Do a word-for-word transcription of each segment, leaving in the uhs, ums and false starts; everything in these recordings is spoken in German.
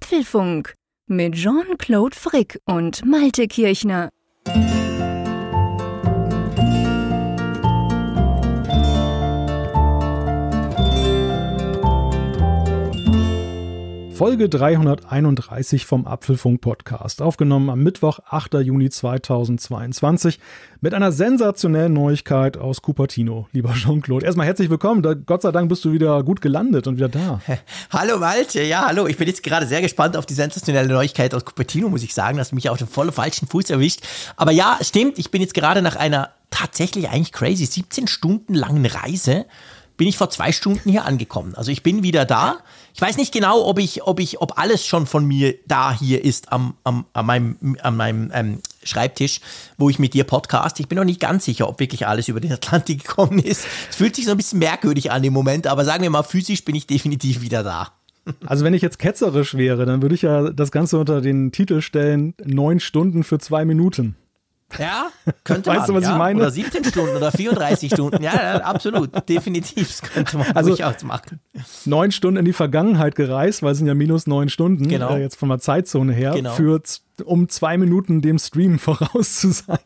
Apfelfunk mit Jean-Claude Frick und Malte Kirchner. Folge dreihunderteinunddreißig vom Apfelfunk-Podcast, aufgenommen am Mittwoch, achter Juni zweitausendzweiundzwanzig, mit einer sensationellen Neuigkeit aus Cupertino, lieber Jean-Claude. Erstmal herzlich willkommen, da, Gott sei Dank bist du wieder gut gelandet und wieder da. Hallo Malte, ja hallo, ich bin jetzt gerade sehr gespannt auf die sensationelle Neuigkeit aus Cupertino, muss ich sagen, dass du mich auf den voll falschen Fuß erwischt. Aber ja, stimmt, ich bin jetzt gerade nach einer tatsächlich eigentlich crazy siebzehn Stunden langen Reise bin ich vor zwei Stunden hier angekommen. Also ich bin wieder da. Ich weiß nicht genau, ob ich, ob ich, ob alles schon von mir da hier ist am, am, an meinem, an meinem ähm, Schreibtisch, wo ich mit dir podcast. Ich bin noch nicht ganz sicher, ob wirklich alles über den Atlantik gekommen ist. Es fühlt sich so ein bisschen merkwürdig an im Moment, aber sagen wir mal, physisch bin ich definitiv wieder da. Also wenn ich jetzt ketzerisch wäre, dann würde ich ja das Ganze unter den Titel stellen, neun Stunden für zwei Minuten. Ja, könnte man, weißt du, was ja? ich meine? Oder siebzehn Stunden oder vierunddreißig Stunden, ja, ja, absolut, definitiv, das könnte man also, durchaus machen. Neun Stunden in die Vergangenheit gereist, weil es sind ja minus neun Stunden, genau. äh, jetzt von der Zeitzone her, genau. für, um zwei Minuten dem Stream voraus zu sein.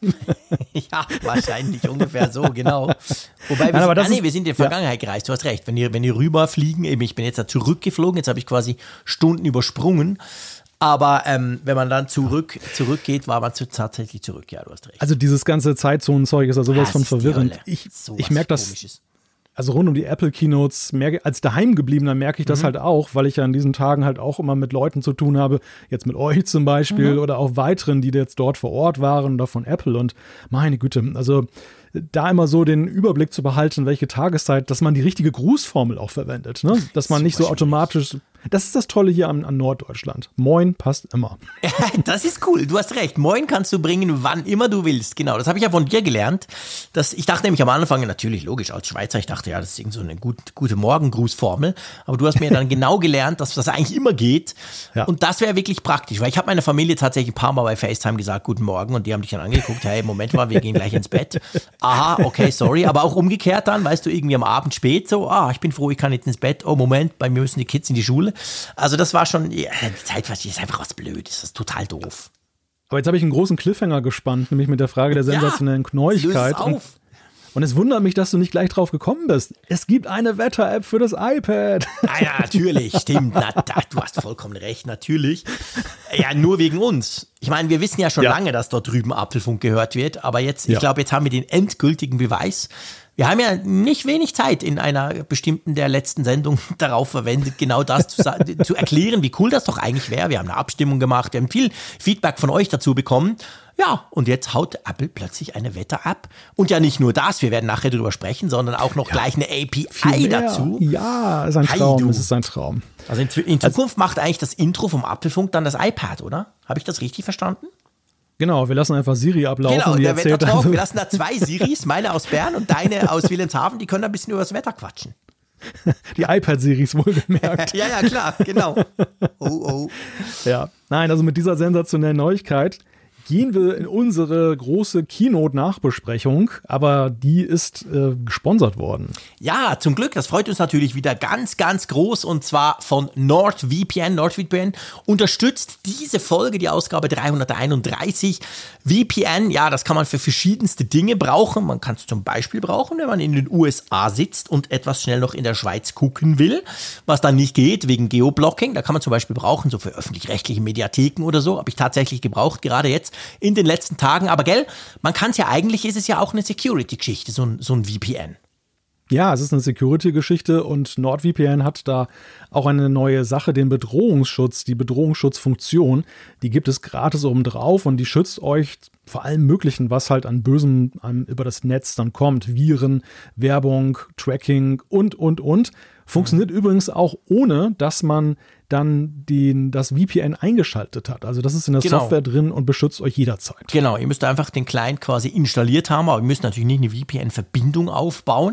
Ja, wahrscheinlich ungefähr so, genau. Wobei, wir, Nein, sind, ah, nee, ist, wir sind in die Vergangenheit ja. gereist, du hast recht, wenn ihr, wenn ihr rüberfliegen, eben, ich bin jetzt da zurückgeflogen, jetzt habe ich quasi Stunden übersprungen. Aber ähm, wenn man dann zurück, zurückgeht, war man zu, tatsächlich zurück. Ja, du hast recht. Also dieses ganze Zeitzonen-Zeug ist ja sowas ah, von verwirrend. Ich, ich merke das, Komisches. Also rund um die Apple-Keynotes, merke, als Daheimgebliebener merke ich das mhm. halt auch, weil ich ja an diesen Tagen halt auch immer mit Leuten zu tun habe, jetzt mit euch zum Beispiel mhm. oder auch weiteren, die jetzt dort vor Ort waren oder von Apple. Und meine Güte, also da immer so den Überblick zu behalten, welche Tageszeit, dass man die richtige Grußformel auch verwendet, ne? Dass man nicht so automatisch, das ist das Tolle hier an, an Norddeutschland. Moin passt immer. Das ist cool, du hast recht. Moin kannst du bringen, wann immer du willst. Genau, das habe ich ja von dir gelernt. Das, ich dachte nämlich am Anfang, natürlich logisch, als Schweizer, ich dachte, ja, das ist irgend so eine gut, gute Morgengrußformel. Aber du hast mir dann genau gelernt, dass das eigentlich immer geht. Ja. Und das wäre wirklich praktisch, weil ich habe meiner Familie tatsächlich ein paar Mal bei FaceTime gesagt, guten Morgen. Und die haben dich dann angeguckt, hey, Moment mal, wir gehen gleich ins Bett. Aha, okay, sorry. Aber auch umgekehrt dann, weißt du, irgendwie am Abend spät so, ah, ich bin froh, ich kann jetzt ins Bett. Oh, Moment, bei mir müssen die Kids in die Schule. Also das war schon, ja, die Zeit ist einfach was Blödes, das ist total doof. Aber jetzt habe ich einen großen Cliffhanger gespannt, nämlich mit der Frage der sensationellen ja, Neuigkeit. Löse es auf. Und, und es wundert mich, dass du nicht gleich drauf gekommen bist. Es gibt eine Wetter-App für das iPad. Ah, ja, natürlich, stimmt. Na, da, du hast vollkommen recht, natürlich. Ja, nur wegen uns. Ich meine, wir wissen ja schon ja. lange, dass dort drüben Apfelfunk gehört wird, aber jetzt, ich ja. glaube, jetzt haben wir den endgültigen Beweis. Wir haben ja nicht wenig Zeit in einer bestimmten der letzten Sendungen darauf verwendet, genau das zu, zu erklären, wie cool das doch eigentlich wäre. Wir haben eine Abstimmung gemacht, wir haben viel Feedback von euch dazu bekommen. Ja, und jetzt haut Apple plötzlich eine Wetter-App. Und ja, nicht nur das, wir werden nachher darüber sprechen, sondern auch noch ja, gleich eine A P I dazu. Ja, ist ein Traum, es ist ein Traum. Also in, in Zukunft also, macht eigentlich das Intro vom Apfelfunk dann das iPad, oder? Habe ich das richtig verstanden? Genau, wir lassen einfach Siri ablaufen. Genau, die der Wettertalk, also. Wir lassen da zwei Siris, meine aus Bern und deine aus Wilhelmshaven, die können ein bisschen über das Wetter quatschen. Die iPad-Siris wohlgemerkt. Ja, ja, klar, genau. Oh, oh. Ja, nein, also mit dieser sensationellen Neuigkeit gehen wir in unsere große Keynote-Nachbesprechung, aber die ist äh, gesponsert worden. Ja, zum Glück, das freut uns natürlich wieder ganz, ganz groß und zwar von NordVPN. NordVPN unterstützt diese Folge, die Ausgabe dreihunderteinunddreißig. V P N, ja, das kann man für verschiedenste Dinge brauchen. Man kann es zum Beispiel brauchen, wenn man in den U S A sitzt und etwas schnell noch in der Schweiz gucken will, was dann nicht geht wegen Geoblocking. Da kann man zum Beispiel brauchen, so für öffentlich-rechtliche Mediatheken oder so, habe ich tatsächlich gebraucht, gerade jetzt in den letzten Tagen. Aber gell, man kann es ja, eigentlich ist es ja auch eine Security-Geschichte, so ein, so ein V P N. Ja, es ist eine Security-Geschichte und NordVPN hat da auch eine neue Sache, den Bedrohungsschutz, die Bedrohungsschutzfunktion, die gibt es gratis oben drauf und die schützt euch vor allem Möglichen, was halt an Bösem an, über das Netz dann kommt. Viren, Werbung, Tracking und, und, und. Funktioniert mhm. übrigens auch ohne, dass man dann den, das V P N eingeschaltet hat. Also das ist in der genau. Software drin und beschützt euch jederzeit. Genau, ihr müsst einfach den Client quasi installiert haben, aber ihr müsst natürlich nicht eine V P N-Verbindung aufbauen,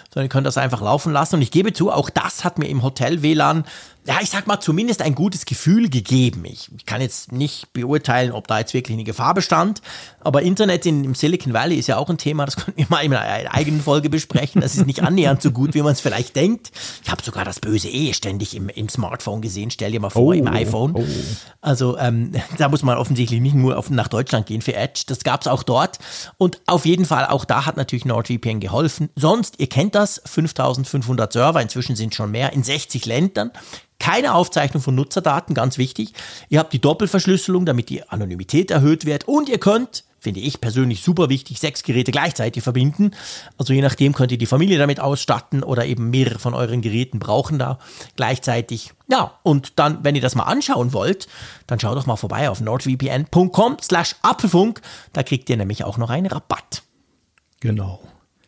sondern ihr könnt das einfach laufen lassen. Und ich gebe zu, auch das hat mir im Hotel-W L A N, ja, ich sag mal, zumindest ein gutes Gefühl gegeben. Ich, ich kann jetzt nicht beurteilen, ob da jetzt wirklich eine Gefahr bestand, aber Internet in, im Silicon Valley ist ja auch ein Thema, das könnten wir mal in einer eigenen Folge besprechen. Das ist nicht annähernd so gut, wie man es vielleicht denkt. Ich habe sogar das böse E ständig im, im Smartphone gesehen, stell dir mal vor, oh, im iPhone. Oh. Also ähm, da muss man offensichtlich nicht nur auf, nach Deutschland gehen für Edge, das gab es auch dort. Und auf jeden Fall, auch da hat natürlich NordVPN geholfen. Sonst, ihr kennt das, fünftausendfünfhundert Server, inzwischen sind schon mehr, in sechzig Ländern. Keine Aufzeichnung von Nutzerdaten, ganz wichtig. Ihr habt die Doppelverschlüsselung, damit die Anonymität erhöht wird. Und ihr könnt, finde ich persönlich super wichtig, sechs Geräte gleichzeitig verbinden. Also je nachdem könnt ihr die Familie damit ausstatten oder eben mehrere von euren Geräten brauchen da gleichzeitig. Ja, und dann, wenn ihr das mal anschauen wollt, dann schaut doch mal vorbei auf nordvpn.com slash Apfelfunk. Da kriegt ihr nämlich auch noch einen Rabatt. Genau.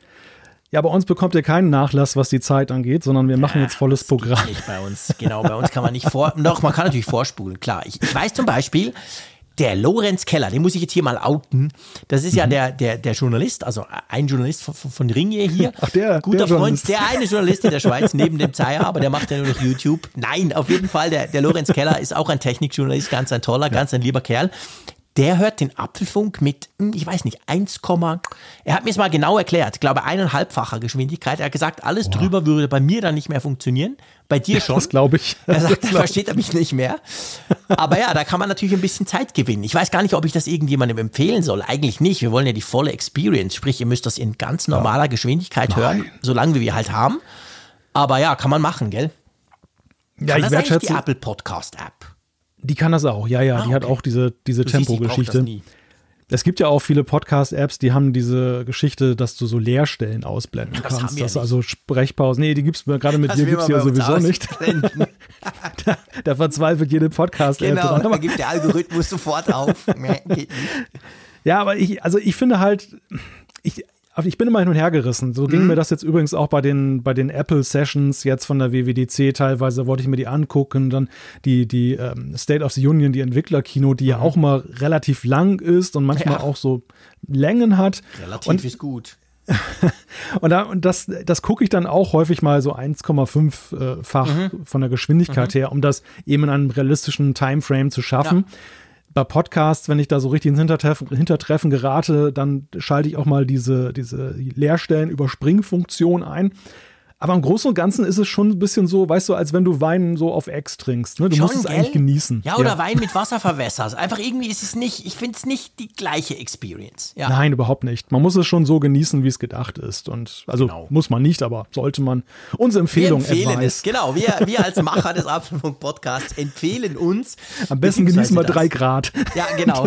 Ja, bei uns bekommt ihr keinen Nachlass, was die Zeit angeht, sondern wir machen jetzt volles Programm. Das geht nicht bei uns. Genau, bei uns kann man nicht vor, doch, man kann natürlich vorspulen, klar. Ich, ich weiß zum Beispiel, der Lorenz Keller, den muss ich jetzt hier mal outen. Das ist ja mhm. der, der, der Journalist, also ein Journalist von, von Ringier hier. Ach, der, Guter der Freund, Journalist. der eine Journalist in der Schweiz, neben dem Zeier, aber der macht ja nur noch YouTube. Nein, auf jeden Fall, der, der Lorenz Keller ist auch ein Technikjournalist, ganz ein toller, ja. ganz ein lieber Kerl. Der hört den Apfelfunk mit, ich weiß nicht, eins, er hat mir es mal genau erklärt, glaube eineinhalbfacher Geschwindigkeit. Er hat gesagt, alles wow. drüber würde bei mir dann nicht mehr funktionieren. Bei dir schon. Das glaube ich. Er sagt, da versteht er mich nicht mehr. Aber ja, da kann man natürlich ein bisschen Zeit gewinnen. Ich weiß gar nicht, ob ich das irgendjemandem empfehlen soll. Eigentlich nicht. Wir wollen ja die volle Experience. Sprich, ihr müsst das in ganz normaler Geschwindigkeit Nein. hören, solange wir halt haben. Aber ja, kann man machen, gell? Ja, kann ich das schätzen, die Apple Podcast App? Die kann das auch, ja, ja. Ah, die okay. hat auch diese, diese Tempo-Geschichte. Es gibt ja auch viele Podcast-Apps, die haben diese Geschichte, dass du so Leerstellen ausblenden das kannst. Das also Sprechpausen. Nee, die gibt's gerade mit das dir gibt's ja sowieso nicht. da, da verzweifelt jede Podcast-App. Genau, dran. Da gibt der Algorithmus sofort auf. Nee, geht nicht. Ja, aber ich, also ich finde halt, ich, ich bin immer hin und her gerissen. So ging mhm. mir das jetzt übrigens auch bei den, bei den Apple Sessions jetzt von der W W D C. Teilweise wollte ich mir die angucken. Dann die, die ähm, State of the Union, die Entwickler-Kino, die mhm. ja auch mal relativ lang ist und manchmal ja. auch so Längen hat. Relativ und, ist gut. und, da, und das, das gucke ich dann auch häufig mal so eins Komma fünf-fach mhm. von der Geschwindigkeit mhm. her, um das eben in einem realistischen Timeframe zu schaffen. Ja. Bei Podcasts, wenn ich da so richtig ins Hintertreffen, Hintertreffen gerate, dann schalte ich auch mal diese, diese Leerstellen-Überspringfunktion ein. Aber im Großen und Ganzen ist es schon ein bisschen so, weißt du, als wenn du Wein so auf Ex trinkst. Ne? Du schon, musst es gell? eigentlich genießen. Ja, oder ja. Wein mit Wasser verwässerst. Einfach irgendwie ist es nicht, ich finde es nicht die gleiche Experience. Ja. Nein, überhaupt nicht. Man muss es schon so genießen, wie es gedacht ist. Und also genau. muss man nicht, aber sollte man. Unsere Empfehlung Wir empfehlen advice. es, genau. Wir, wir als Macher des Apfelfunk-Podcasts empfehlen uns. Am besten genießen wir drei Grad. Ja, genau.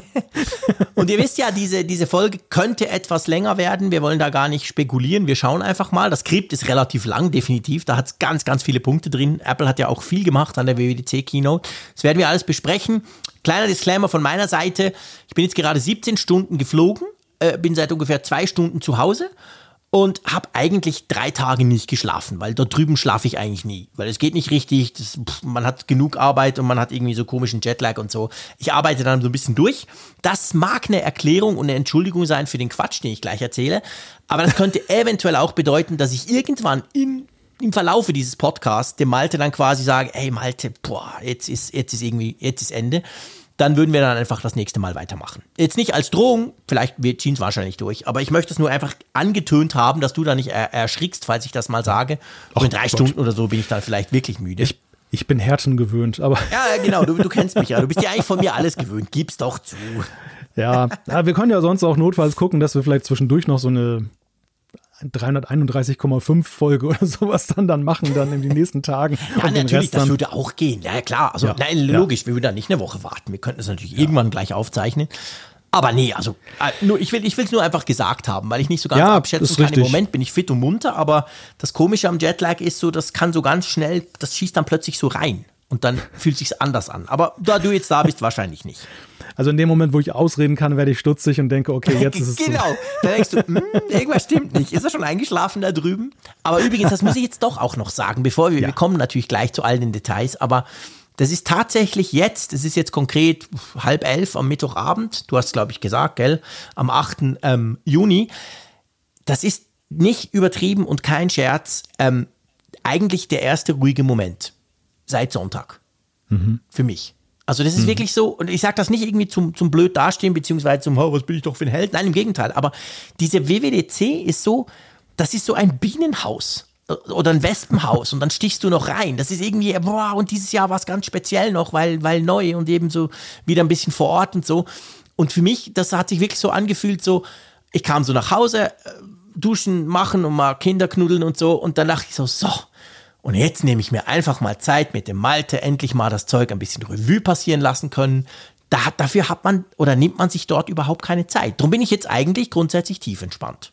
Und ihr wisst ja, diese, diese Folge könnte etwas länger werden. Wir wollen da gar nicht spekulieren. Wir schauen einfach mal. Das Skript ist relativ lang, definitiv. Da hat es ganz, ganz viele Punkte drin. Apple hat ja auch viel gemacht an der W W D C Keynote. Das werden wir alles besprechen. Kleiner Disclaimer von meiner Seite. Ich bin jetzt gerade siebzehn Stunden geflogen, äh, bin seit ungefähr zwei Stunden zu Hause und habe eigentlich drei Tage nicht geschlafen, weil dort drüben schlafe ich eigentlich nie, weil es geht nicht richtig, das, pff, man hat genug Arbeit und man hat irgendwie so komischen Jetlag und so. Ich arbeite dann so ein bisschen durch. Das mag eine Erklärung und eine Entschuldigung sein für den Quatsch, den ich gleich erzähle, aber das könnte eventuell auch bedeuten, dass ich irgendwann in im Verlaufe dieses Podcasts dem Malte dann quasi sage, ey Malte, boah, jetzt ist, jetzt ist irgendwie, jetzt ist Ende. Dann würden wir dann einfach das nächste Mal weitermachen. Jetzt nicht als Drohung, vielleicht, wir ziehen es wahrscheinlich durch, aber ich möchte es nur einfach angetönt haben, dass du da nicht er- erschrickst, falls ich das mal sage. Und in drei Gott. Stunden oder so bin ich dann vielleicht wirklich müde. Ich, ich bin Härten gewöhnt, aber... Ja, genau, du, du kennst mich ja, du bist ja eigentlich von mir alles gewöhnt, gib's doch zu. Ja, ja, wir können ja sonst auch notfalls gucken, dass wir vielleicht zwischendurch noch so eine dreihunderteinunddreißig Komma fünf Folge oder sowas dann, dann machen, dann in den nächsten Tagen. Ja, und natürlich, den Rest das dann würde auch gehen. Ja, klar, also ja, nein, logisch, ja. Wir würden da nicht eine Woche warten. Wir könnten es natürlich ja. irgendwann gleich aufzeichnen. Aber nee, also nur, ich will es nur einfach gesagt haben, weil ich nicht so ganz ja, abschätzen kann. Im Moment bin ich fit und munter, aber das Komische am Jetlag ist so, das kann so ganz schnell, das schießt dann plötzlich so rein. Und dann fühlt sich's anders an. Aber da du jetzt da bist, wahrscheinlich nicht. Also in dem Moment, wo ich ausreden kann, werde ich stutzig und denke, okay, jetzt ist es genau. so. Genau, da denkst du, hm, irgendwas stimmt nicht. Ist er schon eingeschlafen da drüben? Aber übrigens, das muss ich jetzt doch auch noch sagen, bevor wir, ja. wir kommen natürlich gleich zu all den Details, aber das ist tatsächlich jetzt, es ist jetzt konkret halb elf am Mittwochabend, du hast, glaube ich, gesagt, gell, am achten Ähm, Juni. Das ist nicht übertrieben und kein Scherz, ähm, eigentlich der erste ruhige Moment seit Sonntag. Mhm. Für mich. Also das ist mhm. wirklich so, und ich sage das nicht irgendwie zum, zum blöd dastehen, beziehungsweise zum, oh, was bin ich doch für ein Held. Nein, im Gegenteil. Aber diese W W D C ist so, das ist so ein Bienenhaus oder ein Wespenhaus und dann stichst du noch rein. Das ist irgendwie, boah, und dieses Jahr war es ganz speziell noch, weil, weil neu und eben so wieder ein bisschen vor Ort und so. Und für mich, das hat sich wirklich so angefühlt, so, ich kam so nach Hause, duschen, machen und mal Kinder knuddeln und so, und dann dachte ich so, so, und jetzt nehme ich mir einfach mal Zeit mit dem Malte, endlich mal das Zeug ein bisschen Revue passieren lassen können. Da, dafür hat man oder nimmt man sich dort überhaupt keine Zeit. Darum bin ich jetzt eigentlich grundsätzlich tief entspannt.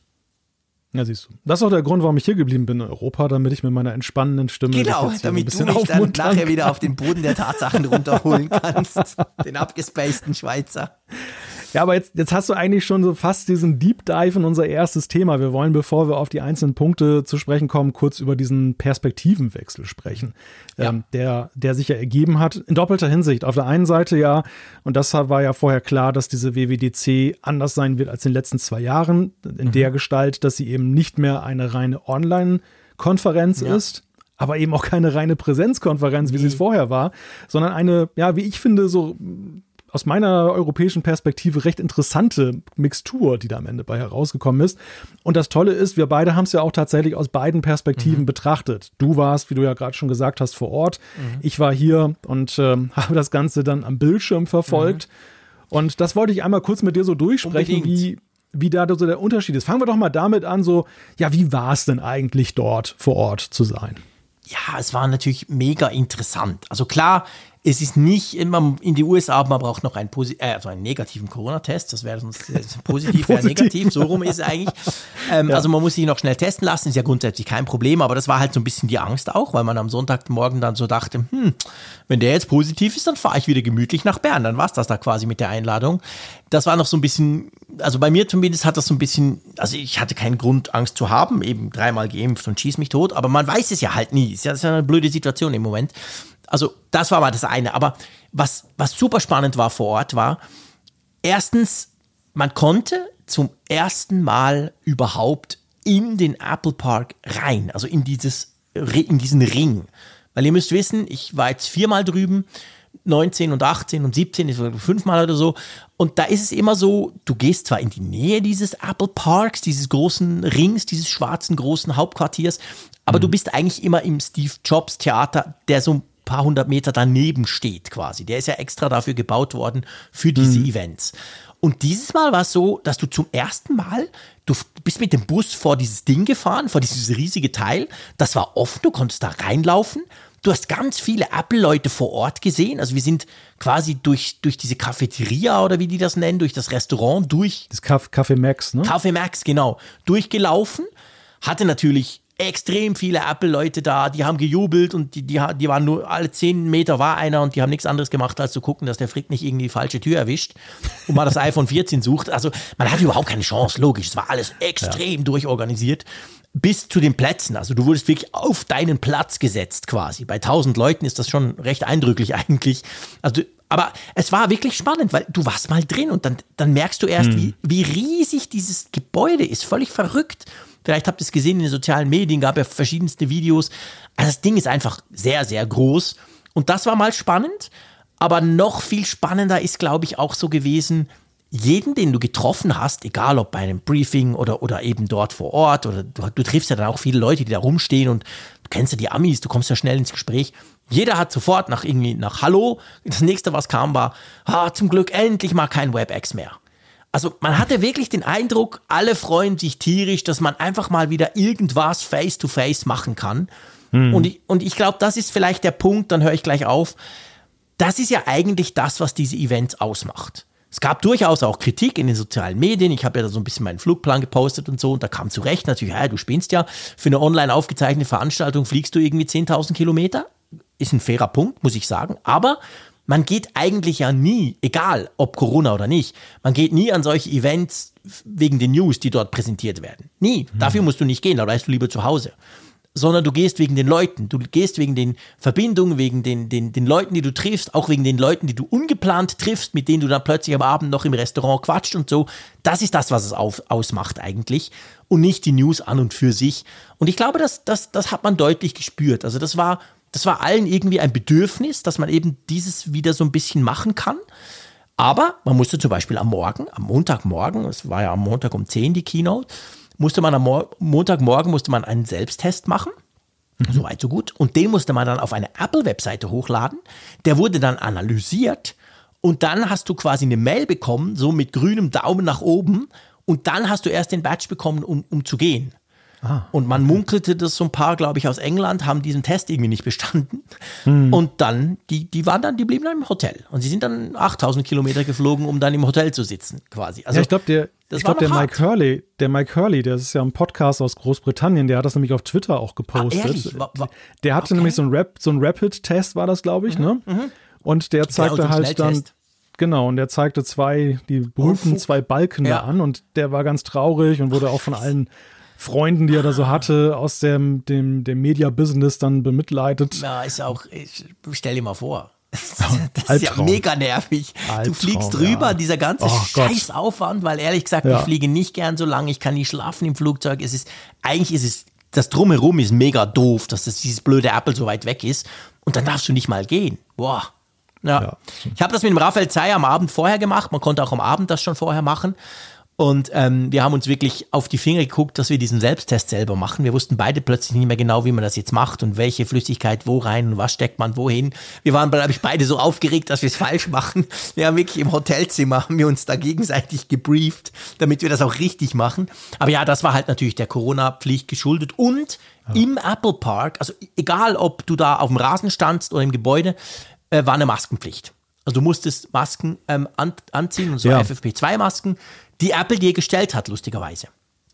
Ja, siehst du. Das ist auch der Grund, warum ich hier geblieben bin in Europa, damit ich mit meiner entspannenden Stimme genau, damit du mich dann nachher wieder auf den Boden der Tatsachen runterholen kannst. Den abgespaceden Schweizer. Ja, aber jetzt, jetzt hast du eigentlich schon so fast diesen Deep Dive in unser erstes Thema. Wir wollen, bevor wir auf die einzelnen Punkte zu sprechen kommen, kurz über diesen Perspektivenwechsel sprechen, ja. ähm, der, der sich ja ergeben hat in doppelter Hinsicht. Auf der einen Seite ja, und das war ja vorher klar, dass diese W W D C anders sein wird als in den letzten zwei Jahren, in mhm. der Gestalt, dass sie eben nicht mehr eine reine Online-Konferenz ja. ist, aber eben auch keine reine Präsenzkonferenz, wie mhm. sie es vorher war, sondern eine, ja, wie ich finde, so aus meiner europäischen Perspektive recht interessante Mixtur, die da am Ende bei herausgekommen ist. Und das Tolle ist, wir beide haben es ja auch tatsächlich aus beiden Perspektiven mhm. betrachtet. Du warst, wie du ja gerade schon gesagt hast, vor Ort. Mhm. Ich war hier und äh, habe das Ganze dann am Bildschirm verfolgt. Mhm. Und das wollte ich einmal kurz mit dir so durchsprechen, wie, wie da so der Unterschied ist. Fangen wir doch mal damit an, so, ja, wie war es denn eigentlich dort vor Ort zu sein? Ja, es war natürlich mega interessant. Also klar, es ist nicht immer in die U S A, man braucht noch einen, Posi- äh, also einen negativen Corona-Test, das wäre sonst äh, positiv, wäre negativ, so rum ist es eigentlich. Ähm, ja. Also man muss sich noch schnell testen lassen, ist ja grundsätzlich kein Problem, aber das war halt so ein bisschen die Angst auch, weil man am Sonntagmorgen dann so dachte, hm, wenn der jetzt positiv ist, dann fahre ich wieder gemütlich nach Bern, dann war es das da quasi mit der Einladung. Das war noch so ein bisschen, also bei mir zumindest hat das so ein bisschen, also ich hatte keinen Grund, Angst zu haben, eben dreimal geimpft und schieß mich tot, aber man weiß es ja halt nie, ist ja, ist ja eine blöde Situation im Moment. Also das war mal das eine. Aber was, was super spannend war vor Ort, war erstens, man konnte zum ersten Mal überhaupt in den Apple Park rein, also in, dieses, in diesen Ring. Weil ihr müsst wissen, ich war jetzt viermal drüben, neunzehn und achtzehn und siebzehn, ich war fünfmal oder so. Und da ist es immer so, du gehst zwar in die Nähe dieses Apple Parks, dieses großen Rings, dieses schwarzen großen Hauptquartiers, aber mhm. du bist eigentlich immer im Steve Jobs Theater, der so ein paar hundert Meter daneben steht quasi. Der ist ja extra dafür gebaut worden, für diese mhm. Events. Und dieses Mal war es so, dass du zum ersten Mal, du bist mit dem Bus vor dieses Ding gefahren, vor dieses riesige Teil. Das war offen, du konntest da reinlaufen. Du hast ganz viele Apple-Leute vor Ort gesehen. Also wir sind quasi durch, durch diese Cafeteria oder wie die das nennen, durch das Restaurant, durch... Das Café Max, ne? Café Max, genau. Durchgelaufen. Hatte natürlich extrem viele Apple-Leute da, die haben gejubelt und die, die, die waren nur, alle zehn Meter war einer und die haben nichts anderes gemacht, als zu gucken, dass der Frick nicht irgendwie die falsche Tür erwischt und mal das iPhone vierzehn sucht. Also man hatte überhaupt keine Chance, logisch. Es war alles extrem ja. durchorganisiert. Bis zu den Plätzen. Also du wurdest wirklich auf deinen Platz gesetzt quasi. Bei tausend Leuten ist das schon recht eindrücklich eigentlich. Also, aber es war wirklich spannend, weil du warst mal drin und dann, dann merkst du erst, hm. wie, wie riesig dieses Gebäude ist. Völlig verrückt. Vielleicht habt ihr es gesehen in den sozialen Medien, gab ja verschiedenste Videos. Also das Ding ist einfach sehr, sehr groß. Und das war mal spannend. Aber noch viel spannender ist, glaube ich, auch so gewesen, jeden, den du getroffen hast, egal ob bei einem Briefing oder, oder eben dort vor Ort, oder du, du triffst ja dann auch viele Leute, die da rumstehen und du kennst ja die Amis, du kommst ja schnell ins Gespräch. Jeder hat sofort nach irgendwie nach Hallo. Das nächste, was kam, war, ah, zum Glück endlich mal kein WebEx mehr. Also man hatte wirklich den Eindruck, alle freuen sich tierisch, dass man einfach mal wieder irgendwas face-to-face machen kann. Mhm. Und ich, und ich glaube, das ist vielleicht der Punkt, dann höre ich gleich auf. Das ist ja eigentlich das, was diese Events ausmacht. Es gab durchaus auch Kritik in den sozialen Medien. Ich habe ja da so ein bisschen meinen Flugplan gepostet und so. Und da kam zu Recht natürlich, ja, du spinnst ja. Für eine online aufgezeichnete Veranstaltung fliegst du irgendwie zehntausend Kilometer. Ist ein fairer Punkt, muss ich sagen. Aber man geht eigentlich ja nie, egal ob Corona oder nicht, man geht nie an solche Events wegen den News, die dort präsentiert werden. Nie. Mhm. Dafür musst du nicht gehen, da bleibst du lieber zu Hause. sondern du gehst wegen den Leuten. Du gehst wegen den Verbindungen, wegen den, den, den Leuten, die du triffst, auch wegen den Leuten, die du ungeplant triffst, mit denen du dann plötzlich am Abend noch im Restaurant quatscht und so. Das ist das, was es auf, ausmacht eigentlich und nicht die News an und für sich. Und ich glaube, das, das, das hat man deutlich gespürt. Also das war, das war allen irgendwie ein Bedürfnis, dass man eben dieses wieder so ein bisschen machen kann. Aber man musste zum Beispiel am Morgen, am Montagmorgen, es war ja am Montag um zehn die Keynote, musste man am Mo- Montagmorgen musste man einen Selbsttest machen. Mhm. So weit, so gut. Und den musste man dann auf eine Apple-Webseite hochladen. Der wurde dann analysiert und dann hast du quasi eine Mail bekommen, so mit grünem Daumen nach oben. Und dann hast du erst den Badge bekommen, um, um zu gehen. Ah, und man okay. munkelte, dass so ein paar, glaube ich, aus England haben diesen Test irgendwie nicht bestanden. Mhm. Und dann, die, die waren dann, die blieben dann im Hotel. Und sie sind dann achttausend Kilometer geflogen, um dann im Hotel zu sitzen, quasi. Also, ja, ich glaube, der, ich glaub, der Mike Hurley, der Mike Hurley, der ist ja ein Podcast aus Großbritannien, der hat das nämlich auf Twitter auch gepostet. Ah, ehrlich? War, war, der hatte okay. nämlich so einen Rap, so ein Rapid-Test war das, glaube ich, mhm. ne? Mhm. Und der zeigte halt Schnelltest. dann, genau, und der zeigte zwei, die berühmten oh, zwei Balken ja. da an und der war ganz traurig und wurde auch von allen Freunden, die er da so hatte, aus dem, dem, dem Media-Business dann bemitleidet. Ja, ist auch, ich stell dir mal vor. Das ist ja mega nervig. Albtraum, du fliegst drüber, ja. dieser ganze oh, Scheißaufwand, weil ehrlich gesagt, ja. ich fliege nicht gern so lange, ich kann nicht schlafen im Flugzeug. Es ist, eigentlich ist es, das Drumherum ist mega doof, dass das, dieses blöde Apple so weit weg ist und dann darfst du nicht mal gehen. Boah. Ja. ja. Ich habe das mit dem Raphael Zeyer am Abend vorher gemacht, man konnte auch am Abend das schon vorher machen. Und ähm, wir haben uns wirklich auf die Finger geguckt, dass wir diesen Selbsttest selber machen. Wir wussten beide plötzlich nicht mehr genau, wie man das jetzt macht und welche Flüssigkeit wo rein und was steckt man wohin. Wir waren, glaube ich, beide so aufgeregt, dass wir es falsch machen. Wir haben wirklich im Hotelzimmer, haben wir uns da gegenseitig gebrieft, damit wir das auch richtig machen. Aber ja, das war halt natürlich der Corona-Pflicht geschuldet. Und ja. im Apple Park, also egal, ob du da auf dem Rasen standst oder im Gebäude, äh, war eine Maskenpflicht. Also du musstest Masken ähm, an, anziehen und so ja. F F P zwei Masken, die Apple dir gestellt hat, lustigerweise.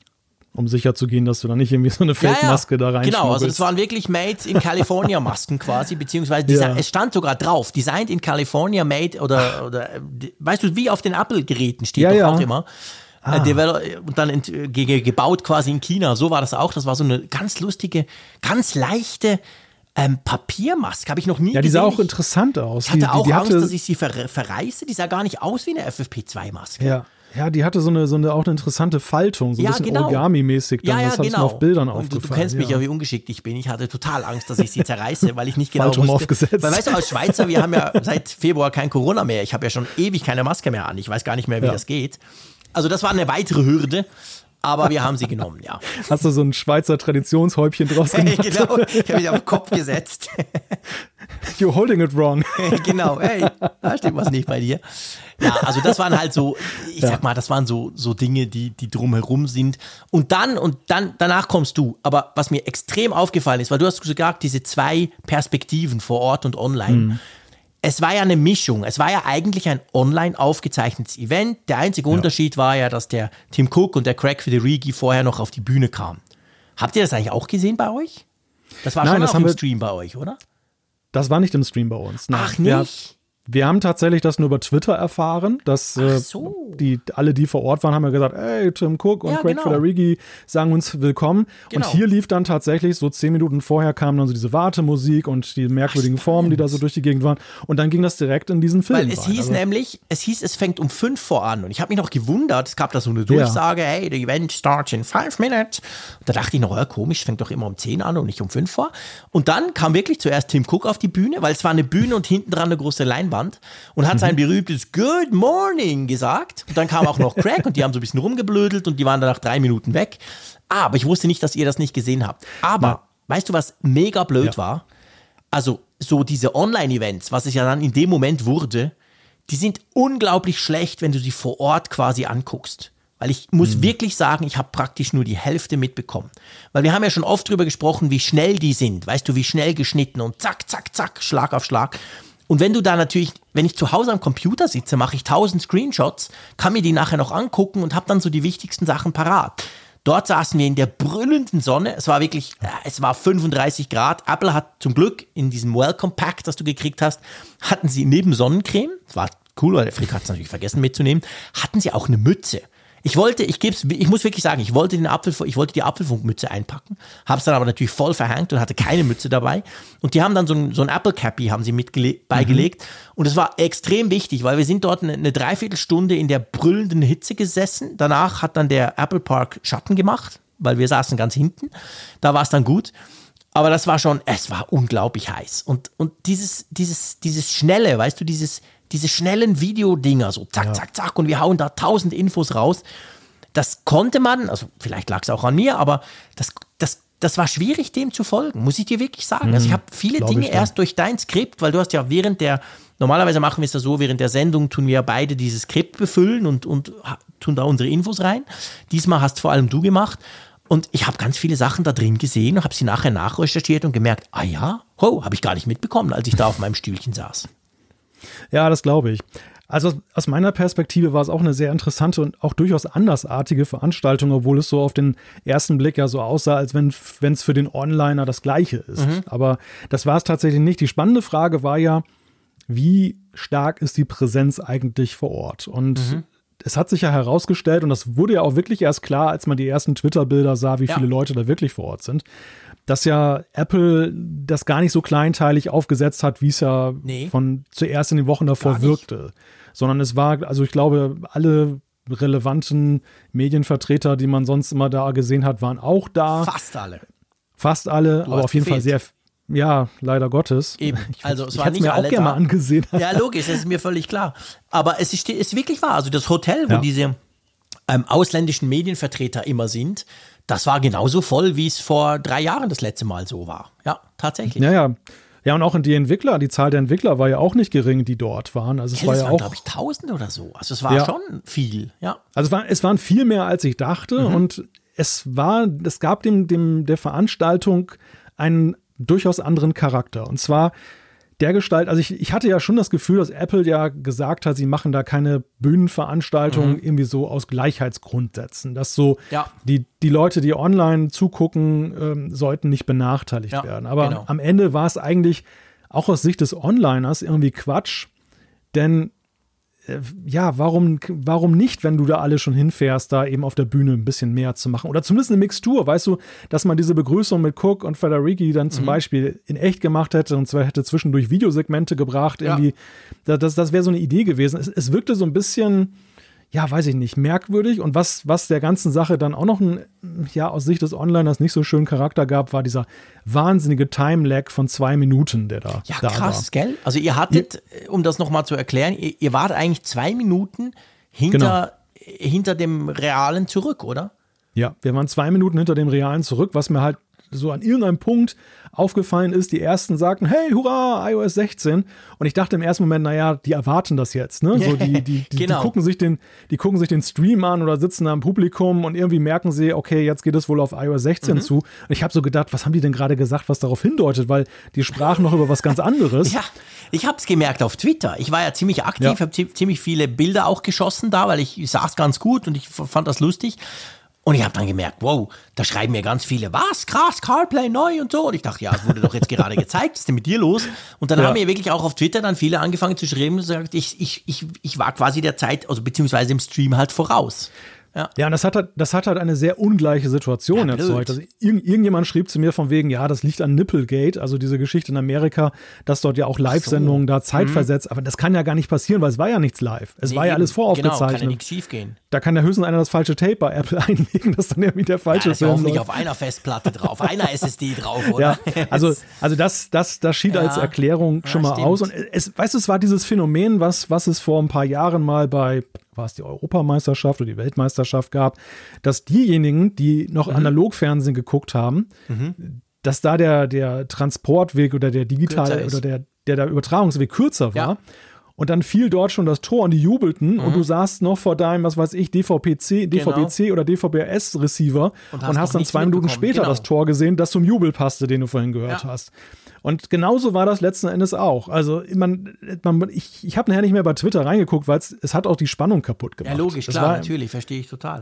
Um sicher zu gehen, dass du da nicht irgendwie so eine Fake-Maske ja, ja. da rein Genau, also das waren wirklich Made in California Masken quasi, beziehungsweise ja. es stand sogar drauf, Designed in California, made oder, oder weißt du, wie auf den Apple-Geräten steht ja, doch ja. auch immer. Ah. Und dann gebaut quasi in China, so war das auch. Das war so eine ganz lustige, ganz leichte Ähm, Papiermaske habe ich noch nie gesehen. Ja, die sah auch interessant aus. Ich hatte die, auch die, die Angst, hatte, dass ich sie ver- verreiße. Die sah gar nicht aus wie eine F F P zwei Maske. Ja, ja, die hatte so eine, so eine auch eine interessante Faltung, so ein ja, bisschen genau. Origami-mäßig. Dann. Ja, ja, das hat genau. mir auf Bildern und aufgefallen. Du, du kennst mich ja, wie ungeschickt ich bin. Ich hatte total Angst, dass ich sie zerreiße, weil ich nicht genau Falsch wusste. aufgesetzt. Weil, weißt du, als Schweizer, wir haben ja seit Februar kein Corona mehr. Ich habe ja schon ewig keine Maske mehr an. Ich weiß gar nicht mehr, wie ja. das geht. Also das war eine weitere Hürde. Aber wir haben sie genommen, ja. Hast du so ein Schweizer Traditionshäubchen draus gemacht? Genau, ich habe mich auf den Kopf gesetzt. You're holding it wrong. Genau, hey, da steht was nicht bei dir. Ja, also das waren halt so, ich ja. sag mal, das waren so, so Dinge, die, die drumherum sind. Und dann, und dann, danach kommst du. Aber was mir extrem aufgefallen ist, weil du hast gesagt, diese zwei Perspektiven vor Ort und online. Mhm. Es war ja eine Mischung. Es war ja eigentlich ein online aufgezeichnetes Event. Der einzige ja. Unterschied war ja, dass der Tim Cook und der Craig Federighi vorher noch auf die Bühne kamen. Habt ihr das eigentlich auch gesehen bei euch? Das war Nein, schon das auch haben im wir, Stream bei euch, oder? Das war nicht im Stream bei uns. Nein. Ach, nicht? Wir, wir haben tatsächlich das nur über Twitter erfahren, dass äh, so. die, alle, die vor Ort waren, haben ja gesagt, hey, Tim Cook und ja, Craig genau. Federighi sagen uns willkommen. Genau. Und hier lief dann tatsächlich, so zehn Minuten vorher kam dann so diese Wartemusik und die merkwürdigen Ach, Formen, die da so durch die Gegend waren. Und dann ging das direkt in diesen Film Weil es rein. hieß also, nämlich, es hieß, es fängt um fünf vor an. Und ich habe mich noch gewundert, es gab da so eine Durchsage, ja. hey, the event starts in five minutes. Und da dachte ich noch, ja, komisch, fängt doch immer um zehn an und nicht um fünf vor. Und dann kam wirklich zuerst Tim Cook auf die Bühne, weil es war eine Bühne und hinten dran eine große Leinwand und hat mhm. sein berühmtes Good Morning gesagt. Und dann kam auch noch Craig und die haben so ein bisschen rumgeblödelt und die waren dann nach drei Minuten weg. Aber ich wusste nicht, dass ihr das nicht gesehen habt. Aber, ja. weißt du, was mega blöd ja. war? Also, so diese Online-Events, was es ja dann in dem Moment wurde, die sind unglaublich schlecht, wenn du sie vor Ort quasi anguckst. Weil ich muss mhm. wirklich sagen, ich habe praktisch nur die Hälfte mitbekommen. Weil wir haben ja schon oft drüber gesprochen, wie schnell die sind. Weißt du, wie schnell geschnitten und zack, zack, zack, Schlag auf Schlag. Und wenn du da natürlich, wenn ich zu Hause am Computer sitze, mache ich tausend Screenshots, kann mir die nachher noch angucken und habe dann so die wichtigsten Sachen parat. Dort saßen wir in der brüllenden Sonne. Es war wirklich, es war fünfunddreißig Grad. Apple hat zum Glück in diesem Welcome Pack, das du gekriegt hast, hatten sie neben Sonnencreme, das war cool, weil der Frick hat es natürlich vergessen mitzunehmen, hatten sie auch eine Mütze. Ich wollte, ich geb's, ich muss wirklich sagen, ich wollte den Apfel, ich wollte die Apfelfunkmütze einpacken, habe es dann aber natürlich voll verhängt und hatte keine Mütze dabei. Und die haben dann so ein, so ein Apple Cappy haben sie mit beigelegt. Mhm. Und es war extrem wichtig, weil wir sind dort eine, eine Dreiviertelstunde in der brüllenden Hitze gesessen. Danach hat dann der Apple Park Schatten gemacht, weil wir saßen ganz hinten. Da war es dann gut. Aber das war schon, es war unglaublich heiß. Und, und dieses, dieses, dieses schnelle, weißt du, dieses, diese schnellen Videodinger, so zack, ja. zack, zack, und wir hauen da tausend Infos raus. Das konnte man, also vielleicht lag es auch an mir, aber das, das, das war schwierig, dem zu folgen, muss ich dir wirklich sagen. Mhm, also ich habe viele Dinge erst durch dein Skript, weil du hast ja während der, normalerweise machen wir es ja so, während der Sendung tun wir ja beide dieses Skript befüllen und, und tun da unsere Infos rein. Diesmal hast vor allem du gemacht. Und ich habe ganz viele Sachen da drin gesehen und habe sie nachher nachrecherchiert und gemerkt, ah ja, oh, habe ich gar nicht mitbekommen, als ich da auf meinem Stühlchen saß. Ja, das glaube ich. Also aus meiner Perspektive war es auch eine sehr interessante und auch durchaus andersartige Veranstaltung, obwohl es so auf den ersten Blick ja so aussah, als wenn es für den Onliner das Gleiche ist. Mhm. Aber das war es tatsächlich nicht. Die spannende Frage war ja, wie stark ist die Präsenz eigentlich vor Ort? Und mhm. es hat sich ja herausgestellt, und das wurde ja auch wirklich erst klar, als man die ersten Twitter-Bilder sah, wie ja. viele Leute da wirklich vor Ort sind, dass ja Apple das gar nicht so kleinteilig aufgesetzt hat, wie es ja nee. von zuerst in den Wochen davor wirkte. Sondern es war, also ich glaube, alle relevanten Medienvertreter, die man sonst immer da gesehen hat, waren auch da. Fast alle. Fast alle, du aber auf jeden gefehlt. Fall sehr, ja, leider Gottes. Eben, also es ich war nicht mir alle auch gerne mal angesehen. Ja, logisch, das ist mir völlig klar. Aber es ist, ist wirklich wahr, also das Hotel, wo ja. diese ähm, ausländischen Medienvertreter immer sind, das war genauso voll, wie es vor drei Jahren das letzte Mal so war. Ja, tatsächlich. Ja, ja. Ja, und auch in die Entwickler, die Zahl der Entwickler war ja auch nicht gering, die dort waren. Also es ja, war das ja waren, auch, glaube ich, tausend oder so. Also es war ja. schon viel, ja. Also es, war, es waren viel mehr, als ich dachte. Mhm. Und es war, es gab dem, dem der Veranstaltung einen durchaus anderen Charakter. Und zwar der Gestalt, also ich, ich hatte ja schon das Gefühl, dass Apple ja gesagt hat, sie machen da keine Bühnenveranstaltung mhm. irgendwie so aus Gleichheitsgrundsätzen. Dass so ja. die, die Leute, die online zugucken, ähm, sollten nicht benachteiligt ja, werden. Aber genau. am Ende war es eigentlich auch aus Sicht des Onliners irgendwie Quatsch. Denn äh, ja, warum, warum nicht, wenn du da alle schon hinfährst, da eben auf der Bühne ein bisschen mehr zu machen? Oder zumindest eine Mixtur, weißt du, dass man diese Begrüßung mit Cook und Federighi dann zum mhm. Beispiel in echt gemacht hätte und zwar hätte zwischendurch Videosegmente gebracht. Ja. Irgendwie. Das, das wäre so eine Idee gewesen. Es, es wirkte so ein bisschen, ja, weiß ich nicht, merkwürdig. Und was, was der ganzen Sache dann auch noch ein, ja, aus Sicht des Onliners nicht so schönen Charakter gab, war dieser wahnsinnige Time-Lag von zwei Minuten, der da, ja, da krass, war. krass, gell? Also ihr hattet, ihr, um das nochmal zu erklären, ihr, ihr wart eigentlich zwei Minuten hinter, genau. hinter dem Realen zurück, oder? Ja, wir waren zwei Minuten hinter dem Realen zurück, was mir halt so an irgendeinem Punkt aufgefallen ist. Die ersten sagten, hey, hurra, iOS sechzehn. Und ich dachte im ersten Moment, naja, die erwarten das jetzt. Ne? So, die, die, die, genau. die, gucken sich den, die gucken sich den Stream an oder sitzen da im Publikum und irgendwie merken sie, okay, jetzt geht es wohl auf iOS sechzehn mhm. zu. Und ich habe so gedacht, was haben die denn gerade gesagt, was darauf hindeutet? Weil die sprachen noch über was ganz anderes. Ja, ich habe es gemerkt auf Twitter. Ich war ja ziemlich aktiv, ja. habe ziemlich viele Bilder auch geschossen da, weil ich, ich saß ganz gut und ich fand das lustig. Und ich habe dann gemerkt, wow, da schreiben mir ganz viele, was, krass, CarPlay neu und so. Und ich dachte, ja, es wurde doch jetzt gerade gezeigt, was ist denn mit dir los? Und dann ja. haben mir wirklich auch auf Twitter dann viele angefangen zu schreiben und gesagt, ich, ich, ich, ich war quasi der Zeit, also beziehungsweise im Stream halt voraus. Ja, ja und das hat, halt, das hat halt eine sehr ungleiche Situation ja, erzeugt. Also irg- irgendjemand schrieb zu mir von wegen, ja, das liegt an Nipplegate, also diese Geschichte in Amerika, dass dort ja auch Live-Sendungen so. da zeitversetzt, mhm. aber das kann ja gar nicht passieren, weil es war ja nichts live. Es nee, war ja alles voraufgezeichnet. Genau, kann ja nichts schief gehen. Da kann ja höchstens einer das falsche Tape bei Apple einlegen, dass dann irgendwie der falsche ja, das Film ist ja hoffentlich läuft. auf einer Festplatte drauf, einer S S D drauf, oder? Ja, also, also das, das, das schied ja. als Erklärung schon ja, mal stimmt. aus. Und es, weißt du, es war dieses Phänomen, was, was es vor ein paar Jahren mal bei, war es die Europameisterschaft oder die Weltmeisterschaft gab, dass diejenigen, die noch mhm. Analogfernsehen geguckt haben, mhm. dass da der, der Transportweg oder der digitale oder der, der, der Übertragungsweg kürzer war. Ja. Und dann fiel dort schon das Tor und die jubelten mhm. und du saßt noch vor deinem, was weiß ich, D V B C, D V B C genau. oder D V B S-Receiver und hast, und hast dann zwei Minuten später genau. das Tor gesehen, das zum Jubel passte, den du vorhin gehört ja. hast. Und genauso war das letzten Endes auch. Also man, man, ich, ich habe nachher nicht mehr bei Twitter reingeguckt, weil es hat auch die Spannung kaputt gemacht. Ja, logisch, das klar, war, natürlich, verstehe ich total.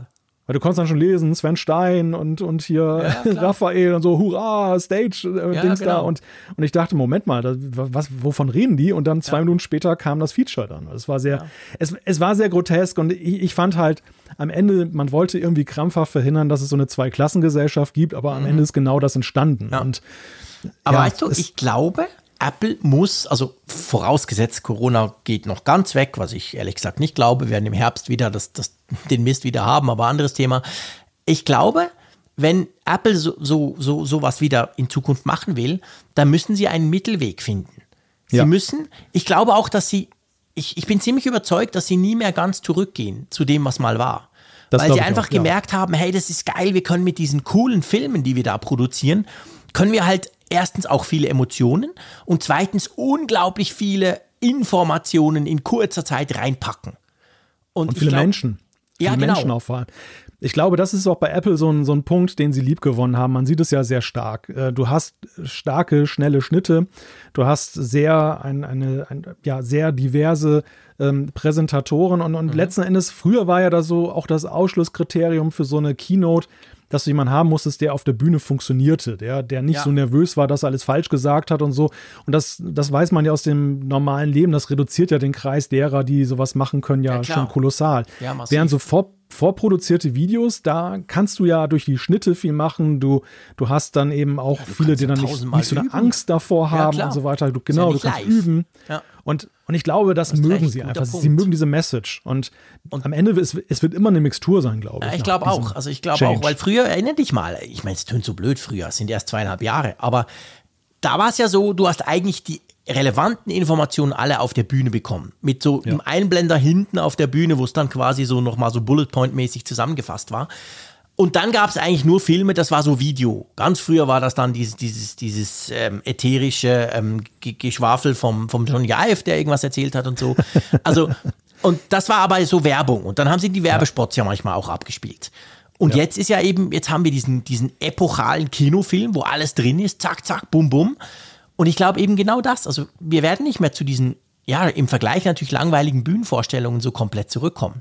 Weil du konntest dann schon lesen, Sven Stein und, und hier ja, Raphael und so, hurra, Stage, äh, ja, Dings genau. da. Und, und ich dachte, Moment mal, das, was, wovon reden die? Und dann zwei ja. Minuten später kam das Feature dann. Es war sehr, ja. es, es war sehr grotesk und ich, ich fand halt am Ende, man wollte irgendwie krampfhaft verhindern, dass es so eine Zweiklassengesellschaft gibt, aber am mhm. Ende ist genau das entstanden. Ja. Und, aber ja, weißt du, ich glaube, Apple muss, also vorausgesetzt, Corona geht noch ganz weg, was ich ehrlich gesagt nicht glaube. Wir werden im Herbst wieder das, das, den Mist wieder haben, aber anderes Thema. Ich glaube, wenn Apple so, so, so, so was wieder in Zukunft machen will, dann müssen sie einen Mittelweg finden. Sie ja. müssen, ich glaube auch, dass sie, ich, ich bin ziemlich überzeugt, dass sie nie mehr ganz zurückgehen zu dem, was mal war. Das Weil sie einfach auch, gemerkt ja. haben, hey, das ist geil, wir können mit diesen coolen Filmen, die wir da produzieren, können wir halt erstens auch viele Emotionen und zweitens unglaublich viele Informationen in kurzer Zeit reinpacken. Und, und viele glaub, Menschen. Viele ja, genau. Menschen auch vor allem. Ich glaube, das ist auch bei Apple so ein, so ein Punkt, den sie liebgewonnen haben. Man sieht es ja sehr stark. Du hast starke, schnelle Schnitte. Du hast sehr, ein, eine, ein, ja, sehr diverse ähm, Präsentatoren. Und, und mhm. letzten Endes, früher war ja da so auch das Ausschlusskriterium für so eine Keynote, dass du jemanden haben musstest, der auf der Bühne funktionierte, der, der nicht ja. so nervös war, dass er alles falsch gesagt hat und so. Und das, das weiß man ja aus dem normalen Leben, das reduziert ja den Kreis derer, die sowas machen können, ja, ja schon kolossal. Ja, während so vor, vorproduzierte Videos, da kannst du ja durch die Schnitte viel machen, du, du hast dann eben auch ja, viele, die dann nicht, nicht so eine Angst davor haben ja, und so weiter. Du, genau, ja du kannst live. üben. Ja. Und, und ich glaube, das mögen sie einfach. Punkt. Sie mögen diese Message. Und, und am Ende, es, es wird immer eine Mixtur sein, glaube ich. Ja, ich glaube auch. Also ich glaube auch, weil früher, erinnere dich mal, ich meine, es tönt so blöd früher, es sind erst zweieinhalb Jahre, aber da war es ja so, du hast eigentlich die relevanten Informationen alle auf der Bühne bekommen. Mit so ja. einem Einblender hinten auf der Bühne, wo es dann quasi so nochmal so Bullet Point-mäßig zusammengefasst war. Und dann gab es eigentlich nur Filme, das war so Video. Ganz früher war das dann dieses, dieses, dieses ähm, ätherische ähm, Geschwafel vom, vom Johnny Ive, der irgendwas erzählt hat und so. Also, und das war aber so Werbung. Und dann haben sie die Werbespots ja, ja manchmal auch abgespielt. Und ja. jetzt ist ja eben, jetzt haben wir diesen, diesen epochalen Kinofilm, wo alles drin ist, zack, zack, bum, bum. Und ich glaube eben genau das. Also wir werden nicht mehr zu diesen, ja, im Vergleich natürlich langweiligen Bühnenvorstellungen so komplett zurückkommen.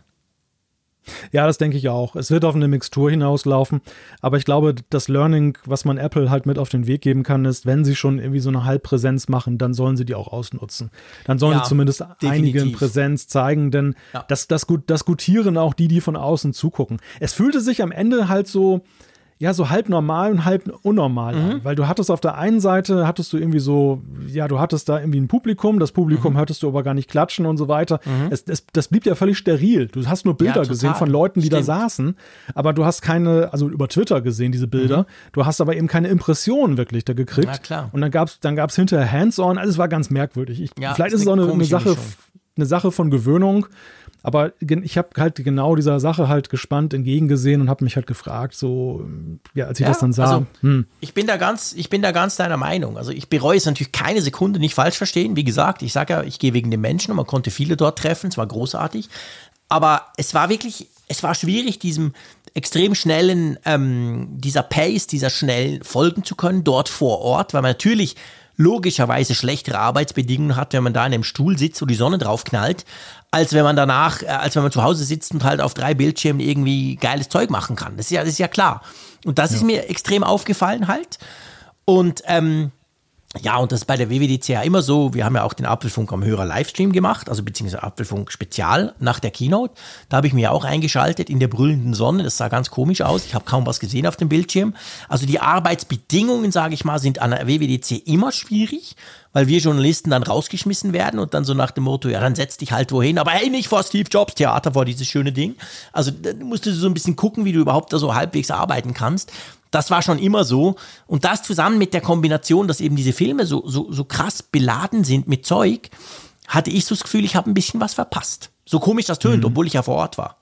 Ja, das denke ich auch. Es wird auf eine Mixtur hinauslaufen, aber ich glaube, das Learning, was man Apple halt mit auf den Weg geben kann, ist, wenn sie schon irgendwie so eine Halbpräsenz machen, dann sollen sie die auch ausnutzen. Dann sollen ja, sie zumindest definitiv. einige in Präsenz zeigen, denn ja. das, das, das gutieren auch die, die von außen zugucken. Es fühlte sich am Ende halt so, ja, so halb normal und halb unnormal mhm. an, weil du hattest auf der einen Seite, hattest du irgendwie so, ja, du hattest da irgendwie ein Publikum, das Publikum mhm. hörtest du aber gar nicht klatschen und so weiter. Mhm. Es, es, das blieb ja völlig steril. Du hast nur Bilder ja, gesehen von Leuten, die Stimmt. da saßen, aber du hast keine, also über Twitter gesehen, diese Bilder, mhm. du hast aber eben keine Impressionen wirklich da gekriegt. Na klar. Und dann gab's, dann gab's hinterher Hands-on, alles war ganz merkwürdig. Ich, ja, vielleicht ist es auch eine, eine Sache, eine Sache von Gewöhnung. Aber ich habe halt genau dieser Sache halt gespannt entgegengesehen und habe mich halt gefragt, so, ja, als ich ja, das dann sah. Also, hm. ich bin da ganz, ich bin da ganz deiner Meinung. Also ich bereue es natürlich keine Sekunde, nicht falsch verstehen. Wie gesagt, ich sage ja, ich gehe wegen den Menschen und man konnte viele dort treffen, es war großartig. Aber es war wirklich, es war schwierig, diesem extrem schnellen, ähm, dieser Pace, dieser schnellen folgen zu können, dort vor Ort, weil man natürlich logischerweise schlechtere Arbeitsbedingungen hat, wenn man da in einem Stuhl sitzt, wo die Sonne drauf knallt, als wenn man danach, äh, als wenn man zu Hause sitzt und halt auf drei Bildschirmen irgendwie geiles Zeug machen kann. Das ist ja, das ist ja klar. Und das ja. ist mir extrem aufgefallen halt. Und ähm, ja, und das ist bei der W W D C ja immer so. Wir haben ja auch den Apfelfunk am Hörer Livestream gemacht, also beziehungsweise Apfelfunk Spezial nach der Keynote. Da habe ich mich ja auch eingeschaltet in der brüllenden Sonne. Das sah ganz komisch aus. Ich habe kaum was gesehen auf dem Bildschirm. Also die Arbeitsbedingungen, sage ich mal, sind an der W W D C immer schwierig, weil wir Journalisten dann rausgeschmissen werden und dann so nach dem Motto, ja, dann setz dich halt wohin. Aber hey, nicht vor Steve Jobs Theater, vor dieses schöne Ding. Also da musst du so ein bisschen gucken, wie du überhaupt da so halbwegs arbeiten kannst. Das war schon immer so. Und das zusammen mit der Kombination, dass eben diese Filme so, so, so krass beladen sind mit Zeug, hatte ich so das Gefühl, ich habe ein bisschen was verpasst. So komisch das tönt, mhm. obwohl ich ja vor Ort war.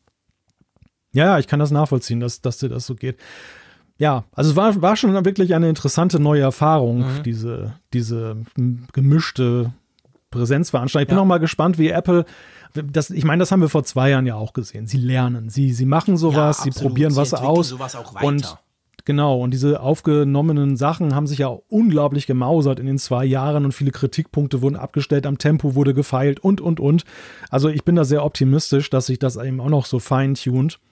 Ja, ich kann das nachvollziehen, dass, dass dir das so geht. Ja, also es war, war schon wirklich eine interessante neue Erfahrung, mhm. diese, diese gemischte Präsenzveranstaltung. Ich bin ja. auch mal gespannt, wie Apple, das, ich meine, das haben wir vor zwei Jahren ja auch gesehen. Sie lernen, sie, sie machen sowas, ja, sie probieren sie was aus. Sowas auch weiter. Und genau, und diese aufgenommenen Sachen haben sich ja unglaublich gemausert in den zwei Jahren und viele Kritikpunkte wurden abgestellt, am Tempo wurde gefeilt und, und, und. Also ich bin da sehr optimistisch, dass sich das eben auch noch so feintuned.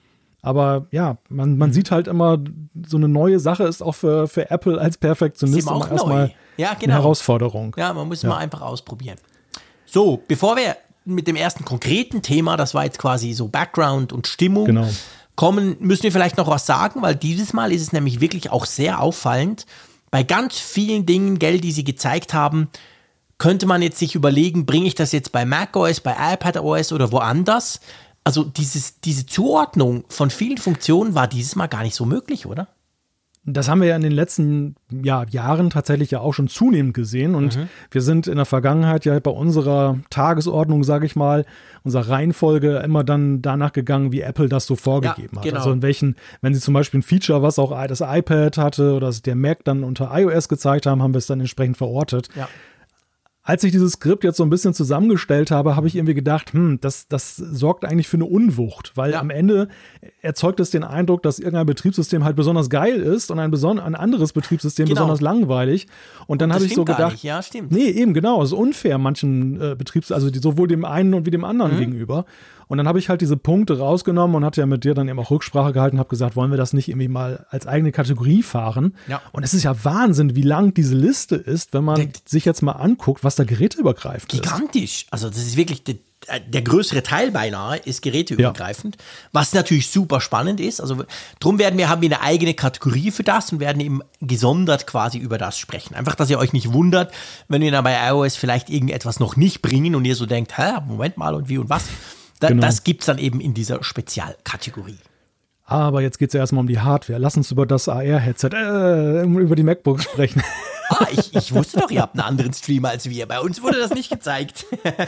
Aber ja, man, man sieht halt immer, so eine neue Sache ist auch für, für Apple als Perfektionist auch immer erstmal ja, genau. eine Herausforderung. Ja, man muss Ja. mal einfach ausprobieren. So, bevor wir mit dem ersten konkreten Thema, das war jetzt quasi so Background und Stimmung, Genau. kommen, müssen wir vielleicht noch was sagen, weil dieses Mal ist es nämlich wirklich auch sehr auffallend. Bei ganz vielen Dingen, gell, die sie gezeigt haben, könnte man jetzt sich überlegen, bringe ich das jetzt bei macOS, bei iPadOS oder woanders? Also dieses, diese Zuordnung von vielen Funktionen war dieses Mal gar nicht so möglich, oder? Das haben wir ja in den letzten ja, Jahren tatsächlich ja auch schon zunehmend gesehen. Und Mhm. wir sind in der Vergangenheit ja bei unserer Tagesordnung, sage ich mal, unserer Reihenfolge immer dann danach gegangen, wie Apple das so vorgegeben Ja, hat. genau. Also in welchen, wenn sie zum Beispiel ein Feature, was auch das iPad hatte oder das der Mac dann unter iOS gezeigt haben, haben wir es dann entsprechend verortet. Ja. Als ich dieses Skript jetzt so ein bisschen zusammengestellt habe, habe ich irgendwie gedacht, hm, das, das sorgt eigentlich für eine Unwucht, weil Ja. am Ende erzeugt es den Eindruck, dass irgendein Betriebssystem halt besonders geil ist und ein, beson- ein anderes Betriebssystem Genau. besonders langweilig. Und dann Das habe ich so stimmt gar gedacht, nicht. Ja, stimmt. nee, eben genau, es ist unfair manchen äh, Betriebs-, also die, sowohl dem einen und wie dem anderen Mhm. gegenüber. Und dann habe ich halt diese Punkte rausgenommen und hatte ja mit dir dann eben auch Rücksprache gehalten, habe gesagt, wollen wir das nicht irgendwie mal als eigene Kategorie fahren? Ja. Und es ist ja Wahnsinn, wie lang diese Liste ist, wenn man Der- sich jetzt mal anguckt, was da geräteübergreifend ist. Gigantisch. Also das ist wirklich der, der größere Teil beinahe ist geräteübergreifend, was natürlich super spannend ist. Also drum werden wir haben wir eine eigene Kategorie für das und werden eben gesondert quasi über das sprechen. Einfach, dass ihr euch nicht wundert, wenn wir dann bei iOS vielleicht irgendetwas noch nicht bringen und ihr so denkt, hä, Moment mal und wie und was. Da, Genau. Das gibt's dann eben in dieser Spezialkategorie. Aber jetzt geht es ja erstmal um die Hardware. Lass uns über das A R-Headset, äh, über die MacBooks sprechen. Ah, ich, ich wusste doch, ihr habt einen anderen Streamer als wir. Bei uns wurde das nicht gezeigt.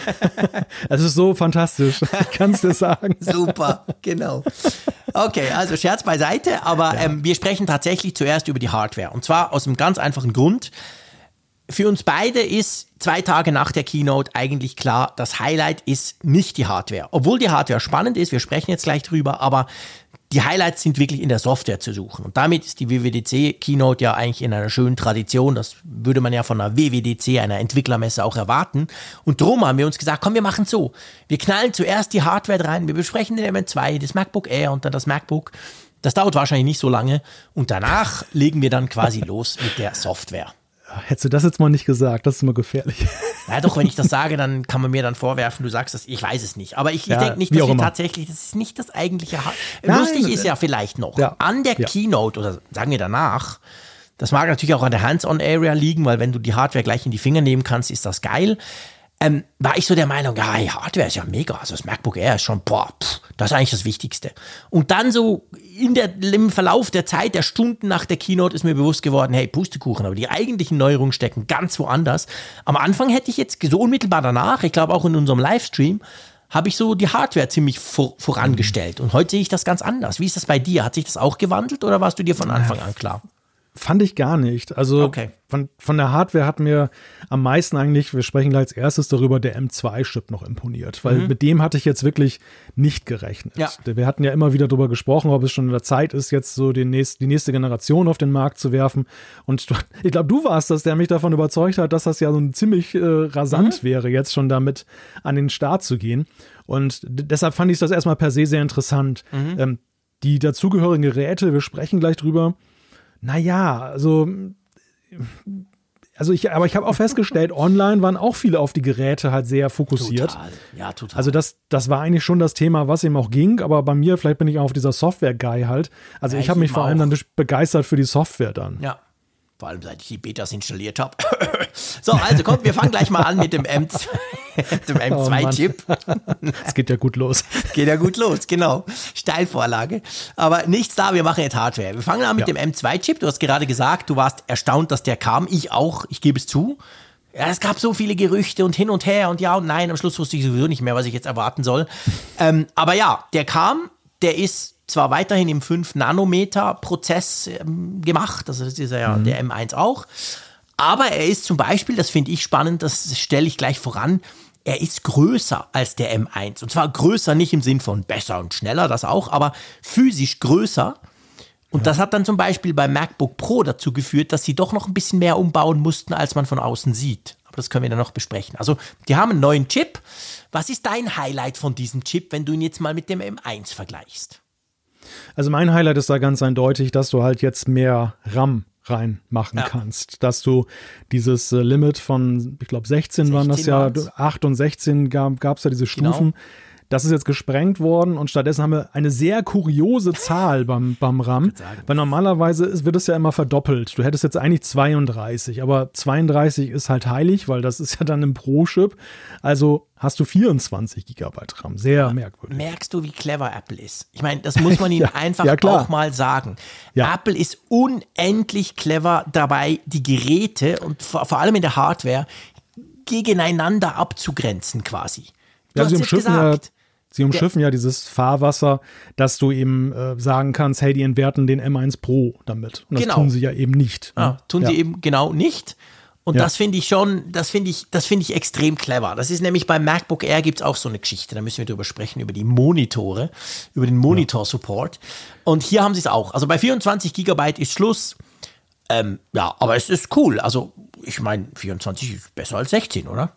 Es ist so fantastisch, ich kann es dir sagen. Super, genau. Okay, also Scherz beiseite, aber Ja. ähm, wir sprechen tatsächlich zuerst über die Hardware. Und zwar aus einem ganz einfachen Grund. Für uns beide ist zwei Tage nach der Keynote eigentlich klar, das Highlight ist nicht die Hardware. Obwohl die Hardware spannend ist, wir sprechen jetzt gleich drüber, aber die Highlights sind wirklich in der Software zu suchen. Und damit ist die W W D C-Keynote ja eigentlich in einer schönen Tradition. Das würde man ja von einer W W D C, einer Entwicklermesse, auch erwarten. Und darum haben wir uns gesagt, komm, wir machen so. Wir knallen zuerst die Hardware rein, wir besprechen den M eins zwei, das MacBook Air und dann das MacBook. Das dauert wahrscheinlich nicht so lange. Und danach legen wir dann quasi los mit der Software. Hättest du das jetzt mal nicht gesagt, das ist immer gefährlich. Ja, doch, wenn ich das sage, dann kann man mir dann vorwerfen, du sagst das, ich weiß es nicht. Aber ich, ich Ja, denke nicht, wie dass auch wir immer. tatsächlich, das ist nicht das eigentliche. Ha Nein, Lustig ist äh, ja vielleicht noch, ja, an der ja. Keynote oder sagen wir danach, das mag natürlich auch an der Hands-on-Area liegen, weil wenn du die Hardware gleich in die Finger nehmen kannst, ist das geil. Ähm, war ich so der Meinung, ja, hey, Hardware ist ja mega, also das MacBook Air ist schon, boah, pff, das ist eigentlich das Wichtigste. Und dann so in der, im Verlauf der Zeit, der Stunden nach der Keynote ist mir bewusst geworden, hey, Pustekuchen, aber die eigentlichen Neuerungen stecken ganz woanders. Am Anfang hätte ich jetzt, so unmittelbar danach, ich glaube auch in unserem Livestream, habe ich so die Hardware ziemlich vor, vorangestellt. Und heute sehe ich das ganz anders. Wie ist das bei dir? Hat sich das auch gewandelt oder warst du dir von Anfang an klar? Fand ich gar nicht. Also Okay. von, von der Hardware hat mir am meisten eigentlich, wir sprechen gleich als erstes darüber, der M zwei Chip noch imponiert. Weil mit dem hatte ich jetzt wirklich nicht gerechnet. Ja. Wir hatten ja immer wieder darüber gesprochen, ob es schon in der Zeit ist, jetzt so den nächst, die nächste Generation auf den Markt zu werfen. Und du, ich glaube, du warst das, der mich davon überzeugt hat, dass das ja so ein ziemlich äh, rasant wäre, jetzt schon damit an den Start zu gehen. Und d- deshalb fand ich das erstmal per se sehr interessant. Ähm, die dazugehörigen Geräte, wir sprechen gleich drüber. Naja, also, also ich, aber ich habe auch festgestellt, online waren auch viele auf die Geräte halt sehr fokussiert. Total. Ja, total. Also das, das war eigentlich schon das Thema, was ihm auch ging, aber bei mir, vielleicht bin ich auch auf dieser Software-Guy halt. Also Ja, ich habe ich mich eben vor allem auch. dann begeistert für die Software dann. Ja. Vor allem, seit ich die Betas installiert habe. So, also kommt, wir fangen gleich mal an mit dem M zwei, dem M zwei Oh, Chip. Es geht ja gut los. Geht ja gut los, genau. Steilvorlage. Aber nichts da, wir machen jetzt Hardware. Wir fangen an mit Ja. dem M zwei Chip. Du hast gerade gesagt, du warst erstaunt, dass der kam. Ich auch, ich gebe es zu. Ja, es gab so viele Gerüchte und hin und her und ja und nein. Am Schluss wusste ich sowieso nicht mehr, was ich jetzt erwarten soll. ähm, aber ja, der kam, der ist zwar weiterhin im fünf Nanometer Prozess ähm, gemacht, also das ist ja der M eins auch, aber er ist zum Beispiel, das finde ich spannend, das stelle ich gleich voran, er ist größer als der M eins. Und zwar größer nicht im Sinn von besser und schneller, das auch, aber physisch größer. Und das hat dann zum Beispiel beim MacBook Pro dazu geführt, dass sie doch noch ein bisschen mehr umbauen mussten, als man von außen sieht. Aber das können wir dann noch besprechen. Also, die haben einen neuen Chip. Was ist dein Highlight von diesem Chip, wenn du ihn jetzt mal mit dem M eins vergleichst? Also mein Highlight ist da ganz eindeutig, dass du halt jetzt mehr RAM reinmachen ja. kannst. Dass du dieses äh, Limit von, ich glaube sechzehn, sechzehn waren das ja, acht und sechzehn gab es ja diese Stufen. Genau. Das ist jetzt gesprengt worden und stattdessen haben wir eine sehr kuriose Zahl beim, beim RAM, weil normalerweise ist, wird es ja immer verdoppelt. Du hättest jetzt eigentlich zweiunddreißig, aber zweiunddreißig ist halt heilig, weil das ist ja dann im Pro-Chip. Also hast du vierundzwanzig Gigabyte RAM. Sehr ja, merkwürdig. Merkst du, wie clever Apple ist? Ich meine, das muss man ihnen ja, einfach ja, auch mal sagen. Ja. Apple ist unendlich clever dabei, die Geräte und vor, vor allem in der Hardware gegeneinander abzugrenzen quasi. Du ja, hast sie jetzt umschiffen gesagt, ja Sie umschiffen ja. ja dieses Fahrwasser, dass du eben äh, sagen kannst, hey, die entwerten den M eins Pro damit. Und das genau. tun sie ja eben nicht. Ne? Ja, tun ja. sie eben genau nicht. Und ja. das finde ich schon, das finde ich, das finde ich extrem clever. Das ist nämlich beim MacBook Air gibt es auch so eine Geschichte. Da müssen wir drüber sprechen, über die Monitore, über den Monitor-Support. Und hier haben sie es auch. Also bei vierundzwanzig Gigabyte ist Schluss. Ähm, ja, aber es ist cool. Also ich meine, vierundzwanzig ist besser als sechzehn, oder?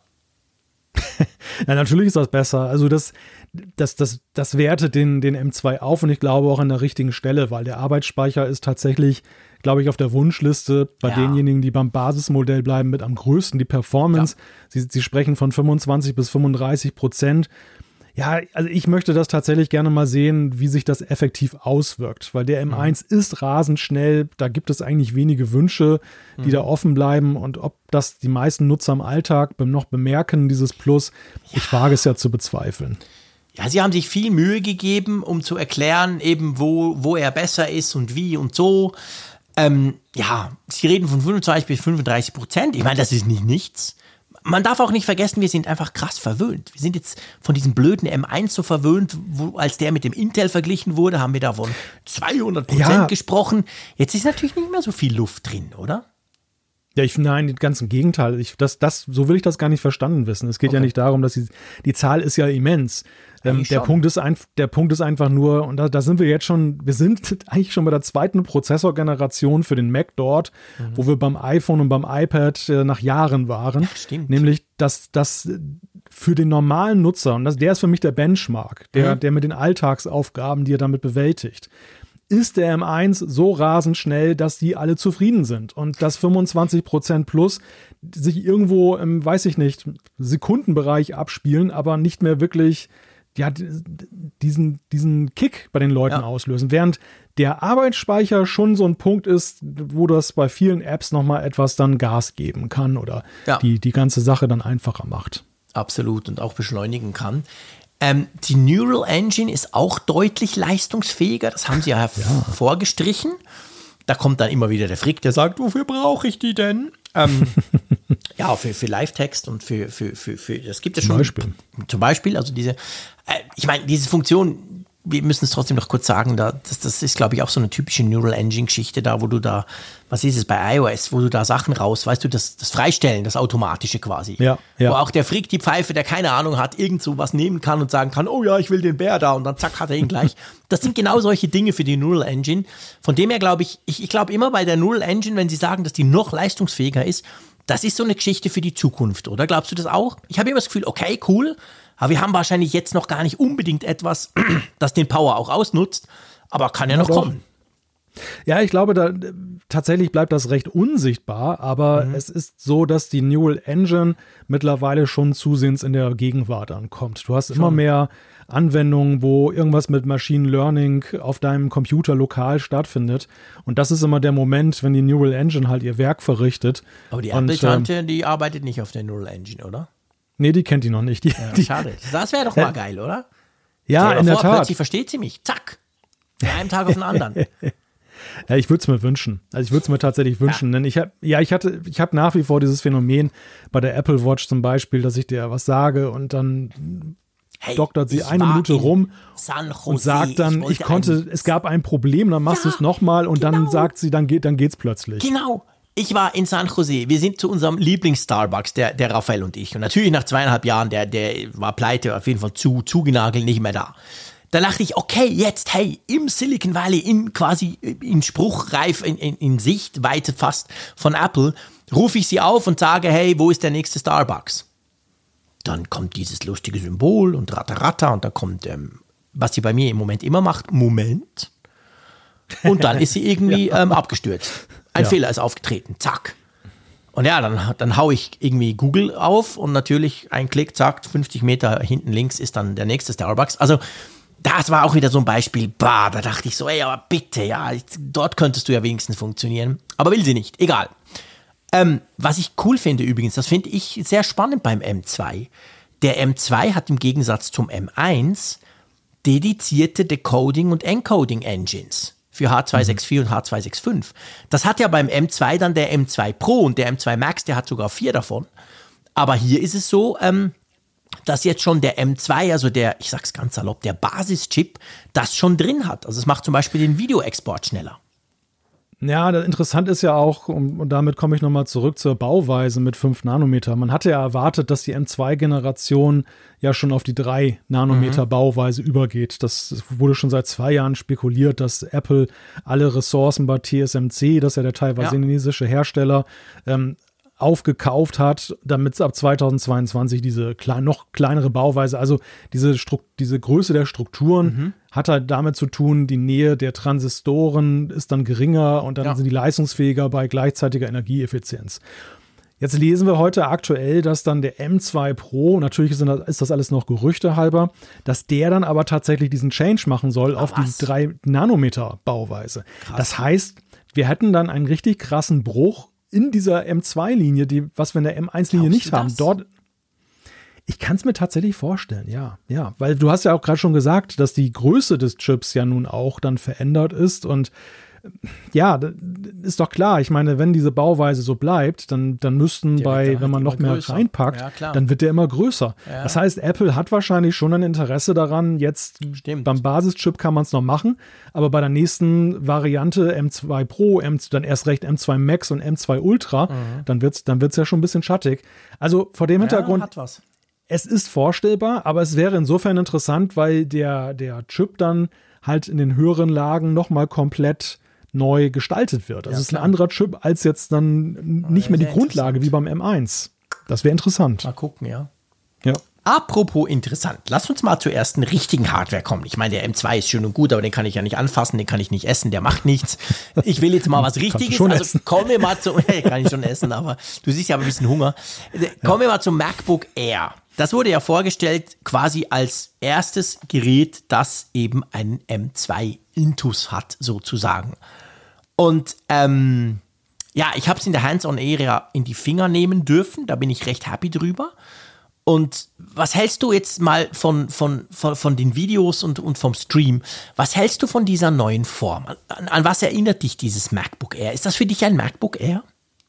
Ja, natürlich ist das besser. Also das, das, das, das wertet den, den M zwei auf und ich glaube auch an der richtigen Stelle, weil der Arbeitsspeicher ist tatsächlich, glaube ich, auf der Wunschliste bei ja. denjenigen, die beim Basismodell bleiben, mit am größten. Die Performance, ja. sie, sie sprechen von fünfundzwanzig bis fünfunddreißig Prozent. Ja, also ich möchte das tatsächlich gerne mal sehen, wie sich das effektiv auswirkt, weil der M eins mhm. ist rasend schnell, da gibt es eigentlich wenige Wünsche, die mhm. da offen bleiben und ob das die meisten Nutzer im Alltag noch bemerken, dieses Plus, ja. ich wage es ja zu bezweifeln. Ja, sie haben sich viel Mühe gegeben, um zu erklären, eben wo, wo er besser ist und wie und so. Ähm, ja, sie reden von fünfundzwanzig bis fünfunddreißig Prozent, ich meine, das ist nicht nichts. Man darf auch nicht vergessen, wir sind einfach krass verwöhnt. Wir sind jetzt von diesem blöden M eins so verwöhnt, wo, als der mit dem Intel verglichen wurde, haben wir da von zweihundert Prozent ja. gesprochen. Jetzt ist natürlich nicht mehr so viel Luft drin, oder? Ja, ich nein, ganz im Gegenteil. Ich, das, das, so will ich das gar nicht verstanden wissen. Es geht okay. ja nicht darum, dass die, die Zahl ist ja immens. Ähm, der, Punkt ist ein, der Punkt ist einfach nur, und da, da sind wir jetzt schon, wir sind eigentlich schon bei der zweiten Prozessorgeneration für den Mac dort, mhm. wo wir beim iPhone und beim iPad äh, nach Jahren waren. Ja, stimmt. Nämlich, dass das für den normalen Nutzer, und das, der ist für mich der Benchmark, der, mhm. der mit den Alltagsaufgaben, die er damit bewältigt, ist der M eins so rasend schnell, dass die alle zufrieden sind. Und das fünfundzwanzig Prozent plus sich irgendwo im, weiß ich nicht, Sekundenbereich abspielen, aber nicht mehr wirklich ja, diesen, diesen Kick bei den Leuten ja. auslösen. Während der Arbeitsspeicher schon so ein Punkt ist, wo das bei vielen Apps nochmal etwas dann Gas geben kann oder ja. die, die ganze Sache dann einfacher macht. Absolut und auch beschleunigen kann. Ähm, die Neural Engine ist auch deutlich leistungsfähiger, das haben sie ja hervorgestrichen. Ja. Da kommt dann immer wieder der Frick, der sagt, wofür brauche ich die denn? Ähm, ja, für, für Live-Text und für, für, für, für, das gibt es schon. Zum Beispiel. Zum Beispiel, also diese, äh, ich meine, diese Funktion, wir müssen es trotzdem noch kurz sagen, da, das, das ist, glaube ich, auch so eine typische Neural Engine-Geschichte da, wo du da, was ist es bei iOS, wo du da Sachen raus, weißt du, das, das Freistellen, das Automatische quasi. Ja, ja. Wo auch der Frick, die Pfeife, der keine Ahnung hat, irgend so was nehmen kann und sagen kann, oh ja, ich will den Bär da und dann zack, hat er ihn gleich. Das sind genau solche Dinge für die Neural Engine. Von dem her glaube ich, ich, ich glaube immer bei der Neural Engine, wenn sie sagen, dass die noch leistungsfähiger ist, das ist so eine Geschichte für die Zukunft, oder? Glaubst du das auch? Ich habe immer das Gefühl, okay, cool, aber wir haben wahrscheinlich jetzt noch gar nicht unbedingt etwas, das den Power auch ausnutzt, aber kann ja noch ja, kommen. Ja, ich glaube, da tatsächlich bleibt das recht unsichtbar, aber mhm. es ist so, dass die Neural Engine mittlerweile schon zusehends in der Gegenwart ankommt. Du hast schon immer mehr Anwendungen, wo irgendwas mit Machine Learning auf deinem Computer lokal stattfindet. Und das ist immer der Moment, wenn die Neural Engine halt ihr Werk verrichtet. Aber die Apple-Tante, ähm, die arbeitet nicht auf der Neural Engine, oder? Nee, die kennt die noch nicht. Die, ja, die, schade. Das wäre doch mal äh, geil, oder? Ja, in der vor, Tat. Plötzlich versteht sie mich. Zack. Von einem Tag auf den anderen. Ja, ich würde es mir wünschen. Also ich würde es mir tatsächlich wünschen. Ja. Denn ich habe, ja, ich hatte, ich habe nach wie vor dieses Phänomen bei der Apple Watch zum Beispiel, dass ich dir was sage und dann hey, doktert sie eine Minute rum und sagt dann, ich, ich konnte, es gab ein Problem, dann machst ja, du es nochmal und genau. dann sagt sie, dann geht, dann geht's plötzlich. Genau. Ich war in San Jose. Wir sind zu unserem Lieblings-Starbucks, der, der Raphael und ich. Und natürlich nach zweieinhalb Jahren, der, der war pleite, auf jeden Fall zu, zugenagelt, nicht mehr da. Da dachte ich, okay, jetzt, hey, im Silicon Valley, in quasi in Spruchreif, in, in, in Sichtweite fast von Apple, rufe ich sie auf und sage, hey, wo ist der nächste Starbucks? Dann kommt dieses lustige Symbol und ratter, ratter und da kommt, ähm, was sie bei mir im Moment immer macht, Moment. Und dann ist sie irgendwie Ja. ähm, abgestürzt. Ein Ja. Fehler ist aufgetreten. Zack. Und ja, dann, dann haue ich irgendwie Google auf und natürlich ein Klick, zack, fünfzig Meter hinten links ist dann der nächste Starbucks. Also das war auch wieder so ein Beispiel, bah, da dachte ich so, ey, aber bitte, ja, dort könntest du ja wenigstens funktionieren. Aber will sie nicht, egal. Ähm, was ich cool finde übrigens, das finde ich sehr spannend beim M zwei. Der M zwei hat im Gegensatz zum M eins dedizierte Decoding- und Encoding-Engines für H zwei sechs vier und H zwei sechs fünf. Das hat ja beim M zwei dann der M zwei Pro und der M zwei Max, der hat sogar vier davon. Aber hier ist es so, ähm, dass jetzt schon der M zwei, also der, ich sag's ganz salopp, der Basischip, das schon drin hat. Also es macht zum Beispiel den Videoexport schneller. Ja, das interessant ist ja auch, und, und damit komme ich nochmal zurück zur Bauweise mit fünf Nanometer. Man hatte ja erwartet, dass die M zwei Generation ja schon auf die drei Nanometer mhm. Bauweise übergeht. Das wurde schon seit zwei Jahren spekuliert, dass Apple alle Ressourcen bei T S M C, das ist ja der teilweise ja. chinesische Hersteller, ähm, aufgekauft hat, damit es ab zweitausendzweiundzwanzig diese klein, noch kleinere Bauweise, also diese, Stru- diese Größe der Strukturen mhm. hat halt damit zu tun, die Nähe der Transistoren ist dann geringer und dann ja. sind die leistungsfähiger bei gleichzeitiger Energieeffizienz. Jetzt lesen wir heute aktuell, dass dann der M zwei Pro, natürlich ist das, ist das alles noch Gerüchte halber, dass der dann aber tatsächlich diesen Change machen soll Ach, auf was? die drei Nanometer Bauweise. Krass. Das heißt, wir hätten dann einen richtig krassen Bruch in dieser M zwei Linie, die, was wir in der M eins Linie nicht haben. Dort, ich kann es mir tatsächlich vorstellen, ja, ja, weil du hast ja auch gerade schon gesagt, dass die Größe des Chips ja nun auch dann verändert ist und ja, ist doch klar. Ich meine, wenn diese Bauweise so bleibt, dann, dann müssten der bei, halt wenn man noch mehr größer. reinpackt, Ja, dann wird der immer größer. Ja. Das heißt, Apple hat wahrscheinlich schon ein Interesse daran, jetzt Stimmt. beim Basischip kann man es noch machen, aber bei der nächsten Variante M zwei Pro, M, dann erst recht M zwei Max und M zwei Ultra, mhm. dann wird es dann wird's ja schon ein bisschen schattig. Also vor dem Hintergrund, ja, hat was. Es ist vorstellbar, aber es wäre insofern interessant, weil der, der Chip dann halt in den höheren Lagen nochmal komplett neu gestaltet wird. Also ja, es ist ein anderer Chip als jetzt dann nicht ja, mehr die Grundlage wie beim M eins. Das wäre interessant. Mal gucken, ja. Ja. Apropos interessant, lass uns mal zur ersten richtigen Hardware kommen. Ich meine, der M zwei ist schön und gut, aber den kann ich ja nicht anfassen, den kann ich nicht essen, der macht nichts. Ich will jetzt mal was Richtiges. Schon also essen. kommen wir mal zu, ja, kann ich schon essen, aber du siehst ja ein bisschen Hunger. Kommen wir mal zum MacBook Air. Das wurde ja vorgestellt quasi als erstes Gerät, das eben einen M zwei Intus hat, sozusagen. Und ähm, ja, ich habe es in der Hands-on-Area in die Finger nehmen dürfen, da bin ich recht happy drüber. Und was hältst du jetzt mal von, von, von, von den Videos und, und vom Stream? Was hältst du von dieser neuen Form? An, an was erinnert dich dieses MacBook Air? Ist das für dich ein MacBook Air?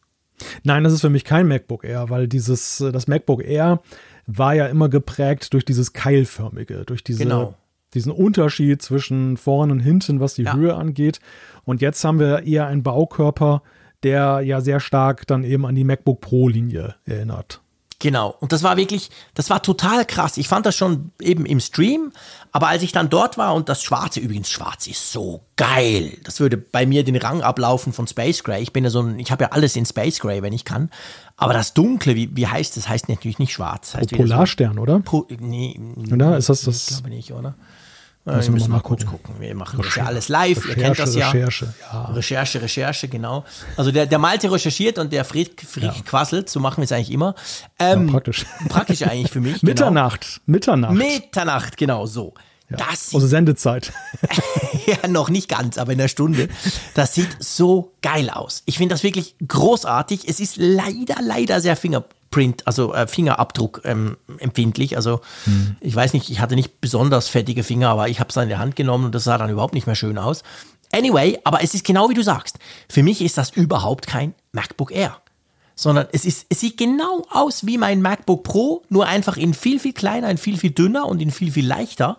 Nein, das ist für mich kein MacBook Air, weil dieses, das MacBook Air war ja immer geprägt durch dieses keilförmige, durch diese, genau. diesen Unterschied zwischen vorn und hinten, was die ja. Höhe angeht. Und jetzt haben wir eher einen Baukörper, der ja sehr stark dann eben an die MacBook Pro-Linie erinnert. Genau, und das war wirklich, das war total krass. Ich fand das schon eben im Stream, aber als ich dann dort war und das Schwarze, übrigens Schwarz ist so geil. Das würde bei mir den Rang ablaufen von Space Gray. Ich bin ja so ein, ich habe ja alles in Space Gray, wenn ich kann. Aber das Dunkle, wie, wie heißt das? Heißt natürlich nicht Schwarz. Heißt Polarstern, so, oder? Po, nee, oder? Ist das das? Ich glaube nicht, oder? Müssen wir müssen wir mal kurz gucken. Wir machen das ja alles live. Recherche, Ihr kennt das ja. Recherche, ja. Recherche, Recherche, genau. Also der, der Malte recherchiert und der Fried, Fried ja. quasselt. So machen wir es eigentlich immer. Ähm, ja, praktisch. Praktisch eigentlich für mich. Mitternacht. Genau. Mitternacht. Mitternacht, genau so. Ja. Das also Sendezeit. ja, noch nicht ganz, aber in einer Stunde. Das sieht so geil aus. Ich finde das wirklich großartig. Es ist leider, leider sehr Fingerprint, also äh, Fingerabdruck ähm, empfindlich. Also hm. ich weiß nicht, ich hatte nicht besonders fettige Finger, aber ich habe es dann in die Hand genommen und das sah dann überhaupt nicht mehr schön aus. Anyway, aber es ist genau wie du sagst. Für mich ist das überhaupt kein MacBook Air. Sondern es, ist, es sieht genau aus wie mein MacBook Pro, nur einfach in viel, viel kleiner, in viel, viel dünner und in viel, viel leichter.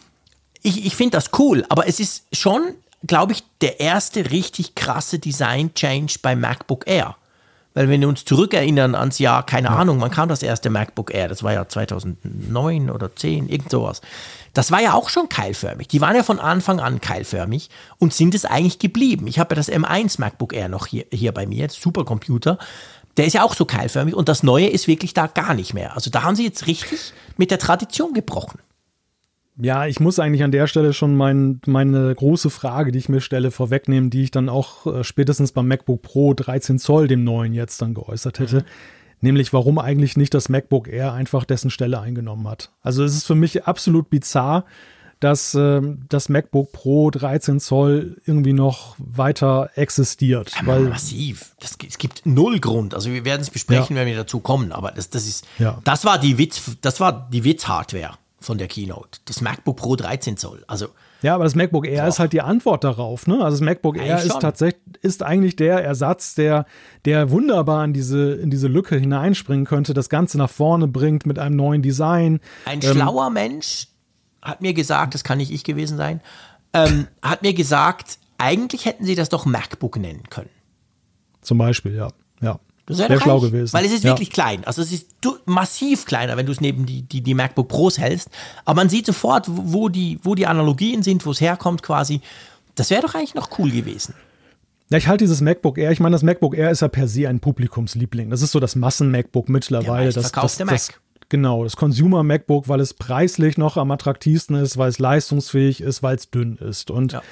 Ich, ich finde das cool, aber es ist schon, glaube ich, der erste richtig krasse Design-Change beim MacBook Air. Weil wenn wir uns zurückerinnern ans Jahr, keine ja. Ahnung, wann kam das erste MacBook Air? Das war ja zweitausendneun oder zehn, irgend sowas. Das war ja auch schon keilförmig. Die waren ja von Anfang an keilförmig und sind es eigentlich geblieben. Ich habe ja das M eins MacBook Air noch hier, hier bei mir, Supercomputer. Der ist ja auch so keilförmig und das Neue ist wirklich da gar nicht mehr. Also da haben sie jetzt richtig mit der Tradition gebrochen. Ja, ich muss eigentlich an der Stelle schon mein, meine große Frage, die ich mir stelle, vorwegnehmen, die ich dann auch äh, spätestens beim MacBook Pro dreizehn Zoll, dem neuen, jetzt dann geäußert hätte. Mhm. Nämlich, warum eigentlich nicht das MacBook Air einfach dessen Stelle eingenommen hat. Also es ist für mich absolut bizarr, dass äh, das MacBook Pro dreizehn Zoll irgendwie noch weiter existiert. Ja, weil, massiv. Das, es gibt null Grund. Also wir werden es besprechen, ja. wenn wir dazu kommen. Aber das, das ist, ja. das war die Witz, das war die Witz-Hardware von der Keynote. Das MacBook Pro dreizehn Zoll. Also ja, aber das MacBook Air ja. ist halt die Antwort darauf. Ne? Also das MacBook eigentlich Air ist schon. tatsächlich ist eigentlich der Ersatz, der, der wunderbar in diese, in diese Lücke hineinspringen könnte, das Ganze nach vorne bringt mit einem neuen Design. Ein ähm, schlauer Mensch hat mir gesagt, das kann nicht ich gewesen sein, ähm, hat mir gesagt, eigentlich hätten sie das doch MacBook nennen können. Zum Beispiel, ja. ja. Das wäre schlau gewesen. Weil es ist ja. wirklich klein. Also es ist massiv kleiner, wenn du es neben die, die, die MacBook Pros hältst. Aber man sieht sofort, wo die, wo die Analogien sind, wo es herkommt quasi. Das wäre doch eigentlich noch cool gewesen. Ja, ich halte dieses MacBook Air, ich meine, das MacBook Air ist ja per se ein Publikumsliebling. Das ist so das Massen-MacBook mittlerweile. Der meistverkaufte Mac. Das, genau, das Consumer-MacBook, weil es preislich noch am attraktivsten ist, weil es leistungsfähig ist, weil es dünn ist. Und ja.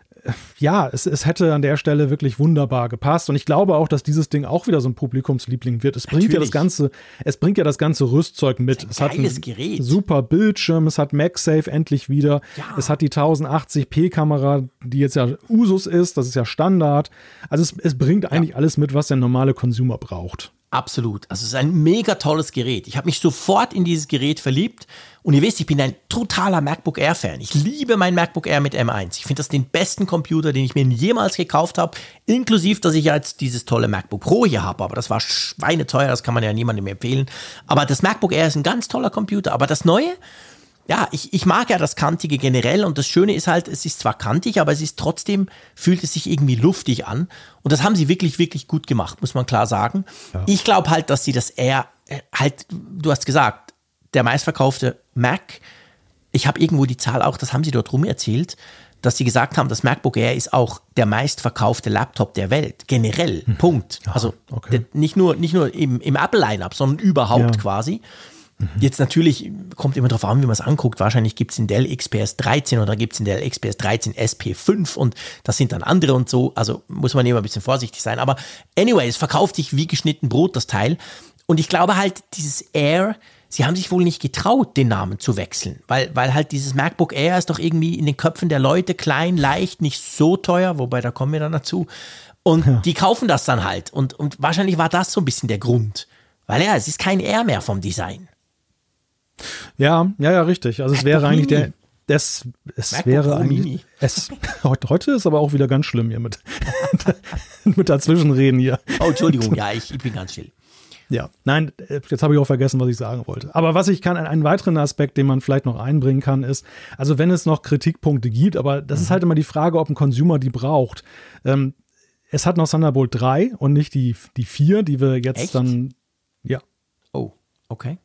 Ja, es, es hätte an der Stelle wirklich wunderbar gepasst. Und ich glaube auch, dass dieses Ding auch wieder so ein Publikumsliebling wird. Es bringt Natürlich. ja das ganze, es bringt ja das ganze Rüstzeug mit. Es hat ein Gerät. Super Bildschirm, es hat MagSafe endlich wieder. Ja. Es hat die tausendachtzig p Kamera, die jetzt ja Usus ist, das ist ja Standard. Also es, es bringt eigentlich ja. alles mit, was der normale Consumer braucht. Absolut. Also es ist ein mega tolles Gerät. Ich habe mich sofort in dieses Gerät verliebt. Und ihr wisst, ich bin ein totaler MacBook Air-Fan. Ich liebe mein MacBook Air mit M eins. Ich finde das den besten Computer, den ich mir jemals gekauft habe. Inklusive, dass ich jetzt dieses tolle MacBook Pro hier habe. Aber das war schweineteuer, das kann man ja niemandem empfehlen. Aber das MacBook Air ist ein ganz toller Computer. Aber das Neue, ja, ich, ich mag ja das Kantige generell. Und das Schöne ist halt, es ist zwar kantig, aber es ist trotzdem, fühlt es sich irgendwie luftig an. Und das haben sie wirklich, wirklich gut gemacht, muss man klar sagen. Ja. Ich glaube halt, dass sie das Air halt, du hast gesagt, der meistverkaufte Mac, ich habe irgendwo die Zahl auch, das haben sie dort rum erzählt, dass sie gesagt haben, das MacBook Air ist auch der meistverkaufte Laptop der Welt, generell, hm. Punkt. Ja, also okay. der, nicht nur, nicht nur im, im Apple-Line-Up, sondern überhaupt ja. quasi. Mhm. Jetzt natürlich, kommt immer darauf an, wie man es anguckt, wahrscheinlich gibt es den Dell X P S dreizehn oder gibt es den Dell X P S dreizehn S P fünf und das sind dann andere und so, also muss man immer ein bisschen vorsichtig sein, aber anyway, es verkauft sich wie geschnitten Brot, das Teil, und ich glaube halt, dieses Air, sie haben sich wohl nicht getraut, den Namen zu wechseln, weil, weil halt dieses MacBook Air ist doch irgendwie in den Köpfen der Leute klein, leicht, nicht so teuer, wobei da kommen wir dann dazu. Und ja. die kaufen das dann halt. Und, und wahrscheinlich war das so ein bisschen der Grund. Weil ja, es ist kein Air mehr vom Design. Ja, ja, ja, richtig. Also es wäre eigentlich der, das, es MacBook wäre eigentlich, es, heute, heute ist aber auch wieder ganz schlimm hier mit, mit dazwischenreden hier. Oh, Entschuldigung, ja, ich, ich bin ganz still. Ja, nein, jetzt habe ich auch vergessen, was ich sagen wollte. Aber was ich kann, einen weiteren Aspekt, den man vielleicht noch einbringen kann, ist, also wenn es noch Kritikpunkte gibt, aber das mhm. ist halt immer die Frage, ob ein Consumer die braucht. Ähm, es hat noch Thunderbolt drei und nicht die, die vier, die wir jetzt Echt? dann, ja. Oh, okay.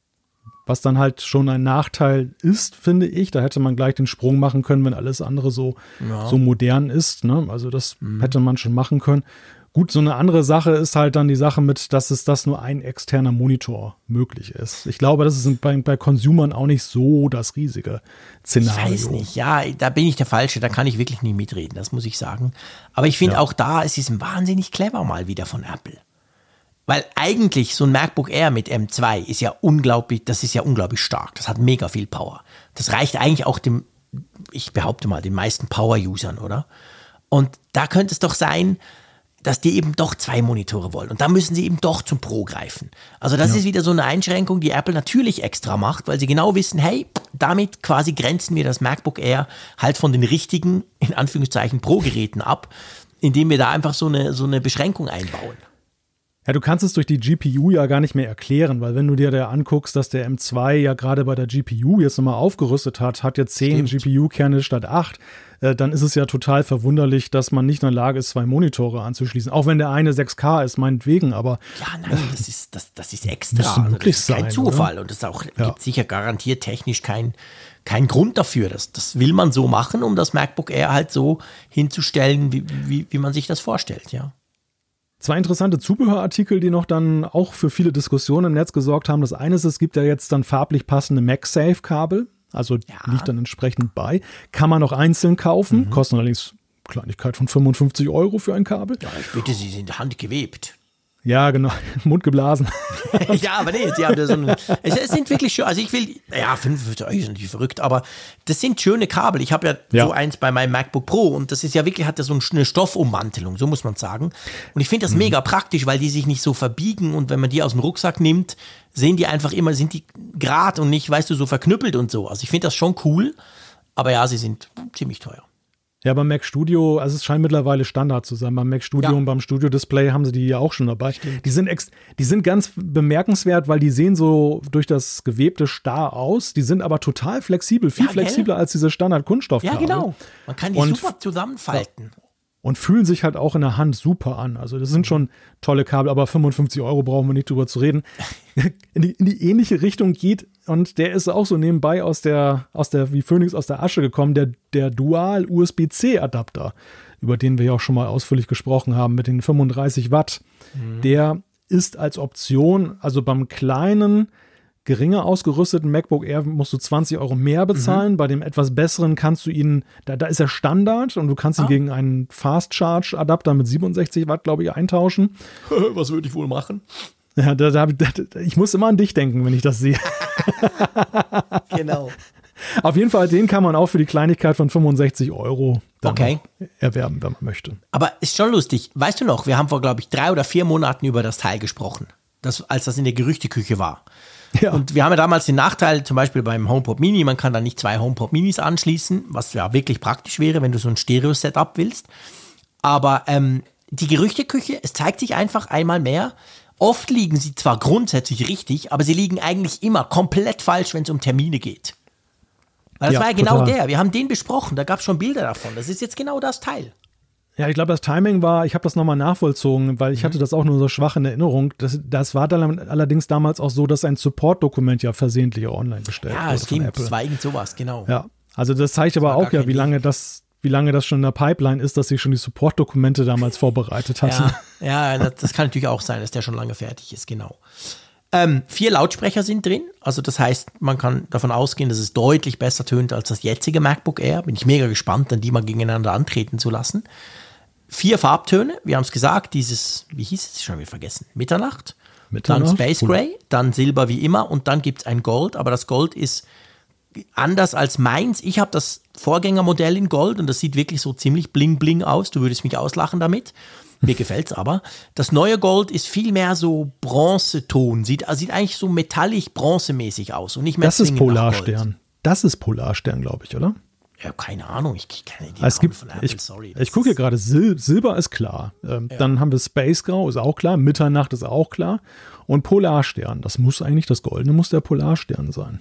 Was dann halt schon ein Nachteil ist, finde ich. Da hätte man gleich den Sprung machen können, wenn alles andere so, ja. so modern ist. Ne? Also das mhm. hätte man schon machen können. Gut, so eine andere Sache ist halt dann die Sache mit, dass es das nur ein externer Monitor möglich ist. Ich glaube, das ist bei, bei Consumern auch nicht so das riesige Szenario. Ich weiß nicht, ja, da bin ich der Falsche, da kann ich wirklich nicht mitreden, das muss ich sagen. Aber ich finde ja. auch da, es ist wahnsinnig clever mal wieder von Apple. Weil eigentlich so ein MacBook Air mit M zwei ist ja unglaublich, das ist ja unglaublich stark, das hat mega viel Power. Das reicht eigentlich auch dem, ich behaupte mal, den meisten Power-Usern, oder? Und da könnte es doch sein, dass die eben doch zwei Monitore wollen. Und da müssen sie eben doch zum Pro greifen. Also das ja. ist wieder so eine Einschränkung, die Apple natürlich extra macht, weil sie genau wissen, hey, damit quasi grenzen wir das MacBook Air halt von den richtigen, in Anführungszeichen, Pro-Geräten ab, indem wir da einfach so eine, so eine Beschränkung einbauen. Ja, du kannst es durch die G P U ja gar nicht mehr erklären, weil wenn du dir da anguckst, dass der M zwei ja gerade bei der G P U jetzt nochmal aufgerüstet hat, hat jetzt zehn G P U-Kerne statt acht, äh, dann ist es ja total verwunderlich, dass man nicht in der Lage ist, zwei Monitore anzuschließen. Auch wenn der eine sechs K ist, meinetwegen, aber... Ja, nein, das ist, das, das ist extra. Muss also das ist sein, kein Zufall. oder? Und es auch, ja. gibt sicher garantiert technisch kein, kein Grund dafür. Das, das will man so machen, um das MacBook Air halt so hinzustellen, wie, wie, wie man sich das vorstellt, ja. Zwei interessante Zubehörartikel, die noch dann auch für viele Diskussionen im Netz gesorgt haben. Das eine ist, es gibt ja jetzt dann farblich passende MagSafe-Kabel. also Ja. liegt dann entsprechend bei. Kann man auch einzeln kaufen, Mhm. kosten allerdings Kleinigkeit von fünfundfünfzig Euro für ein Kabel. Ja, ich bitte, sie sind handgewebt. Ja, genau, Mund geblasen. Ja, aber nee, die haben da so ein, es, es sind wirklich schön, also ich will, ja, fünfundfünfzig Euro ist natürlich verrückt, aber das sind schöne Kabel. Ich habe ja, Ja. so eins bei meinem MacBook Pro und das ist ja wirklich, hat ja so eine Stoffummantelung, so muss man sagen. Und ich finde das mega praktisch, weil die sich nicht so verbiegen und wenn man die aus dem Rucksack nimmt, sehen die einfach immer, sind die grad und nicht, weißt du, so verknüppelt und so. Also ich finde das schon cool, aber ja, sie sind ziemlich teuer. Ja, beim Mac Studio, also es scheint mittlerweile Standard zu sein. Beim Mac Studio Ja. und beim Studio Display haben sie die ja auch schon dabei. Die sind, ex die sind ganz bemerkenswert, weil die sehen so durch das Gewebte starr aus. Die sind aber total flexibel, viel Ja, gell? flexibler als diese Standard-Kunststoffkabel. Ja, genau. Man kann die Und- super zusammenfalten. Und fühlen sich halt auch in der Hand super an. Also das sind schon tolle Kabel, aber fünfundfünfzig Euro brauchen wir nicht drüber zu reden. In die, in die ähnliche Richtung geht, und der ist auch so nebenbei aus der, aus der wie Phönix aus der Asche gekommen, der, der Dual-U S B C Adapter, über den wir ja auch schon mal ausführlich gesprochen haben, mit den fünfunddreißig Watt. Der ist als Option, also beim kleinen, geringer ausgerüsteten MacBook Air musst du zwanzig Euro mehr bezahlen. Bei dem etwas besseren kannst du ihn, da, da ist er Standard und du kannst ihn Ah. gegen einen Fast Charge Adapter mit siebenundsechzig Watt, glaube ich, eintauschen. Was würde ich wohl machen? Ja, da, da, da, ich muss immer an dich denken, wenn ich das sehe. Genau. Auf jeden Fall, den kann man auch für die Kleinigkeit von fünfundsechzig Euro dann Okay. noch erwerben, wenn man möchte. Aber ist schon lustig. Weißt du noch, wir haben vor, glaube ich, drei oder vier Monaten über das Teil gesprochen, das, als das in der Gerüchteküche war. Ja. Und wir haben ja damals den Nachteil, zum Beispiel beim HomePod Mini, man kann da nicht zwei HomePod Minis anschließen, was ja wirklich praktisch wäre, wenn du so ein Stereo-Setup willst. Aber ähm, die Gerüchteküche, es zeigt sich einfach einmal mehr, oft liegen sie zwar grundsätzlich richtig, aber sie liegen eigentlich immer komplett falsch, wenn es um Termine geht. Weil das Ja, war ja genau total. der, wir haben den besprochen, da gab es schon Bilder davon. Das ist jetzt genau das Teil. Ja, ich glaube, das Timing war, ich habe das nochmal nachvollzogen, weil ich Mhm. hatte das auch nur so schwach in Erinnerung. Das, das war dann allerdings damals auch so, dass ein Support-Dokument ja versehentlich online gestellt Ja, wurde von stimmt, Apple. es war irgend sowas, genau. Ja, also das zeigt aber war auch gar ja, kein wie Ding. lange das, wie lange das schon in der Pipeline ist, dass sie schon die Support-Dokumente damals vorbereitet hatten. Ja, ja, das, das kann natürlich auch sein, dass der schon lange fertig ist, genau. Ähm, vier Lautsprecher sind drin, also das heißt, man kann davon ausgehen, dass es deutlich besser tönt als das jetzige MacBook Air. Bin ich mega gespannt, dann die mal gegeneinander antreten zu lassen. Vier Farbtöne, wir haben es gesagt, dieses, wie hieß es, schon wieder vergessen, Mitternacht, Mitternacht, dann Space cool. Gray, dann Silber wie immer und dann gibt es ein Gold, aber das Gold ist anders als meins. Ich habe das Vorgängermodell in Gold und das sieht wirklich so ziemlich bling bling aus. Du würdest mich auslachen damit. Mir gefällt's aber. Das neue Gold ist viel mehr so Bronzeton. Sieht, sieht eigentlich so metallic bronzemäßig aus und nicht mehr Das ist zwingend nach Gold. Polarstern. Das ist Polarstern, glaube ich, oder? Ja, keine Ahnung. Ich kenne die Es gibt, von Apple, ich, sorry. ich gucke hier gerade, Sil Silber ist klar. Ähm, Dann haben wir Space Grau, ist auch klar. Mitternacht ist auch klar. Und Polarstern, das muss eigentlich, das Goldene muss der Polarstern sein.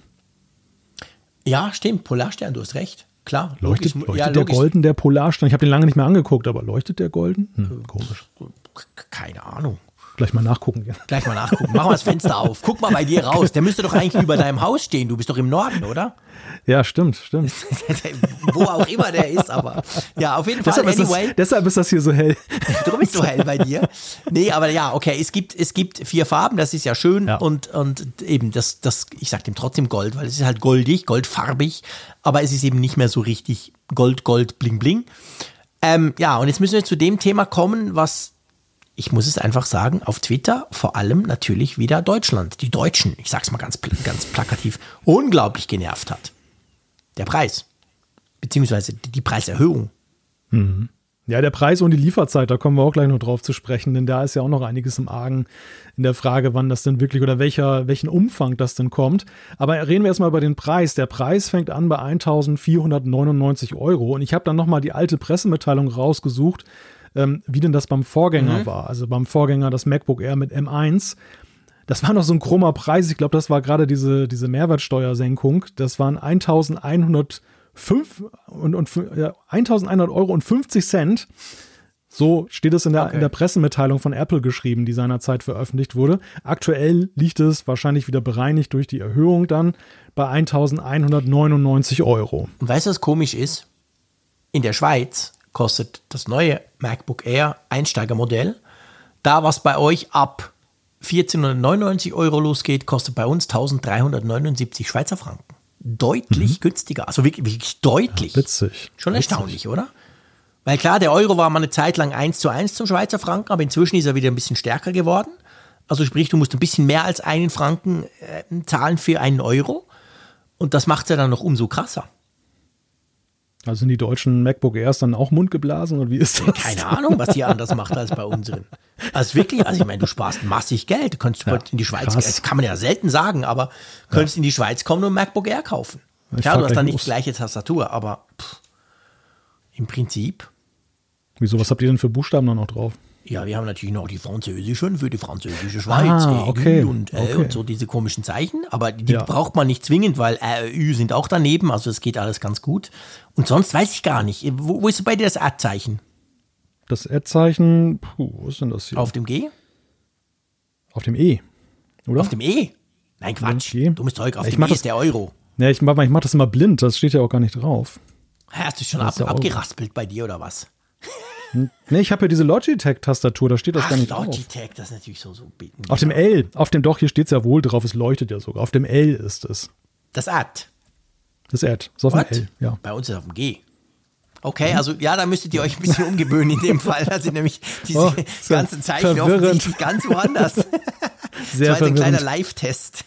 Ja, stimmt. Polarstern, du hast recht. Klar. Leuchtet, logisch. leuchtet ja, der logisch. Golden der Polarstern? Ich habe den lange nicht mehr angeguckt, aber leuchtet der Golden? Hm, komisch. Keine Ahnung. Gleich mal nachgucken. Ja. Gleich mal nachgucken. Mach mal das Fenster auf. Guck mal bei dir raus. Der müsste doch eigentlich über deinem Haus stehen. Du bist doch im Norden, oder? Ja, stimmt, stimmt. Wo auch immer der ist, aber ja, auf jeden Fall. Deshalb ist, Anyway, das, deshalb ist das hier so hell. du bist so hell bei dir. Nee, aber ja, okay, es gibt, es gibt vier Farben, das ist ja schön Ja. und, und eben das, das, ich sag dem trotzdem Gold, weil es ist halt goldig, goldfarbig, aber es ist eben nicht mehr so richtig Gold, Gold, bling, bling. Ähm, ja, und jetzt müssen wir zu dem Thema kommen, was, ich muss es einfach sagen, auf Twitter vor allem natürlich wieder Deutschland, die Deutschen, ich sag's mal ganz, pl- ganz plakativ, unglaublich genervt hat. Der Preis, beziehungsweise die die Preiserhöhung. Ja, der Preis und die Lieferzeit, da kommen wir auch gleich noch drauf zu sprechen, denn da ist ja auch noch einiges im Argen in der Frage, wann das denn wirklich oder welcher, welchen Umfang das denn kommt. Aber reden wir erstmal über den Preis. Der Preis fängt an bei eintausendvierhundertneunundneunzig Euro und ich habe dann nochmal die alte Pressemitteilung rausgesucht, ähm, wie denn das beim Vorgänger Mhm. war. Also beim Vorgänger das MacBook Air mit M eins. Das war noch so ein krummer Preis. Ich glaube, das war gerade diese, diese Mehrwertsteuersenkung. Das waren eintausendeinhundertfünf und, und ja, eintausendeinhundert Euro und fünfzig Cent. So steht es in der, Okay. in der Pressemitteilung von Apple geschrieben, die seinerzeit veröffentlicht wurde. Aktuell liegt es wahrscheinlich wieder bereinigt durch die Erhöhung dann bei eintausendeinhundertneunundneunzig Euro. Und weißt du, was komisch ist? In der Schweiz kostet das neue MacBook Air Einsteigermodell, da was bei euch ab vierzehnhundertneunundneunzig Euro losgeht, kostet bei uns eintausenddreihundertneunundsiebzig Schweizer Franken. deutlich mhm. günstiger. Also wirklich, wirklich deutlich. Ja, witzig. Schon witzig. erstaunlich, oder? Weil klar, der Euro war mal eine Zeit lang eins zu eins zum Schweizer Franken, aber inzwischen ist er wieder ein bisschen stärker geworden. Also sprich, du musst ein bisschen mehr als einen Franken äh, zahlen für einen Euro. Und das macht es ja dann noch umso krasser. Also sind die deutschen MacBook Airs dann auch mundgeblasen oder wie ist das? Keine Ahnung, was die anders macht als bei unseren. Also wirklich, also ich meine, du sparst massig Geld. Du könntest ja, in die Schweiz, krass. Das kann man ja selten sagen, aber du könntest ja. in die Schweiz kommen und ein MacBook Air kaufen. Ich Klar, du hast dann nicht die gleiche Tastatur, aber pff, im Prinzip. Wieso, was habt ihr denn für Buchstaben dann noch drauf? Ja, wir haben natürlich noch die französischen für die französische Schweiz, ah, okay. E und L okay. und so diese komischen Zeichen, aber die ja. braucht man nicht zwingend, weil Ä, Ü sind auch daneben, also es geht alles ganz gut. Und sonst weiß ich gar nicht, wo, wo ist bei dir das Ad-Zeichen? Das Ad-Zeichen, puh, wo ist denn das hier? Auf dem G? Auf dem E, oder? Auf dem E? Nein, Quatsch, dummes Zeug, auf ich dem E das, ist der Euro. Ne, ich mach, ich mach das immer blind, das steht ja auch gar nicht drauf. Hast du schon ab, abgeraspelt bei dir oder was? Ne, ich habe ja diese Logitech-Tastatur, da steht das Ach, gar nicht Logitech, drauf. Logitech, das ist natürlich so so. Auf dem L, auf dem doch, hier steht es ja wohl drauf, es leuchtet ja sogar. Auf dem L ist es. Das Ad? Das Ad, ist auf What? dem L, ja. Bei uns ist es auf dem G. Okay, also ja, da müsstet ihr euch ein bisschen umgewöhnen in dem Fall. Da sind nämlich diese oh, ganzen Zeichen verwirrend. offensichtlich ganz woanders. Sehr das war jetzt ein kleiner verwirrend. Live-Test.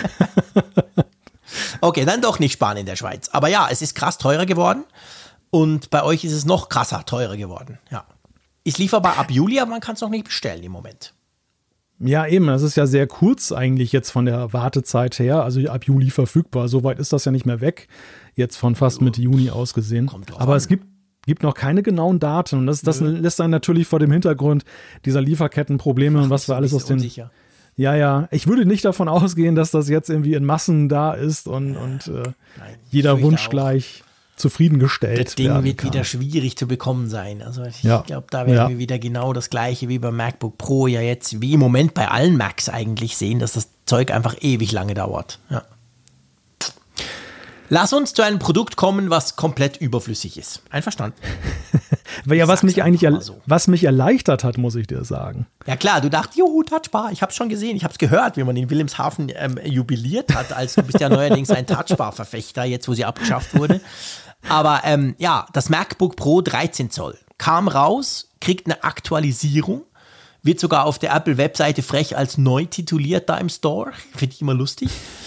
Okay, dann doch nicht sparen in der Schweiz. Aber ja, es ist krass teurer geworden. Und bei euch ist es noch krasser teurer geworden. Ja. Ist lieferbar ab Juli, aber man kann es noch nicht bestellen im Moment. Ja, eben. Das ist ja sehr kurz eigentlich jetzt von der Wartezeit her. Also ab Juli verfügbar. Soweit ist das ja nicht mehr weg. Jetzt von fast Mitte Juni aus gesehen. Aber an. es gibt, gibt noch keine genauen Daten. Und das, das lässt einen natürlich vor dem Hintergrund dieser Lieferkettenprobleme Ach, und was wir alles aus den... Unsicher. Ja, ja. Ich würde nicht davon ausgehen, dass das jetzt irgendwie in Massen da ist und, und äh, Nein, jeder Wunsch auch. gleich zufriedengestellt Das Ding werden wird kann. wieder schwierig zu bekommen sein. Also ich ja. glaube, da werden ja. wir wieder genau das Gleiche wie beim MacBook Pro ja jetzt, wie im Moment bei allen Macs eigentlich sehen, dass das Zeug einfach ewig lange dauert. Ja. Lass uns zu einem Produkt kommen, was komplett überflüssig ist. Einverstanden? Weil ja, was mich eigentlich er, so. was mich erleichtert hat, muss ich dir sagen. Ja klar, du dachtest, juhu, Touchbar. Ich habe es schon gesehen, ich habe es gehört, wie man in Wilhelmshaven ähm, jubiliert hat, als du bist ja neuerdings ein Touchbar-Verfechter, jetzt wo sie abgeschafft wurde. Aber ähm, ja, das MacBook Pro dreizehn Zoll kam raus, kriegt eine Aktualisierung, wird sogar auf der Apple-Webseite frech als neu tituliert da im Store. Finde ich immer lustig.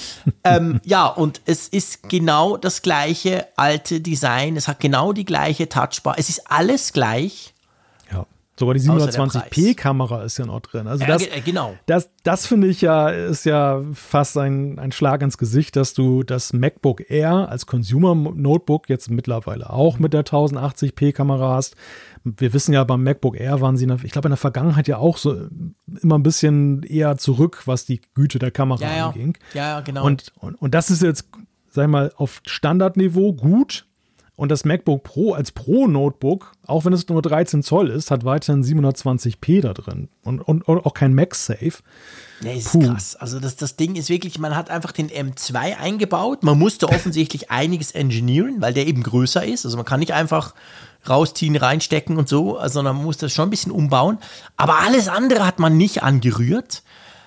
ähm, ja, und es ist genau das gleiche alte Design. Es hat genau die gleiche Touchbar. Es ist alles gleich. Ja, sogar die siebenhundertzwanzig p Kamera ist ja noch drin. Also das, äh, genau. das, das finde ich ja, ist ja fast ein, ein Schlag ins Gesicht, dass du das MacBook Air als Consumer-Notebook jetzt mittlerweile auch mit der tausendachtzig p Kamera hast. Wir wissen ja, beim MacBook Air waren sie, in der, ich glaube, in der Vergangenheit ja auch so immer ein bisschen eher zurück, was die Güte der Kamera ja, ja. anging. Ja, ja, genau. Und, und, und das ist jetzt, sag ich mal, auf Standardniveau gut. Und das MacBook Pro als Pro-Notebook, auch wenn es nur dreizehn Zoll ist, hat weiterhin siebenhundertzwanzig p da drin. Und, und, und auch kein MagSafe. Ja, ist Puh. krass. Also das, das Ding ist wirklich, man hat einfach den M zwei eingebaut. Man musste offensichtlich einiges engineeren, weil der eben größer ist. Also man kann nicht einfach rausziehen, reinstecken und so, sondern man muss das schon ein bisschen umbauen. Aber alles andere hat man nicht angerührt.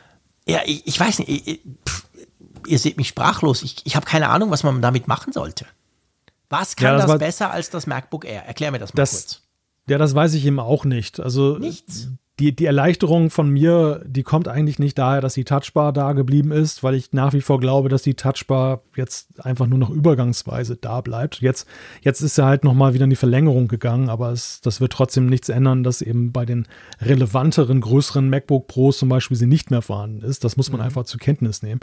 Ja, ich, ich weiß nicht, ich, pff, ihr seht mich sprachlos. Ich, ich habe keine Ahnung, was man damit machen sollte. Was kann ja, das, das besser als das MacBook Air? Erklär mir das mal das, kurz. Ja, das weiß ich eben auch nicht. Also Nichts? Die, die Erleichterung von mir, die kommt eigentlich nicht daher, dass die Touchbar da geblieben ist, weil ich nach wie vor glaube, dass die Touchbar jetzt einfach nur noch übergangsweise da bleibt. Jetzt, jetzt ist sie halt nochmal wieder in die Verlängerung gegangen, aber es, das wird trotzdem nichts ändern, dass eben bei den relevanteren, größeren MacBook Pros zum Beispiel sie nicht mehr vorhanden ist. Das muss man mhm. einfach zur Kenntnis nehmen.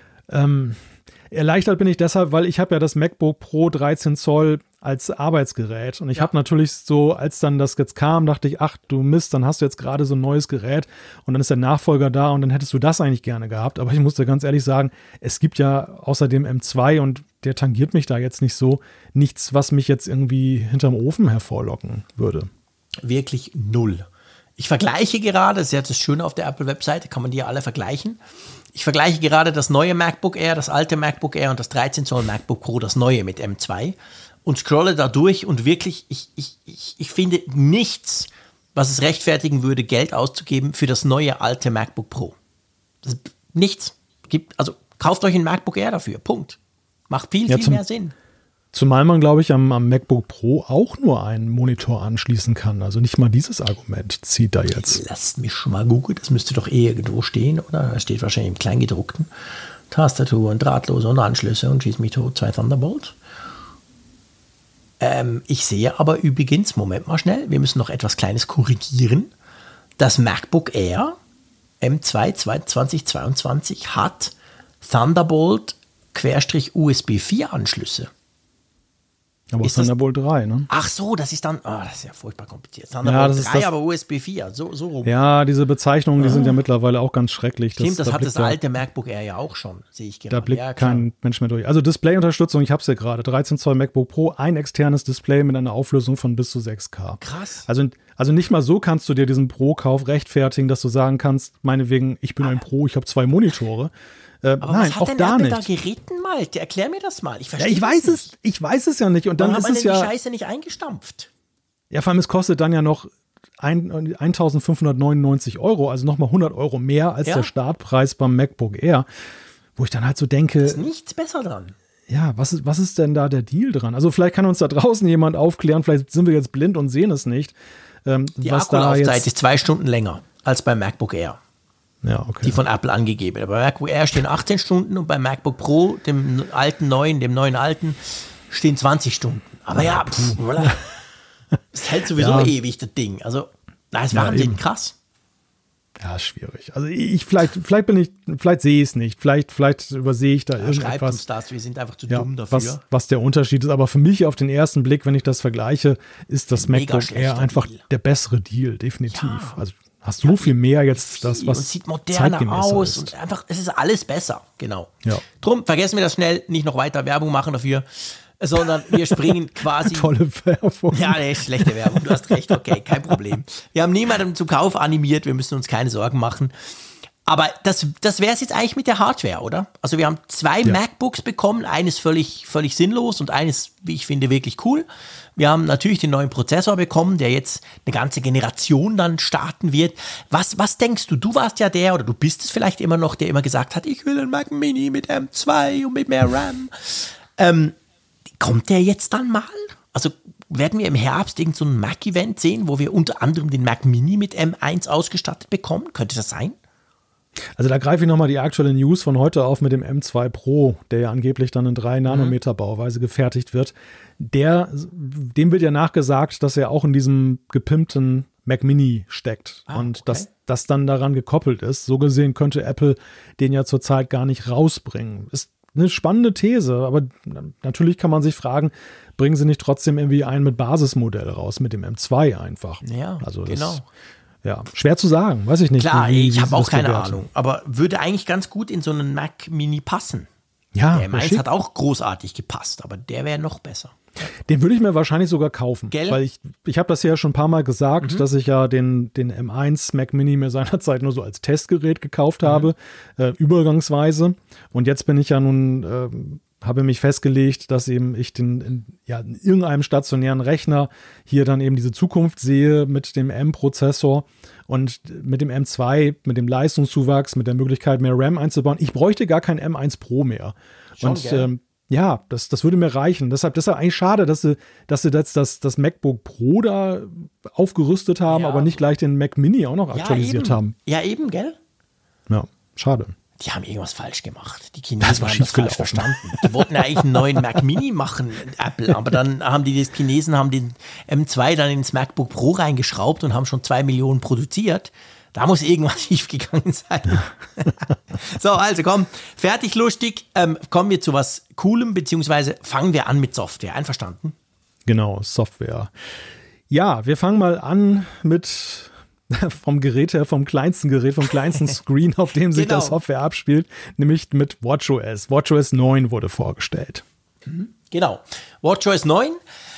Ähm, erleichtert bin ich deshalb, weil ich habe ja das MacBook Pro dreizehn Zoll als Arbeitsgerät und ich ja. habe natürlich so, als dann das jetzt kam, dachte ich, ach du Mist, dann hast du jetzt gerade so ein neues Gerät und dann ist der Nachfolger da und dann hättest du das eigentlich gerne gehabt, aber ich muss dir ganz ehrlich sagen, es gibt ja außer dem M zwei und der tangiert mich da jetzt nicht so, nichts, was mich jetzt irgendwie hinterm Ofen hervorlocken würde. Wirklich null. Ich vergleiche gerade, das ist ja das Schöne auf der Apple-Webseite, kann man die ja alle vergleichen. Ich vergleiche gerade das neue MacBook Air, das alte MacBook Air und das dreizehn Zoll MacBook Pro, das neue mit M zwei und scrolle da durch und wirklich, ich, ich, ich, ich finde nichts, was es rechtfertigen würde, Geld auszugeben für das neue alte MacBook Pro. Das, nichts. Gibt, also kauft euch ein MacBook Air dafür, Punkt. Macht viel, Ja, viel zum- mehr Sinn. Zumal man, glaube ich, am, am MacBook Pro auch nur einen Monitor anschließen kann. Also nicht mal dieses Argument zieht da jetzt. Lasst mich schon mal googeln, das müsste doch eh irgendwo stehen, oder? Da steht wahrscheinlich im Kleingedruckten. Tastatur und drahtlose und Anschlüsse und schieß mich tot, zwei Thunderbolts. Ähm, ich sehe aber übrigens, Moment mal schnell, wir müssen noch etwas Kleines korrigieren. Das MacBook Air M zwei zweitausendzweiundzwanzig hat Thunderbolt-U S B vier Anschlüsse. Aber Ist das- Thunderbolt drei, ne? Ach so, das ist dann, oh, das ist ja furchtbar kompliziert. Ja, Thunderbolt das ist drei, das- aber U S B vier, so, so rum. Ja, diese Bezeichnungen, die sind ja mittlerweile auch ganz schrecklich. Stimmt, das, da hat blickt das da- alte MacBook Air ja auch schon, sehe ich gerade. Da blickt ja, klar. kein Mensch mehr durch. Also Displayunterstützung, ich habe es ja gerade. dreizehn Zoll MacBook Pro, ein externes Display mit einer Auflösung von bis zu sechs K. Krass. Also, also nicht mal so kannst du dir diesen Pro-Kauf rechtfertigen, dass du sagen kannst, meinetwegen, ich bin ein Pro, ich habe zwei Monitore. Äh, Aber nein, was hat auch denn da Apple nicht. da geritten, Malte? Erklär mir das mal. Ich Ja, verstehe ich das weiß nicht. es, ich weiß es ja nicht. Und dann Warum ist hat man es denn ja. die Scheiße nicht eingestampft? Ja, vor allem, es kostet dann ja noch ein- eintausendfünfhundertneunundneunzig Euro, also nochmal hundert Euro mehr als Ja. der Startpreis beim MacBook Air. Wo ich dann halt so denke, Ist nichts besser dran. ja, was ist, was ist denn da der Deal dran? Also vielleicht kann uns da draußen jemand aufklären, vielleicht sind wir jetzt blind und sehen es nicht. Ähm, Die was da Akkulaufzeit jetzt, ist zwei Stunden länger als beim MacBook Air, ja, okay. die von Apple angegeben. Bei MacBook Air stehen achtzehn Stunden und beim MacBook Pro, dem alten neuen, dem neuen alten, stehen zwanzig Stunden. Aber ja, pff, voilà. Das hält sowieso Ja. ewig, das Ding. Also, das ist Ja, Wahnsinn, eben. krass. Ja, schwierig. Also ich, vielleicht, vielleicht bin ich, vielleicht sehe ich es nicht. Vielleicht, vielleicht übersehe ich da Ja, schreibt uns irgendetwas. das, wir sind einfach zu Ja, dumm dafür. was, was der Unterschied ist. Aber für mich auf den ersten Blick, wenn ich das vergleiche, ist das Mega MacBook Air schlechter einfach Deal. der bessere Deal, definitiv. Ja. Also hast so viel mehr jetzt, das Viel was und sieht moderner zeitgemäßer aus ist. und einfach, es ist alles besser, genau. Ja. Drum vergessen wir das schnell, nicht noch weiter Werbung machen dafür, sondern wir springen quasi. Tolle Werbung. Ja, nee, schlechte Werbung, du hast recht, okay, kein Problem. Wir haben niemanden zum Kauf animiert, wir müssen uns keine Sorgen machen. Aber das, das wäre es jetzt eigentlich mit der Hardware, oder? Also wir haben zwei Ja. MacBooks bekommen, eines völlig, völlig sinnlos und eines, wie ich finde, wirklich cool. Wir haben natürlich den neuen Prozessor bekommen, der jetzt eine ganze Generation dann starten wird. Was, was denkst du? Du warst ja der, oder du bist es vielleicht immer noch, der immer gesagt hat, ich will einen Mac Mini mit M zwei und mit mehr RAM. Ähm, kommt der jetzt dann mal? Also werden wir im Herbst irgend so ein Mac-Event sehen, wo wir unter anderem den Mac Mini mit M eins ausgestattet bekommen? Könnte das sein? Also da greife ich nochmal die aktuelle News von heute auf mit dem M zwei Pro, der ja angeblich dann in drei Nanometer Bauweise gefertigt wird. Der, dem wird ja nachgesagt, dass er auch in diesem gepimpten Mac Mini steckt Ah, und okay. dass das dann daran gekoppelt ist. So gesehen könnte Apple den ja zurzeit gar nicht rausbringen. Ist eine spannende These, aber natürlich kann man sich fragen, bringen sie nicht trotzdem irgendwie einen mit Basismodell raus, mit dem M zwei einfach? Ja, also das, genau. Ja, schwer zu sagen, weiß ich nicht. Klar, wie- wie ich sie habe auch das keine bewerten. Ahnung, aber würde eigentlich ganz gut in so einen Mac Mini passen. Ja, Der M eins schick. hat auch großartig gepasst, aber der wäre noch besser. Den würde ich mir wahrscheinlich sogar kaufen. Gell? Weil ich, ich habe das ja schon ein paar Mal gesagt, Mhm. dass ich ja den, den M eins Mac Mini mir seinerzeit nur so als Testgerät gekauft Mhm. habe, äh, übergangsweise. Und jetzt bin ich ja nun, ähm, habe mich festgelegt, dass eben ich den in, ja, in irgendeinem stationären Rechner hier dann eben diese Zukunft sehe mit dem M-Prozessor und mit dem M zwei, mit dem Leistungszuwachs, mit der Möglichkeit, mehr RAM einzubauen. Ich bräuchte gar kein M eins Pro mehr. Schon, und gell? ähm, ja, das, das würde mir reichen. Deshalb, deshalb eigentlich schade, dass sie, dass sie jetzt das, das MacBook Pro da aufgerüstet haben, Ja. aber nicht gleich den Mac Mini auch noch Ja, aktualisiert eben. haben. Ja, eben, gell? Ja, schade. Die haben irgendwas falsch gemacht. Die Das Chinesen war haben das schief falsch gelaufen. verstanden. Die wollten ja eigentlich einen neuen Mac Mini machen, Apple, aber dann haben die, die Chinesen haben den M zwei dann ins MacBook Pro reingeschraubt und haben schon zwei Millionen produziert. Da muss irgendwas schief gegangen sein. So, also komm, fertig lustig. Ähm, kommen wir zu was Coolem, beziehungsweise fangen wir an mit Software. Einverstanden? Genau, Software. Ja, wir fangen mal an mit vom Gerät her, vom kleinsten Gerät, vom kleinsten Screen, auf dem sich Genau. das Software abspielt, nämlich mit WatchOS. WatchOS neun wurde vorgestellt. Genau. WatchOS neun.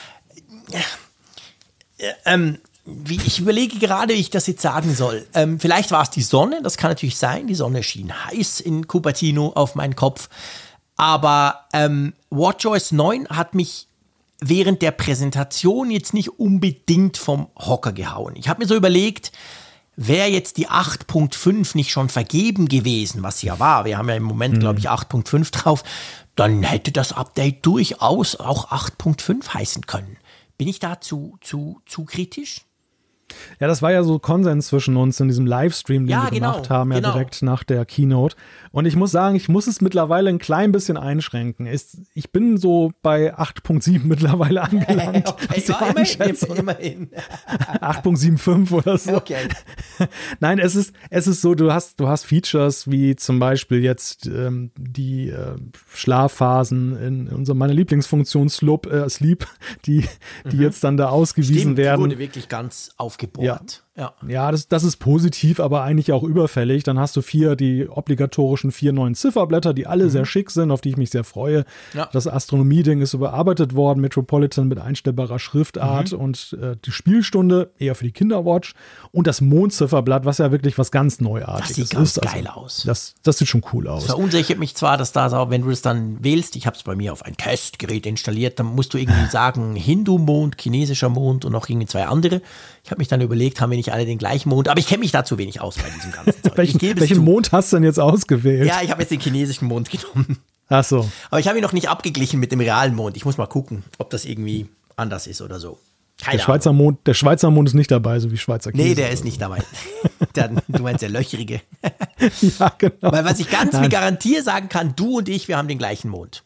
Äh, ähm, wie, ich überlege gerade, wie ich das jetzt sagen soll. Ähm, vielleicht war es die Sonne, das kann natürlich sein. Die Sonne schien heiß in Cupertino auf meinen Kopf. Aber ähm, WatchOS neun hat mich während der Präsentation jetzt nicht unbedingt vom Hocker gehauen. Ich habe mir so überlegt, wäre jetzt die acht Punkt fünf nicht schon vergeben gewesen, was ja war, wir haben ja im Moment, mhm. glaube ich, acht Punkt fünf drauf, dann hätte das Update durchaus auch acht Punkt fünf heißen können. Bin ich da zu, zu, zu kritisch? Ja, das war ja so Konsens zwischen uns in diesem Livestream, den ja, wir genau, gemacht haben, ja genau. direkt nach der Keynote. Und ich muss sagen, ich muss es mittlerweile ein klein bisschen einschränken. Ich bin so bei acht Punkt sieben mittlerweile angelangt. Okay, ja, immerhin, immerhin. acht Punkt fünfundsiebzig oder so. Okay. Nein, es ist, es ist so, du hast, du hast Features wie zum Beispiel jetzt ähm, die äh, Schlafphasen in unserer, meiner Lieblingsfunktion Sleep, äh, Sleep die, die mhm. jetzt dann da ausgewiesen Stimmt, werden. Die wurde wirklich ganz aufgebohrt. Ja, ja. ja das, das ist positiv, aber eigentlich auch überfällig. Dann hast du vier, die obligatorischen vier neuen Zifferblätter, die alle mhm. sehr schick sind, auf die ich mich sehr freue. Ja. Das Astronomie-Ding ist überarbeitet worden, Metropolitan mit einstellbarer Schriftart mhm. und äh, die Spielstunde eher für die Kinderwatch und das Mondzifferblatt, was ja wirklich was ganz Neuartiges ist. Das sieht ganz ist. geil also, aus. Das, das sieht schon cool aus. Das verunsichert mich zwar, dass da, wenn du es dann wählst, ich habe es bei mir auf ein Testgerät installiert, dann musst du irgendwie sagen, Hindu-Mond, chinesischer Mond und noch irgendwie zwei andere. Ich habe mich dann überlegt, haben wir nicht alle den gleichen Mond, aber ich kenne mich da zu wenig aus bei diesem ganzen Zeug. welchen welchen Mond hast du denn jetzt ausgewählt? Ja, ich habe jetzt den chinesischen Mond genommen. Ach so. Aber ich habe ihn noch nicht abgeglichen mit dem realen Mond. Ich muss mal gucken, ob das irgendwie anders ist oder so. Keine der Schweizer Mond, der Schweizer Mond ist nicht dabei, so wie Schweizer Käse. Nee, der ist nicht dabei. der, du meinst der löchrige. Ja, genau. Weil was ich ganz Nein. mit Garantie sagen kann, du und ich, wir haben den gleichen Mond.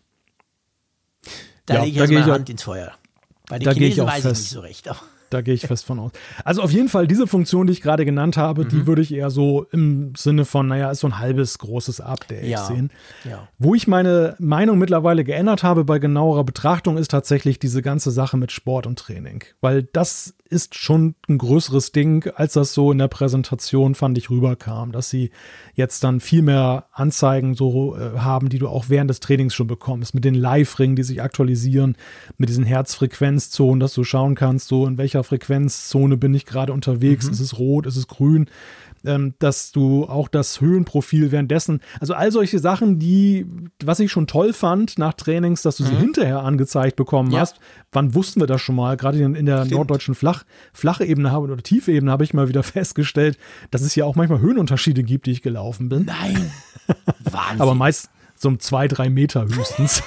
Da ja, lege ich also meine Hand ins Feuer. Bei den Chinesen weiß ich nicht so recht. Aber Da gehe ich fest von aus. Also auf jeden Fall, diese Funktion, die ich gerade genannt habe, mhm. die würde ich eher so im Sinne von, naja, ist so ein halbes großes Update ja. sehen. Ja. Wo ich meine Meinung mittlerweile geändert habe bei genauerer Betrachtung, ist tatsächlich diese ganze Sache mit Sport und Training. Weil das ist schon ein größeres Ding, als das so in der Präsentation, fand ich, rüberkam. Dass sie jetzt dann viel mehr Anzeigen so äh, haben, die du auch während des Trainings schon bekommst. Mit den Live-Ringen, die sich aktualisieren, mit diesen Herzfrequenzzonen, dass du schauen kannst, so in welcher Frequenzzone bin ich gerade unterwegs, mhm. ist es rot, ist es grün, ähm, dass du auch das Höhenprofil währenddessen, also all solche Sachen, die, was ich schon toll fand nach Trainings, dass du mhm. sie hinterher angezeigt bekommen ja. hast. Wann wussten wir das schon mal? Gerade in, in der Stimmt. norddeutschen Flach, flache Ebene habe, oder Tiefebene habe ich mal wieder festgestellt, dass es ja auch manchmal Höhenunterschiede gibt, die ich gelaufen bin. Nein, Wahnsinn. Aber meist so um zwei, drei Meter höchstens.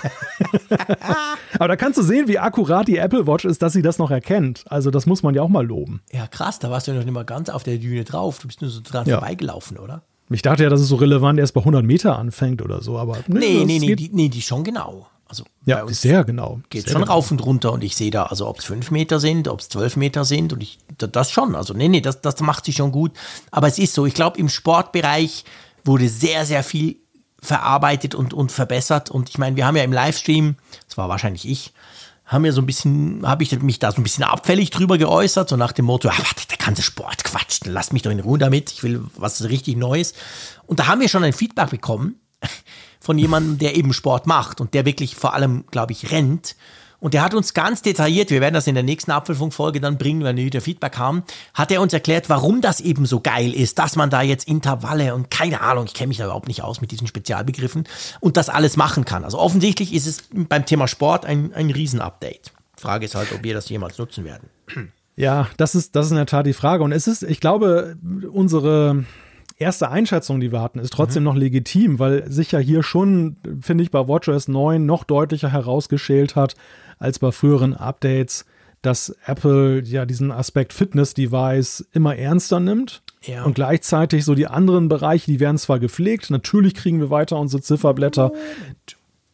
Aber da kannst du sehen, wie akkurat die Apple Watch ist, dass sie das noch erkennt. Also das muss man ja auch mal loben. Ja, krass, da warst du ja noch nicht mal ganz auf der Düne drauf. Du bist nur so dran ja. vorbeigelaufen, oder? Ich dachte ja, dass es so relevant erst bei hundert Meter anfängt oder so. Aber nee, nee, nee, nee, die, nee, die schon genau. Also ja, sehr genau. Geht sehr schon genau. rauf und runter und ich sehe da, also ob es fünf Meter sind, ob es zwölf Meter sind und ich, das schon. Also nee, nee, das, das macht sie schon gut. Aber es ist so, ich glaube, im Sportbereich wurde sehr, sehr viel verarbeitet und, und verbessert. Und ich meine, wir haben ja im Livestream, das war wahrscheinlich ich, haben wir so ein bisschen, habe ich mich da so ein bisschen abfällig drüber geäußert, so nach dem Motto, ah, der ganze Sport quatscht, lass mich doch in Ruhe damit, ich will was richtig Neues. Und da haben wir schon ein Feedback bekommen von jemandem, der eben Sport macht und der wirklich vor allem, glaube ich, rennt. Und der hat uns ganz detailliert, wir werden das in der nächsten Apfelfunk-Folge dann bringen, wenn wir wieder Feedback haben, hat er uns erklärt, warum das eben so geil ist, dass man da jetzt Intervalle und keine Ahnung, ich kenne mich da überhaupt nicht aus mit diesen Spezialbegriffen und das alles machen kann. Also offensichtlich ist es beim Thema Sport ein, ein Riesen-Update. Frage ist halt, ob wir das jemals nutzen werden. Ja, das ist, das ist in der Tat die Frage. Und es ist, ich glaube, unsere erste Einschätzung, die wir hatten, ist trotzdem mhm. noch legitim, weil sich ja hier schon, finde ich, bei WatchOS neun noch deutlicher herausgeschält hat, als bei früheren Updates, dass Apple ja diesen Aspekt Fitness-Device immer ernster nimmt. Ja. Und gleichzeitig so die anderen Bereiche, die werden zwar gepflegt, natürlich kriegen wir weiter unsere Zifferblätter. Moment.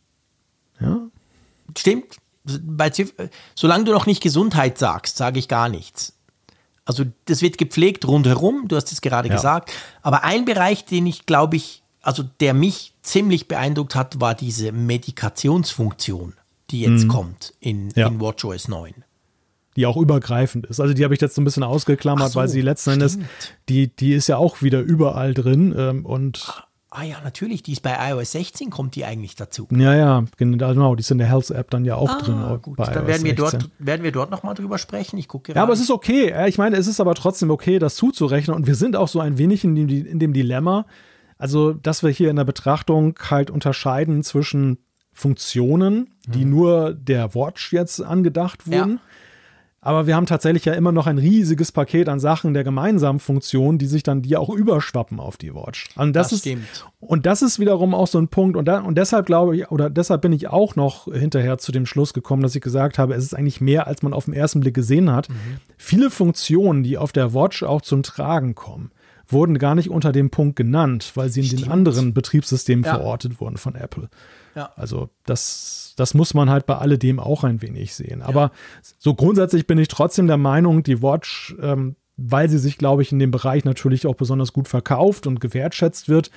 Ja. Stimmt. Bei Ziff- Solange du noch nicht Gesundheit sagst, sage ich gar nichts. Also das wird gepflegt rundherum, du hast es gerade ja. gesagt. Aber ein Bereich, den ich glaube ich, also der mich ziemlich beeindruckt hat, war diese Medikationsfunktion, die jetzt mhm. kommt in, ja. in WatchOS neun. Die auch übergreifend ist. Also die habe ich jetzt so ein bisschen ausgeklammert, so, weil sie letzten Endes, die, die ist ja auch wieder überall drin. Ähm, und ah, ah ja, natürlich, die ist bei i O S sechzehn, kommt die eigentlich dazu. Ja, ja, genau, die ist in der Health-App dann ja auch ah, drin. Gut, dann werden wir, dort, werden wir dort nochmal drüber sprechen. Ich gucke gerade. Ja, aber es ist okay. Ich meine, es ist aber trotzdem okay, das zuzurechnen. Und wir sind auch so ein wenig in dem, in dem Dilemma, also dass wir hier in der Betrachtung halt unterscheiden zwischen Funktionen, die hm. nur der Watch jetzt angedacht wurden. Ja. Aber wir haben tatsächlich ja immer noch ein riesiges Paket an Sachen der gemeinsamen Funktion, die sich dann die auch überschwappen auf die Watch. Und das, das ist, stimmt. Und das ist wiederum auch so ein Punkt. Und, da, und deshalb glaube ich, oder deshalb bin ich auch noch hinterher zu dem Schluss gekommen, dass ich gesagt habe, es ist eigentlich mehr, als man auf den ersten Blick gesehen hat. Mhm. Viele Funktionen, die auf der Watch auch zum Tragen kommen, wurden gar nicht unter dem Punkt genannt, weil sie in Stimmt. den anderen Betriebssystemen ja. verortet wurden von Apple. Ja. Also das, das muss man halt bei alledem auch ein wenig sehen. Aber ja. so grundsätzlich bin ich trotzdem der Meinung, die Watch, ähm, weil sie sich, glaube ich, in dem Bereich natürlich auch besonders gut verkauft und gewertschätzt wird,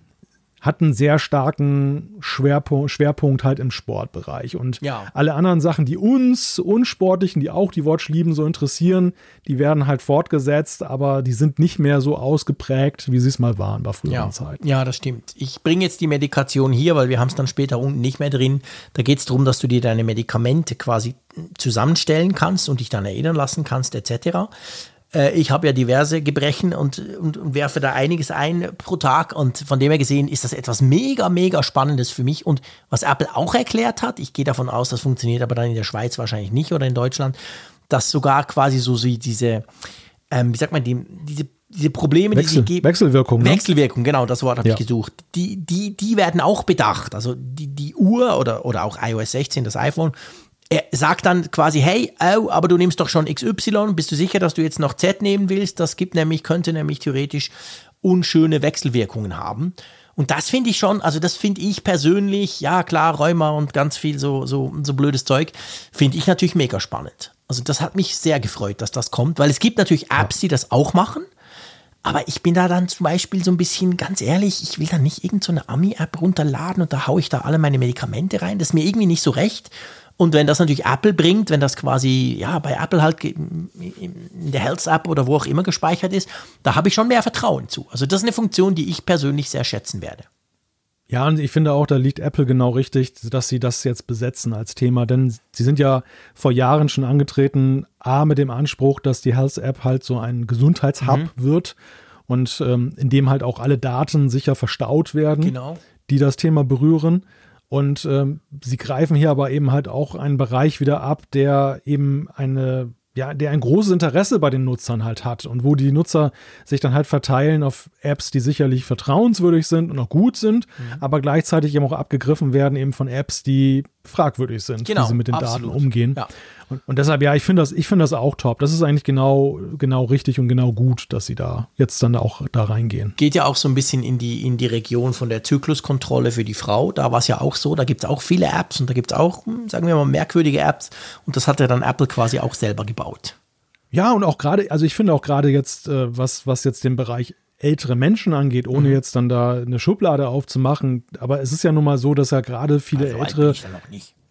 hat einen sehr starken Schwerpunkt, Schwerpunkt halt im Sportbereich. Und ja. alle anderen Sachen, die uns Unsportlichen, die auch die Watch lieben, so interessieren, die werden halt fortgesetzt, aber die sind nicht mehr so ausgeprägt, wie sie es mal waren bei früheren ja. Zeiten. Ja, das stimmt. Ich bringe jetzt die Medikation hier, weil wir haben es dann später unten nicht mehr drin. Da geht es darum, dass du dir deine Medikamente quasi zusammenstellen kannst und dich dann erinnern lassen kannst, et cetera. Ich habe ja diverse Gebrechen und, und, und werfe da einiges ein pro Tag und von dem her gesehen ist das etwas mega, mega Spannendes für mich und was Apple auch erklärt hat, ich gehe davon aus, das funktioniert aber dann in der Schweiz wahrscheinlich nicht oder in Deutschland, dass sogar quasi so diese, ähm, wie sagt man, die, diese, diese Probleme, Wechsel, die sich geben. Wechselwirkung. Ne? Wechselwirkung, genau, das Wort habe ja. ich gesucht. Die, die, die werden auch bedacht, also die, die Uhr oder, oder auch i O S sechzehn, das iPhone, er sagt dann quasi, hey, oh, aber du nimmst doch schon X Y, bist du sicher, dass du jetzt noch Z nehmen willst? Das gibt nämlich, könnte nämlich theoretisch unschöne Wechselwirkungen haben. Und das finde ich schon, also das finde ich persönlich, ja klar, Rheuma und ganz viel so, so, so blödes Zeug, finde ich natürlich mega spannend. Also das hat mich sehr gefreut, dass das kommt, weil es gibt natürlich Apps, die das auch machen. Aber ich bin da dann zum Beispiel so ein bisschen, ganz ehrlich, ich will dann nicht irgend so eine Ami-App runterladen und da haue ich da alle meine Medikamente rein. Das ist mir irgendwie nicht so recht. Und wenn das natürlich Apple bringt, wenn das quasi ja bei Apple halt in der Health-App oder wo auch immer gespeichert ist, da habe ich schon mehr Vertrauen zu. Also das ist eine Funktion, die ich persönlich sehr schätzen werde. Ja, und ich finde auch, da liegt Apple genau richtig, dass sie das jetzt besetzen als Thema, denn sie sind ja vor Jahren schon angetreten, A, mit dem Anspruch, dass die Health-App halt so ein Gesundheitshub mhm. wird und ähm, in dem halt auch alle Daten sicher verstaut werden, genau. die das Thema berühren. Und ähm, sie greifen hier aber eben halt auch einen Bereich wieder ab, der eben eine, ja, der ein großes Interesse bei den Nutzern halt hat und wo die Nutzer sich dann halt verteilen auf Apps, die sicherlich vertrauenswürdig sind und auch gut sind, mhm. aber gleichzeitig eben auch abgegriffen werden eben von Apps, die fragwürdig sind, genau, wie sie mit den absolut. Daten umgehen. Ja. Und, und deshalb, ja, ich finde das, ich finde das auch top. Das ist eigentlich genau, genau richtig und genau gut, dass sie da jetzt dann auch da reingehen. Geht ja auch so ein bisschen in die, in die Region von der Zykluskontrolle für die Frau. Da war es ja auch so, da gibt es auch viele Apps und da gibt es auch, sagen wir mal, merkwürdige Apps. Und das hat ja dann Apple quasi auch selber gebaut. Ja, und auch gerade, also ich finde auch gerade jetzt, äh, was, was jetzt den Bereich ältere Menschen angeht, ohne mhm. jetzt dann da eine Schublade aufzumachen. Aber es ist ja nun mal so, dass ja gerade viele also ältere... bin ich dann noch nicht.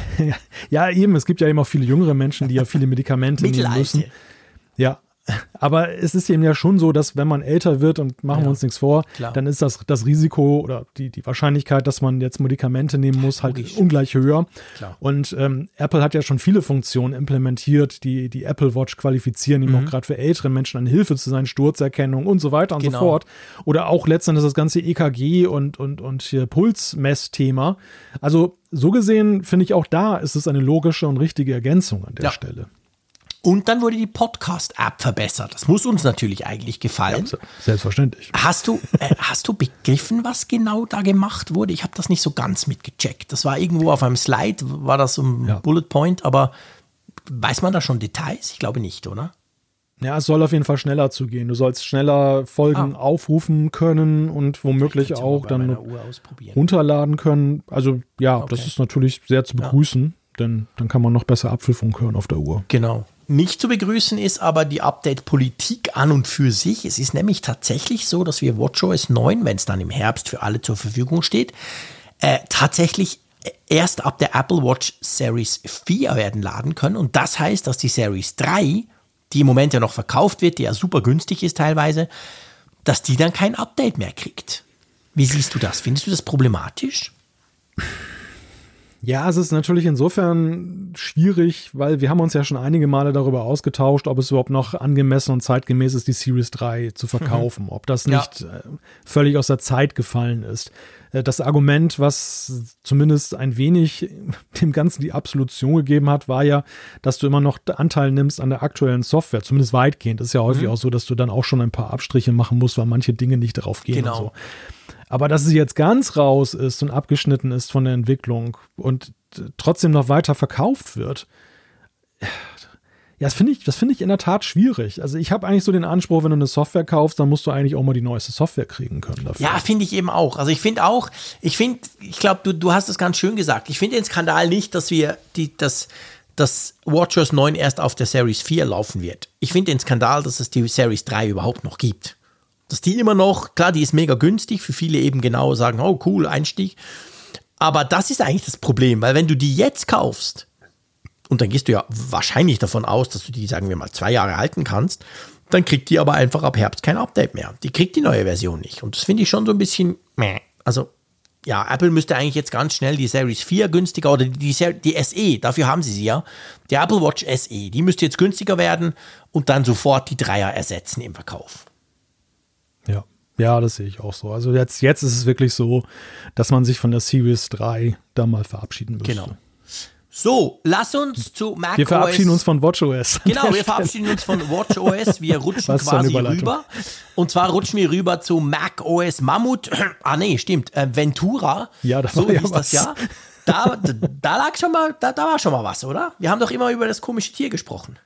Ja, eben, es gibt ja eben auch viele jüngere Menschen, die ja viele Medikamente nehmen müssen. Ja, aber es ist eben ja schon so, dass wenn man älter wird und machen ja, wir uns nichts vor, klar. dann ist das, das Risiko oder die, die Wahrscheinlichkeit, dass man jetzt Medikamente nehmen muss, halt Logisch. ungleich höher. Klar. Und ähm, Apple hat ja schon viele Funktionen implementiert, die die Apple Watch qualifizieren, eben mhm. auch gerade für ältere Menschen eine Hilfe zu sein, Sturzerkennung und so weiter und genau. so fort. Oder auch letztendlich das ganze E K G und, und, und hier Pulsmessthema. Also so gesehen finde ich auch da ist es eine logische und richtige Ergänzung an der ja. Stelle. Und dann wurde die Podcast-App verbessert. Das muss uns natürlich eigentlich gefallen. Ja, selbstverständlich. Hast du, äh, hast du begriffen, was genau da gemacht wurde? Ich habe das nicht so ganz mitgecheckt. Das war irgendwo auf einem Slide, war das so ein ja. Bullet Point, aber weiß man da schon Details? Ich glaube nicht, oder? Ja, es soll auf jeden Fall schneller zugehen. Du sollst schneller Folgen ah. aufrufen können und womöglich auch dann runterladen können. Also ja, okay. das ist natürlich sehr zu begrüßen, ja. denn dann kann man noch besser Abpfiffung hören auf der Uhr. Genau. Nicht zu begrüßen ist aber die Update-Politik an und für sich. Es ist nämlich tatsächlich so, dass wir WatchOS neun, wenn es dann im Herbst für alle zur Verfügung steht, äh, tatsächlich erst ab der Apple Watch Series vier werden laden können. Und das heißt, dass die Series drei, die im Moment ja noch verkauft wird, die ja super günstig ist teilweise, dass die dann kein Update mehr kriegt. Wie siehst du das? Findest du das problematisch? Ja, es ist natürlich insofern schwierig, weil wir haben uns ja schon einige Male darüber ausgetauscht, ob es überhaupt noch angemessen und zeitgemäß ist, die Series drei zu verkaufen, mhm. ob das nicht ja. völlig aus der Zeit gefallen ist. Das Argument, was zumindest ein wenig dem Ganzen die Absolution gegeben hat, war ja, dass du immer noch Anteil nimmst an der aktuellen Software, zumindest weitgehend. Das ist ja häufig mhm. auch so, dass du dann auch schon ein paar Abstriche machen musst, weil manche Dinge nicht darauf gehen genau. und so. Aber dass es jetzt ganz raus ist und abgeschnitten ist von der Entwicklung und trotzdem noch weiter verkauft wird, ja, das finde ich, das finde ich in der Tat schwierig. Also ich habe eigentlich so den Anspruch, wenn du eine Software kaufst, dann musst du eigentlich auch mal die neueste Software kriegen können dafür. Ja, finde ich eben auch. Also ich finde auch, ich finde, ich glaube, du, du hast es ganz schön gesagt. Ich finde den Skandal nicht, dass wir die, das, dass WatchOS neun erst auf der Series vier laufen wird. Ich finde den Skandal, dass es die Series drei überhaupt noch gibt. Dass die immer noch, klar, die ist mega günstig, für viele eben genau sagen, oh cool, Einstieg. Aber das ist eigentlich das Problem, weil wenn du die jetzt kaufst, und dann gehst du ja wahrscheinlich davon aus, dass du die, sagen wir mal, zwei Jahre halten kannst, dann kriegt die aber einfach ab Herbst kein Update mehr. Die kriegt die neue Version nicht. Und das finde ich schon so ein bisschen, meh. Also, ja, Apple müsste eigentlich jetzt ganz schnell die Series vier günstiger, oder die, die, die S E, dafür haben sie sie ja, die Apple Watch S E, die müsste jetzt günstiger werden und dann sofort die Dreier ersetzen im Verkauf. Ja, ja, das sehe ich auch so. Also jetzt, jetzt ist es wirklich so, dass man sich von der Series drei da mal verabschieden müsste. Genau. So, lass uns zu macOS. Wir verabschieden uns von WatchOS. Genau, wir verabschieden uns von WatchOS. Wir rutschen quasi rüber. Und zwar rutschen wir rüber zu macOS Mammut. Ah nee, stimmt. Äh, Ventura. Ja, das so war ja hieß was. das ja. Da, da, da lag schon mal, da, da war schon mal was, oder? Wir haben doch immer über das komische Tier gesprochen.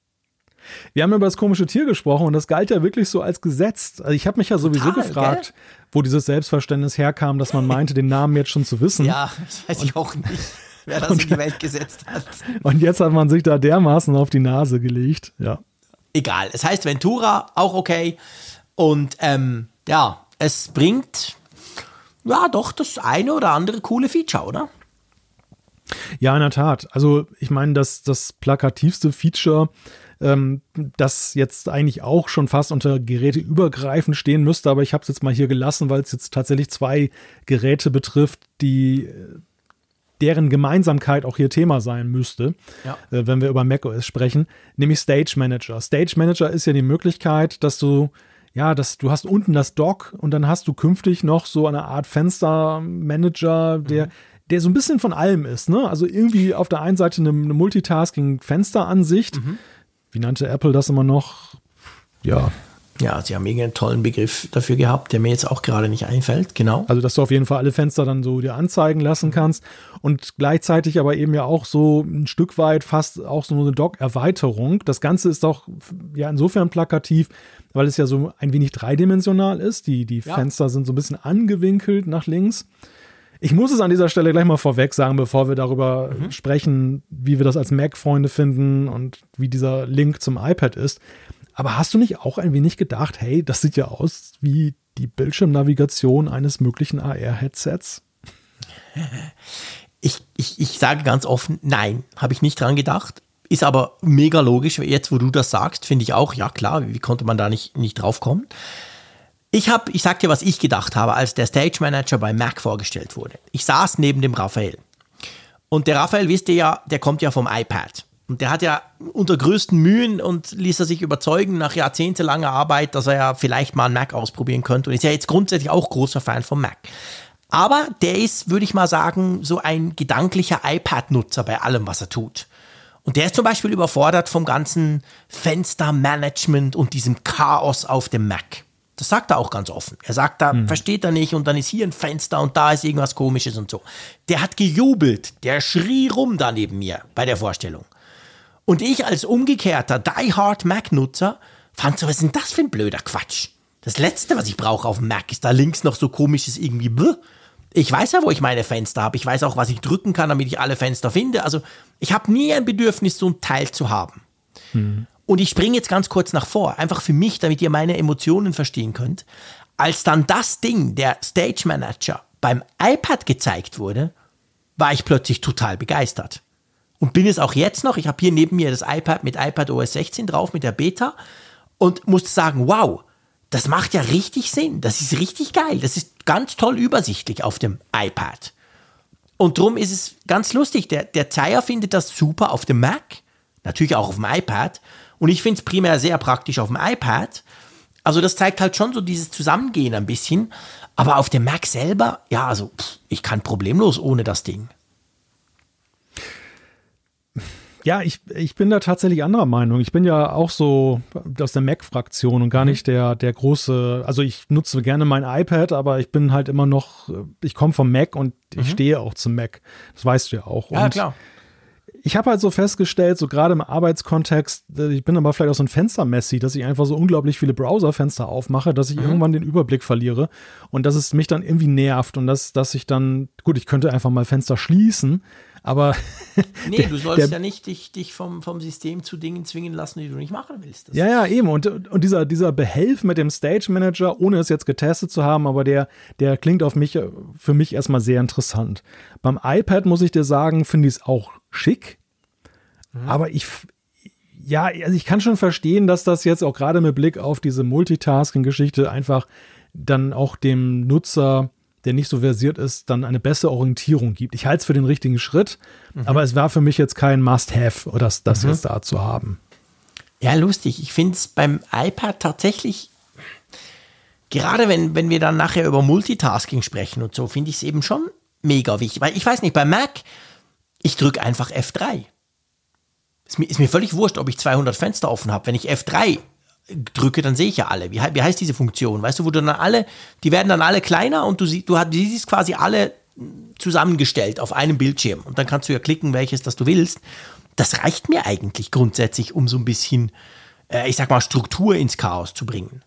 Wir haben über das komische Tier gesprochen und das galt ja wirklich so als gesetzt. Also ich habe mich ja sowieso Total, gefragt, gell? Wo dieses Selbstverständnis herkam, dass man meinte, den Namen jetzt schon zu wissen. Ja, das weiß ich auch nicht, wer das und, in die Welt gesetzt hat. Und jetzt hat man sich da dermaßen auf die Nase gelegt. Ja. Egal, es heißt Ventura, auch okay. Und ähm, ja, es bringt ja doch das eine oder andere coole Feature, oder? Ja, in der Tat. Also ich meine, das, das plakativste Feature, ähm, das jetzt eigentlich auch schon fast unter geräteübergreifend stehen müsste, aber ich habe es jetzt mal hier gelassen, weil es jetzt tatsächlich zwei Geräte betrifft, die deren Gemeinsamkeit auch hier Thema sein müsste, ja. äh, wenn wir über macOS sprechen, nämlich Stage Manager. Stage Manager ist ja die Möglichkeit, dass du Ja, das, du hast unten das Dock und dann hast du künftig noch so eine Art Fenstermanager, der, mhm. der so ein bisschen von allem ist, ne? Also irgendwie auf der einen Seite eine, eine Multitasking-Fensteransicht. Mhm. Wie nannte Apple das immer noch? Ja. Ja, sie haben irgendeinen tollen Begriff dafür gehabt, der mir jetzt auch gerade nicht einfällt, genau. Also, dass du auf jeden Fall alle Fenster dann so dir anzeigen lassen kannst und gleichzeitig aber eben ja auch so ein Stück weit fast auch so eine Dock-Erweiterung. Das Ganze ist auch ja insofern plakativ, weil es ja so ein wenig dreidimensional ist. Die, die ja. Fenster sind so ein bisschen angewinkelt nach links. Ich muss es an dieser Stelle gleich mal vorweg sagen, bevor wir darüber mhm. sprechen, wie wir das als Mac-Freunde finden und wie dieser Link zum iPad ist. Aber hast du nicht auch ein wenig gedacht, hey, das sieht ja aus wie die Bildschirmnavigation eines möglichen A R-Headsets? Ich, ich, ich sage ganz offen, nein, habe ich nicht dran gedacht. Ist aber mega logisch, jetzt wo du das sagst, finde ich auch, ja klar, wie konnte man da nicht, nicht drauf kommen? Ich habe, ich sag dir, was ich gedacht habe, als der Stage Manager bei Mac vorgestellt wurde. Ich saß neben dem Raphael. Und der Raphael, wisst ihr ja, der kommt ja vom iPad. Und der hat ja unter größten Mühen und ließ er sich überzeugen nach jahrzehntelanger Arbeit, dass er ja vielleicht mal einen Mac ausprobieren könnte. Und ist ja jetzt grundsätzlich auch großer Fan vom Mac. Aber der ist, würde ich mal sagen, so ein gedanklicher iPad-Nutzer bei allem, was er tut. Und der ist zum Beispiel überfordert vom ganzen Fenstermanagement und diesem Chaos auf dem Mac. Das sagt er auch ganz offen. Er sagt, da hm. versteht er nicht und dann ist hier ein Fenster und da ist irgendwas Komisches und so. Der hat gejubelt, der schrie rum da neben mir bei der Vorstellung. Und ich als umgekehrter Die-Hard Mac-Nutzer fand so, was ist denn das für ein blöder Quatsch? Das Letzte, was ich brauche auf dem Mac, ist da links noch so komisches irgendwie bläh. Ich weiß ja, wo ich meine Fenster habe. Ich weiß auch, was ich drücken kann, damit ich alle Fenster finde. Also ich habe nie ein Bedürfnis, so ein Teil zu haben. Hm. Und ich springe jetzt ganz kurz nach vor, einfach für mich, damit ihr meine Emotionen verstehen könnt. Als dann das Ding, der Stage Manager, beim iPad gezeigt wurde, war ich plötzlich total begeistert. Und bin es auch jetzt noch. Ich habe hier neben mir das iPad mit iPadOS sechzehn drauf, mit der Beta. Und musste sagen, wow, das macht ja richtig Sinn. Das ist richtig geil. Das ist ganz toll übersichtlich auf dem iPad. Und darum ist es ganz lustig, der, der Zeier findet das super auf dem Mac, natürlich auch auf dem iPad. Und ich finde es primär sehr praktisch auf dem iPad. Also das zeigt halt schon so dieses Zusammengehen ein bisschen. Aber auf dem Mac selber, ja, also pff, ich kann problemlos ohne das Ding. Ja, ich, ich bin da tatsächlich anderer Meinung. Ich bin ja auch so aus der Mac-Fraktion und gar nicht der, der große, also ich nutze gerne mein iPad, aber ich bin halt immer noch, ich komme vom Mac und ich mhm. stehe auch zum Mac. Das weißt du ja auch. Ja, und klar. Ich habe halt so festgestellt, so gerade im Arbeitskontext, ich bin aber vielleicht auch so ein Fenster-Messi, dass ich einfach so unglaublich viele Browserfenster aufmache, dass ich mhm. irgendwann den Überblick verliere und dass es mich dann irgendwie nervt und dass, dass ich dann, gut, ich könnte einfach mal Fenster schließen, aber nee, der, du sollst der, ja nicht dich, dich vom, vom System zu Dingen zwingen lassen, die du nicht machen willst. Das ja, ja, eben. Und, und dieser, dieser Behelf mit dem Stage Manager, ohne es jetzt getestet zu haben, aber der, der klingt auf mich, für mich erstmal sehr interessant. Beim iPad, muss ich dir sagen, finde ich es auch schick. Mhm. Aber ich, ja, also ich kann schon verstehen, dass das jetzt auch gerade mit Blick auf diese Multitasking-Geschichte einfach dann auch dem Nutzer, der nicht so versiert ist, dann eine bessere Orientierung gibt. Ich halte es für den richtigen Schritt, mhm. aber es war für mich jetzt kein Must-Have, das, das mhm. jetzt da zu haben. Ja, lustig. Ich finde es beim iPad tatsächlich, gerade wenn, wenn wir dann nachher über Multitasking sprechen und so, finde ich es eben schon mega wichtig. Weil ich weiß nicht, bei Mac, ich drücke einfach F drei. Ist mir, ist mir völlig wurscht, ob ich zweihundert Fenster offen habe. Wenn ich F drei drücke, dann sehe ich ja alle. Wie, wie heißt diese Funktion? Weißt du, wo du dann alle, die werden dann alle kleiner und du, sie, du, du siehst quasi alle zusammengestellt auf einem Bildschirm. Und dann kannst du ja klicken, welches das du willst. Das reicht mir eigentlich grundsätzlich, um so ein bisschen, äh, ich sag mal, Struktur ins Chaos zu bringen.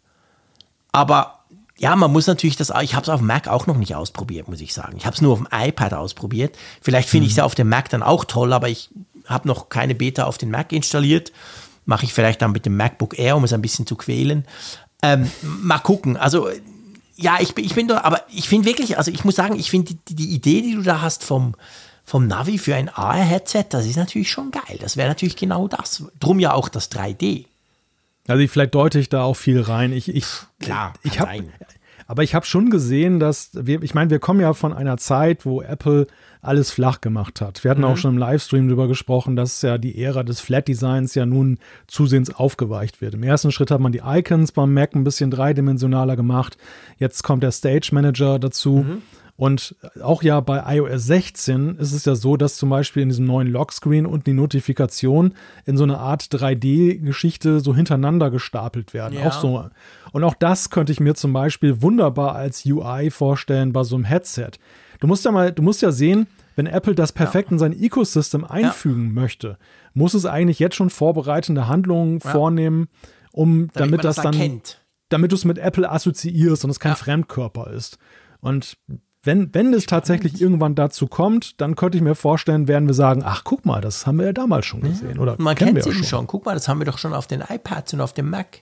Aber ja, man muss natürlich das, ich habe es auf dem Mac auch noch nicht ausprobiert, muss ich sagen. Ich habe es nur auf dem iPad ausprobiert. Vielleicht finde mhm. ich es ja auf dem Mac dann auch toll, aber ich habe noch keine Beta auf den Mac installiert. Mache ich vielleicht dann mit dem MacBook Air, um es ein bisschen zu quälen. Ähm, mal gucken. Also, ja, ich bin, ich bin da, aber ich finde wirklich, also ich muss sagen, ich finde die, die Idee, die du da hast vom, vom Navi für ein A R-Headset, das ist natürlich schon geil. Das wäre natürlich genau das. Drum ja auch das drei D. Also ich, vielleicht deute ich da auch viel rein. Ich, ich, Klar, ich habe, aber ich habe schon gesehen, dass wir, ich meine, wir kommen ja von einer Zeit, wo Apple alles flach gemacht hat. Wir hatten mhm. auch schon im Livestream darüber gesprochen, dass ja die Ära des Flat-Designs ja nun zusehends aufgeweicht wird. Im ersten Schritt hat man die Icons beim Mac ein bisschen dreidimensionaler gemacht. Jetzt kommt der Stage Manager dazu. Mhm. Und auch ja bei i O S sechzehn ist es ja so, dass zum Beispiel in diesem neuen Lockscreen und die Notifikation in so eine Art drei D-Geschichte so hintereinander gestapelt werden. Ja. Auch so. Und auch das könnte ich mir zum Beispiel wunderbar als U I vorstellen bei so einem Headset. Du musst ja mal, du musst ja sehen, wenn Apple das perfekt ja. in sein Ecosystem einfügen ja. möchte, muss es eigentlich jetzt schon vorbereitende Handlungen ja. vornehmen, um damit, damit das, das dann, erkennt. damit du es mit Apple assoziierst und es kein ja. Fremdkörper ist. Und wenn, wenn es tatsächlich irgendwann dazu kommt, dann könnte ich mir vorstellen, werden wir sagen, ach, guck mal, das haben wir ja damals schon gesehen. Oder man kennt es eben schon. schon. Guck mal, das haben wir doch schon auf den iPads und auf dem Mac.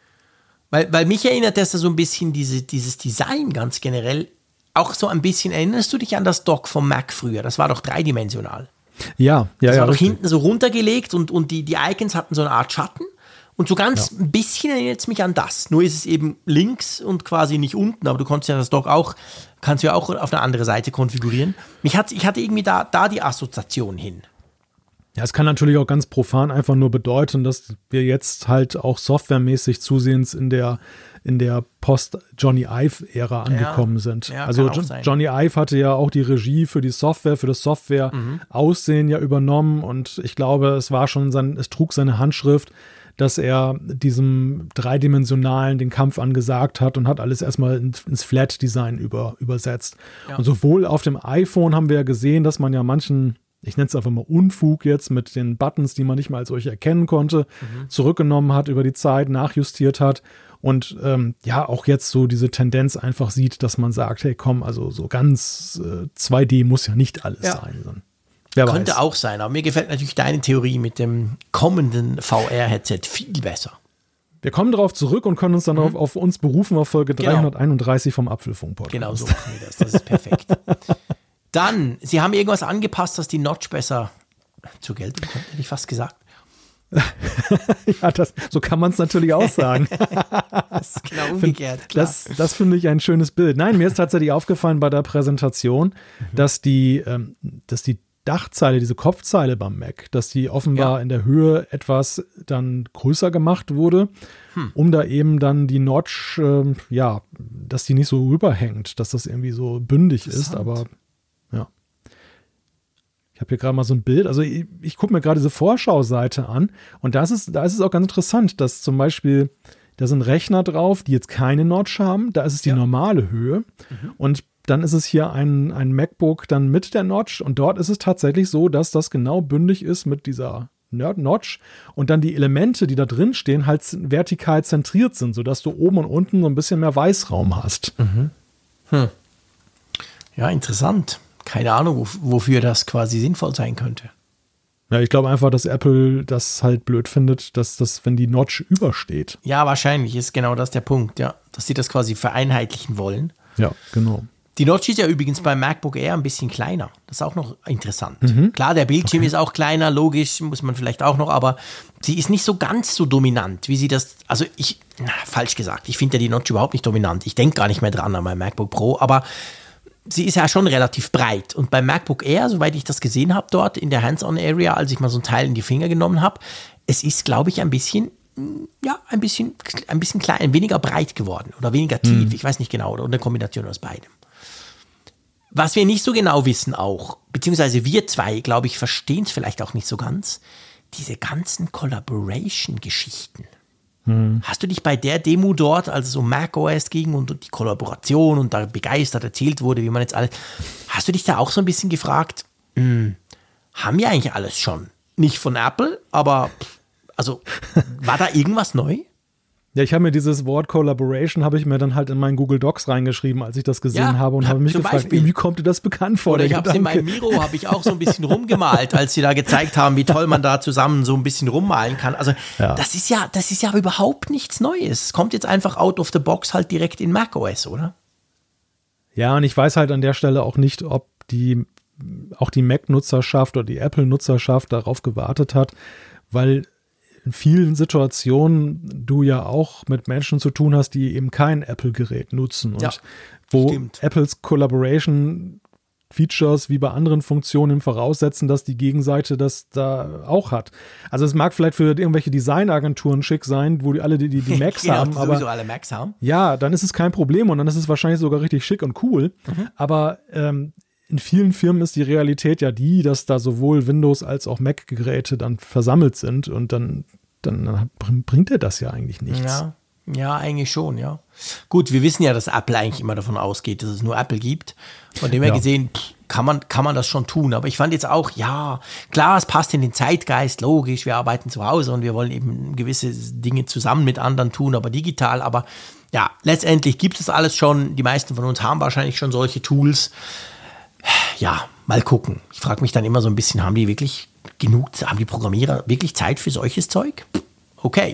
Weil, weil mich erinnert das so ein bisschen, diese, dieses Design ganz generell, auch so ein bisschen, erinnerst du dich an das Dock vom Mac früher? Das war doch dreidimensional. Ja, ja, das ja. war doch richtig. hinten so runtergelegt und, und die, die Icons hatten so eine Art Schatten. Und so ganz ja. ein bisschen erinnert es mich an das. Nur ist es eben links und quasi nicht unten, aber du konntest ja das Dock auch, kannst du ja auch auf eine andere Seite konfigurieren. Mich hat, ich hatte irgendwie da, da die Assoziation hin. Ja, es kann natürlich auch ganz profan einfach nur bedeuten, dass wir jetzt halt auch softwaremäßig zusehends in der, in der Post-Johnny Ive-Ära angekommen ja, sind. Ja, also jo- Johnny Ive hatte ja auch die Regie für die Software, für das Software-Aussehen mhm. ja übernommen und ich glaube, es war schon sein, es trug seine Handschrift, dass er diesem dreidimensionalen den Kampf angesagt hat und hat alles erstmal ins, ins Flat-Design über, übersetzt. Ja. Und sowohl auf dem iPhone haben wir ja gesehen, dass man ja manchen, ich nenne es einfach mal Unfug jetzt mit den Buttons, die man nicht mal als solche erkennen konnte, mhm. zurückgenommen hat über die Zeit, nachjustiert hat und ähm, ja auch jetzt so diese Tendenz einfach sieht, dass man sagt, hey komm, also so ganz äh, zwei D muss ja nicht alles ja. sein. Sondern wer Könnte weiß. auch sein, aber mir gefällt natürlich deine Theorie mit dem kommenden V R-Headset viel besser. Wir kommen darauf zurück und können uns dann mhm. auf, auf uns berufen auf Folge genau. dreihunderteinunddreißig vom Apfelfunk-Podcast. Genau so machen wir das, das ist perfekt. Dann, sie haben irgendwas angepasst, dass die Notch besser zur Geltung kommt, hätte ich fast gesagt. Ja, das, so kann man es natürlich auch sagen. Das ist genau umgekehrt, klar. Das, das finde ich ein schönes Bild. Nein, mir ist tatsächlich aufgefallen bei der Präsentation, mhm. dass die, ähm, dass die Dachzeile, diese Kopfzeile beim Mac, dass die offenbar ja. in der Höhe etwas dann größer gemacht wurde, hm. um da eben dann die Notch, äh, ja, dass die nicht so rüberhängt, dass das irgendwie so bündig ist, aber ja. Ich habe hier gerade mal so ein Bild, also ich, ich gucke mir gerade diese Vorschauseite an und das ist, da ist es auch ganz interessant, dass zum Beispiel, da sind Rechner drauf, die jetzt keine Notch haben, da ist es die ja. normale Höhe mhm. und dann ist es hier ein, ein MacBook dann mit der Notch und dort ist es tatsächlich so, dass das genau bündig ist mit dieser Notch und dann die Elemente, die da drin stehen, halt vertikal zentriert sind, sodass du oben und unten so ein bisschen mehr Weißraum hast. Mhm. Hm. Ja, interessant. Keine Ahnung, wofür das quasi sinnvoll sein könnte. Ja, ich glaube einfach, dass Apple das halt blöd findet, dass das, wenn die Notch übersteht. Ja, wahrscheinlich ist genau das der Punkt, ja, dass sie das quasi vereinheitlichen wollen. Ja, genau. Die Notch ist ja übrigens beim MacBook Air ein bisschen kleiner. Das ist auch noch interessant. Mhm. Klar, der Bildschirm okay. ist auch kleiner, logisch, muss man vielleicht auch noch, aber sie ist nicht so ganz so dominant, wie sie das, also ich, na, falsch gesagt, ich finde ja die Notch überhaupt nicht dominant. Ich denke gar nicht mehr dran an mein MacBook Pro, aber sie ist ja schon relativ breit. Und beim MacBook Air, soweit ich das gesehen habe dort in der Hands-on-Area, als ich mal so ein Teil in die Finger genommen habe, es ist, glaube ich, ein bisschen ja, ein bisschen, ein bisschen klein, weniger breit geworden oder weniger tief, mhm. ich weiß nicht genau, oder eine Kombination aus beidem. Was wir nicht so genau wissen auch, beziehungsweise wir zwei, glaube ich, verstehen es vielleicht auch nicht so ganz, diese ganzen Collaboration-Geschichten. Hm. Hast du dich bei der Demo dort, als es um macOS ging und die Kollaboration und da begeistert erzählt wurde, wie man jetzt alles, hast du dich da auch so ein bisschen gefragt, hm, haben wir eigentlich alles schon? Nicht von Apple, aber also war da irgendwas neu? Ja, ich habe mir dieses Wort Collaboration, habe ich mir dann halt in meinen Google Docs reingeschrieben, als ich das gesehen ja, habe und habe mich gefragt, Beispiel. Wie kommt dir das bekannt vor? Oder ich habe es in meinem Miro, habe ich auch so ein bisschen rumgemalt, als sie da gezeigt haben, wie toll man da zusammen so ein bisschen rummalen kann. Also ja. das ist ja, das ist ja überhaupt nichts Neues. Es kommt jetzt einfach out of the box halt direkt in macOS, oder? Ja, und ich weiß halt an der Stelle auch nicht, ob die, auch die Mac-Nutzerschaft oder die Apple-Nutzerschaft darauf gewartet hat, weil in vielen Situationen du ja auch mit Menschen zu tun hast, die eben kein Apple-Gerät nutzen und ja, wo stimmt. Apples Collaboration-Features wie bei anderen Funktionen voraussetzen, dass die Gegenseite das da auch hat. Also es mag vielleicht für irgendwelche Designagenturen schick sein, wo die alle die, die, die Macs genau, haben, die aber alle Macs haben. Ja, dann ist es kein Problem und dann ist es wahrscheinlich sogar richtig schick und cool. Mhm. Aber ähm, in vielen Firmen ist die Realität ja die, dass da sowohl Windows als auch Mac-Geräte dann versammelt sind und dann, dann bringt dir das ja eigentlich nichts. Ja, ja, eigentlich schon, ja. Gut, wir wissen ja, dass Apple eigentlich immer davon ausgeht, dass es nur Apple gibt. Von dem her ja. gesehen kann man, kann man das schon tun. Aber ich fand jetzt auch, ja, klar, es passt in den Zeitgeist, logisch, wir arbeiten zu Hause und wir wollen eben gewisse Dinge zusammen mit anderen tun, aber digital. Aber ja, letztendlich gibt es alles schon. Die meisten von uns haben wahrscheinlich schon solche Tools. Ja, mal gucken. Ich frage mich dann immer so ein bisschen, haben die wirklich genug, haben die Programmierer wirklich Zeit für solches Zeug? Okay.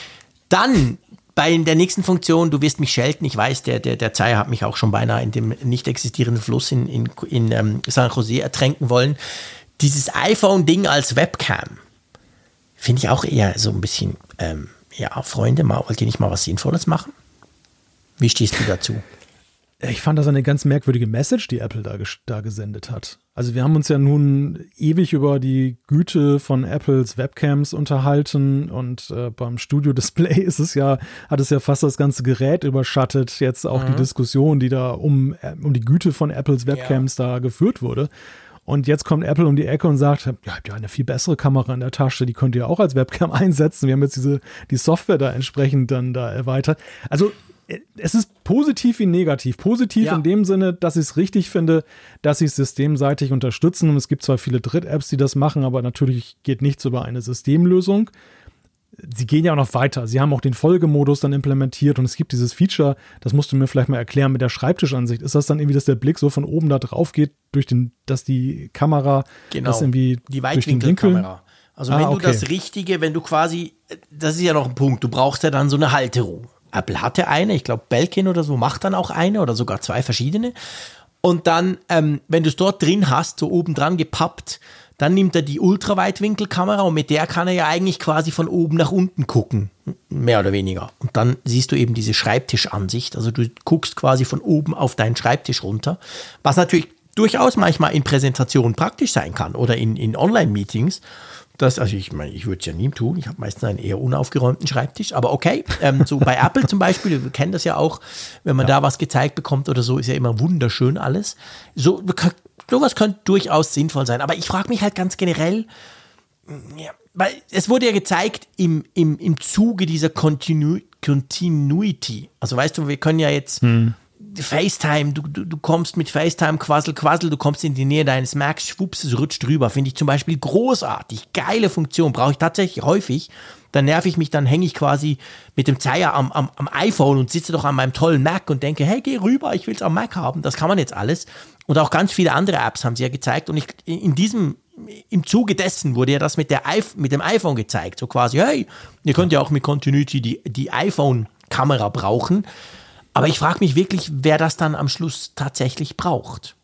Dann bei der nächsten Funktion, du wirst mich schelten, ich weiß, der, der, der Zeier hat mich auch schon beinahe in dem nicht existierenden Fluss in, in, in ähm, San Jose ertränken wollen. Dieses iPhone-Ding als Webcam finde ich auch eher so ein bisschen, ähm, ja, Freunde, mal, wollt ihr nicht mal was Sinnvolles machen? Wie stehst du dazu? Ich fand das eine ganz merkwürdige Message, die Apple da, da gesendet hat. Also wir haben uns ja nun ewig über die Güte von Apples Webcams unterhalten und äh, beim Studio Display ist es ja, hat es ja fast das ganze Gerät überschattet, jetzt auch mhm. die Diskussion, die da um, um die Güte von Apples Webcams ja. da geführt wurde. Und jetzt kommt Apple um die Ecke und sagt, ja, ihr habt ja eine viel bessere Kamera in der Tasche, die könnt ihr auch als Webcam einsetzen. Wir haben jetzt diese die Software da entsprechend dann da erweitert. Also es ist positiv wie negativ. Positiv ja. in dem Sinne, dass ich es richtig finde, dass sie es systemseitig unterstützen. Und es gibt zwar viele Dritt-Apps, die das machen, aber natürlich geht nichts über eine Systemlösung. Sie gehen ja auch noch weiter. Sie haben auch den Folgemodus dann implementiert und es gibt dieses Feature, das musst du mir vielleicht mal erklären, mit der Schreibtischansicht. Ist das dann irgendwie, dass der Blick so von oben da drauf geht, durch den, dass die Kamera genau. das irgendwie die Weitwinkelkamera. Also ah, wenn du okay. das Richtige, wenn du quasi, das ist ja noch ein Punkt, du brauchst ja dann so eine Halterung. Apple hatte eine, ich glaube Belkin oder so macht dann auch eine oder sogar zwei verschiedene. Und dann, ähm, wenn du es dort drin hast, so oben dran gepappt, Dann nimmt er die Ultraweitwinkelkamera und mit der kann er ja eigentlich quasi von oben nach unten gucken, mehr oder weniger. Und dann siehst du eben diese Schreibtischansicht, also du guckst quasi von oben auf deinen Schreibtisch runter, was natürlich durchaus manchmal in Präsentationen praktisch sein kann oder in, in Online-Meetings. Das, also ich meine, ich würde es ja nie tun, ich habe meistens einen eher unaufgeräumten Schreibtisch, aber okay, ähm, so bei Apple zum Beispiel, wir kennen das ja auch, wenn man ja. da was gezeigt bekommt oder so, ist ja immer wunderschön alles. So Sowas könnte durchaus sinnvoll sein, aber ich frage mich halt ganz generell, ja, weil es wurde ja gezeigt im, im, im Zuge dieser Continu- Continuity, also weißt du, wir können ja jetzt hm. FaceTime, du, du, du kommst mit FaceTime, Quassel, Quassel, du kommst in die Nähe deines Macs, schwupps, es rutscht drüber, finde ich zum Beispiel großartig, geile Funktion, brauche ich tatsächlich häufig. Dann nerv ich mich, dann hänge ich quasi mit dem Zeiger am, am, am iPhone und sitze doch an meinem tollen Mac und denke, hey, geh rüber, ich will es am Mac haben. Das kann man jetzt alles. Und auch ganz viele andere Apps haben sie ja gezeigt. Und ich, in diesem, im Zuge dessen wurde ja das mit, der, mit dem iPhone gezeigt. So quasi, hey, ihr könnt ja auch mit Continuity die, die iPhone-Kamera brauchen. Aber ich frage mich wirklich, wer das dann am Schluss tatsächlich braucht.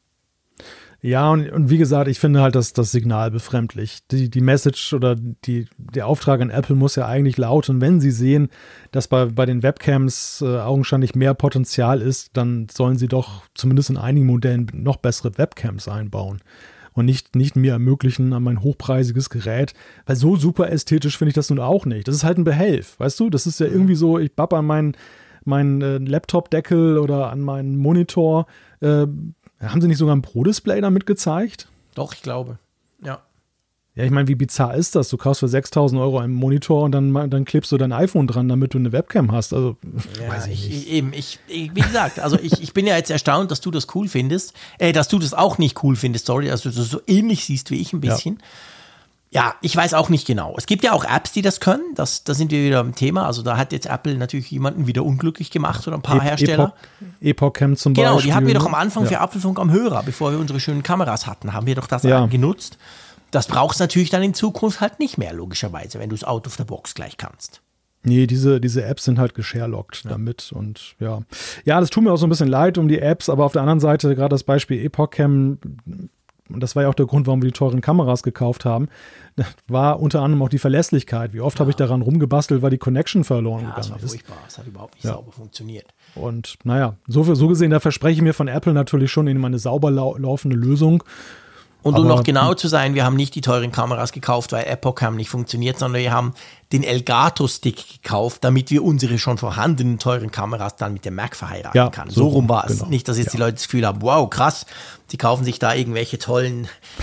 Ja, und, und wie gesagt, ich finde halt das, das Signal befremdlich. Die, die Message oder die, der Auftrag an Apple muss ja eigentlich lauten, wenn sie sehen, dass bei, bei den Webcams äh, augenscheinlich mehr Potenzial ist, dann sollen sie doch zumindest in einigen Modellen noch bessere Webcams einbauen. Und nicht, nicht mir ermöglichen an mein hochpreisiges Gerät, weil so super ästhetisch finde ich das nun auch nicht. Das ist halt ein Behelf, weißt du? Das ist ja irgendwie so, ich bapp an meinen, meinen äh, Laptop-Deckel oder an meinen Monitor, äh, haben sie nicht sogar ein Pro-Display damit gezeigt? Doch, ich glaube, ja. Ja, ich meine, wie bizarr ist das? Du kaufst für sechstausend Euro einen Monitor und dann, dann klebst du dein iPhone dran, damit du eine Webcam hast. Also, ja, weiß ich nicht. Ich, eben, ich, ich, wie gesagt, also ich, ich bin ja jetzt erstaunt, dass du das cool findest, äh, dass du das auch nicht cool findest, sorry, also du so ähnlich siehst wie ich ein bisschen. Ja. Ja, ich weiß auch nicht genau. Es gibt ja auch Apps, die das können. Das, da sind wir wieder im Thema. Also da hat jetzt Apple natürlich jemanden wieder unglücklich gemacht oder ein paar e- Hersteller. Epoch Cam zum genau, Beispiel. Genau, die hatten wir doch am Anfang ja. für Apfelfunk am Hörer, bevor wir unsere schönen Kameras hatten, haben wir doch das ja. genutzt. Das brauchst du natürlich dann in Zukunft halt nicht mehr, logischerweise, wenn du es out of the box gleich kannst. Nee, diese, diese Apps sind halt gesharelockt ja. damit und ja. Ja, das tut mir auch so ein bisschen leid um die Apps, aber auf der anderen Seite, gerade das Beispiel Epoch Cam, und das war ja auch der Grund, warum wir die teuren Kameras gekauft haben, war unter anderem auch die Verlässlichkeit. Wie oft ja. habe ich daran rumgebastelt, weil die Connection verloren ja, gegangen ist. Ja, das war furchtbar. Es hat überhaupt nicht ja. sauber funktioniert. Und naja, so, so gesehen, da verspreche ich mir von Apple natürlich schon in eine sauber lau- laufende Lösung. Und um Aber, noch genau zu sein, wir haben nicht die teuren Kameras gekauft, weil Epoch Cam nicht funktioniert, sondern wir haben den Elgato-Stick gekauft, damit wir unsere schon vorhandenen teuren Kameras dann mit dem Mac verheiraten ja, können. So, so rum war es. Genau. Nicht, dass jetzt ja. die Leute das Gefühl haben, wow, krass, die kaufen sich da irgendwelche tollen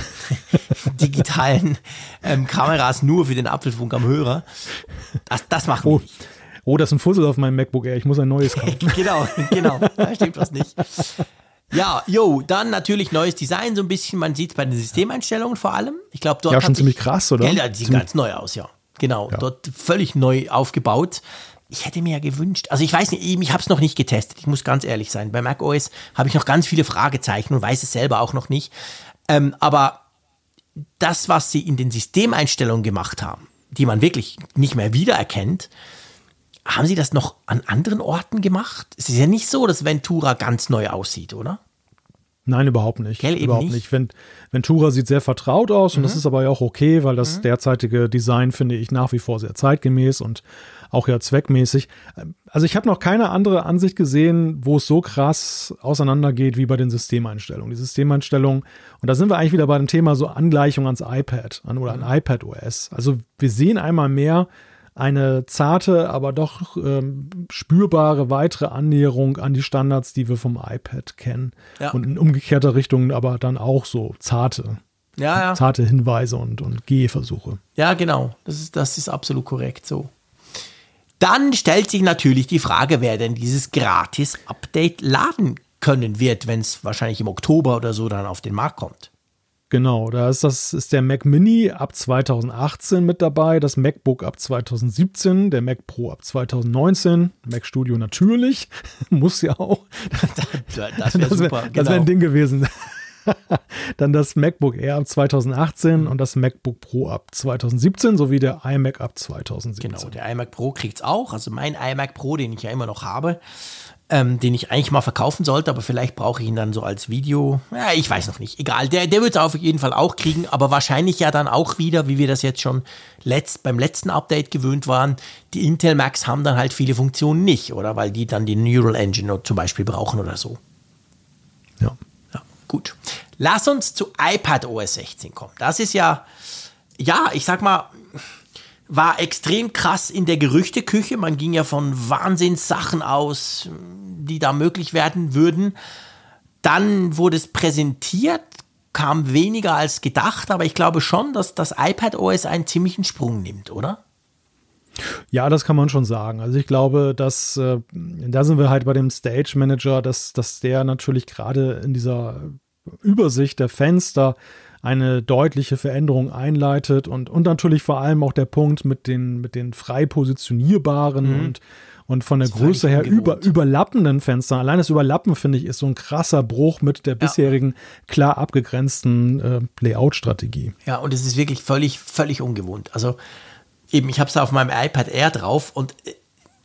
digitalen ähm, Kameras nur für den Apfelfunk am Hörer. Das, das machen oh. wir nicht. Oh, das ist ein Fussel auf meinem MacBook Air, ich muss ein neues kaufen. genau, genau, da stimmt was nicht. Ja, jo, dann natürlich neues Design, so ein bisschen, man sieht es bei den Systemeinstellungen vor allem. Ich glaube, dort ja, schon hat ziemlich sich, krass, oder? Ja, die sieht ganz neu aus, ja. Genau, ja. Dort völlig neu aufgebaut. Ich hätte mir ja gewünscht, also ich weiß nicht, ich habe es noch nicht getestet, ich muss ganz ehrlich sein. Bei macOS habe ich noch ganz viele Fragezeichen und weiß es selber auch noch nicht. Ähm, aber das, was sie in den Systemeinstellungen gemacht haben, die man wirklich nicht mehr wiedererkennt, haben Sie das noch an anderen Orten gemacht? Es ist ja nicht so, dass Ventura ganz neu aussieht, oder? Nein, überhaupt nicht. Gell, überhaupt nicht. nicht. Ventura sieht sehr vertraut aus mhm. und das ist aber ja auch okay, weil das mhm. derzeitige Design finde ich nach wie vor sehr zeitgemäß und auch ja zweckmäßig. Also ich habe noch keine andere Ansicht gesehen, wo es so krass auseinandergeht wie bei den Systemeinstellungen. Die Systemeinstellungen, und da sind wir eigentlich wieder bei dem Thema so Angleichung ans iPad an oder an mhm. iPadOS. Also wir sehen einmal mehr eine zarte, aber doch ähm, spürbare weitere Annäherung an die Standards, die wir vom iPad kennen. Ja. Und in umgekehrter Richtung aber dann auch so zarte, ja, ja. zarte Hinweise und, und Gehversuche. Ja, genau. Das ist, das ist absolut korrekt so. Dann stellt sich natürlich die Frage, wer denn dieses Gratis-Update laden können wird, wenn es wahrscheinlich im Oktober oder so dann auf den Markt kommt. Genau, da ist, das, ist der Mac Mini ab zweitausendachtzehn mit dabei, das MacBook ab zweitausendsiebzehn, der Mac Pro ab zweitausendneunzehn, Mac Studio natürlich, muss ja auch. Das wäre super. Das wäre wär ein Ding gewesen. Dann das MacBook Air ab zweitausendachtzehn mhm. und das MacBook Pro ab zweitausendsiebzehn sowie der iMac ab zweitausendsiebzehn. Genau, der iMac Pro kriegt es auch. Also mein iMac Pro, den ich ja immer noch habe, ähm, den ich eigentlich mal verkaufen sollte, aber vielleicht brauche ich ihn dann so als Video. Ja, ich weiß noch nicht. Egal, der, der wird es auf jeden Fall auch kriegen, aber wahrscheinlich ja dann auch wieder, wie wir das jetzt schon letzt, beim letzten Update gewöhnt waren, die Intel Macs haben dann halt viele Funktionen nicht, oder? Weil die dann die Neural Engine zum Beispiel brauchen oder so. Ja. Ja, gut. Lass uns zu iPadOS sechzehn kommen. Das ist ja, ja, ich sag mal, war extrem krass in der Gerüchteküche. Man ging ja von Wahnsinnssachen aus, die da möglich werden würden. Dann wurde es präsentiert, kam weniger als gedacht, aber ich glaube schon, dass das iPadOS einen ziemlichen Sprung nimmt, oder? Ja, das kann man schon sagen. Also ich glaube, dass äh, da sind wir halt bei dem Stage Manager, dass, dass der natürlich gerade in dieser Übersicht der Fenster eine deutliche Veränderung einleitet und, und natürlich vor allem auch der Punkt mit den, mit den frei positionierbaren mhm. und, und von der Größe her über, überlappenden Fenstern. Allein das Überlappen, finde ich, ist so ein krasser Bruch mit der ja. bisherigen klar abgegrenzten äh, Layout-Strategie. Ja, und es ist wirklich völlig, völlig ungewohnt. Also eben, ich habe es auf meinem iPad Air drauf und äh,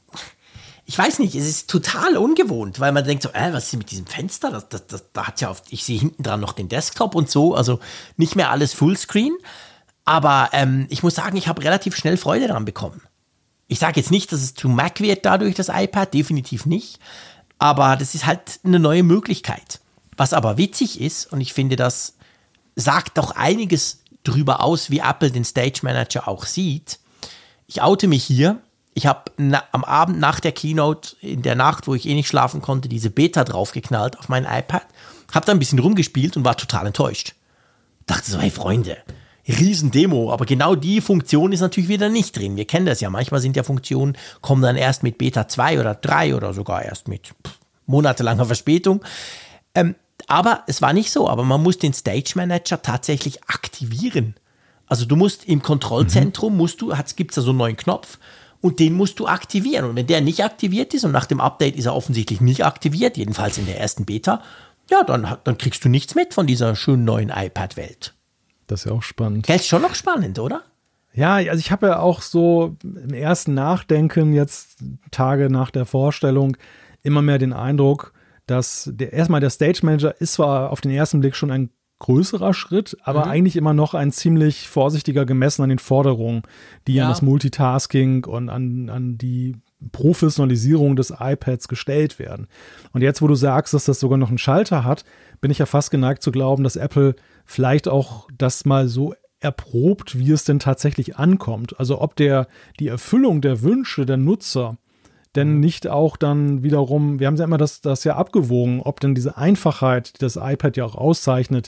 ich weiß nicht, es ist total ungewohnt, weil man denkt so, äh, was ist mit diesem Fenster? Das, das, das, da hat ja auf, ich sehe hinten dran noch den Desktop und so, also nicht mehr alles Fullscreen. Aber ähm, ich muss sagen, ich habe relativ schnell Freude daran bekommen. Ich sage jetzt nicht, dass es zu Mac wird dadurch, das iPad, definitiv nicht. Aber das ist halt eine neue Möglichkeit. Was aber witzig ist, und ich finde, das sagt doch einiges drüber aus, wie Apple den Stage Manager auch sieht. Ich oute mich hier. Ich habe am Abend nach der Keynote, in der Nacht, wo ich eh nicht schlafen konnte, diese Beta draufgeknallt auf mein iPad, habe da ein bisschen rumgespielt und war total enttäuscht. Dachte so, hey Freunde, Riesendemo, aber genau die Funktion ist natürlich wieder nicht drin. Wir kennen das ja, manchmal sind ja Funktionen, kommen dann erst mit Beta zwei oder drei oder sogar erst mit pff, monatelanger Verspätung. Ähm, aber es war nicht so, aber man muss den Stage Manager tatsächlich aktivieren. Also du musst im Kontrollzentrum, musst du, gibt es da so einen neuen Knopf, und den musst du aktivieren. Und wenn der nicht aktiviert ist, und nach dem Update ist er offensichtlich nicht aktiviert, jedenfalls in der ersten Beta, ja, dann, dann kriegst du nichts mit von dieser schönen neuen iPad-Welt. Das ist ja auch spannend. Das ist schon noch spannend, oder? Ja, also ich habe ja auch so im ersten Nachdenken, jetzt Tage nach der Vorstellung, immer mehr den Eindruck, dass der, erstmal der Stage Manager ist zwar auf den ersten Blick schon ein größerer Schritt, aber mhm. eigentlich immer noch ein ziemlich vorsichtiger gemessen an den Forderungen, die ja. an das Multitasking und an, an die Professionalisierung des iPads gestellt werden. Und jetzt, wo du sagst, dass das sogar noch einen Schalter hat, bin ich ja fast geneigt zu glauben, dass Apple vielleicht auch das mal so erprobt, wie es denn tatsächlich ankommt. Also ob der die Erfüllung der Wünsche der Nutzer denn nicht auch dann wiederum, wir haben ja immer das, das ja abgewogen, ob denn diese Einfachheit, die das iPad ja auch auszeichnet,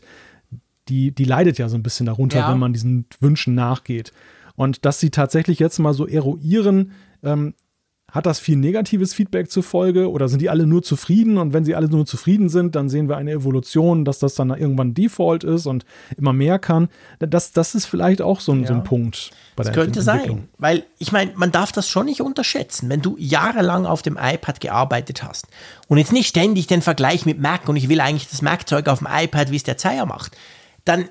die, die leidet ja so ein bisschen darunter, ja. wenn man diesen Wünschen nachgeht. Und dass sie tatsächlich jetzt mal so eruieren, ähm, hat das viel negatives Feedback zur Folge oder sind die alle nur zufrieden? Und wenn sie alle nur zufrieden sind, dann sehen wir eine Evolution, dass das dann irgendwann Default ist und immer mehr kann. Das, das ist vielleicht auch so ein, ja. so ein Punkt bei der Entwicklung. Das könnte sein, weil ich meine, man darf das schon nicht unterschätzen. Wenn du jahrelang auf dem iPad gearbeitet hast und jetzt nicht ständig den Vergleich mit Mac und ich will eigentlich das Mac-Zeug auf dem iPad, wie es der Zeier macht, dann,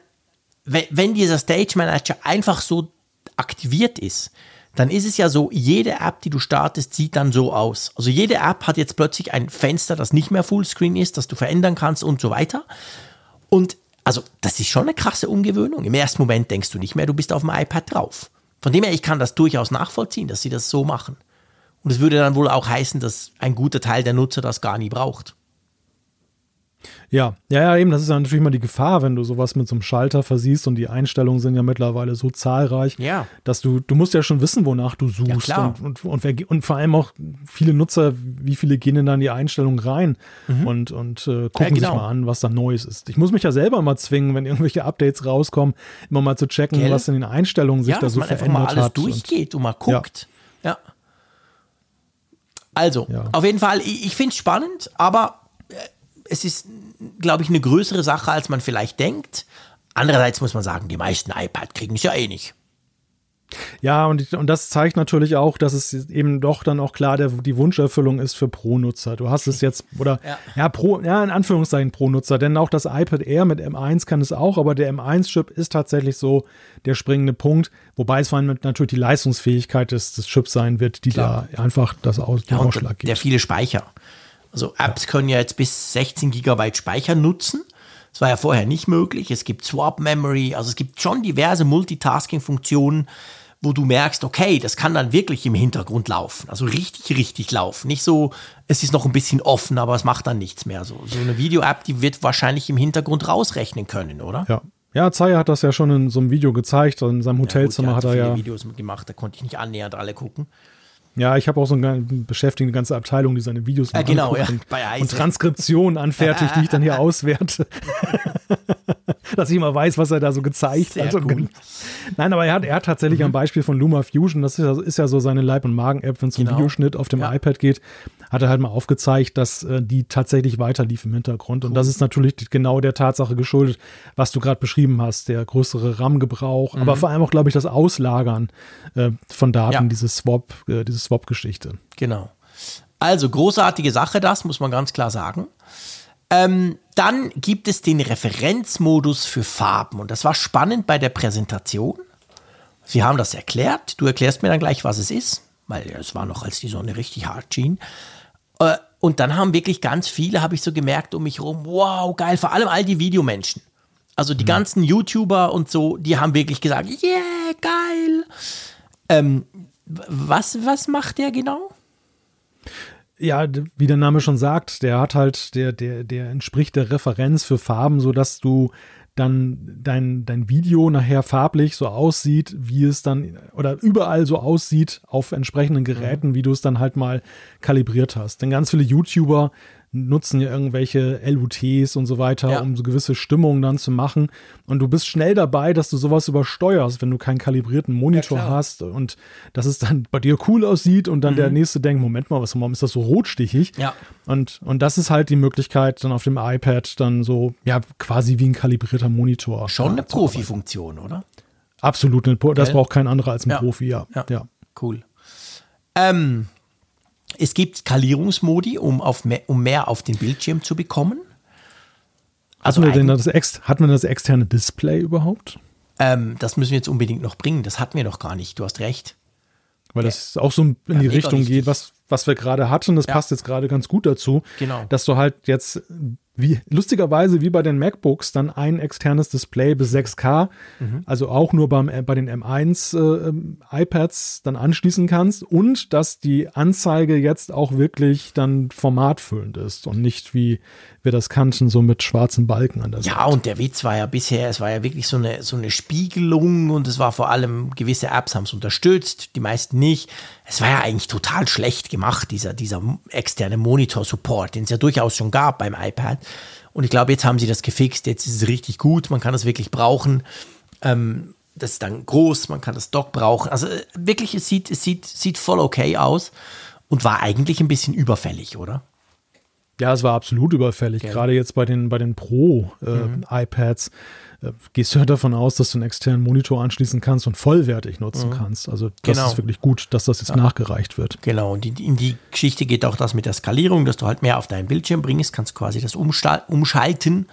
wenn dieser Stage Manager einfach so aktiviert ist, dann ist es ja so, jede App, die du startest, sieht dann so aus. Also jede App hat jetzt plötzlich ein Fenster, das nicht mehr Fullscreen ist, das du verändern kannst und so weiter. Und also das ist schon eine krasse Umgewöhnung. Im ersten Moment denkst du nicht mehr, du bist auf dem iPad drauf. Von dem her, ich kann das durchaus nachvollziehen, dass sie das so machen. Und es würde dann wohl auch heißen, dass ein guter Teil der Nutzer das gar nie braucht. Ja, ja, ja, eben, das ist ja natürlich mal die Gefahr, wenn du sowas mit so einem Schalter versiehst und die Einstellungen sind ja mittlerweile so zahlreich, ja. dass du, du musst ja schon wissen, wonach du suchst. Ja, und, und, und, wer, und vor allem auch viele Nutzer, wie viele gehen denn da in die Einstellungen rein mhm. und, und äh, gucken ja, genau. sich mal an, was da Neues ist. Ich muss mich ja selber mal zwingen, wenn irgendwelche Updates rauskommen, immer mal zu checken, Gell? was in den Einstellungen sich ja, da so verändert hat. Ja, dass man einfach mal alles durchgeht und, und mal guckt. Ja. ja. Also, ja. auf jeden Fall, ich, ich finde es spannend, aber es ist, glaube ich, eine größere Sache, als man vielleicht denkt. Andererseits muss man sagen, die meisten iPad kriegen es ja eh nicht. Ja, und, und das zeigt natürlich auch, dass es eben doch dann auch klar der, die Wunscherfüllung ist für Pro-Nutzer. Du hast es jetzt, oder ja, ja, Pro, ja in Anführungszeichen Pro-Nutzer, denn auch das iPad Air mit M eins kann es auch, aber der M eins Chip ist tatsächlich so der springende Punkt, wobei es vor allem natürlich die Leistungsfähigkeit des, des Chips sein wird, die klar. da einfach das Aus, ja, den Ausschlag gibt. Der viele Speicher. Also Apps können ja jetzt bis sechzehn Gigabyte Speicher nutzen. Das war ja vorher nicht möglich. Es gibt Swap Memory, also es gibt schon diverse Multitasking-Funktionen, wo du merkst, okay, das kann dann wirklich im Hintergrund laufen. Also richtig, richtig laufen. Nicht so, es ist noch ein bisschen offen, aber es macht dann nichts mehr. So, so eine Video-App, die wird wahrscheinlich im Hintergrund rausrechnen können, oder? Ja. Ja, Zayer hat das ja schon in so einem Video gezeigt. In seinem Hotelzimmer ja, gut, hat er viele ja Videos gemacht, da konnte ich nicht annähernd alle gucken. Ja, ich habe auch so eine beschäftigte ganze Abteilung, die seine Videos ja, genau, ja. und, Bei und Transkriptionen anfertigt, die ich dann hier auswerte. Dass ich mal weiß, was er da so gezeigt Sehr hat. cool. Nein, aber er hat, er hat tatsächlich mhm. ein Beispiel von LumaFusion, das ist ja, ist ja so seine Leib- und Magen-App, wenn es um genau. Videoschnitt auf dem ja. iPad geht, hat er halt mal aufgezeigt, dass äh, die tatsächlich weiterlief im Hintergrund. Cool. Und das ist natürlich genau der Tatsache geschuldet, was du gerade beschrieben hast, der größere RAM-Gebrauch, mhm. aber vor allem auch, glaube ich, das Auslagern äh, von Daten, ja. diese Swap, äh, diese Swap-Geschichte. Genau. Also großartige Sache, das muss man ganz klar sagen. Ähm, dann gibt es den Referenzmodus für Farben. Und das war spannend bei der Präsentation. Sie haben das erklärt. Du erklärst mir dann gleich, was es ist. Weil es war noch, als die Sonne richtig hart schien. Äh, und dann haben wirklich ganz viele, habe ich so gemerkt, um mich herum, wow, geil. Vor allem all die Videomenschen. Also die mhm. ganzen YouTuber und so, die haben wirklich gesagt, yeah, geil. Ähm, was, was macht der genau? Ja, wie der Name schon sagt, der hat halt, der, der, der entspricht der Referenz für Farben, sodass du dann dein, dein Video nachher farblich so aussieht, wie es dann, oder überall so aussieht auf entsprechenden Geräten, mhm. wie du es dann halt mal kalibriert hast. Denn ganz viele YouTuber nutzen ja irgendwelche L U Ts und so weiter, ja. um so gewisse Stimmungen dann zu machen. Und du bist schnell dabei, dass du sowas übersteuerst, wenn du keinen kalibrierten Monitor ja, hast und dass es dann bei dir cool aussieht und dann mhm. der nächste denkt, Moment mal, was, warum ist das so rotstichig? Ja. Und, und das ist halt die Möglichkeit, dann auf dem iPad dann so, ja, quasi wie ein kalibrierter Monitor. Schon eine Profi-Funktion, oder? Absolut, das okay. braucht kein anderer als ein ja. Profi, ja. ja. ja. Cool. Ähm, Es gibt Skalierungsmodi, um, auf mehr, um mehr auf den Bildschirm zu bekommen. Also hatten, wir denn das ex, hatten wir das externe Display überhaupt? Ähm, das müssen wir jetzt unbedingt noch bringen. Das hatten wir noch gar nicht. Du hast recht. Weil das auch so in ja, die Richtung wichtig. geht, was, was wir gerade hatten. Das ja. passt jetzt gerade ganz gut dazu. Genau. Dass du halt jetzt, wie lustigerweise wie bei den MacBooks, dann ein externes Display bis sechs K, mhm. also auch nur beim, bei den M eins äh, iPads dann anschließen kannst und dass die Anzeige jetzt auch wirklich dann formatfüllend ist und nicht wie wir das kannten, so mit schwarzen Balken an der Seite. Ja, und der Witz war ja bisher, es war ja wirklich so eine, so eine Spiegelung und es war vor allem, gewisse Apps haben es unterstützt, die meisten nicht. Es war ja eigentlich total schlecht gemacht, dieser, dieser externe Monitor-Support, den es ja durchaus schon gab beim iPad. Und ich glaube, jetzt haben sie das gefixt, jetzt ist es richtig gut, man kann das wirklich brauchen. Ähm, das ist dann groß, man kann das Dock brauchen. Also wirklich, es sieht, es sieht, sieht voll okay aus und war eigentlich ein bisschen überfällig, oder? Ja, es war absolut überfällig. Okay. Gerade jetzt bei den, bei den Pro-iPads äh, mhm. äh, gehst du ja davon aus, dass du einen externen Monitor anschließen kannst und vollwertig nutzen mhm. kannst. Also das genau. ist wirklich gut, dass das jetzt ja. nachgereicht wird. Genau, und in, in die Geschichte geht auch das mit der Skalierung, dass du halt mehr auf deinen Bildschirm bringst, kannst quasi das umsta- umschalten.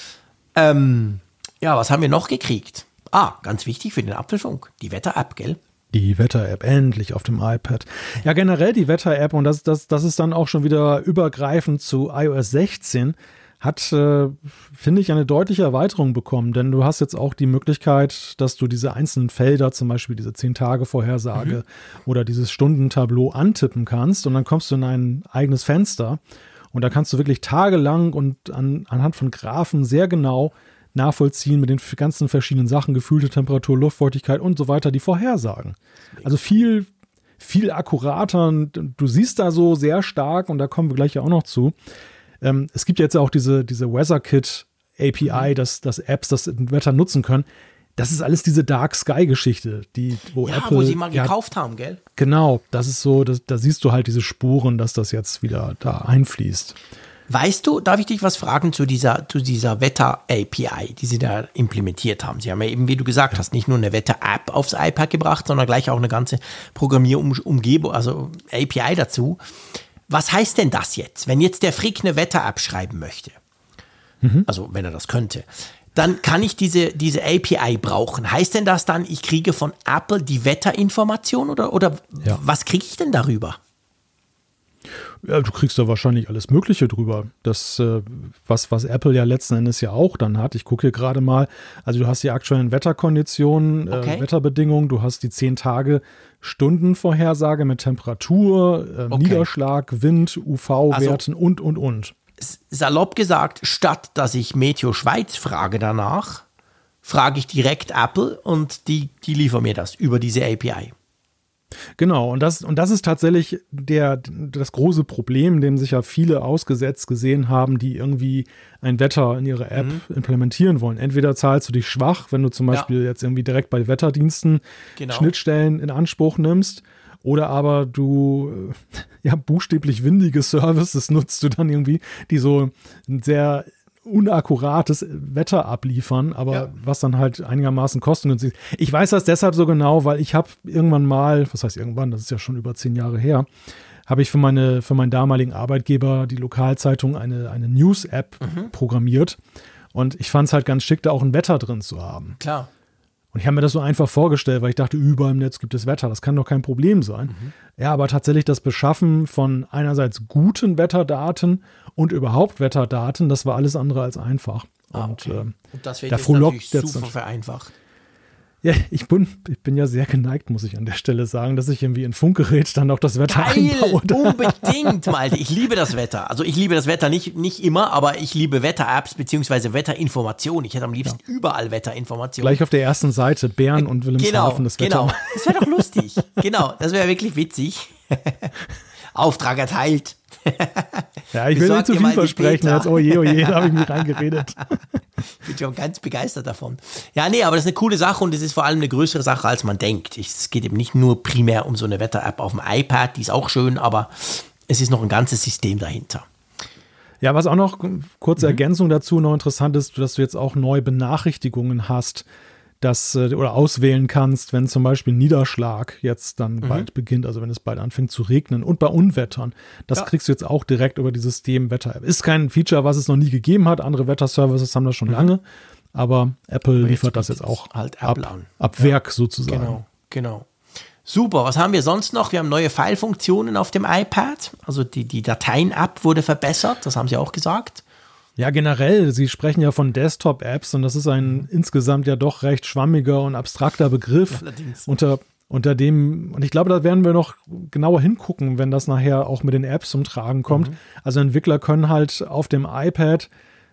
Ähm, ja, was haben wir noch gekriegt? Ah, ganz wichtig für den Apfelfunk, die Wetter-App, gell? Die Wetter-App, endlich auf dem iPad. Ja, generell die Wetter-App, und das, das, das ist dann auch schon wieder übergreifend zu i O S sechzehn, hat, äh, finde ich, eine deutliche Erweiterung bekommen. Denn du hast jetzt auch die Möglichkeit, dass du diese einzelnen Felder, zum Beispiel diese zehn-Tage-Vorhersage mhm. oder dieses Stundentableau antippen kannst. Und dann kommst du in ein eigenes Fenster. Und da kannst du wirklich tagelang und an, anhand von Graphen sehr genau nachvollziehen mit den ganzen verschiedenen Sachen, gefühlte Temperatur, Luftfeuchtigkeit und so weiter, die Vorhersagen. Also viel, viel akkurater. Du siehst da so sehr stark, und da kommen wir gleich ja auch noch zu. Ähm, es gibt jetzt auch diese, diese WeatherKit A P I, mhm. dass, dass Apps das im Wetter nutzen können. Das ist alles diese Dark Sky-Geschichte, die, wo ja, Apple. wo sie mal ja, gekauft haben, gell? Genau, das ist so, das, da siehst du halt diese Spuren, dass das jetzt wieder da einfließt. Weißt du, darf ich dich was fragen zu dieser, zu dieser Wetter-A P I, die sie da implementiert haben? Sie haben ja eben, wie du gesagt hast, nicht nur eine Wetter-App aufs iPad gebracht, sondern gleich auch eine ganze Programmierumgebung, also A P I dazu. Was heißt denn das jetzt, wenn jetzt der Frick eine Wetter-App schreiben möchte? Mhm. Also, wenn er das könnte. Dann kann ich diese, diese A P I brauchen. Heißt denn das dann, ich kriege von Apple die Wetterinformation oder, oder ja. was kriege ich denn darüber? Ja, du kriegst da wahrscheinlich alles Mögliche drüber. Das, äh, was, was Apple ja letzten Endes ja auch dann hat. Ich gucke hier gerade mal. Also du hast die aktuellen Wetterkonditionen, Okay. äh, Wetterbedingungen. Du hast die zehn Tage Stundenvorhersage mit Temperatur, äh, Okay. Niederschlag, Wind, U V-Werten Also- und, und, und. S- Salopp gesagt, statt dass ich Meteo Schweiz frage danach, frage ich direkt Apple und die, die liefern mir das über diese A P I. Genau, und das, und das ist tatsächlich der, das große Problem, dem sich ja viele ausgesetzt gesehen haben, die irgendwie ein Wetter in ihre App Mhm. implementieren wollen. Entweder zahlst du dich schwach, wenn du zum Ja. Beispiel jetzt irgendwie direkt bei Wetterdiensten Genau. Schnittstellen in Anspruch nimmst, oder aber du äh, ja buchstäblich windige Services nutzt du dann irgendwie, die so ein sehr unakkurates Wetter abliefern, aber Ja. was dann halt einigermaßen kostengünstig ist. Ich weiß das deshalb so genau, weil ich habe irgendwann mal, was heißt irgendwann, das ist ja schon über zehn Jahre her, habe ich für meine für meinen damaligen Arbeitgeber, die Lokalzeitung, eine, eine News-App Mhm. programmiert. Und ich fand es halt ganz schick, da auch ein Wetter drin zu haben. Klar. Und ich habe mir das so einfach vorgestellt, weil ich dachte, überall im Netz gibt es Wetter, das kann doch kein Problem sein. Mhm. Ja, aber tatsächlich das Beschaffen von einerseits guten Wetterdaten und überhaupt Wetterdaten, das war alles andere als einfach. Ah, und okay. ähm, Und das wird da jetzt frohlockt natürlich jetzt super nicht. vereinfacht. ja, ich bin, ich bin ja sehr geneigt, muss ich an der Stelle sagen, dass ich irgendwie in Funkgerät dann auch das Wetter Geil, einbaue. unbedingt, Malte. Ich liebe das Wetter. Also ich liebe das Wetter nicht, nicht immer, aber ich liebe Wetter-Apps bzw. Wetterinformationen. Ich hätte am liebsten überall Wetterinformationen. Gleich auf der ersten Seite Bern und Genau, Wilhelmshaven das Wetter. genau. Das wäre doch lustig. Genau, das wäre wirklich witzig. Auftrag erteilt. Ja, ich will Besorg nicht zu dir viel mal die versprechen. Beta. Jetzt, oh je, oh je, da habe ich mich reingeredet. Ich bin schon ganz begeistert davon. Ja, nee, aber das ist eine coole Sache und es ist vor allem eine größere Sache, als man denkt. Ich- Es geht eben nicht nur primär um so eine Wetter-App auf dem iPad, die ist auch schön, aber es ist noch ein ganzes System dahinter. Ja, was auch noch, kurze Mhm. Ergänzung dazu noch interessant ist, dass du jetzt auch neue Benachrichtigungen hast, dass, äh, oder auswählen kannst, wenn zum Beispiel Niederschlag jetzt dann Mhm. bald beginnt, also wenn es bald anfängt zu regnen und bei Unwettern. Das Ja. kriegst du jetzt auch direkt über die System-Wetter-App. Ist kein Feature, was es noch nie gegeben hat. Andere Wetterservices haben das schon lange, aber Apple Mhm. jetzt liefert das bietet's jetzt auch halt ab, Apple an. ab Werk sozusagen. Genau, genau. Super, was haben wir sonst noch? Wir haben neue File-Funktionen auf dem iPad. Also die, die Dateien-App wurde verbessert, das haben sie auch gesagt. Ja, generell, Sie sprechen ja von Desktop-Apps und das ist ein insgesamt ja doch recht schwammiger und abstrakter Begriff. Allerdings. Unter, unter dem, und ich glaube, da werden wir noch genauer hingucken, wenn das nachher auch mit den Apps zum Tragen kommt. Mhm. Also Entwickler können halt auf dem iPad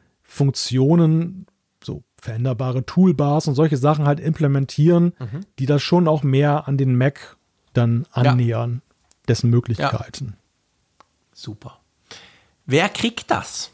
Funktionen, so veränderbare Toolbars und solche Sachen halt implementieren, Mhm. die das schon auch mehr an den Mac dann annähern, dessen Möglichkeiten. Super. Wer kriegt das?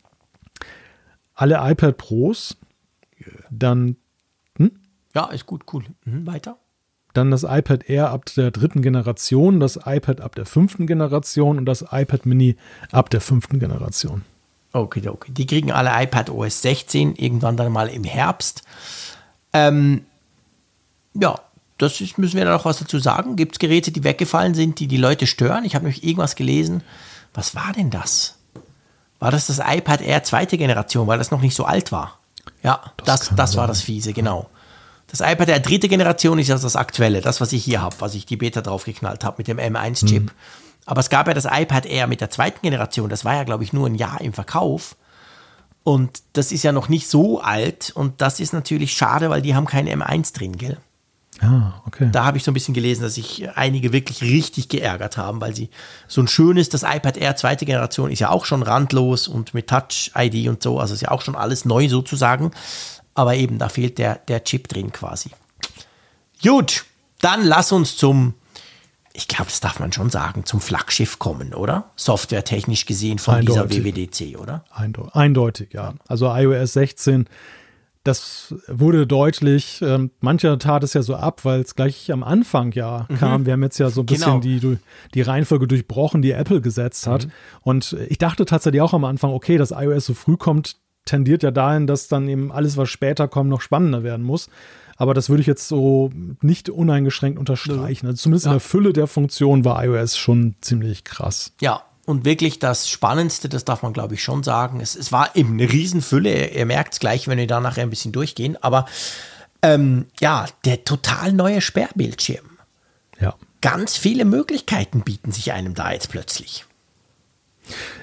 Alle iPad Pros, dann Ja, ist gut, cool. Mhm, weiter. Dann das iPad Air ab der dritten Generation, das iPad ab der fünften Generation und das iPad Mini ab der fünften Generation. Okay, okay. Die kriegen alle iPadOS sechzehn irgendwann dann mal im Herbst. Ähm, ja, das ist, müssen wir da noch was dazu sagen. Gibt es Geräte, die weggefallen sind, die die Leute stören? Ich habe nämlich irgendwas gelesen. Was war denn das? War das das iPad Air zweite Generation, weil das noch nicht so alt war? Ja, Das das, kann das, war sein. das Fiese, genau. Das iPad Air dritte Generation ist ja das aktuelle, das, was ich hier habe, was ich die Beta draufgeknallt habe mit dem M eins Chip. Mhm. Aber es gab ja das iPad Air mit der zweiten Generation, das war ja, glaube ich, nur ein Jahr im Verkauf. Und das ist ja noch nicht so alt und das ist natürlich schade, weil die haben kein M eins drin, gell? Ah, okay. Da habe ich so ein bisschen gelesen, dass sich einige wirklich richtig geärgert haben, weil sie so ein schönes, das iPad Air zweite Generation ist ja auch schon randlos und mit Touch-I D und so, also ist ja auch schon alles neu sozusagen, aber eben, da fehlt der, der Chip drin quasi. Gut, dann lass uns zum, ich glaube, das darf man schon sagen, zum Flaggschiff kommen, oder? Softwaretechnisch gesehen von Eindeutig. dieser W W D C, oder? Eindeu- Eindeutig, ja. Also iOS sechzehn, das wurde deutlich, ähm, mancher tat es ja so ab, weil es gleich am Anfang ja kam. Wir haben jetzt ja so ein bisschen Genau. die, die Reihenfolge durchbrochen, die Apple gesetzt hat. Und ich dachte tatsächlich auch am Anfang, okay, dass iOS so früh kommt, tendiert ja dahin, dass dann eben alles, was später kommt, noch spannender werden muss. Aber das würde ich jetzt so nicht uneingeschränkt unterstreichen. Also zumindest in der Fülle der Funktionen war iOS schon ziemlich krass. Ja, und wirklich das Spannendste, das darf man, glaube ich, schon sagen. Es, es war eben eine Riesenfülle. Ihr, ihr merkt es gleich, wenn wir da nachher ein bisschen durchgehen. Aber ähm, ja, der total neue Sperrbildschirm. Ja. Ganz viele Möglichkeiten bieten sich einem da jetzt plötzlich.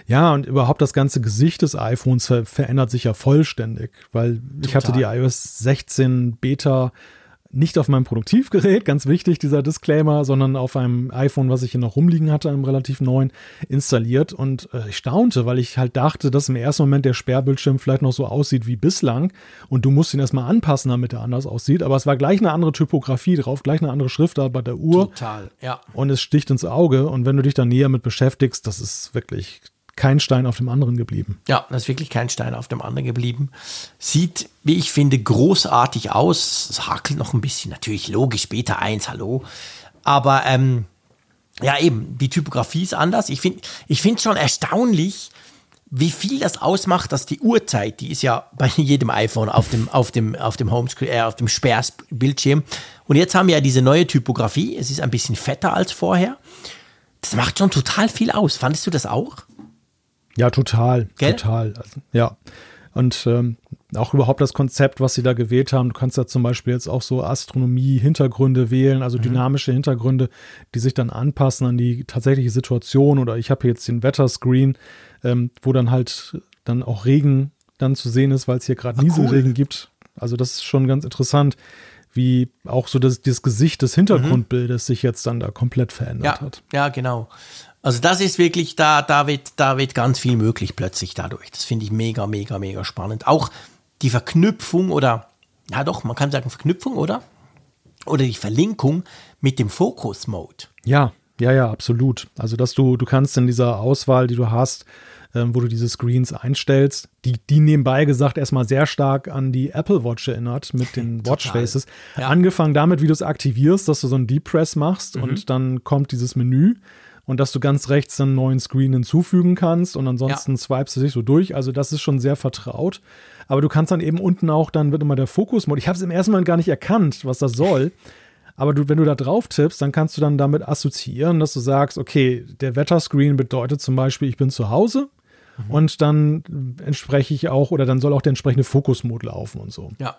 Ja, und überhaupt das ganze Gesicht des iPhones ver- verändert sich ja vollständig, weil Total. ich hatte die i O S sechzehn Beta nicht auf meinem Produktivgerät, ganz wichtig, dieser Disclaimer, sondern auf einem iPhone, was ich hier noch rumliegen hatte, einem relativ neuen, installiert. Und äh, ich staunte, weil ich halt dachte, dass im ersten Moment der Sperrbildschirm vielleicht noch so aussieht wie bislang und du musst ihn erstmal anpassen, damit er anders aussieht. Aber es war gleich eine andere Typografie drauf, gleich eine andere Schriftart bei der Uhr. Total, ja. Und es sticht ins Auge. Und wenn du dich da näher mit beschäftigst, das ist wirklich kein Stein auf dem anderen geblieben. Ja, das ist wirklich kein Stein auf dem anderen geblieben. Sieht, wie ich finde, großartig aus. Es hakelt noch ein bisschen, natürlich logisch, Beta eins, hallo. Aber ähm, ja eben, die Typografie ist anders. Ich finde ich finde schon erstaunlich, wie viel das ausmacht, dass die Uhrzeit, die ist ja bei jedem iPhone auf dem, auf dem, auf dem Homescreen, äh, auf dem Sperrbildschirm. Und jetzt haben wir ja diese neue Typografie. Es ist ein bisschen fetter als vorher. Das macht schon total viel aus. Fandest du das auch? Ja, total, Gell? total. Also, ja. Und ähm, auch überhaupt das Konzept, was sie da gewählt haben. Du kannst da zum Beispiel jetzt auch so Astronomie-Hintergründe wählen, also mhm. dynamische Hintergründe, die sich dann anpassen an die tatsächliche Situation. Oder ich habe hier jetzt den Wetterscreen, ähm, wo dann halt dann auch Regen dann zu sehen ist, weil es hier gerade Nieselregen cool. gibt. Also das ist schon ganz interessant, wie auch so das, das Gesicht des Hintergrundbildes mhm. sich jetzt dann da komplett verändert ja, hat. Ja, genau. Also das ist wirklich, da, da, wird, da wird ganz viel möglich plötzlich dadurch. Das finde ich mega, mega, mega spannend. Auch die Verknüpfung oder, ja doch, man kann sagen Verknüpfung, oder? Oder die Verlinkung mit dem Focus-Mode. Ja, ja, ja, absolut. Also dass du, du kannst in dieser Auswahl, die du hast, ähm, wo du diese Screens einstellst, die, die nebenbei gesagt erstmal sehr stark an die Apple Watch erinnert mit den Watchfaces. Ja. Angefangen damit, wie du es aktivierst, dass du so einen Deep Press machst mhm. und dann kommt dieses Menü. Und dass du ganz rechts einen neuen Screen hinzufügen kannst und ansonsten ja. swipest du dich so durch. Also das ist schon sehr vertraut. Aber du kannst dann eben unten auch, dann wird immer der Fokus-Mode. Ich habe es im ersten Mal gar nicht erkannt, was das soll. Aber du, wenn du da drauf tippst, dann kannst du dann damit assoziieren, dass du sagst, okay, der Wetterscreen bedeutet zum Beispiel, ich bin zu Hause. Mhm. Und dann entspreche ich auch, oder dann soll auch der entsprechende Fokus-Mode laufen und so. Ja.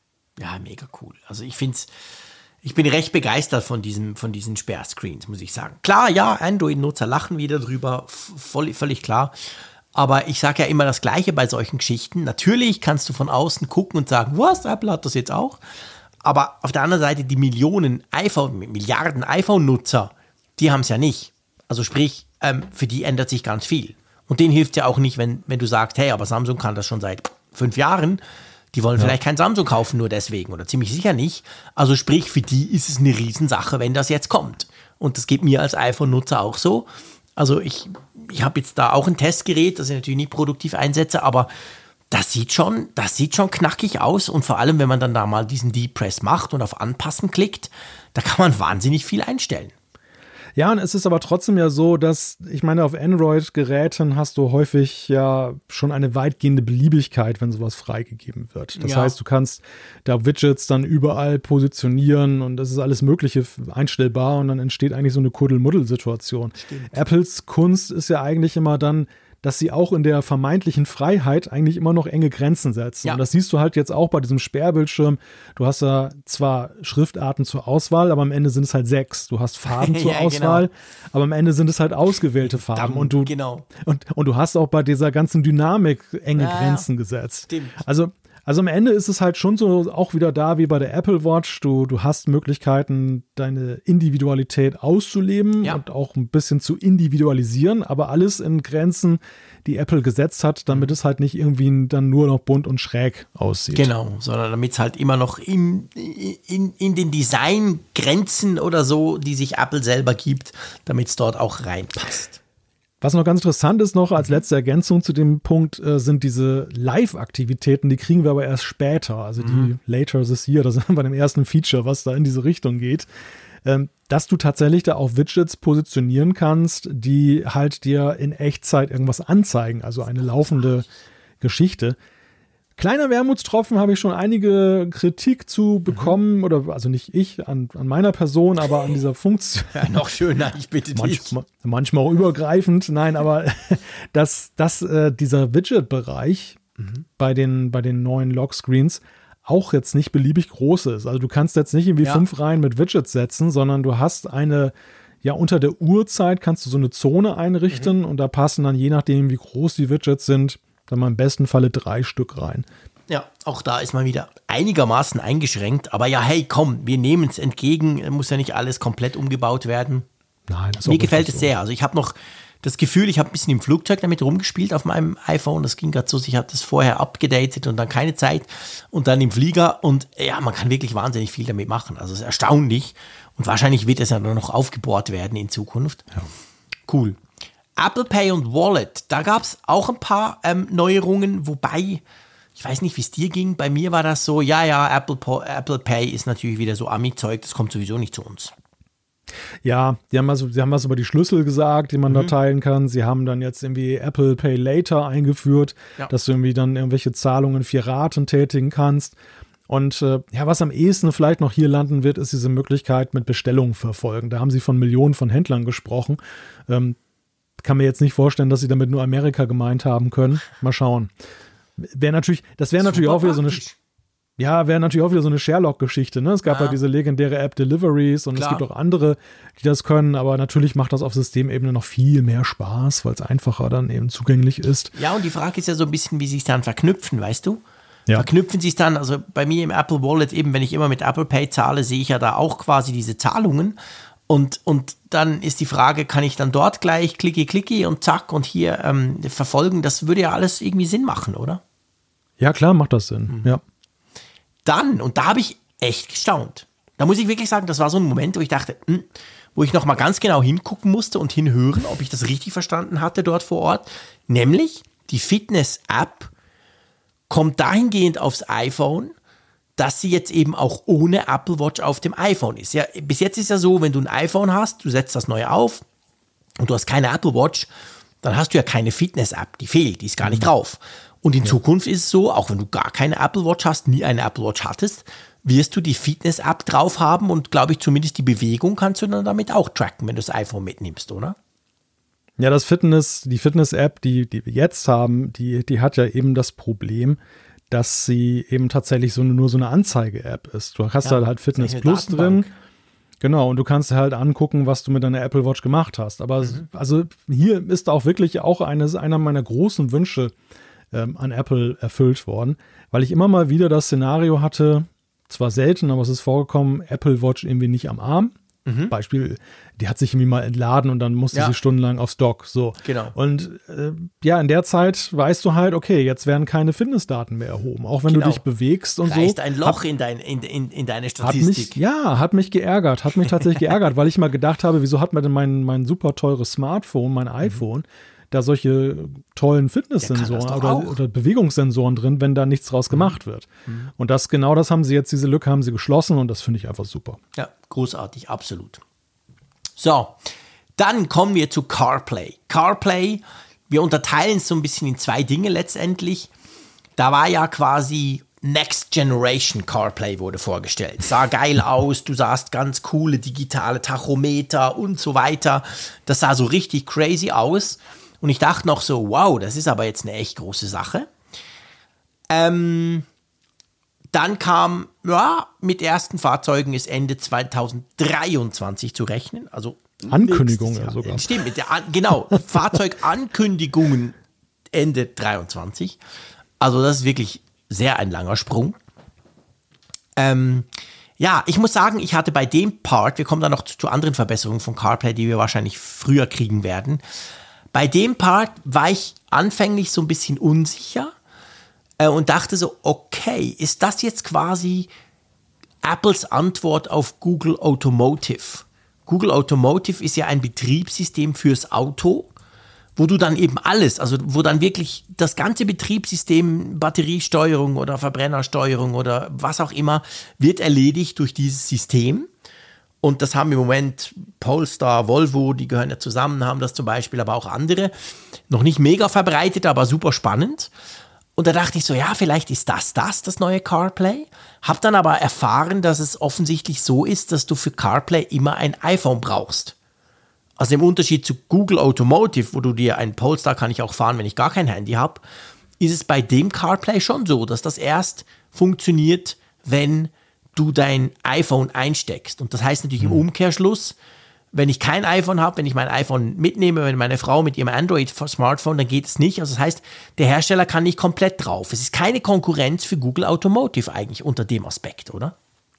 Ja, mega cool. Also ich finde es, Ich bin recht begeistert von, diesem, von diesen Sperrscreens, muss ich sagen. Klar, ja, Android-Nutzer lachen wieder drüber, voll, völlig klar. Aber ich sage ja immer das Gleiche bei solchen Geschichten. Natürlich kannst du von außen gucken und sagen, was, Apple hat das jetzt auch. Aber auf der anderen Seite die Millionen iPhone, Milliarden iPhone-Nutzer, die haben es ja nicht. Also sprich, ähm, für die ändert sich ganz viel. Und denen hilft ja auch nicht, wenn, wenn du sagst, hey, aber Samsung kann das schon seit fünf Jahren. Die wollen ja. vielleicht kein Samsung kaufen, nur deswegen oder ziemlich sicher nicht. Also sprich, für die ist es eine Riesensache, wenn das jetzt kommt. Und das geht mir als iPhone-Nutzer auch so. Also ich, ich habe jetzt da auch ein Testgerät, das ich natürlich nicht produktiv einsetze, aber das sieht schon, das sieht schon knackig aus. Und vor allem, wenn man dann da mal diesen Deep Press macht und auf Anpassen klickt, da kann man wahnsinnig viel einstellen. Ja, und es ist aber trotzdem ja so, dass, ich meine, auf Android-Geräten hast du häufig ja schon eine weitgehende Beliebigkeit, wenn sowas freigegeben wird. Das ja. heißt, du kannst da Widgets dann überall positionieren und das ist alles Mögliche einstellbar und dann entsteht eigentlich so eine Kuddelmuddel-Situation. Stimmt. Apples Kunst ist ja eigentlich immer dann, dass sie auch in der vermeintlichen Freiheit eigentlich immer noch enge Grenzen setzen. Ja. Und das siehst du halt jetzt auch bei diesem Sperrbildschirm. Du hast da zwar Schriftarten zur Auswahl, aber am Ende sind es halt sechs. Du hast Farben zur ja, Auswahl, genau. aber am Ende sind es halt ausgewählte Farben. Dann, und, du, genau. und, und du hast auch bei dieser ganzen Dynamik enge ja, Grenzen gesetzt. Stimmt. Also Also am Ende ist es halt schon so auch wieder da wie bei der Apple Watch. Du, du hast Möglichkeiten, deine Individualität auszuleben ja. und auch ein bisschen zu individualisieren, aber alles in Grenzen, die Apple gesetzt hat, damit mhm. es halt nicht irgendwie dann nur noch bunt und schräg aussieht. Genau, sondern damit es halt immer noch in, in, in den Designgrenzen oder so, die sich Apple selber gibt, damit es dort auch reinpasst. Was noch ganz interessant ist noch als letzte Ergänzung zu dem Punkt, äh, sind diese Live-Aktivitäten, die kriegen wir aber erst später, also mhm. die later this year, das ist bei dem ersten Feature, was da in diese Richtung geht, ähm, dass du tatsächlich da auch Widgets positionieren kannst, die halt dir in Echtzeit irgendwas anzeigen, also eine laufende Geschichte. Kleiner Wermutstropfen, habe ich schon einige Kritik zu bekommen, mhm. oder also nicht ich, an, an meiner Person, aber an dieser Funktion. Ja, noch schöner, ich bitte dich. Manchmal, manchmal auch übergreifend, nein, aber dass, dass äh, dieser Widget-Bereich mhm. bei den, bei den neuen Lockscreens auch jetzt nicht beliebig groß ist. Also du kannst jetzt nicht irgendwie ja. fünf Reihen mit Widgets setzen, sondern du hast eine, ja, unter der Uhrzeit kannst du so eine Zone einrichten mhm. und da passen dann, je nachdem, wie groß die Widgets sind, dann mal im besten Falle drei Stück rein. Ja, auch da ist man wieder einigermaßen eingeschränkt. Aber ja, hey, komm, wir nehmen es entgegen. Muss ja nicht alles komplett umgebaut werden. Nein, das ist Mir gefällt es so. sehr. Also ich habe noch das Gefühl, ich habe ein bisschen im Flugzeug damit rumgespielt auf meinem iPhone. Das ging gerade so, ich habe das vorher abgedatet und dann keine Zeit. Und dann im Flieger. Und ja, man kann wirklich wahnsinnig viel damit machen. Also es ist erstaunlich. Und wahrscheinlich wird es ja dann noch aufgebohrt werden in Zukunft. Ja. Cool. Apple Pay und Wallet, da gab es auch ein paar ähm, Neuerungen, wobei, ich weiß nicht, wie es dir ging, bei mir war das so, ja, ja, Apple, Apple Pay ist natürlich wieder so Ami-Zeug, das kommt sowieso nicht zu uns. Ja, die haben, also, die haben was über die Schlüssel gesagt, die man mhm. da teilen kann. Sie haben dann jetzt irgendwie Apple Pay Later eingeführt, ja. dass du irgendwie dann irgendwelche Zahlungen in vier Raten tätigen kannst. Und äh, ja, was am ehesten vielleicht noch hier landen wird, ist diese Möglichkeit mit Bestellungen verfolgen. Da haben sie von Millionen von Händlern gesprochen. Ähm, kann mir jetzt nicht vorstellen, dass sie damit nur Amerika gemeint haben können. Mal schauen. Wäre natürlich, das wäre natürlich auch wieder so eine, ja, wäre natürlich auch wieder so eine Sherlock-Geschichte, ne? Es gab ja halt diese legendäre App Deliveries und Klar. es gibt auch andere, die das können, aber natürlich macht das auf Systemebene noch viel mehr Spaß, weil es einfacher dann eben zugänglich ist. Ja, und die Frage ist ja so ein bisschen, wie sie es dann verknüpfen, weißt du? Ja. Verknüpfen sie es dann, also bei mir im Apple Wallet eben, wenn ich immer mit Apple Pay zahle, sehe ich ja da auch quasi diese Zahlungen. Und, und dann ist die Frage, kann ich dann dort gleich klicki, klicki und zack und hier ähm, verfolgen? Das würde ja alles irgendwie Sinn machen, oder? Ja, klar, macht das Sinn, mhm. ja. Dann, und da habe ich echt gestaunt. Da muss ich wirklich sagen, das war so ein Moment, wo ich dachte, mh, wo ich nochmal ganz genau hingucken musste und hinhören, ob ich das richtig verstanden hatte dort vor Ort. Nämlich, die Fitness-App kommt dahingehend aufs iPhone, dass sie jetzt eben auch ohne Apple Watch auf dem iPhone ist. Ja, bis jetzt ist ja so, wenn du ein iPhone hast, du setzt das neue auf und du hast keine Apple Watch, dann hast du ja keine Fitness-App, die fehlt, die ist gar nicht drauf. Und in ja. Zukunft ist es so, auch wenn du gar keine Apple Watch hast, nie eine Apple Watch hattest, wirst du die Fitness-App drauf haben und glaube ich zumindest die Bewegung kannst du dann damit auch tracken, wenn du das iPhone mitnimmst, oder? Ja, das Fitness, die Fitness-App, die, die wir jetzt haben, die, die hat ja eben das Problem, dass sie eben tatsächlich so eine, nur so eine Anzeige-App ist. Du hast ja, halt Fitness Plus drin. Genau, und du kannst halt angucken, was du mit deiner Apple Watch gemacht hast. Aber mhm. also hier ist auch wirklich auch eine, einer meiner großen Wünsche ähm, an Apple erfüllt worden, weil ich immer mal wieder das Szenario hatte, zwar selten, aber es ist vorgekommen, Apple Watch irgendwie nicht am Arm. Mhm. Beispiel, die hat sich irgendwie mal entladen und dann musste ja. sie stundenlang aufs Dock. So. Genau. Und äh, ja, in der Zeit weißt du halt, okay, jetzt werden keine Fitnessdaten mehr erhoben, auch wenn genau. du dich bewegst und Reißt so. ein Loch hat, in, dein, in, in, in deine Statistik. Hat mich, ja, hat mich geärgert, hat mich tatsächlich geärgert, weil ich mal gedacht habe, wieso hat man denn mein, mein super teures Smartphone, mein iPhone, mhm. da solche tollen Fitnesssensoren oder, oder Bewegungssensoren drin, wenn da nichts draus mhm. gemacht wird. Mhm. Und das genau das haben sie jetzt, diese Lücke haben sie geschlossen und das finde ich einfach super. Ja, großartig, absolut. So, dann kommen wir zu CarPlay. CarPlay, wir unterteilen es so ein bisschen in zwei Dinge letztendlich. Da war ja quasi Next Generation CarPlay wurde vorgestellt. Sah geil aus, du sahst ganz coole digitale Tachometer und so weiter. Das sah so richtig crazy aus. Und ich dachte noch so, wow, das ist aber jetzt eine echt große Sache. Ähm, dann kam, ja, mit ersten Fahrzeugen ist Ende zwanzig dreiundzwanzig zu rechnen. Also Ankündigungen ja sogar. Stimmt, mit der An- genau, Fahrzeugankündigungen Ende dreiundzwanzig. Also das ist wirklich sehr ein langer Sprung. Ähm, ja, ich muss sagen, ich hatte bei dem Part, wir kommen dann noch zu, zu anderen Verbesserungen von CarPlay, die wir wahrscheinlich früher kriegen werden. Bei dem Part war ich anfänglich so ein bisschen unsicher äh, und dachte so, okay, ist das jetzt quasi Apples Antwort auf Google Automotive? Google Automotive ist ja ein Betriebssystem fürs Auto, wo du dann eben alles, also wo dann wirklich das ganze Betriebssystem, Batteriesteuerung oder Verbrennersteuerung oder was auch immer, wird erledigt durch dieses System. Und das haben im Moment Polestar, Volvo, die gehören ja zusammen, haben das zum Beispiel, aber auch andere. Noch nicht mega verbreitet, aber super spannend. Und da dachte ich so, ja, vielleicht ist das das, das neue CarPlay. Hab dann aber erfahren, dass es offensichtlich so ist, dass du für CarPlay immer ein iPhone brauchst. Also im Unterschied zu Google Automotive, wo du dir ein Polestar kann ich auch fahren, wenn ich gar kein Handy habe, ist es bei dem CarPlay schon so, dass das erst funktioniert, wenn du dein iPhone einsteckst. Und das heißt natürlich im Umkehrschluss, Wenn ich kein iPhone habe, wenn ich mein iPhone mitnehme, wenn meine Frau mit ihrem Android-Smartphone, dann geht es nicht. Also das heißt, der Hersteller kann nicht komplett drauf. Es ist keine Konkurrenz für Google Automotive eigentlich unter dem Aspekt, oder?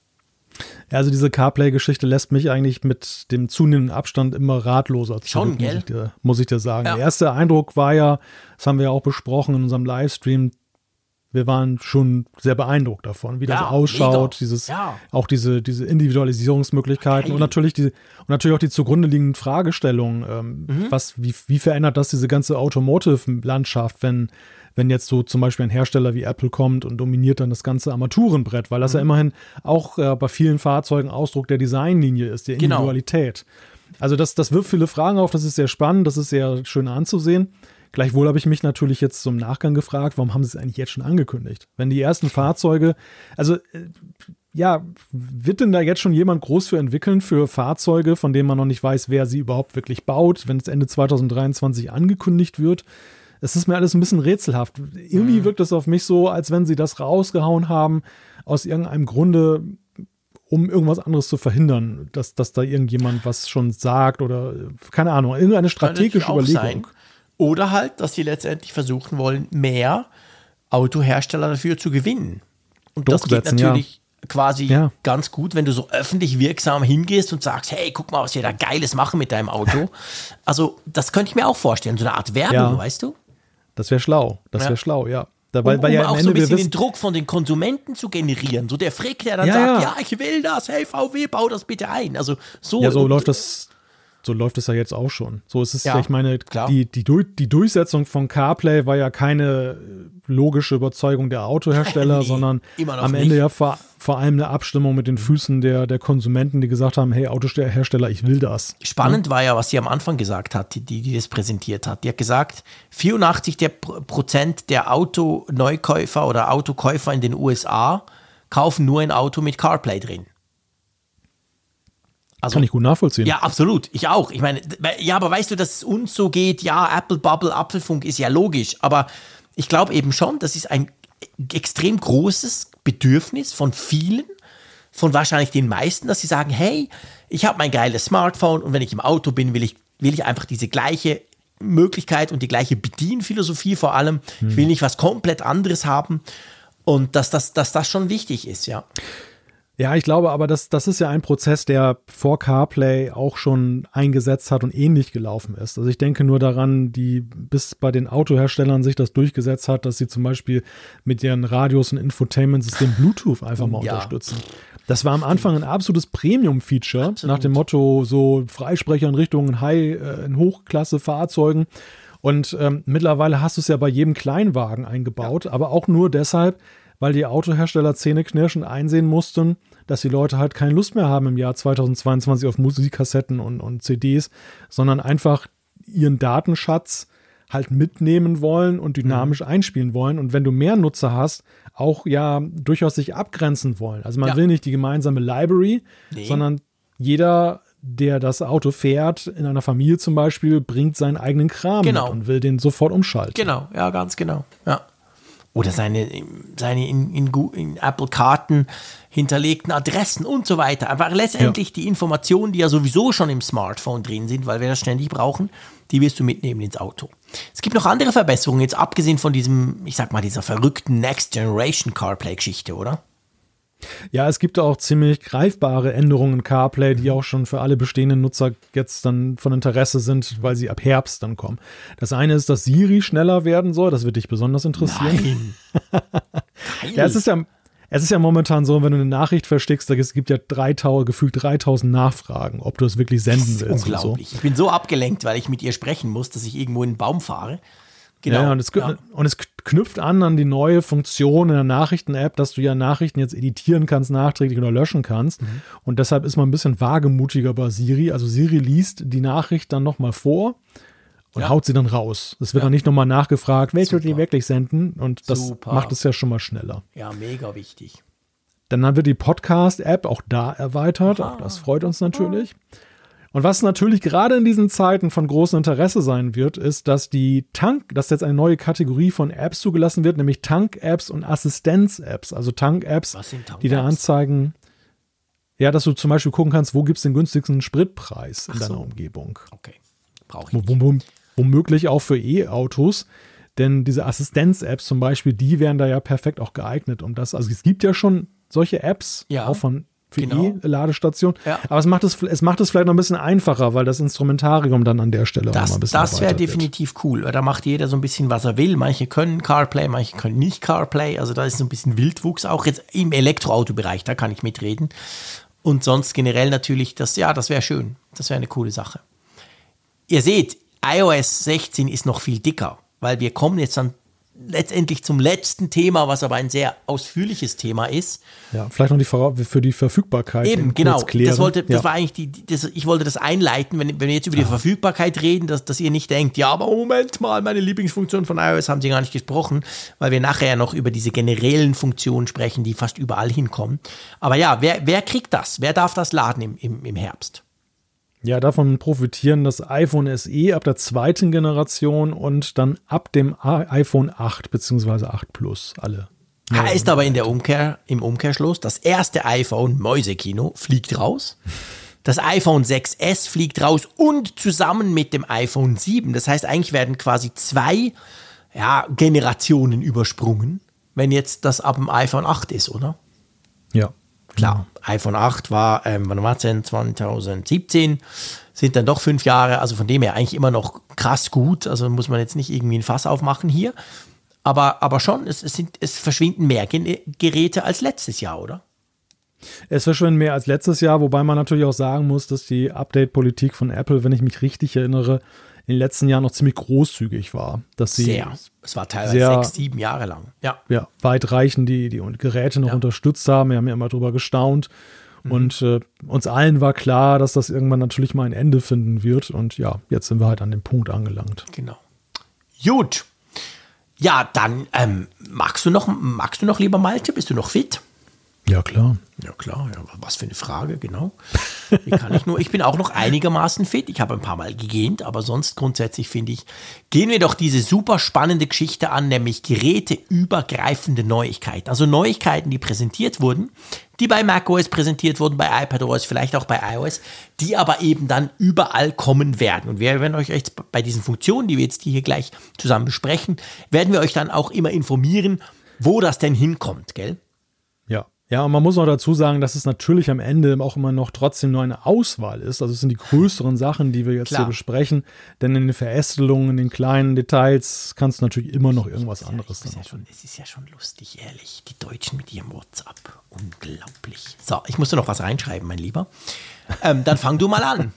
Ja, also diese CarPlay-Geschichte lässt mich eigentlich mit dem zunehmenden Abstand immer ratloser zurück, Schon, gell? muss ich dir, muss ich dir sagen. Ja. Der erste Eindruck war ja, das haben wir ja auch besprochen in unserem Livestream, wir waren schon sehr beeindruckt davon, wie das Ja, ausschaut, mega. dieses, Ja. auch diese, diese Individualisierungsmöglichkeiten Geil. und natürlich die und natürlich auch die zugrunde liegenden Fragestellungen. Ähm, Mhm. was, wie, wie verändert das diese ganze Automotive-Landschaft, wenn, wenn jetzt so zum Beispiel ein Hersteller wie Apple kommt und dominiert dann das ganze Armaturenbrett, weil das Mhm. ja immerhin auch äh, bei vielen Fahrzeugen Ausdruck der Designlinie ist, der Genau. Individualität. Also das, das wirft viele Fragen auf, das ist sehr spannend, das ist sehr schön anzusehen. Gleichwohl habe ich mich natürlich jetzt zum Nachgang gefragt, warum haben sie es eigentlich jetzt schon angekündigt? Wenn die ersten Fahrzeuge, also äh, ja, wird denn da jetzt schon jemand groß für entwickeln für Fahrzeuge, von denen man noch nicht weiß, wer sie überhaupt wirklich baut, wenn es Ende zwanzig dreiundzwanzig angekündigt wird? Es ist mir alles ein bisschen rätselhaft. Irgendwie Mhm. wirkt es auf mich so, als wenn sie das rausgehauen haben, aus irgendeinem Grunde, um irgendwas anderes zu verhindern, dass, dass da irgendjemand was schon sagt oder, keine Ahnung, irgendeine strategische Kann natürlich auch Überlegung. sein. Oder halt, dass sie letztendlich versuchen wollen, mehr Autohersteller dafür zu gewinnen. Und das geht Durchsetzen, natürlich quasi Ja. ganz gut, wenn du so öffentlich wirksam hingehst und sagst, hey, guck mal, was wir da Geiles machen mit deinem Auto. Also das könnte ich mir auch vorstellen, so eine Art Werbung, Ja. weißt du? Das wäre schlau. Das Ja. wäre schlau, ja. Da, weil, Um, weil um ja am auch Ende so ein wir bisschen den wissen, Druck von den Konsumenten zu generieren. So der Frick, der dann Ja, sagt, ja. ja, ich will das, hey V W, bau das bitte ein. Also so, ja, so läuft das, so läuft es ja jetzt auch schon. So ist es, Ja, ich meine, klar. die, die, Du- die Durchsetzung von CarPlay war ja keine logische Überzeugung der Autohersteller, Nee, sondern immer noch am Ende nicht. ja vor, vor allem eine Abstimmung mit den Füßen der, der Konsumenten, die gesagt haben, hey, Autohersteller, ich will das. Spannend war ja, was sie am Anfang gesagt hat, die, die das präsentiert hat. Die hat gesagt, vierundachtzig der Pro- Prozent der Autoneukäufer oder Autokäufer in den U S A kaufen nur ein Auto mit CarPlay drin. Also, Kann ich gut nachvollziehen. ja, absolut. Ich auch. Ich meine, ja, aber weißt du, dass es uns so geht, ja, Apple Bubble, Apfelfunk ist ja logisch. Aber ich glaube eben schon, das ist ein extrem großes Bedürfnis von vielen, von wahrscheinlich den meisten, dass sie sagen, hey, ich habe mein geiles Smartphone und wenn ich im Auto bin, will ich, will ich einfach diese gleiche Möglichkeit und die gleiche Bedienphilosophie vor allem. Ich will nicht was komplett anderes haben und dass das, dass das schon wichtig ist, ja. Ja, ich glaube aber, das, das ist ja ein Prozess, der vor CarPlay auch schon eingesetzt hat und ähnlich gelaufen ist. Also ich denke nur daran, die bis bei den Autoherstellern sich das durchgesetzt hat, dass sie zum Beispiel mit ihren Radios und Infotainment-System Bluetooth einfach mal Ja. unterstützen. Das war am Anfang ein absolutes Premium-Feature, Absolut. nach dem Motto so Freisprecher in Richtung High, äh, in Hochklasse-Fahrzeugen. Und ähm, mittlerweile hast du es ja bei jedem Kleinwagen eingebaut, aber auch nur deshalb, weil die Autohersteller zähneknirschend einsehen mussten, dass die Leute halt keine Lust mehr haben im Jahr zweitausendzweiundzwanzig auf Musikkassetten und, und C Ds, sondern einfach ihren Datenschatz halt mitnehmen wollen und dynamisch einspielen wollen. Und wenn du mehr Nutzer hast, auch ja durchaus sich abgrenzen wollen. Also man Ja. will nicht die gemeinsame Library, Nee. sondern jeder, der das Auto fährt, in einer Familie zum Beispiel, bringt seinen eigenen Kram Genau. mit und will den sofort umschalten. Genau, ja, ganz genau. Ja. Oder seine, seine in, in, Gu- in Apple-Karten hinterlegten Adressen und so weiter. Aber letztendlich die Informationen, die ja sowieso schon im Smartphone drin sind, weil wir das ständig brauchen, die wirst du mitnehmen ins Auto. Es gibt noch andere Verbesserungen, jetzt abgesehen von diesem, ich sag mal, dieser verrückten Next Generation CarPlay-Geschichte, oder? Ja, es gibt auch ziemlich greifbare Änderungen in CarPlay, die auch schon für alle bestehenden Nutzer jetzt dann von Interesse sind, weil sie ab Herbst dann kommen. Das eine ist, dass Siri schneller werden soll. Das wird dich besonders interessieren. Nein. Ja, es ist ja, es ist ja momentan so, wenn du eine Nachricht verschickst, da es gibt ja dreitausend, gefühlt dreitausend Nachfragen, ob du es wirklich senden willst. Und so. Unglaublich. Ich bin so abgelenkt, weil ich mit ihr sprechen muss, dass ich irgendwo in einen Baum fahre. Genau. Ja, und es, und es knüpft an an die neue Funktion in der Nachrichten-App, dass du ja Nachrichten jetzt editieren kannst, nachträglich oder löschen kannst. Mhm. Und deshalb ist man ein bisschen wagemutiger bei Siri. Also Siri liest die Nachricht dann nochmal vor und Ja. haut sie dann raus. Es wird Ja. dann nicht nochmal nachgefragt, willst du Super. die wirklich senden? Und das Super. macht es ja schon mal schneller. Ja, mega wichtig. Dann wird die Podcast-App auch da erweitert. Auch das freut uns natürlich. Und was natürlich gerade in diesen Zeiten von großem Interesse sein wird, ist, dass die Tank, dass jetzt eine neue Kategorie von Apps zugelassen wird, nämlich Tank-Apps und Assistenz-Apps. Also Tank-Apps, Was sind Tank-Apps? die da anzeigen, Ja, dass du zum Beispiel gucken kannst, wo gibt es den günstigsten Spritpreis in Ach deiner so. Umgebung. Okay, brauche ich Wo, nicht. wo, womöglich auch für E-Autos, denn diese Assistenz-Apps zum Beispiel, die wären da ja perfekt auch geeignet, um das, also es gibt ja schon solche Apps, Ja, auch von für genau. E-Ladestationen, Ja. aber es macht es, es macht es vielleicht noch ein bisschen einfacher, weil das Instrumentarium dann an der Stelle auch Das, mal ein bisschen das wäre erweitert wird. definitiv cool, weil da macht jeder so ein bisschen, was er will. Manche können CarPlay, manche können nicht CarPlay. Also da ist so ein bisschen Wildwuchs, auch jetzt im Elektroautobereich, da kann ich mitreden. Und sonst generell natürlich, das, ja, das wäre schön. Das wäre eine coole Sache. Ihr seht, i O S sechzehn ist noch viel dicker, weil wir kommen jetzt dann letztendlich zum letzten Thema, was aber ein sehr ausführliches Thema ist. Ja, vielleicht noch die Vora- für die Verfügbarkeit. Eben, kurz genau. klären. Das, wollte, das ja. war eigentlich die, die- das, ich wollte das einleiten, wenn, wenn wir jetzt über die Verfügbarkeit reden, dass, dass ihr nicht denkt, ja, aber Moment mal, meine Lieblingsfunktion von iOS haben sie gar nicht gesprochen, weil wir nachher noch über diese generellen Funktionen sprechen, die fast überall hinkommen. Aber ja, wer, wer kriegt das? Wer darf das laden im, im, im Herbst? Ja, davon profitieren das iPhone S E ab der zweiten Generation und dann ab dem I- iPhone acht bzw. acht Plus alle. Heißt aber in der Umkehr, im Umkehrschluss, das erste iPhone Mäusekino fliegt raus. Das iPhone sechs S fliegt raus und zusammen mit dem iPhone sieben. Das heißt, eigentlich werden quasi zwei ja, Generationen übersprungen, wenn jetzt das ab dem iPhone acht ist, oder? Ja. Klar, iPhone acht war, ähm, wann war es denn, zwanzig siebzehn, sind dann doch fünf Jahre, also von dem her eigentlich immer noch krass gut, also muss man jetzt nicht irgendwie ein Fass aufmachen hier, aber, aber schon, es, es, sind, es verschwinden mehr Gen- Geräte als letztes Jahr, oder? Es verschwinden mehr als letztes Jahr, wobei man natürlich auch sagen muss, dass die Update-Politik von Apple, wenn ich mich richtig erinnere, in den letzten Jahren noch ziemlich großzug war. Dass sie Sehr, es war teilweise sehr- sechs, sieben Jahre lang, ja. ja, weitreichend die, die Geräte noch Ja. unterstützt haben. Wir haben ja immer drüber gestaunt. Und äh, uns allen war klar, dass das irgendwann natürlich mal ein Ende finden wird. Und ja, jetzt sind wir halt an dem Punkt angelangt. Genau. Gut. Ja, dann ähm, magst du noch, magst du noch, lieber Malte, bist du noch fit? Ja, klar. Ja klar, ja, was für eine Frage, genau. Wie kann ich nur? Ich bin auch noch einigermaßen fit. Ich habe ein paar Mal gegähnt, aber sonst grundsätzlich finde ich, gehen wir doch diese super spannende Geschichte an, nämlich geräteübergreifende Neuigkeiten. Also Neuigkeiten, die präsentiert wurden, die bei macOS präsentiert wurden, bei iPadOS, vielleicht auch bei iOS, die aber eben dann überall kommen werden. Und wir werden euch jetzt bei diesen Funktionen, die wir jetzt hier gleich zusammen besprechen, werden wir euch dann auch immer informieren, wo das denn hinkommt, gell? Ja. Ja, und man muss auch dazu sagen, dass es natürlich am Ende auch immer noch trotzdem nur eine Auswahl ist. Also es sind die größeren Sachen, die wir jetzt Klar. hier besprechen. Denn in den Verästelungen, in den kleinen Details kannst du natürlich immer noch irgendwas anderes Es dann ist, ja noch schon, finden. es ist ja schon lustig, ehrlich. Die Deutschen mit ihrem WhatsApp. Unglaublich. So, ich musste noch was reinschreiben, mein Lieber. Ähm, dann fang du mal an.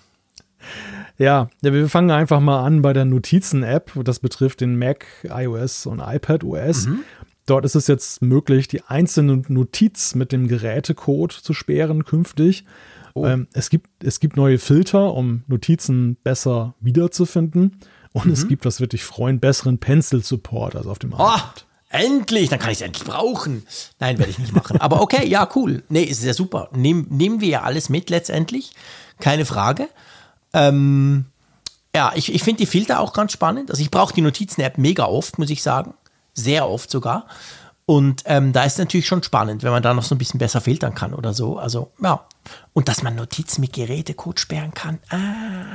Ja, ja, wir fangen einfach mal an bei der Notizen-App. Das betrifft den Mac, iOS und iPadOS. Dort ist es jetzt möglich, die einzelne Notiz mit dem Gerätecode zu sperren künftig. Oh. Ähm, es gibt, es gibt neue Filter, um Notizen besser wiederzufinden. Und es gibt, was wird dich freuen, besseren Pencil-Support als auf dem Oh, iPad. endlich, dann kann ich es endlich brauchen. Nein, werde ich nicht machen. Aber okay, ja, cool. Nee, ist ja super. Nehm, nehmen wir ja alles mit letztendlich. Keine Frage. Ähm, ja, ich, ich finde die Filter auch ganz spannend. Also ich brauche die Notizen-App mega oft, muss ich sagen. Sehr oft sogar. Und ähm, da ist es natürlich schon spannend, wenn man da noch so ein bisschen besser filtern kann oder so. Also, ja. Und dass man Notizen mit Gerätecode sperren kann. Ah,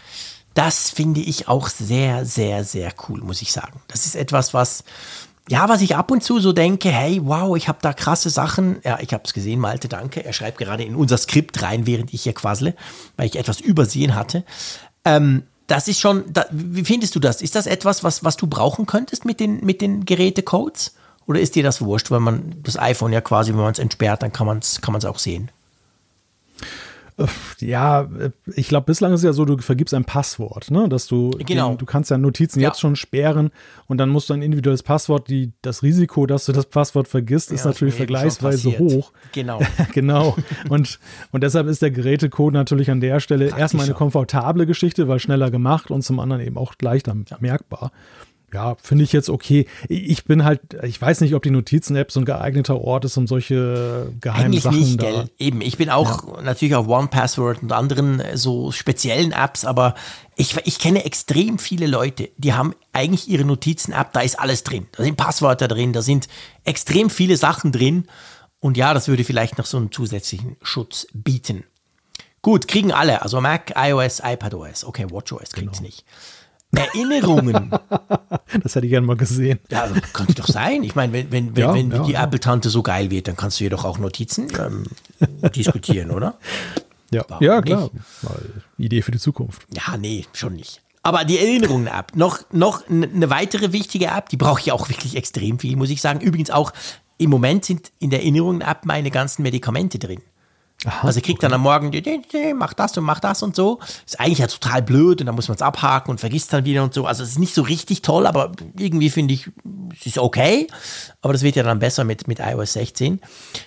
das finde ich auch sehr, sehr, sehr cool, muss ich sagen. Das ist etwas, was, ja, was ich ab und zu so denke, hey, wow, ich habe da krasse Sachen. Ja, ich habe es gesehen, Malte, danke. Er schreibt gerade in unser Skript rein, während ich hier quassle, weil ich etwas übersehen hatte. Ähm, das ist schon, da, wie findest du das? Ist das etwas, was, was du brauchen könntest mit den, mit den Gerätecodes? Oder ist dir das wurscht, weil man das iPhone ja quasi, wenn man es entsperrt, dann kann man es kann man's auch sehen? Ja, ich glaube, bislang ist es ja so, du vergibst ein Passwort, ne? Dass du, Genau. den, du kannst ja Notizen Ja. jetzt schon sperren und dann musst du ein individuelles Passwort, die, das Risiko, dass du das Passwort vergisst, ist Ja, natürlich ist mir eben schon vergleichsweise passiert. hoch. Genau. Genau. Und, und deshalb ist der Gerätecode natürlich an der Stelle erstmal eine Praktischer. komfortable Geschichte, weil schneller gemacht und zum anderen eben auch leichter merkbar. Ja, finde ich jetzt okay. Ich bin halt, ich weiß nicht, ob die Notizen-App so ein geeigneter Ort ist, um solche geheimen Eigentlich Sachen nicht, da. gell? Eben, ich bin auch natürlich auf one Password und anderen äh, so speziellen Apps, aber ich, ich kenne extrem viele Leute, die haben eigentlich ihre Notizen-App, da ist alles drin. Da sind Passwörter drin, da sind extrem viele Sachen drin Und ja, das würde vielleicht noch so einen zusätzlichen Schutz bieten. Gut, kriegen alle, also Mac, iOS, iPadOS. Okay, WatchOS kriegt's genau. nicht. Erinnerungen. Das hätte ich gerne mal gesehen. Ja, könnte doch sein. Ich meine, wenn, wenn, ja, wenn ja, die ja. Apple-Tante so geil wird, dann kannst du ihr doch auch Notizen ähm, diskutieren, oder? Ja, ja klar. Mal Idee für die Zukunft. Ja, nee, schon nicht. Aber die Erinnerungen-App, noch, noch eine weitere wichtige App, die brauche ich auch wirklich extrem viel, muss ich sagen. Übrigens auch, im Moment sind in der Erinnerungen-App meine ganzen Medikamente drin. Aha, also ich kriege okay. dann am Morgen, mach das und mach das und so. Ist eigentlich ja total blöd und dann muss man es abhaken und vergisst dann wieder und so. Also es ist nicht so richtig toll, aber irgendwie finde ich, es ist okay. Aber das wird ja dann besser mit, mit iOS sechzehn.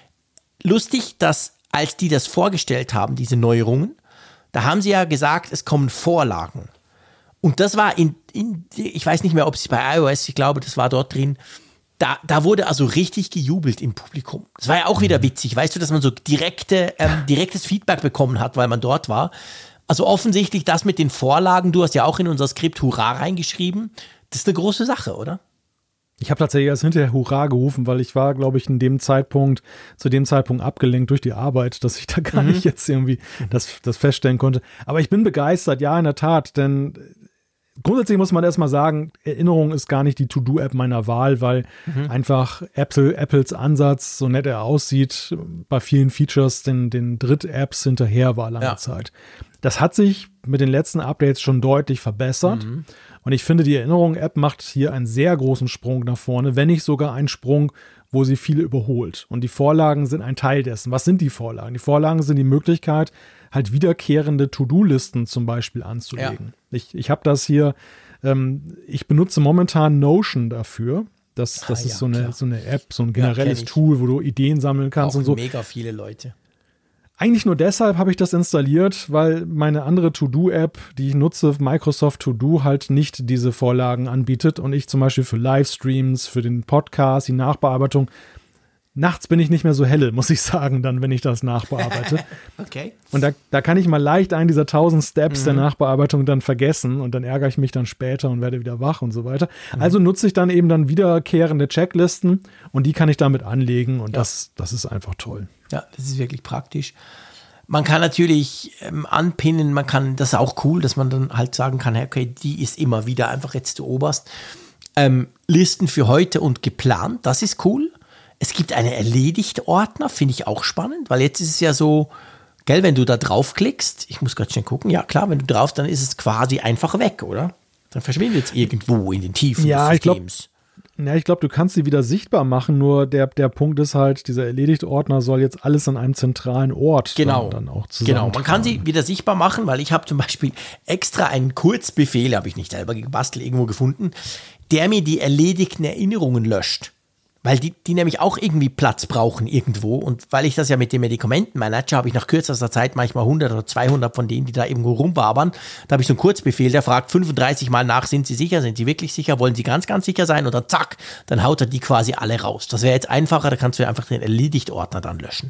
Lustig, dass als die das vorgestellt haben, diese Neuerungen, da haben sie ja gesagt, es kommen Vorlagen. Und das war in, in ich weiß nicht mehr, ob es bei iOS, ich glaube, das war dort drin, Da, da wurde also richtig gejubelt im Publikum. Das war ja auch wieder witzig, weißt du, dass man so direkte, ähm, direktes Feedback bekommen hat, weil man dort war. Also offensichtlich das mit den Vorlagen, du hast ja auch in unser Skript Hurra reingeschrieben, das ist eine große Sache, oder? Ich habe tatsächlich erst hinterher Hurra gerufen, weil ich war, glaube ich, in dem Zeitpunkt, zu dem Zeitpunkt abgelenkt durch die Arbeit, dass ich da gar mhm. nicht jetzt irgendwie das, das feststellen konnte. Aber ich bin begeistert, ja, in der Tat, denn grundsätzlich muss man erstmal sagen, Erinnerung ist gar nicht die To-Do-App meiner Wahl, weil mhm. einfach Apple, Apples Ansatz, so nett er aussieht, bei vielen Features den, den Dritt-Apps hinterher war lange ja. Zeit. Das hat sich mit den letzten Updates schon deutlich verbessert. Mhm. Und ich finde, die Erinnerung-App macht hier einen sehr großen Sprung nach vorne, wenn nicht sogar einen Sprung, wo sie viele überholt. Und die Vorlagen sind ein Teil dessen. Was sind die Vorlagen? Die Vorlagen sind die Möglichkeit, halt wiederkehrende To-Do-Listen zum Beispiel anzulegen. Ja. Ich, ich habe das hier, ähm, ich benutze momentan Notion dafür. Das, das ah, ist ja, so, eine, so eine App, so ein generelles ja, Tool, wo du Ideen sammeln kannst auch und so. Mega viele Leute. Eigentlich nur deshalb habe ich das installiert, weil meine andere To-Do-App, die ich nutze, Microsoft To-Do, halt nicht diese Vorlagen anbietet und ich zum Beispiel für Livestreams, für den Podcast, die Nachbearbeitung, nachts bin ich nicht mehr so helle, muss ich sagen, dann, wenn ich das nachbearbeite. Okay. Und da, da kann ich mal leicht einen dieser tausend Steps mhm. der Nachbearbeitung dann vergessen und dann ärgere ich mich dann später und werde wieder wach und so weiter. Mhm. Also nutze ich dann eben dann wiederkehrende Checklisten und die kann ich damit anlegen und ja. das, das ist einfach toll. Ja, das ist wirklich praktisch. Man kann natürlich ähm, anpinnen, man kann, das ist auch cool, dass man dann halt sagen kann, okay, die ist immer wieder einfach jetzt der Oberst. Ähm, Listen für heute und geplant, das ist cool. Es gibt einen Erledigt-Ordner, finde ich auch spannend, weil jetzt ist es ja so, gell, wenn du da draufklickst, ich muss gerade schnell gucken, ja klar, wenn du drauf, dann ist es quasi einfach weg, oder? Dann verschwindet es irgendwo in den Tiefen ja, des Systems. Ich glaub, ja, ich glaube, du kannst sie wieder sichtbar machen, nur der, der Punkt ist halt, dieser Erledigt-Ordner soll jetzt alles an einem zentralen Ort genau. dann, dann auch Genau, man kann sie wieder sichtbar machen, weil ich habe zum Beispiel extra einen Kurzbefehl, habe ich nicht selber gebastelt, irgendwo gefunden, der mir die erledigten Erinnerungen löscht. Weil die, die nämlich auch irgendwie Platz brauchen irgendwo. Und weil ich das ja mit den Medikamenten manage, habe ich nach kürzester Zeit manchmal hundert oder zweihundert von denen, die da irgendwo rumwabern. Da habe ich so einen Kurzbefehl, der fragt fünfunddreißig Mal nach, sind Sie sicher, sind Sie wirklich sicher, wollen Sie ganz, ganz sicher sein? Oder zack, dann haut er die quasi alle raus. Das wäre jetzt einfacher, da kannst du einfach den Erledigt-Ordner dann löschen.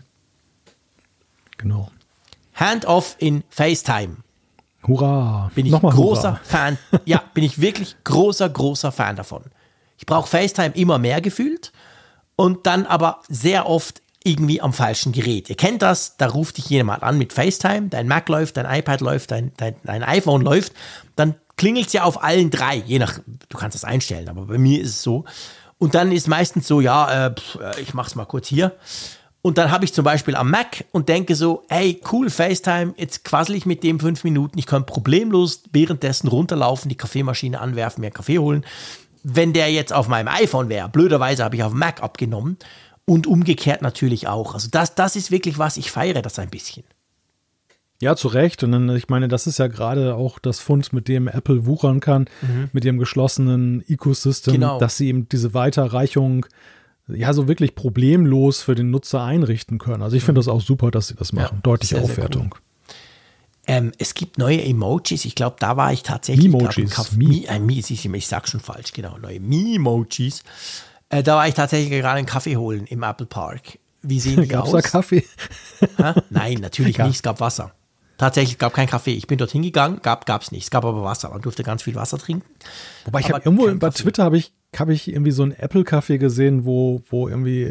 Genau. Handoff in FaceTime. Hurra. Bin ich Nochmal großer Hurra. Fan. Ja, bin ich wirklich großer, großer Fan davon. Ich brauche FaceTime immer mehr gefühlt und dann aber sehr oft irgendwie am falschen Gerät. Ihr kennt das, da ruft dich jemand an mit FaceTime, dein Mac läuft, dein iPad läuft, dein, dein, dein iPhone läuft, dann klingelt es ja auf allen drei, je nach, du kannst das einstellen, aber bei mir ist es so. Und dann ist meistens so, ja, äh, ich mach's mal kurz hier. Und dann habe ich zum Beispiel am Mac und denke so, hey, cool, FaceTime, jetzt quassel ich mit dem fünf Minuten, ich kann problemlos währenddessen runterlaufen, die Kaffeemaschine anwerfen, mir einen Kaffee holen. Wenn der jetzt auf meinem iPhone wäre, blöderweise habe ich auf dem Mac abgenommen und umgekehrt natürlich auch. Also das, das ist wirklich was, ich feiere das ein bisschen. Ja, zu Recht. Und dann, ich meine, das ist ja gerade auch das Fund, mit dem Apple wuchern kann, mhm. mit ihrem geschlossenen Ecosystem, genau. dass sie eben diese Weiterreichung ja so wirklich problemlos für den Nutzer einrichten können. Also ich finde das auch super, dass sie das machen. Ja, deutliche sehr, Aufwertung. Sehr cool. Ähm, es gibt neue Emojis. Ich glaube, da war ich tatsächlich. Emojis. Mi- äh, Mi- ich, ich sag schon falsch, genau. Neue Emojis. Äh, da war ich tatsächlich gerade einen Kaffee holen im Apple Park. Wie sehen die Gab's aus? Gab es da Kaffee? Ha? Nein, natürlich ja. nicht. Es gab Wasser. Tatsächlich gab kein Kaffee. Ich bin dorthin gegangen, gab es nicht. Es gab aber Wasser. Man durfte ganz viel Wasser trinken. Wobei ich habe irgendwo bei Twitter habe ich, hab ich irgendwie so einen Apple-Kaffee gesehen, wo, wo irgendwie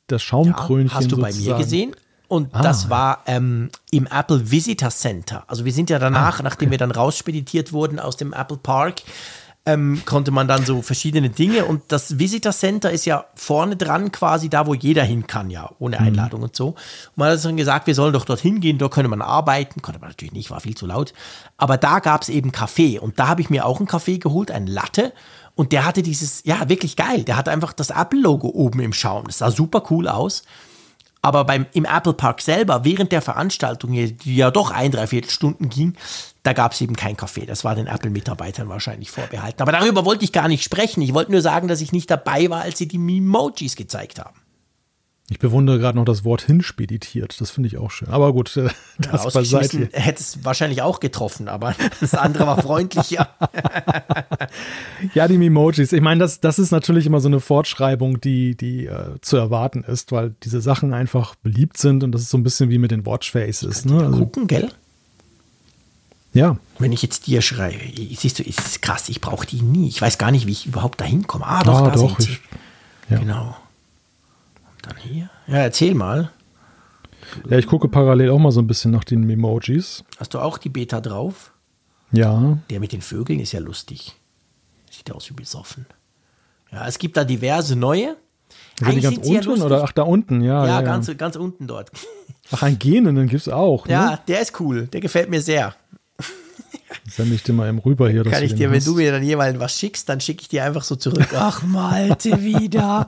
das Schaumkrönchen ja, hast du sozusagen. bei mir gesehen. Und Ah, das war ähm, im Apple Visitor Center. Also wir sind ja danach, ah, okay. nachdem wir dann rausspeditiert wurden aus dem Apple Park, ähm, konnte man dann so verschiedene Dinge. Und das Visitor Center ist ja vorne dran quasi da, wo jeder hin kann, ja, ohne Einladung mhm. und so. Und man hat dann gesagt, wir sollen doch dorthin gehen, da könne man arbeiten. Konnte man natürlich nicht, war viel zu laut. Aber da gab es eben Kaffee. Und da habe ich mir auch einen Kaffee geholt, einen Latte. Und der hatte dieses, ja, wirklich geil. Der hatte einfach das Apple-Logo oben im Schaum. Das sah super cool aus. Aber beim, im Apple Park selber, während der Veranstaltung, die ja doch ein, dreiviertel Stunden ging, da gab es eben kein Kaffee. Das war den Apple-Mitarbeitern wahrscheinlich vorbehalten. Aber darüber wollte ich gar nicht sprechen. Ich wollte nur sagen, dass ich nicht dabei war, als sie die Memojis gezeigt haben. Ich bewundere gerade noch das Wort hinspeditiert. Das finde ich auch schön. Aber gut, äh, das ja, beiseite. Hätte es wahrscheinlich auch getroffen, aber das andere war freundlicher. Ja, die Memojis. Ich meine, das, das ist natürlich immer so eine Fortschreibung, die, die äh, zu erwarten ist, weil diese Sachen einfach beliebt sind und das ist so ein bisschen wie mit den Watchfaces. Ne? Also, gucken, gell? Ja. Wenn ich jetzt dir schreibe, siehst du, ist krass, ich brauche die nie. Ich weiß gar nicht, wie ich überhaupt da hinkomme. Ah, doch, ah, da doch, sind sie. Ich, ja. Genau. Dann hier. Ja, erzähl mal. Ja, ich gucke parallel auch mal so ein bisschen nach den Memojis. Hast du auch die Beta drauf? Ja. Der mit den Vögeln ist ja lustig. Sieht aus wie besoffen. Ja, es gibt da diverse neue. Sind die ganz unten ja oder? Ach, da unten, ja. Ja, ja, ganz, ja. ganz unten dort. Ach, einen Genen gibt es auch. Ja, ne? Der ist cool. Der gefällt mir sehr. Sende ich dir mal eben rüber hier. Kann ich dir, wenn du mir dann jemals was schickst, dann schicke ich dir einfach so zurück. Ach, Malte, wieder.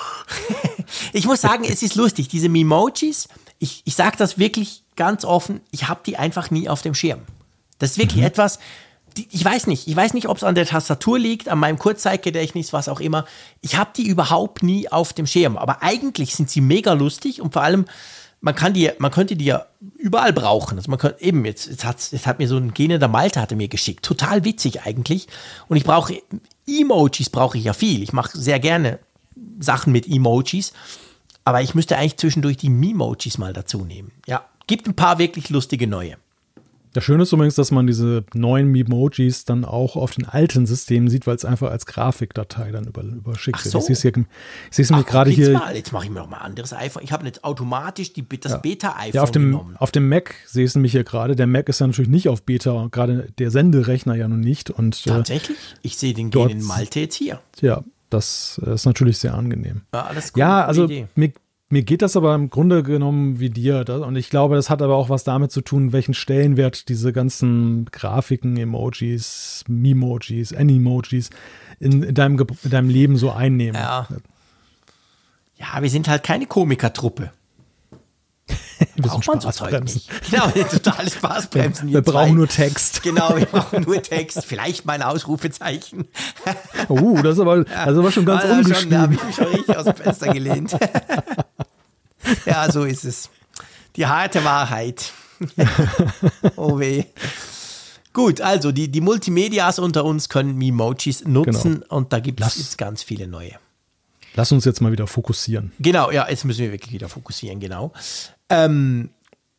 Ich muss sagen, es ist lustig, diese Memojis, ich, ich sage das wirklich ganz offen, ich habe die einfach nie auf dem Schirm. Das ist wirklich mhm. etwas, die, ich weiß nicht, ich weiß nicht, ob es an der Tastatur liegt, an meinem Kurzzeitgedächtnis, was auch immer. Ich habe die überhaupt nie auf dem Schirm, aber eigentlich sind sie mega lustig und vor allem, man kann die, man könnte die ja überall brauchen. Also man könnte, eben, jetzt, jetzt, hat, jetzt hat mir so ein Gene der Malte hatte mir geschickt. Total witzig eigentlich. Und ich brauche, Emojis brauche ich ja viel. Ich mache sehr gerne Sachen mit Emojis. Aber ich müsste eigentlich zwischendurch die Memojis mal dazu nehmen. Ja, gibt ein paar wirklich lustige neue. Das Schöne ist übrigens, dass man diese neuen Memojis dann auch auf den alten Systemen sieht, weil es einfach als Grafikdatei dann über, überschickt wird. Ach so. Ich sehe es nämlich gerade hier. Mal. Jetzt mache ich mir noch mal ein anderes iPhone. Ich habe jetzt automatisch die, das ja. Beta-iPhone ja, auf dem, genommen. Auf dem Mac sehe ich es nämlich hier gerade. Der Mac ist ja natürlich nicht auf Beta, gerade der Senderechner ja noch nicht. Und, tatsächlich? Ich sehe den dort, Genen Malte jetzt hier. Ja, das ist natürlich sehr angenehm. Ja, alles gut. Ja, also mir, mir geht das aber im Grunde genommen wie dir. Und ich glaube, das hat aber auch was damit zu tun, welchen Stellenwert diese ganzen Grafiken, Emojis, Memojis, Animojis in, in, deinem, in deinem Leben so einnehmen. Ja. Ja, wir sind halt keine Komikertruppe. Braucht man so Zeug nicht. Genau, totale Spaßbremsen. Wir brauchen nur Text. Genau, wir brauchen nur Text. Vielleicht mal ein Ausrufezeichen. Oh, das ist aber, das ist aber schon ganz also ungestüm. Da habe ich mich schon richtig aus dem Fenster gelehnt. Ja, so ist es. Die harte Wahrheit. Oh weh. Gut, also die, die Multimedias unter uns können Memojis nutzen genau. Und da gibt es jetzt ganz viele neue. Lass uns jetzt mal wieder fokussieren. Genau, ja, jetzt müssen wir wirklich wieder fokussieren, genau. Ähm,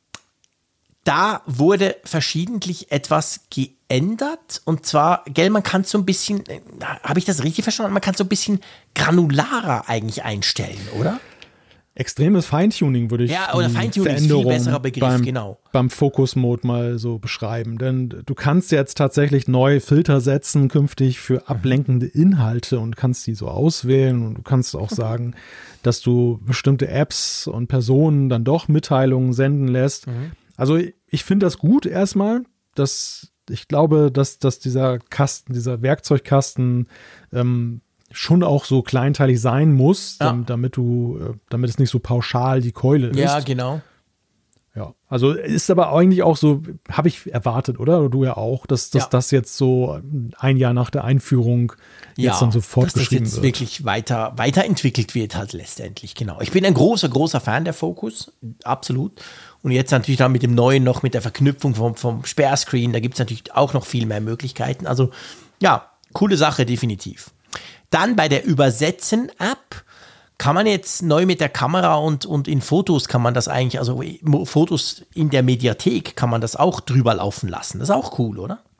da wurde verschiedentlich etwas geändert und zwar, gell, man kann es so ein bisschen, äh, habe ich das richtig verstanden? Man kann es so ein bisschen granularer eigentlich einstellen, oder? Extremes Feintuning würde ich Ja, oder Feintuning ist viel besserer Begriff, beim, genau. beim Focus-Mode mal so beschreiben. Denn du kannst jetzt tatsächlich neue Filter setzen künftig für ablenkende Inhalte und kannst die so auswählen und du kannst auch sagen, dass du bestimmte Apps und Personen dann doch Mitteilungen senden lässt. Mhm. Also ich finde das gut erstmal, dass ich glaube, dass, dass dieser Kasten, dieser Werkzeugkasten ähm, schon auch so kleinteilig sein muss, ja. damit, damit du, damit es nicht so pauschal die Keule ist. Ja, genau. Ja, also ist aber eigentlich auch so, habe ich erwartet, oder? Du ja auch, dass, dass ja. das jetzt so ein Jahr nach der Einführung jetzt ja, dann so fortgeschrieben dass das jetzt wird. Wirklich weiter, weiterentwickelt wird halt letztendlich, genau. Ich bin ein großer, großer Fan der Focus, absolut. Und jetzt natürlich dann mit dem neuen noch, mit der Verknüpfung vom, vom Sperrscreen, da gibt es natürlich auch noch viel mehr Möglichkeiten. Also ja, coole Sache, definitiv. Dann bei der Übersetzen-App kann man jetzt neu mit der Kamera und, und in Fotos kann man das eigentlich, also Fotos in der Mediathek kann man das auch drüber laufen lassen. Das ist auch cool, oder? Das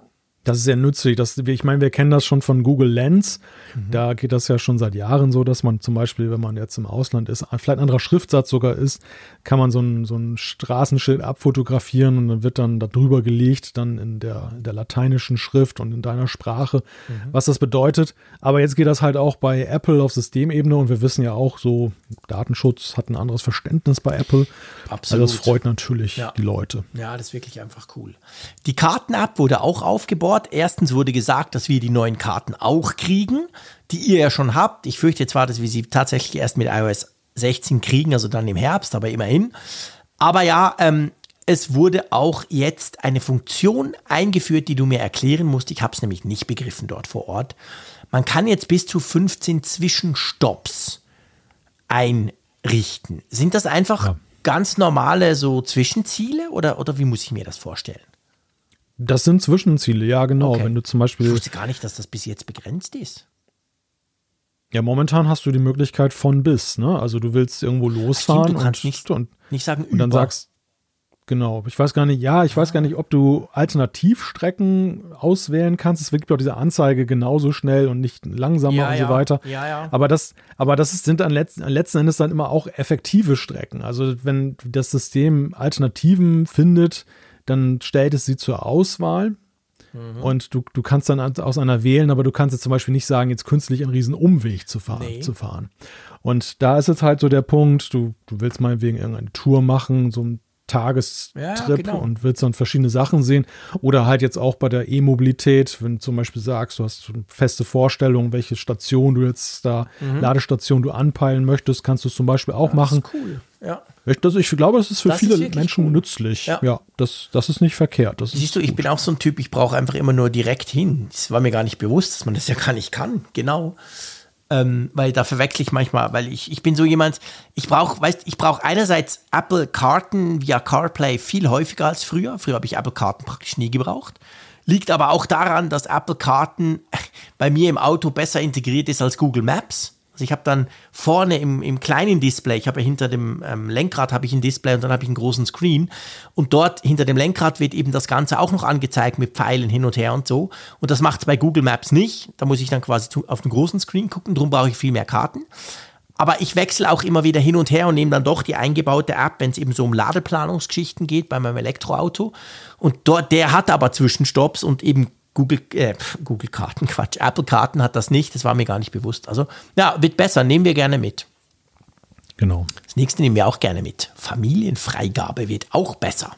Das ist sehr nützlich. Das, ich meine, wir kennen das schon von Google Lens. Mhm. Da geht das ja schon seit Jahren so, dass man zum Beispiel, wenn man jetzt im Ausland ist, vielleicht ein anderer Schriftsatz sogar ist, kann man so ein, so ein Straßenschild abfotografieren und dann wird dann darüber gelegt, dann in der, in der lateinischen Schrift und in deiner Sprache, mhm. was das bedeutet. Aber jetzt geht das halt auch bei Apple auf Systemebene und wir wissen ja auch so, Datenschutz hat ein anderes Verständnis bei Apple. Absolut. Also das freut natürlich ja. die Leute. Ja, das ist wirklich einfach cool. Die Karten-App wurde auch aufgebaut. Erstens wurde gesagt, dass wir die neuen Karten auch kriegen, die ihr ja schon habt. Ich fürchte zwar, dass wir sie tatsächlich erst mit iOS sechzehn kriegen, also dann im Herbst, aber immerhin. Aber ja, ähm, es wurde auch jetzt eine Funktion eingeführt, die du mir erklären musst. Ich habe es nämlich nicht begriffen dort vor Ort. Man kann jetzt bis zu fünfzehn Zwischenstopps einrichten. Sind das einfach ja. ganz normale so Zwischenziele oder, oder wie muss ich mir das vorstellen? Das sind Zwischenziele, ja genau. Okay. Wenn du zum Beispiel, ich wusste gar nicht, dass das bis jetzt begrenzt ist. Ja, momentan hast du die Möglichkeit von bis, ne? Also du willst irgendwo losfahren. Stimmt, du kannst und, nicht, und, nicht sagen und dann über. sagst, genau, ich weiß gar nicht, ja, ich weiß gar nicht, ob du Alternativstrecken auswählen kannst. Es gibt auch diese Anzeige genauso schnell und nicht langsamer ja, und so ja. weiter. Ja, ja. Aber das, aber das ist, sind dann letzten, letzten Endes dann immer auch effektive Strecken. Also wenn das System Alternativen findet, dann stellt es sie zur Auswahl. Mhm. Und du, du kannst dann aus einer wählen, aber du kannst jetzt zum Beispiel nicht sagen, jetzt künstlich einen riesen Umweg zu fahren. Nee. Zu fahren. Und da ist jetzt halt so der Punkt, du, du willst meinetwegen irgendeine Tour machen, so ein Tagestrip ja, genau. und willst dann verschiedene Sachen sehen. Oder halt jetzt auch bei der E-Mobilität, wenn du zum Beispiel sagst, du hast eine feste Vorstellung, welche Station du jetzt da, mhm. Ladestation du anpeilen möchtest, kannst du es zum Beispiel auch ja, machen. Das ist cool, ja. Das, ich glaube, das ist für das viele ist Menschen cool. nützlich. Ja, ja das, das ist nicht verkehrt. Das Siehst du, ich bin auch so ein Typ, ich brauche einfach immer nur direkt hin. Das war mir gar nicht bewusst, dass man das ja gar nicht kann. Genau. Ähm, weil da verwechsel ich manchmal, weil ich, ich bin so jemand, ich brauche, weißt, ich brauche einerseits Apple-Karten via CarPlay viel häufiger als früher. Früher habe ich Apple-Karten praktisch nie gebraucht. Liegt aber auch daran, dass Apple-Karten bei mir im Auto besser integriert ist als Google Maps. Also ich habe dann vorne im, im kleinen Display, ich habe ja hinter dem ähm, Lenkrad habe ich ein Display und dann habe ich einen großen Screen und dort hinter dem Lenkrad wird eben das Ganze auch noch angezeigt mit Pfeilen hin und her und so und das macht es bei Google Maps nicht, da muss ich dann quasi zu, auf den großen Screen gucken, darum brauche ich viel mehr Karten. Aber ich wechsle auch immer wieder hin und her und nehme dann doch die eingebaute App, wenn es eben so um Ladeplanungsgeschichten geht bei meinem Elektroauto und dort, der hat aber Zwischenstopps und eben Google, äh, Google Karten, Quatsch, Apple Karten hat das nicht, das war mir gar nicht bewusst. Also, ja, wird besser, nehmen wir gerne mit. Genau. Das nächste nehmen wir auch gerne mit. Familienfreigabe wird auch besser.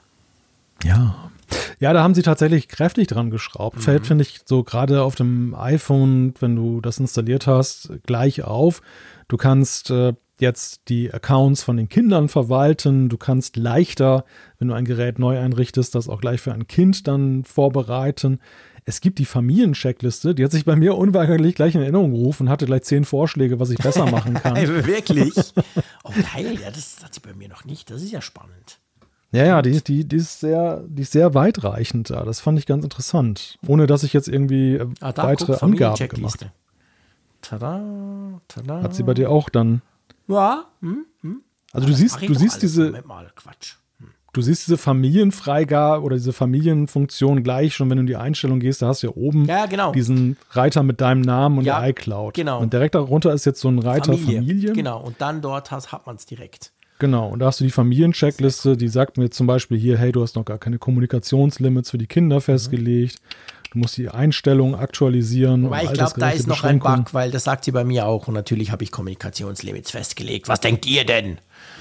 Ja. Ja, da haben sie tatsächlich kräftig dran geschraubt. Mhm. Fällt, finde ich, so gerade auf dem iPhone, wenn du das installiert hast, gleich auf. Du kannst äh, jetzt die Accounts von den Kindern verwalten. Du kannst leichter, wenn du ein Gerät neu einrichtest, das auch gleich für ein Kind dann vorbereiten. Es gibt die Familiencheckliste, die hat sich bei mir unweigerlich gleich in Erinnerung gerufen und hatte gleich zehn Vorschläge, was ich besser machen kann. Wirklich? Oh geil, ja, das hat sie bei mir noch nicht. Das ist ja spannend. Ja, ja, die, die, die, ist sehr, die ist sehr weitreichend da. Das fand ich ganz interessant. Ohne, dass ich jetzt irgendwie ah, da, weitere guck, Angaben gemacht habe. Tada, tada. Hat sie bei dir auch dann? Ja. Hm, hm. Also du siehst, du siehst diese... Moment mal, Quatsch. Du siehst diese Familienfreigabe oder diese Familienfunktion gleich schon, wenn du in die Einstellung gehst, da hast du ja oben ja, genau. diesen Reiter mit deinem Namen und ja, der iCloud. Genau. Und direkt darunter ist jetzt so ein Reiter Familie. Familien. Genau, und dann dort hast, hat man es direkt. Genau, und da hast du die Familiencheckliste, die sagt mir zum Beispiel hier, hey, du hast noch gar keine Kommunikationslimits für die Kinder festgelegt. Du musst die Einstellungen aktualisieren. Wobei ich glaube, da ist noch ein Bug, weil das sagt sie bei mir auch. Und natürlich habe ich Kommunikationslimits festgelegt. Was denkt ihr denn?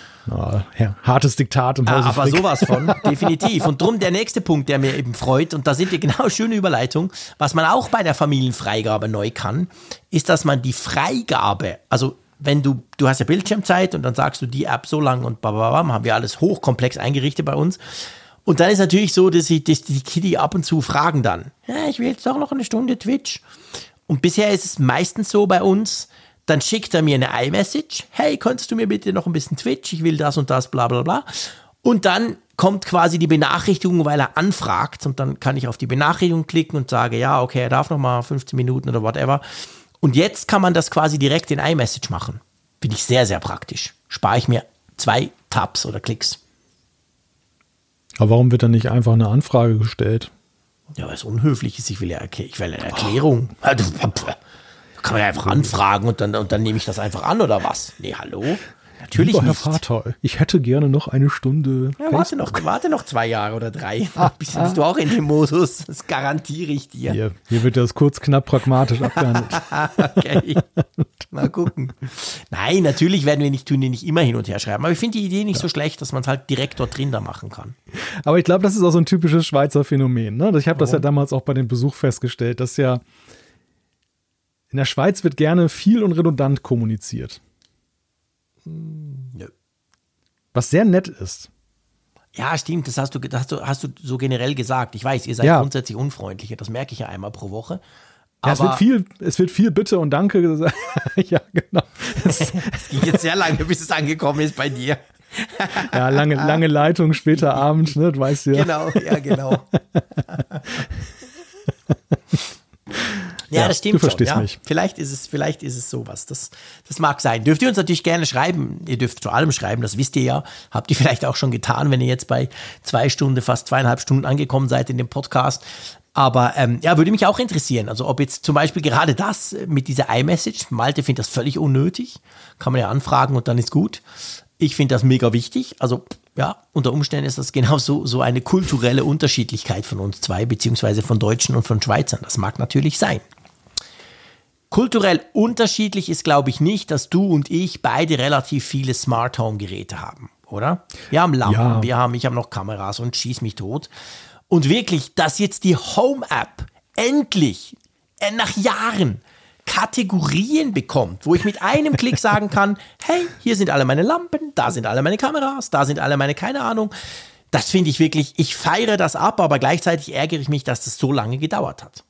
Ja, ja, hartes Diktat im Hause ah, aber Frick. sowas von, definitiv. Und drum der nächste Punkt, der mir eben freut, und da sind wir genau, schöne Überleitung, was man auch bei der Familienfreigabe neu kann, ist, dass man die Freigabe, also wenn du, du hast ja Bildschirmzeit und dann sagst du die App so lang und bababam, haben wir alles hochkomplex eingerichtet bei uns. Und dann ist natürlich so, dass, ich, dass die Kids ab und zu fragen dann, ja, ich will jetzt doch noch eine Stunde Twitch. Und bisher ist es meistens so bei uns, dann schickt er mir eine iMessage, hey, könntest du mir bitte noch ein bisschen Twitch, ich will das und das, bla bla bla. Und dann kommt quasi die Benachrichtigung, weil er anfragt und dann kann ich auf die Benachrichtigung klicken und sage, ja, okay, er darf noch mal fünfzehn Minuten oder whatever. Und jetzt kann man das quasi direkt in iMessage machen. Finde ich sehr, sehr praktisch. Spare ich mir zwei Tabs oder Klicks. Aber warum wird dann nicht einfach eine Anfrage gestellt? Ja, weil es unhöflich ist. Ich will ja erkl- ich will eine Erklärung. Oh. Also, kann man ja einfach anfragen und dann, und dann nehme ich das einfach an, oder was? Nee, hallo? Natürlich Lieber nicht. Herr Vater, ich hätte gerne noch eine Stunde. Ja, warte noch, warte noch zwei Jahre oder drei. Ah, bist, bist du auch in dem Modus? Das garantiere ich dir. Hier, hier wird das kurz, knapp, pragmatisch abgehandelt. Okay, mal gucken. Nein, natürlich werden wir nicht tun, die nicht immer hin und her schreiben. Aber ich finde die Idee nicht ja. so schlecht, dass man es halt direkt dort drin da machen kann. Aber ich glaube, das ist auch so ein typisches Schweizer Phänomen. Ne? Ich habe das ja damals auch bei dem Besuch festgestellt, dass ja in der Schweiz wird gerne viel und redundant kommuniziert. Nö. Was sehr nett ist. Ja, stimmt, das hast du, das hast du, hast du so generell gesagt. Ich weiß, ihr seid ja. grundsätzlich unfreundlicher, das merke ich ja einmal pro Woche. Ja, Aber es wird viel, es wird viel Bitte und Danke gesagt. Ja, genau. Es ging jetzt sehr lange, bis es angekommen ist bei dir. Ja, lange, lange Leitung, später Abend, ne, du weißt ja. Genau, ja, genau. Ja, ja, das stimmt du verstehst schon. Ja. Mich. Vielleicht ist es, vielleicht ist es sowas. Das, das mag sein. Dürft ihr uns natürlich gerne schreiben. Ihr dürft vor allem schreiben, das wisst ihr ja. Habt ihr vielleicht auch schon getan, wenn ihr jetzt bei zwei Stunden, fast zweieinhalb Stunden angekommen seid in dem Podcast. Aber ähm, ja, würde mich auch interessieren. Also ob jetzt zum Beispiel gerade das mit dieser iMessage, Malte findet das völlig unnötig. Kann man ja anfragen und dann ist gut. Ich finde das mega wichtig. Also ja, unter Umständen ist das genau so, so eine kulturelle Unterschiedlichkeit von uns zwei, beziehungsweise von Deutschen und von Schweizern. Das mag natürlich sein. Kulturell unterschiedlich ist, glaube ich, nicht, dass du und ich beide relativ viele Smart Home Geräte haben, oder? Wir haben Lampen, ja. wir haben, ich habe noch Kameras und schieß mich tot. Und wirklich, dass jetzt die Home App endlich, äh, nach Jahren, Kategorien bekommt, wo ich mit einem Klick sagen kann, hey, hier sind alle meine Lampen, da sind alle meine Kameras, da sind alle meine, keine Ahnung. Das finde ich wirklich, ich feiere das ab, aber gleichzeitig ärgere ich mich, dass das so lange gedauert hat.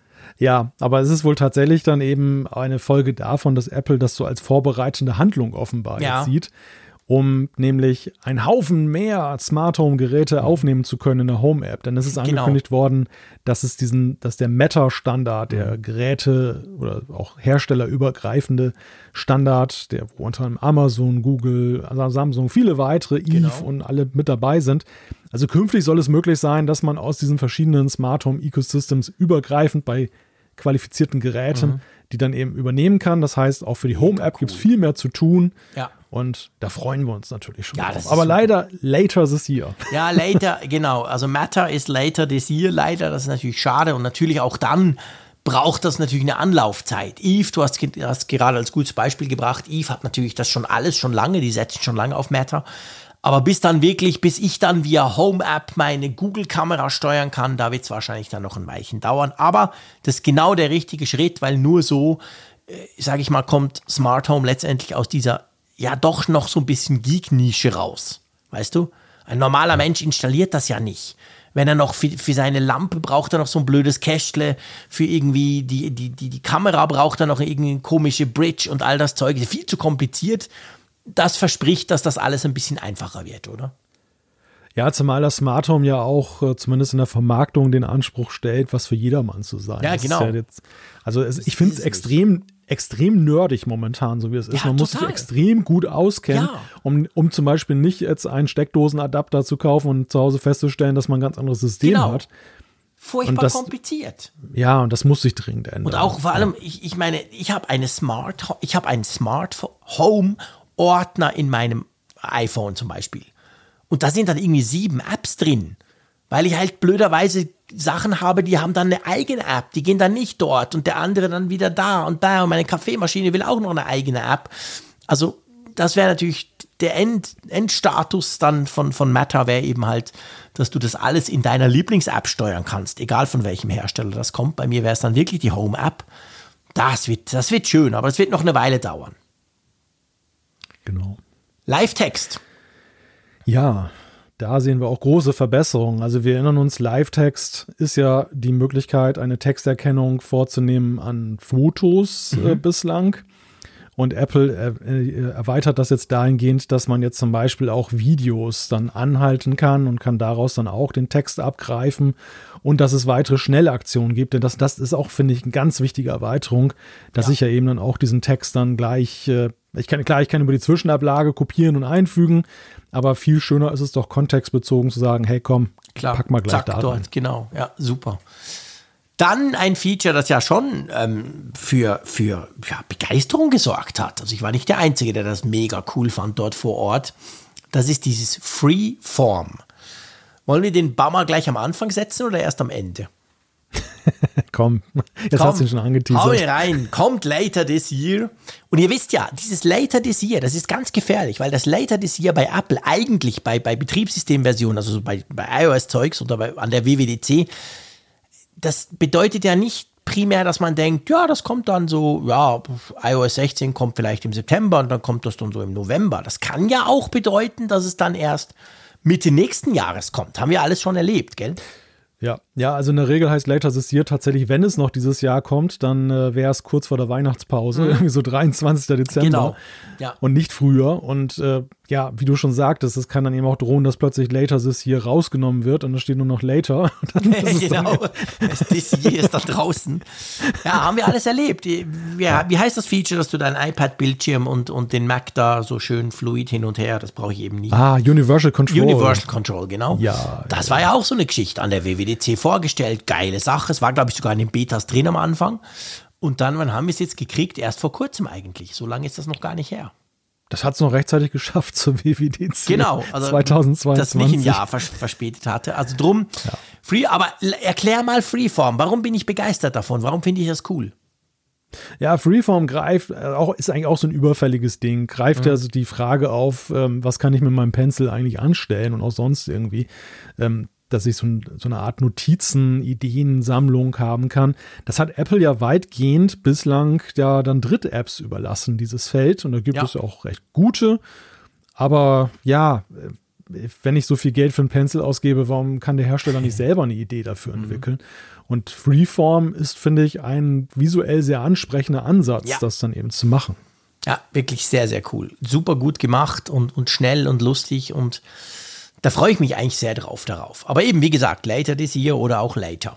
Ja, aber es ist wohl tatsächlich dann eben eine Folge davon, dass Apple das so als vorbereitende Handlung offenbar ja. jetzt sieht, um nämlich einen Haufen mehr Smart Home Geräte aufnehmen zu können in der Home App. Denn es ist angekündigt genau. worden, dass es diesen, dass der Meta-Standard, der Geräte oder auch herstellerübergreifende Standard, der wo unter anderem Amazon, Google, Samsung, viele weitere, genau. Eve und alle mit dabei sind. Also künftig soll es möglich sein, dass man aus diesen verschiedenen Smart Home Ecosystems übergreifend bei qualifizierten Geräten, mhm. die dann eben übernehmen kann. Das heißt, auch für die Home App cool. gibt es viel mehr zu tun. Ja. Und da freuen wir uns natürlich schon ja, drauf. Aber leider later this year. Ja, later, genau. Also Matter ist later this year, leider. Das ist natürlich schade. Und natürlich auch dann braucht das natürlich eine Anlaufzeit. Eve, du hast, hast gerade als gutes Beispiel gebracht, Eve hat natürlich das schon alles schon lange, die setzt schon lange auf Matter. Aber bis dann wirklich, bis ich dann via Home-App meine Google-Kamera steuern kann, da wird es wahrscheinlich dann noch ein Weilchen dauern. Aber das ist genau der richtige Schritt, weil nur so, äh, sage ich mal, kommt Smart Home letztendlich aus dieser, ja doch noch so ein bisschen Geek-Nische raus. Weißt du? Ein normaler Mensch installiert das ja nicht. Wenn er noch für, für seine Lampe braucht er noch so ein blödes Kästle, für irgendwie die, die, die, die Kamera braucht er noch irgendwie eine komische Bridge und all das Zeug. Viel zu kompliziert. Das verspricht, dass das alles ein bisschen einfacher wird, oder? Ja, zumal das Smart Home ja auch äh, zumindest in der Vermarktung den Anspruch stellt, was für jedermann zu sein. Ja, das genau. Ist ja jetzt, also es, ich finde es extrem, extrem nerdig momentan, so wie es ist. Ja, Man muss total. sich extrem gut auskennen, Ja. um, um zum Beispiel nicht jetzt einen Steckdosenadapter zu kaufen und zu Hause festzustellen, dass man ein ganz anderes System Genau. hat. Furchtbar Und das- kompliziert. Ja, und das muss sich dringend ändern. Und auch vor allem, ich, ich meine, ich habe eine Smart, ich habe einen Smart Home Ordner in meinem iPhone zum Beispiel. Und da sind dann irgendwie sieben Apps drin. Weil ich halt blöderweise Sachen habe, die haben dann eine eigene App. Die gehen dann nicht dort und der andere dann wieder da und da. Und meine Kaffeemaschine will auch noch eine eigene App. Also das wäre natürlich der End, Endstatus dann von, von Matter wäre eben halt, dass du das alles in deiner Lieblings-App steuern kannst. Egal von welchem Hersteller das kommt. Bei mir wäre es dann wirklich die Home-App. Das wird, das wird schön, aber es wird noch eine Weile dauern. Genau. Live-Text. Ja, da sehen wir auch große Verbesserungen. Also wir erinnern uns, Live-Text ist ja die Möglichkeit, eine Texterkennung vorzunehmen an Fotos Mhm. äh, bislang. Und Apple äh, erweitert das jetzt dahingehend, dass man jetzt zum Beispiel auch Videos dann anhalten kann und kann daraus dann auch den Text abgreifen und dass es weitere Schnellaktionen gibt. Denn das, das ist auch, finde ich, eine ganz wichtige Erweiterung, dass Ja. ich ja eben dann auch diesen Text dann gleich äh, Ich kann, klar, ich kann über die Zwischenablage kopieren und einfügen, aber viel schöner ist es doch kontextbezogen zu sagen, hey komm, klar, pack mal gleich zack, da dort, rein. Genau, ja, super. Dann ein Feature, das ja schon ähm, für, für ja, Begeisterung gesorgt hat. Also ich war nicht der Einzige, der das mega cool fand dort vor Ort. Das ist dieses Freeform. Wollen wir den Bummer gleich am Anfang setzen oder erst am Ende? Komm, jetzt Komm, hast du ihn schon angeteasert. hau rein, kommt later this year. Und ihr wisst ja, dieses later this year, das ist ganz gefährlich, weil das later this year bei Apple eigentlich bei, bei Betriebssystemversionen, also bei, bei iOS-Zeugs oder bei, an der W W D C, das bedeutet ja nicht primär, dass man denkt, ja, das kommt dann so, ja, iOS sechzehn kommt vielleicht im September und dann kommt das dann so im November. Das kann ja auch bedeuten, dass es dann erst Mitte nächsten Jahres kommt. Haben wir alles schon erlebt, gell? Ja, ja, also in der Regel heißt Later this year tatsächlich, wenn es noch dieses Jahr kommt, dann äh, wäre es kurz vor der Weihnachtspause, mhm. irgendwie so dreiundzwanzigster Dezember. Genau, ja. Und nicht früher. Und äh, ja, wie du schon sagtest, es kann dann eben auch drohen, dass plötzlich Later this year rausgenommen wird und da steht nur noch Later. Genau, this year ist da draußen. Ja, haben wir alles erlebt. Wie, wie heißt das Feature, dass du deinen iPad-Bildschirm und, und den Mac da so schön fluid hin und her, das brauche ich eben nicht. Ah, Universal Control. Universal Control, genau. Ja. Das ja. war ja auch so eine Geschichte an der W W D C vorgestellt. Geile Sache. Es war, glaube ich, sogar in den Betas drin am Anfang. Und dann, wann haben wir es jetzt gekriegt? Erst vor kurzem eigentlich. So lange ist das noch gar nicht her. Das hat es noch rechtzeitig geschafft zur W W D C. Genau, also zweitausendzweiundzwanzig. das nicht ein Jahr vers- verspätet hatte. Also drum, ja. Free, aber erklär mal Freeform. Warum bin ich begeistert davon? Warum finde ich das cool? Ja, Freeform greift, auch, ist eigentlich auch so ein überfälliges Ding, greift mhm. ja also die Frage auf, ähm, was kann ich mit meinem Pencil eigentlich anstellen und auch sonst irgendwie, ähm, dass ich so, ein, so eine Art Notizen, Ideensammlung haben kann. Das hat Apple ja weitgehend bislang ja dann Dritt-Apps überlassen, dieses Feld. Und da gibt ja. es ja auch recht gute. Aber ja, wenn ich so viel Geld für einen Pencil ausgebe, warum kann der Hersteller nicht selber eine Idee dafür entwickeln? Mhm. Und Freeform ist, finde ich, ein visuell sehr ansprechender Ansatz, ja. das dann eben zu machen. Ja, wirklich sehr, sehr cool. Super gut gemacht und, und schnell und lustig und da freue ich mich eigentlich sehr drauf darauf. Aber eben, wie gesagt, later this year oder auch later.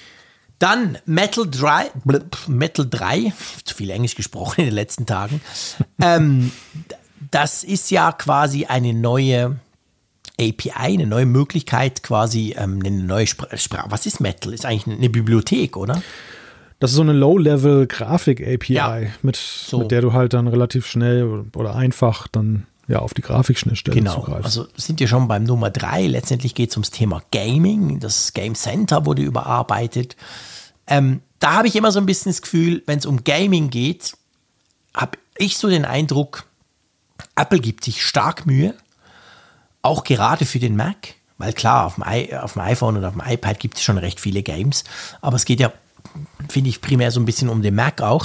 Dann Metal drei, Metal drei, zu viel Englisch gesprochen in den letzten Tagen. ähm, das ist ja quasi eine neue A P I, eine neue Möglichkeit, quasi ähm, eine neue Sprache. Was ist Metal? Ist eigentlich eine Bibliothek, oder? Das ist so eine Low-Level-Grafik-A P I, ja, mit, so. mit der du halt dann relativ schnell oder einfach dann ja, auf die Grafikschnittstelle genau. zugreifen. Also sind wir schon beim Nummer drei. Letztendlich geht es ums Thema Gaming. Das Game Center wurde überarbeitet. Ähm, da habe ich immer so ein bisschen das Gefühl, wenn es um Gaming geht, habe ich so den Eindruck, Apple gibt sich stark Mühe, auch gerade für den Mac, weil klar, auf dem, I- auf dem iPhone und auf dem iPad gibt es schon recht viele Games, aber es geht ja, finde ich, primär so ein bisschen um den Mac auch.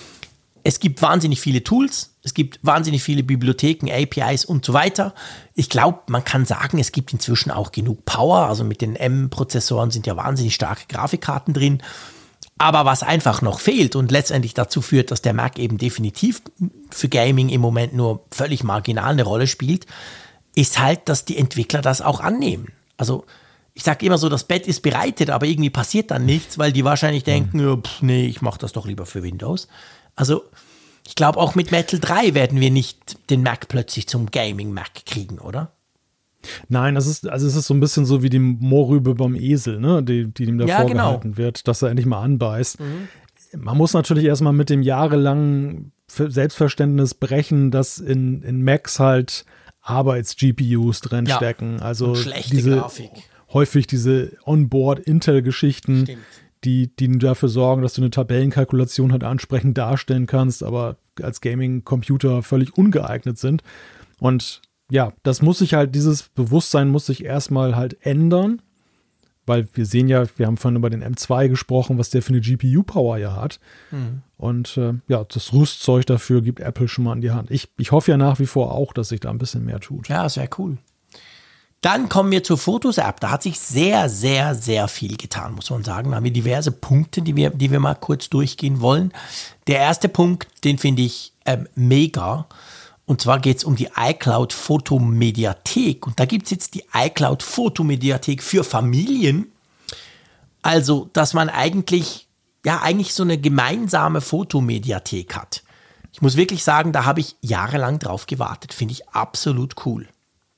Es gibt wahnsinnig viele Tools, es gibt wahnsinnig viele Bibliotheken, A P Is und so weiter. Ich glaube, man kann sagen, es gibt inzwischen auch genug Power. Also mit den M-Prozessoren sind ja wahnsinnig starke Grafikkarten drin. Aber was einfach noch fehlt und letztendlich dazu führt, dass der Mac eben definitiv für Gaming im Moment nur völlig marginal eine Rolle spielt, ist halt, dass die Entwickler das auch annehmen. Also ich sage immer so, das Bett ist bereitet, aber irgendwie passiert dann nichts, weil die wahrscheinlich denken, ja, pff, nee, ich mache das doch lieber für Windows. Also ich glaube, auch mit Metal drei werden wir nicht den Mac plötzlich zum Gaming-Mac kriegen, oder? Nein, das ist, also es ist so ein bisschen so wie die Mohrrübe beim Esel, ne, die, die ihm da ja, vorgehalten genau. wird, dass er endlich mal anbeißt. Mhm. Man muss natürlich erstmal mit dem jahrelangen Selbstverständnis brechen, dass in, in Macs halt Arbeits-G P Us drin ja. stecken. Also schlechte diese, Grafik. häufig diese Onboard-Intel-Geschichten, Stimmt. die, die dafür sorgen, dass du eine Tabellenkalkulation halt ansprechend darstellen kannst, aber als Gaming-Computer völlig ungeeignet sind. Und ja, das muss sich halt, dieses Bewusstsein muss sich erstmal halt ändern, weil wir sehen ja, wir haben vorhin über den M zwei gesprochen, was der für eine G P U-Power ja hat. Mhm. Und äh, ja, das Rüstzeug dafür gibt Apple schon mal in die Hand. Ich, ich hoffe ja nach wie vor auch, dass sich da ein bisschen mehr tut. Ja, das wäre cool. Dann kommen wir zur Fotos-App. Da hat sich sehr, sehr, sehr viel getan, muss man sagen. Da haben wir diverse Punkte, die wir, die wir mal kurz durchgehen wollen. Der erste Punkt, den finde ich ähm, mega. Und zwar geht es um die iCloud-Fotomediathek. Und da gibt es jetzt die iCloud-Fotomediathek für Familien. Also, dass man eigentlich, ja, eigentlich so eine gemeinsame Fotomediathek hat. Ich muss wirklich sagen, da habe ich jahrelang drauf gewartet. Finde ich absolut cool.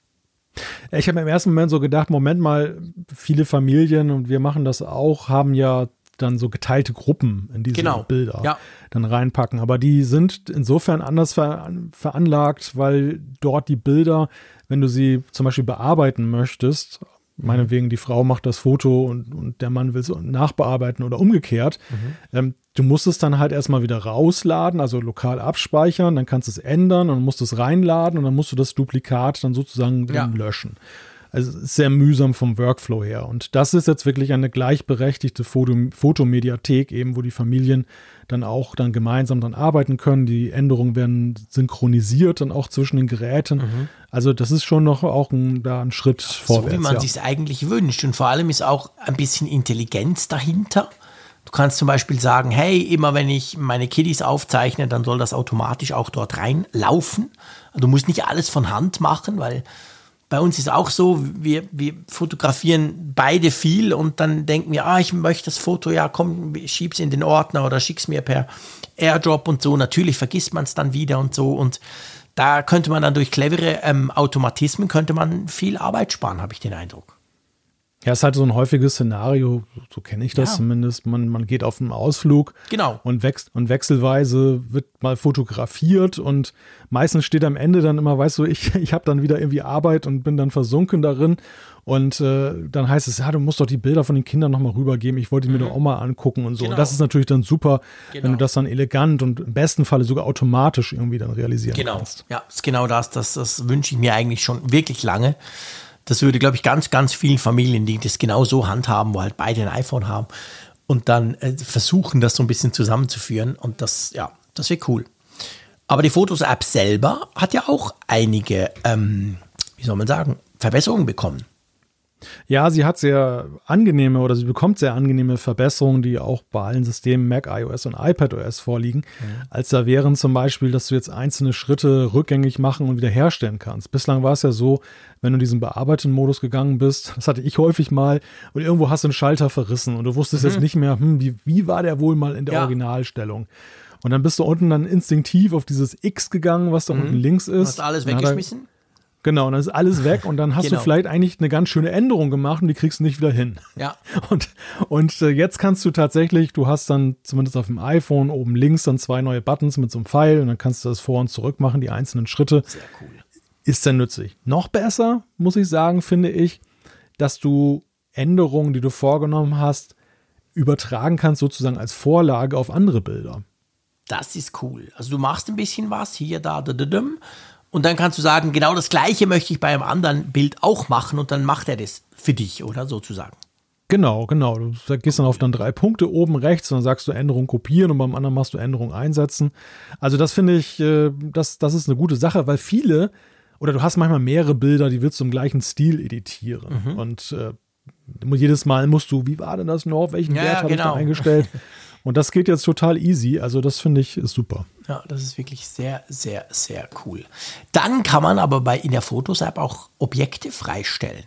Ich habe im ersten Moment so gedacht, Moment mal, viele Familien, und wir machen das auch, haben ja dann so geteilte Gruppen in diese genau. Bilder ja. dann reinpacken. Aber die sind insofern anders ver- veranlagt, weil dort die Bilder, wenn du sie zum Beispiel bearbeiten möchtest, meinetwegen die Frau macht das Foto und, und der Mann will es nachbearbeiten oder umgekehrt, mhm. ähm, du musst es dann halt erstmal wieder rausladen, also lokal abspeichern, dann kannst du es ändern und musst es reinladen und dann musst du das Duplikat dann sozusagen ja. löschen. Also es ist sehr mühsam vom Workflow her. Und das ist jetzt wirklich eine gleichberechtigte Foto, Fotomediathek, eben wo die Familien dann auch dann gemeinsam dann arbeiten können. Die Änderungen werden synchronisiert dann auch zwischen den Geräten. Mhm. Also das ist schon noch auch ein, da ein Schritt so, vorwärts. So wie man ja. sich es eigentlich wünscht. Und vor allem ist auch ein bisschen Intelligenz dahinter. Du kannst zum Beispiel sagen, hey, immer wenn ich meine Kiddies aufzeichne, dann soll das automatisch auch dort reinlaufen. Du musst nicht alles von Hand machen, weil bei uns ist auch so, wir, wir fotografieren beide viel und dann denken wir, ah, ich möchte das Foto, ja komm, schieb's in den Ordner oder schick's mir per Airdrop und so. Natürlich vergisst man es dann wieder und so. Und da könnte man dann durch clevere ähm, Automatismen, könnte man viel Arbeit sparen, habe ich den Eindruck. Ja, es ist halt so ein häufiges Szenario, so kenne ich das ja. zumindest. Man, man geht auf einen Ausflug genau. und, wechs- und wechselweise wird mal fotografiert und meistens steht am Ende dann immer, weißt du, ich, ich habe dann wieder irgendwie Arbeit und bin dann versunken darin und äh, dann heißt es, ja, du musst doch die Bilder von den Kindern nochmal rübergeben, ich wollte die mhm. mir doch auch mal angucken und so. Genau. Und das ist natürlich dann super, genau. wenn du das dann elegant und im besten Falle sogar automatisch irgendwie dann realisieren genau. kannst. Ja, ist genau das, das, das wünsche ich mir eigentlich schon wirklich lange. Das würde, glaube ich, ganz, ganz vielen Familien, die das genau so handhaben, wo halt beide ein iPhone haben und dann äh, versuchen, das so ein bisschen zusammenzuführen. Und das, ja, das wäre cool. Aber die Fotos-App selber hat ja auch einige, ähm, wie soll man sagen, Verbesserungen bekommen. Ja, sie hat sehr angenehme oder sie bekommt sehr angenehme Verbesserungen, die auch bei allen Systemen Mac, iOS und iPadOS vorliegen. Mhm. Als da wären zum Beispiel, dass du jetzt einzelne Schritte rückgängig machen und wiederherstellen kannst. Bislang war es ja so, wenn du in diesen Bearbeiten-Modus gegangen bist, das hatte ich häufig mal, und irgendwo hast du einen Schalter verrissen und du wusstest mhm. jetzt nicht mehr, hm, wie, wie war der wohl mal in der ja. Originalstellung? Und dann bist du unten dann instinktiv auf dieses X gegangen, was da mhm. unten links ist. Hast du alles weggeschmissen? Genau, und dann ist alles weg und dann hast genau. du vielleicht eigentlich eine ganz schöne Änderung gemacht und die kriegst du nicht wieder hin. Ja. Und, und äh, jetzt kannst du tatsächlich, du hast dann zumindest auf dem iPhone oben links dann zwei neue Buttons mit so einem Pfeil und dann kannst du das vor und zurück machen, die einzelnen Schritte. Sehr cool. Ist sehr nützlich. Noch besser, muss ich sagen, finde ich, dass du Änderungen, die du vorgenommen hast, übertragen kannst sozusagen als Vorlage auf andere Bilder. Das ist cool. Also du machst ein bisschen was, hier, da, da, da, da. Und dann kannst du sagen, genau das Gleiche möchte ich bei einem anderen Bild auch machen und dann macht er das für dich, oder sozusagen. Genau, genau. Du gehst dann auf dann drei Punkte oben rechts und dann sagst du Änderung kopieren und beim anderen machst du Änderung einsetzen. Also das finde ich, das, das ist eine gute Sache, weil viele, oder du hast manchmal mehrere Bilder, die willst du im gleichen Stil editieren. Mhm. Und äh, jedes Mal musst du, wie war denn das noch, welchen ja, Wert ja, habe genau. ich da eingestellt? Und das geht jetzt total easy, also das finde ich ist super. Ja, das ist wirklich sehr, sehr, sehr cool. Dann kann man aber bei in der Fotos-App auch Objekte freistellen.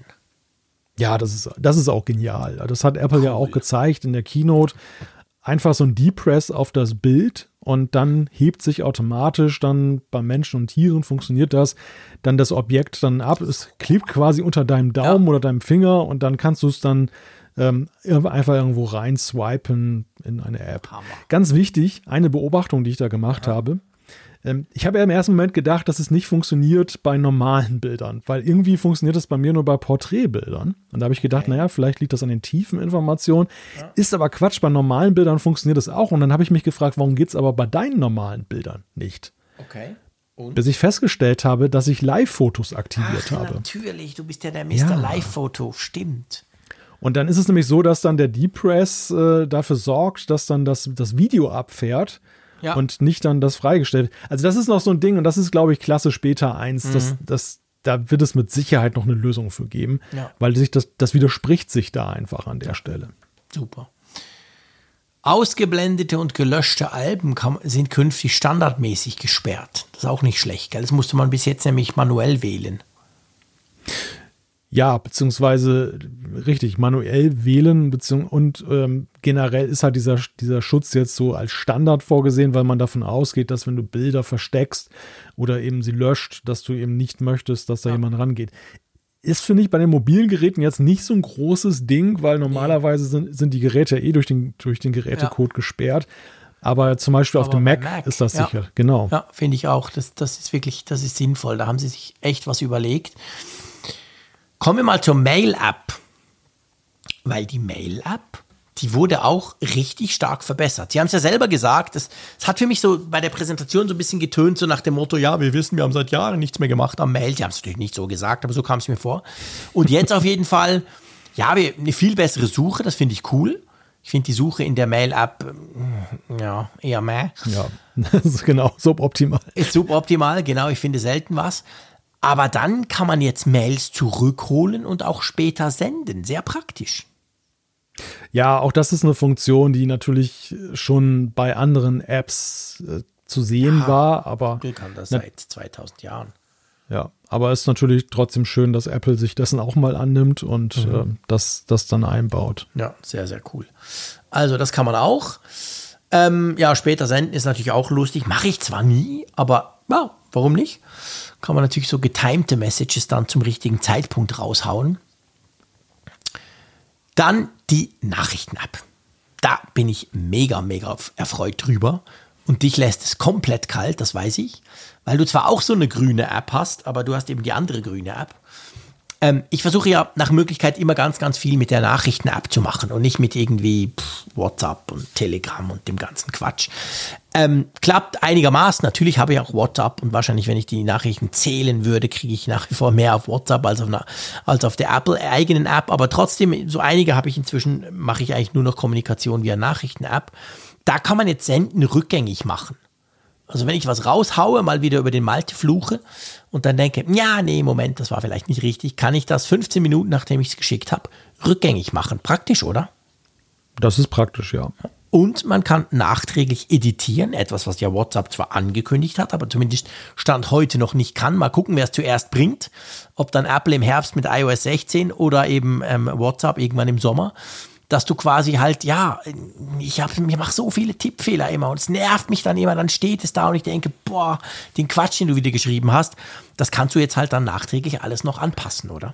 Ja, das ist, das ist auch genial. Das hat Apple cool. ja auch gezeigt in der Keynote. Einfach so ein Depress auf das Bild und dann hebt sich automatisch dann bei Menschen und Tieren funktioniert das, dann das Objekt dann ab. Es klebt quasi unter deinem Daumen ja. oder deinem Finger und dann kannst du es dann Ähm, einfach irgendwo rein swipen in eine App. Hammer. Ganz wichtig, eine Beobachtung, die ich da gemacht ja. habe. Ähm, ich habe ja im ersten Moment gedacht, dass es nicht funktioniert bei normalen Bildern, weil irgendwie funktioniert das bei mir nur bei Porträtbildern. Und da habe ich gedacht, okay. naja, vielleicht liegt das an den tiefen Informationen. Ja. Ist aber Quatsch, bei normalen Bildern funktioniert das auch. Und dann habe ich mich gefragt, warum geht es aber bei deinen normalen Bildern nicht? Okay. Und? Bis ich festgestellt habe, dass ich Live-Fotos aktiviert Ach, habe. Natürlich, du bist ja der Mister Ja. Live-Foto, stimmt. Und dann ist es nämlich so, dass dann der Depress äh, dafür sorgt, dass dann das, das Video abfährt ja. und nicht dann das freigestellt. Also das ist noch so ein Ding und das ist, glaube ich, Klasse Beta eins. Mhm. Das, das, da wird es mit Sicherheit noch eine Lösung für geben, ja. weil sich das, das widerspricht sich da einfach an der ja. Stelle. Super. Ausgeblendete und gelöschte Alben kann, sind künftig standardmäßig gesperrt. Das ist auch nicht schlecht, gell? Das musste man bis jetzt nämlich manuell wählen. Ja, beziehungsweise richtig, manuell wählen beziehungs- und ähm, generell ist halt dieser, dieser Schutz jetzt so als Standard vorgesehen, weil man davon ausgeht, dass wenn du Bilder versteckst oder eben sie löscht, dass du eben nicht möchtest, dass da ja. jemand rangeht. Ist, finde ich, bei den mobilen Geräten jetzt nicht so ein großes Ding, weil normalerweise sind, sind die Geräte ja eh durch den, durch den Gerätecode ja. gesperrt. Aber zum Beispiel Aber auf dem Mac, Mac ist das ja. sicher, genau. Ja, finde ich auch. Das, das ist wirklich, das ist sinnvoll. Da haben sie sich echt was überlegt. Kommen wir mal zur Mail-App. Weil die Mail-App, die wurde auch richtig stark verbessert. Sie haben es ja selber gesagt, es hat für mich so bei der Präsentation so ein bisschen getönt, so nach dem Motto, ja, wir wissen, wir haben seit Jahren nichts mehr gemacht am Mail. Die haben es natürlich nicht so gesagt, aber so kam es mir vor. Und jetzt auf jeden Fall, ja, wir, eine viel bessere Suche, das finde ich cool. Ich finde die Suche in der Mail-App, ja, eher meh. Ja, das ist genau, suboptimal. Ist suboptimal, genau, ich finde selten was. Aber dann kann man jetzt Mails zurückholen und auch später senden. Sehr praktisch. Ja, auch das ist eine Funktion, die natürlich schon bei anderen Apps äh, zu sehen ja, war. Aber Google kann das seit zweitausend Jahren. Ja, aber es ist natürlich trotzdem schön, dass Apple sich dessen auch mal annimmt und mhm. äh, das, das dann einbaut. Ja, sehr, sehr cool. Also das kann man auch. Ähm, ja, später senden ist natürlich auch lustig. Mache ich zwar nie, aber ja, warum nicht? Kann man natürlich so getimte Messages dann zum richtigen Zeitpunkt raushauen. Dann die Nachrichten-App. Da bin ich mega, mega erfreut drüber. Und dich lässt es komplett kalt, das weiß ich. Weil du zwar auch so eine grüne App hast, aber du hast eben die andere grüne App. Ähm, ich versuche ja nach Möglichkeit immer ganz, ganz viel mit der Nachrichten-App zu machen und nicht mit irgendwie pff, WhatsApp und Telegram und dem ganzen Quatsch. Ähm, klappt einigermaßen. Natürlich habe ich auch WhatsApp und wahrscheinlich, wenn ich die Nachrichten zählen würde, kriege ich nach wie vor mehr auf WhatsApp als auf, einer, als auf der Apple-eigenen App. Aber trotzdem, so einige habe ich inzwischen, mache ich eigentlich nur noch Kommunikation via Nachrichten-App. Da kann man jetzt Senden rückgängig machen. Also wenn ich was raushaue, mal wieder über den Malte fluche und dann denke, ja, nee, Moment, das war vielleicht nicht richtig, kann ich das fünfzehn Minuten, nachdem ich es geschickt habe, rückgängig machen. Praktisch, oder? Das ist praktisch, ja. Und man kann nachträglich editieren, etwas, was ja WhatsApp zwar angekündigt hat, aber zumindest Stand heute noch nicht kann. Mal gucken, wer es zuerst bringt. Ob dann Apple im Herbst mit i O S sechzehn oder eben ähm, WhatsApp irgendwann im Sommer. Dass du quasi halt, ja, ich, hab, ich mache so viele Tippfehler immer und es nervt mich dann immer, dann steht es da und ich denke, boah, den Quatsch, den du wieder geschrieben hast, das kannst du jetzt halt dann nachträglich alles noch anpassen, oder?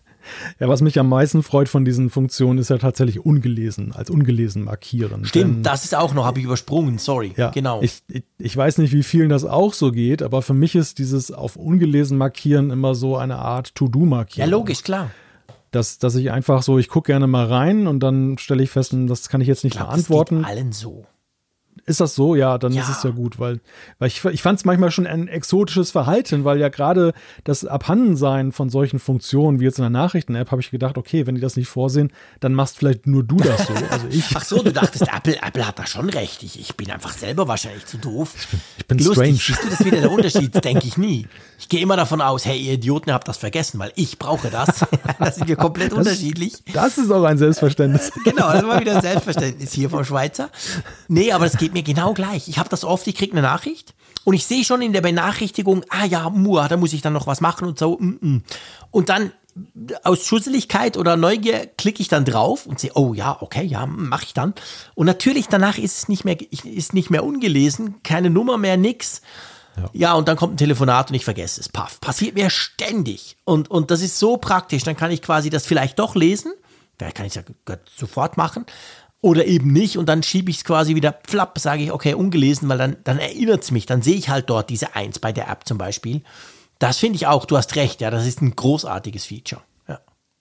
Ja, was mich am meisten freut von diesen Funktionen, ist ja tatsächlich ungelesen, als ungelesen markieren. Stimmt, Denn, das ist auch noch, habe ich übersprungen, sorry, ja, genau. Ich, ich, ich weiß nicht, wie vielen das auch so geht, aber für mich ist dieses auf ungelesen markieren immer so eine Art To-Do-Markierung. Ja, logisch, klar. Dass, dass ich einfach so, ich gucke gerne mal rein und dann stelle ich fest, das kann ich jetzt nicht ich glaub, beantworten. Das geht allen so. Ist das so? Ja, dann ja. ist es ja gut, weil, weil ich, ich fand es manchmal schon ein exotisches Verhalten, weil ja gerade das Abhandensein von solchen Funktionen wie jetzt in der Nachrichten-App, habe ich gedacht, okay, wenn die das nicht vorsehen, dann machst vielleicht nur du das so. Also ich. Ach so, du dachtest, Apple, Apple hat da schon recht. Ich, ich bin einfach selber wahrscheinlich zu doof. Ich bin, ich bin Lustig, strange. Siehst du das wieder der Unterschied? Denke ich nie. Ich gehe immer davon aus, hey, ihr Idioten, ihr habt das vergessen, weil ich brauche das. Da sind wir komplett das, unterschiedlich. Das ist auch ein Selbstverständnis. Genau, das war wieder ein Selbstverständnis hier vom Schweizer. Nee, aber das geht mir genau gleich. Ich habe das oft, ich kriege eine Nachricht und ich sehe schon in der Benachrichtigung, ah ja, Mua, da muss ich dann noch was machen und so. Mm, mm. Und dann aus Schusseligkeit oder Neugier klicke ich dann drauf und sehe, oh ja, okay, ja, mache ich dann. Und natürlich danach ist es nicht mehr, ist nicht mehr ungelesen, keine Nummer mehr, nix. Ja. ja, und dann kommt ein Telefonat und ich vergesse es. Paff. Passiert mir ständig. Und, und das ist so praktisch. Dann kann ich quasi das vielleicht doch lesen. Vielleicht kann ich es ja sofort machen. Oder eben nicht. Und dann schiebe ich es quasi wieder, flapp, sage ich, okay, ungelesen, weil dann, dann erinnert es mich. Dann sehe ich halt dort diese eins bei der App zum Beispiel. Das finde ich auch, du hast recht, ja, das ist ein großartiges Feature. Ja,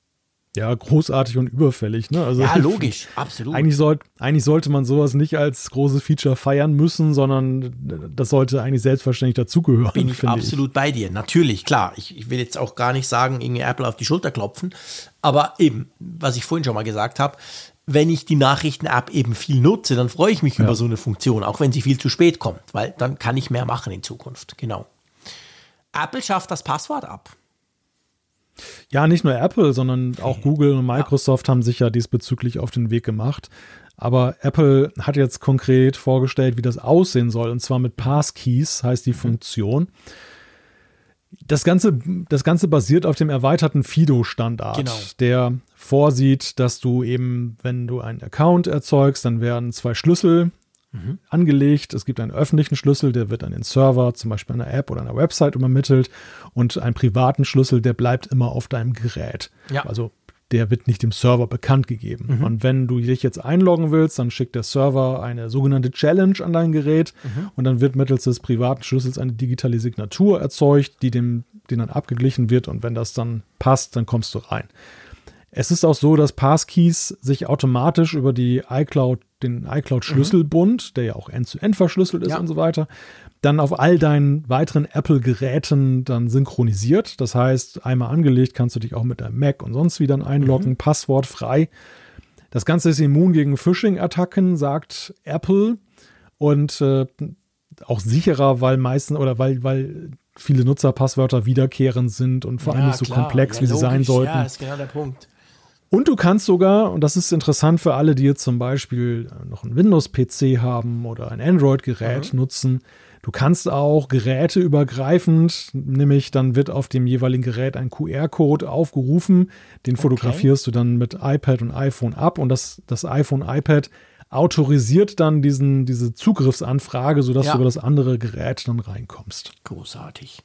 ja, großartig und überfällig, ne? Also ja, logisch, absolut. Eigentlich, soll, eigentlich sollte man sowas nicht als großes Feature feiern müssen, sondern das sollte eigentlich selbstverständlich dazugehören. Bin ich absolut ich. bei dir. Natürlich, klar. Ich, ich will jetzt auch gar nicht sagen, irgendwie Apple auf die Schulter klopfen. Aber eben, was ich vorhin schon mal gesagt habe, wenn ich die Nachrichten-App eben viel nutze, dann freue ich mich ja. über so eine Funktion, auch wenn sie viel zu spät kommt, weil dann kann ich mehr machen in Zukunft. Genau. Apple schafft das Passwort ab. Ja, nicht nur Apple, sondern auch Google und Microsoft ja. haben sich ja diesbezüglich auf den Weg gemacht. Aber Apple hat jetzt konkret vorgestellt, wie das aussehen soll. Und zwar mit Passkeys heißt die Funktion. Das Ganze, das Ganze basiert auf dem erweiterten Fido-Standard, Genau. der vorsieht, dass du eben, wenn du einen Account erzeugst, dann werden zwei Schlüssel mhm. angelegt. Es gibt einen öffentlichen Schlüssel, der wird an den Server, zum Beispiel einer App oder einer Website übermittelt, und einen privaten Schlüssel, der bleibt immer auf deinem Gerät. Ja. Also der wird nicht dem Server bekannt gegeben. Mhm. Und wenn du dich jetzt einloggen willst, dann schickt der Server eine sogenannte Challenge an dein Gerät mhm. und dann wird mittels des privaten Schlüssels eine digitale Signatur erzeugt, die dem, die dann abgeglichen wird, und wenn das dann passt, dann kommst du rein. Es ist auch so, dass Passkeys sich automatisch über die iCloud, den iCloud-Schlüsselbund, mhm. der ja auch end-zu-end verschlüsselt ist ja. und so weiter, dann auf all deinen weiteren Apple-Geräten dann synchronisiert. Das heißt, einmal angelegt, kannst du dich auch mit deinem Mac und sonst wie dann einloggen, mhm. passwortfrei. Das Ganze ist immun gegen Phishing-Attacken, sagt Apple, und äh, auch sicherer, weil meistens oder weil, weil viele Nutzerpasswörter wiederkehrend sind und vor allem ja, nicht so klar. komplex, ja, wie sie logisch. sein sollten. Ja, ist genau der Punkt. Und du kannst sogar, und das ist interessant für alle, die jetzt zum Beispiel noch einen Windows-P C haben oder ein Android-Gerät mhm. nutzen, du kannst auch geräteübergreifend, nämlich dann wird auf dem jeweiligen Gerät ein Q R-Code aufgerufen, den okay. fotografierst du dann mit iPad und iPhone ab, und das, das iPhone, iPad autorisiert dann diesen, diese Zugriffsanfrage, sodass ja. du über das andere Gerät dann reinkommst. Großartig.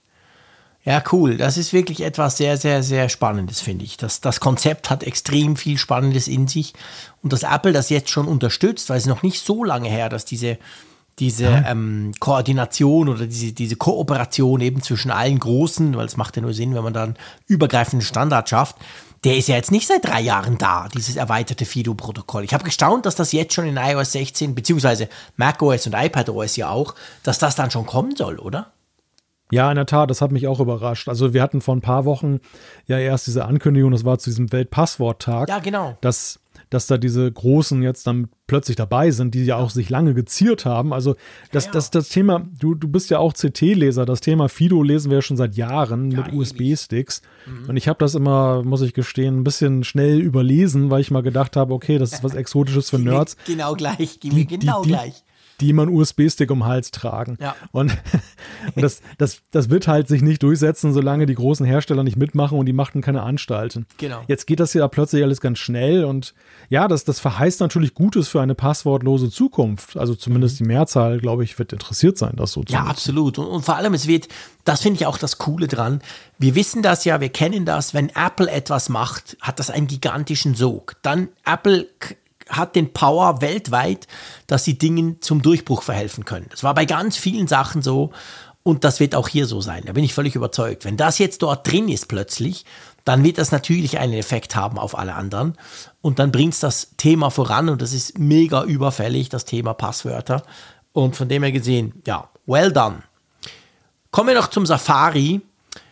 Ja, cool. Das ist wirklich etwas sehr, sehr, sehr Spannendes, finde ich. Das, das Konzept hat extrem viel Spannendes in sich. Und dass Apple das jetzt schon unterstützt, weil es noch nicht so lange her, dass diese, diese ja. ähm, Koordination oder diese, diese Kooperation eben zwischen allen Großen, weil es macht ja nur Sinn, wenn man dann übergreifenden Standard schafft, der ist ja jetzt nicht seit drei Jahren da, dieses erweiterte Fido-Protokoll. Ich habe gestaunt, dass das jetzt schon in i O S sechzehn, beziehungsweise macOS und iPadOS ja auch, dass das dann schon kommen soll, oder? Ja, in der Tat, das hat mich auch überrascht. Also wir hatten vor ein paar Wochen ja erst diese Ankündigung, das war zu diesem Weltpassworttag. Ja, genau. Dass, dass da diese Großen jetzt dann plötzlich dabei sind, die ja auch sich lange geziert haben. Also das, ja, ja. das, das Thema, du, du bist ja auch C T-Leser, das Thema Fido lesen wir ja schon seit Jahren ja, mit U S B-Sticks. Mhm. Und ich habe das immer, muss ich gestehen, ein bisschen schnell überlesen, weil ich mal gedacht habe, okay, das ist was Exotisches für Nerds. Genau gleich, die, genau die, gleich. die immer einen U S B-Stick um den Hals tragen. Ja. Und, und das, das, das wird halt sich nicht durchsetzen, solange die großen Hersteller nicht mitmachen, und die machten keine Anstalten. Genau. Jetzt geht das ja plötzlich alles ganz schnell, und ja, das, das verheißt natürlich Gutes für eine passwortlose Zukunft. Also zumindest die Mehrzahl, glaube ich, wird interessiert sein, das so zu Ja, nutzen. absolut. Und, und vor allem, es wird, das finde ich auch das Coole dran, wir wissen das ja, wir kennen das, wenn Apple etwas macht, hat das einen gigantischen Sog. Dann Apple hat den Power weltweit, dass sie Dingen zum Durchbruch verhelfen können. Das war bei ganz vielen Sachen so, und das wird auch hier so sein. Da bin ich völlig überzeugt. Wenn das jetzt dort drin ist plötzlich, dann wird das natürlich einen Effekt haben auf alle anderen, und dann bringt es das Thema voran, und das ist mega überfällig, das Thema Passwörter. Und von dem her gesehen, ja, well done. Kommen wir noch zum Safari.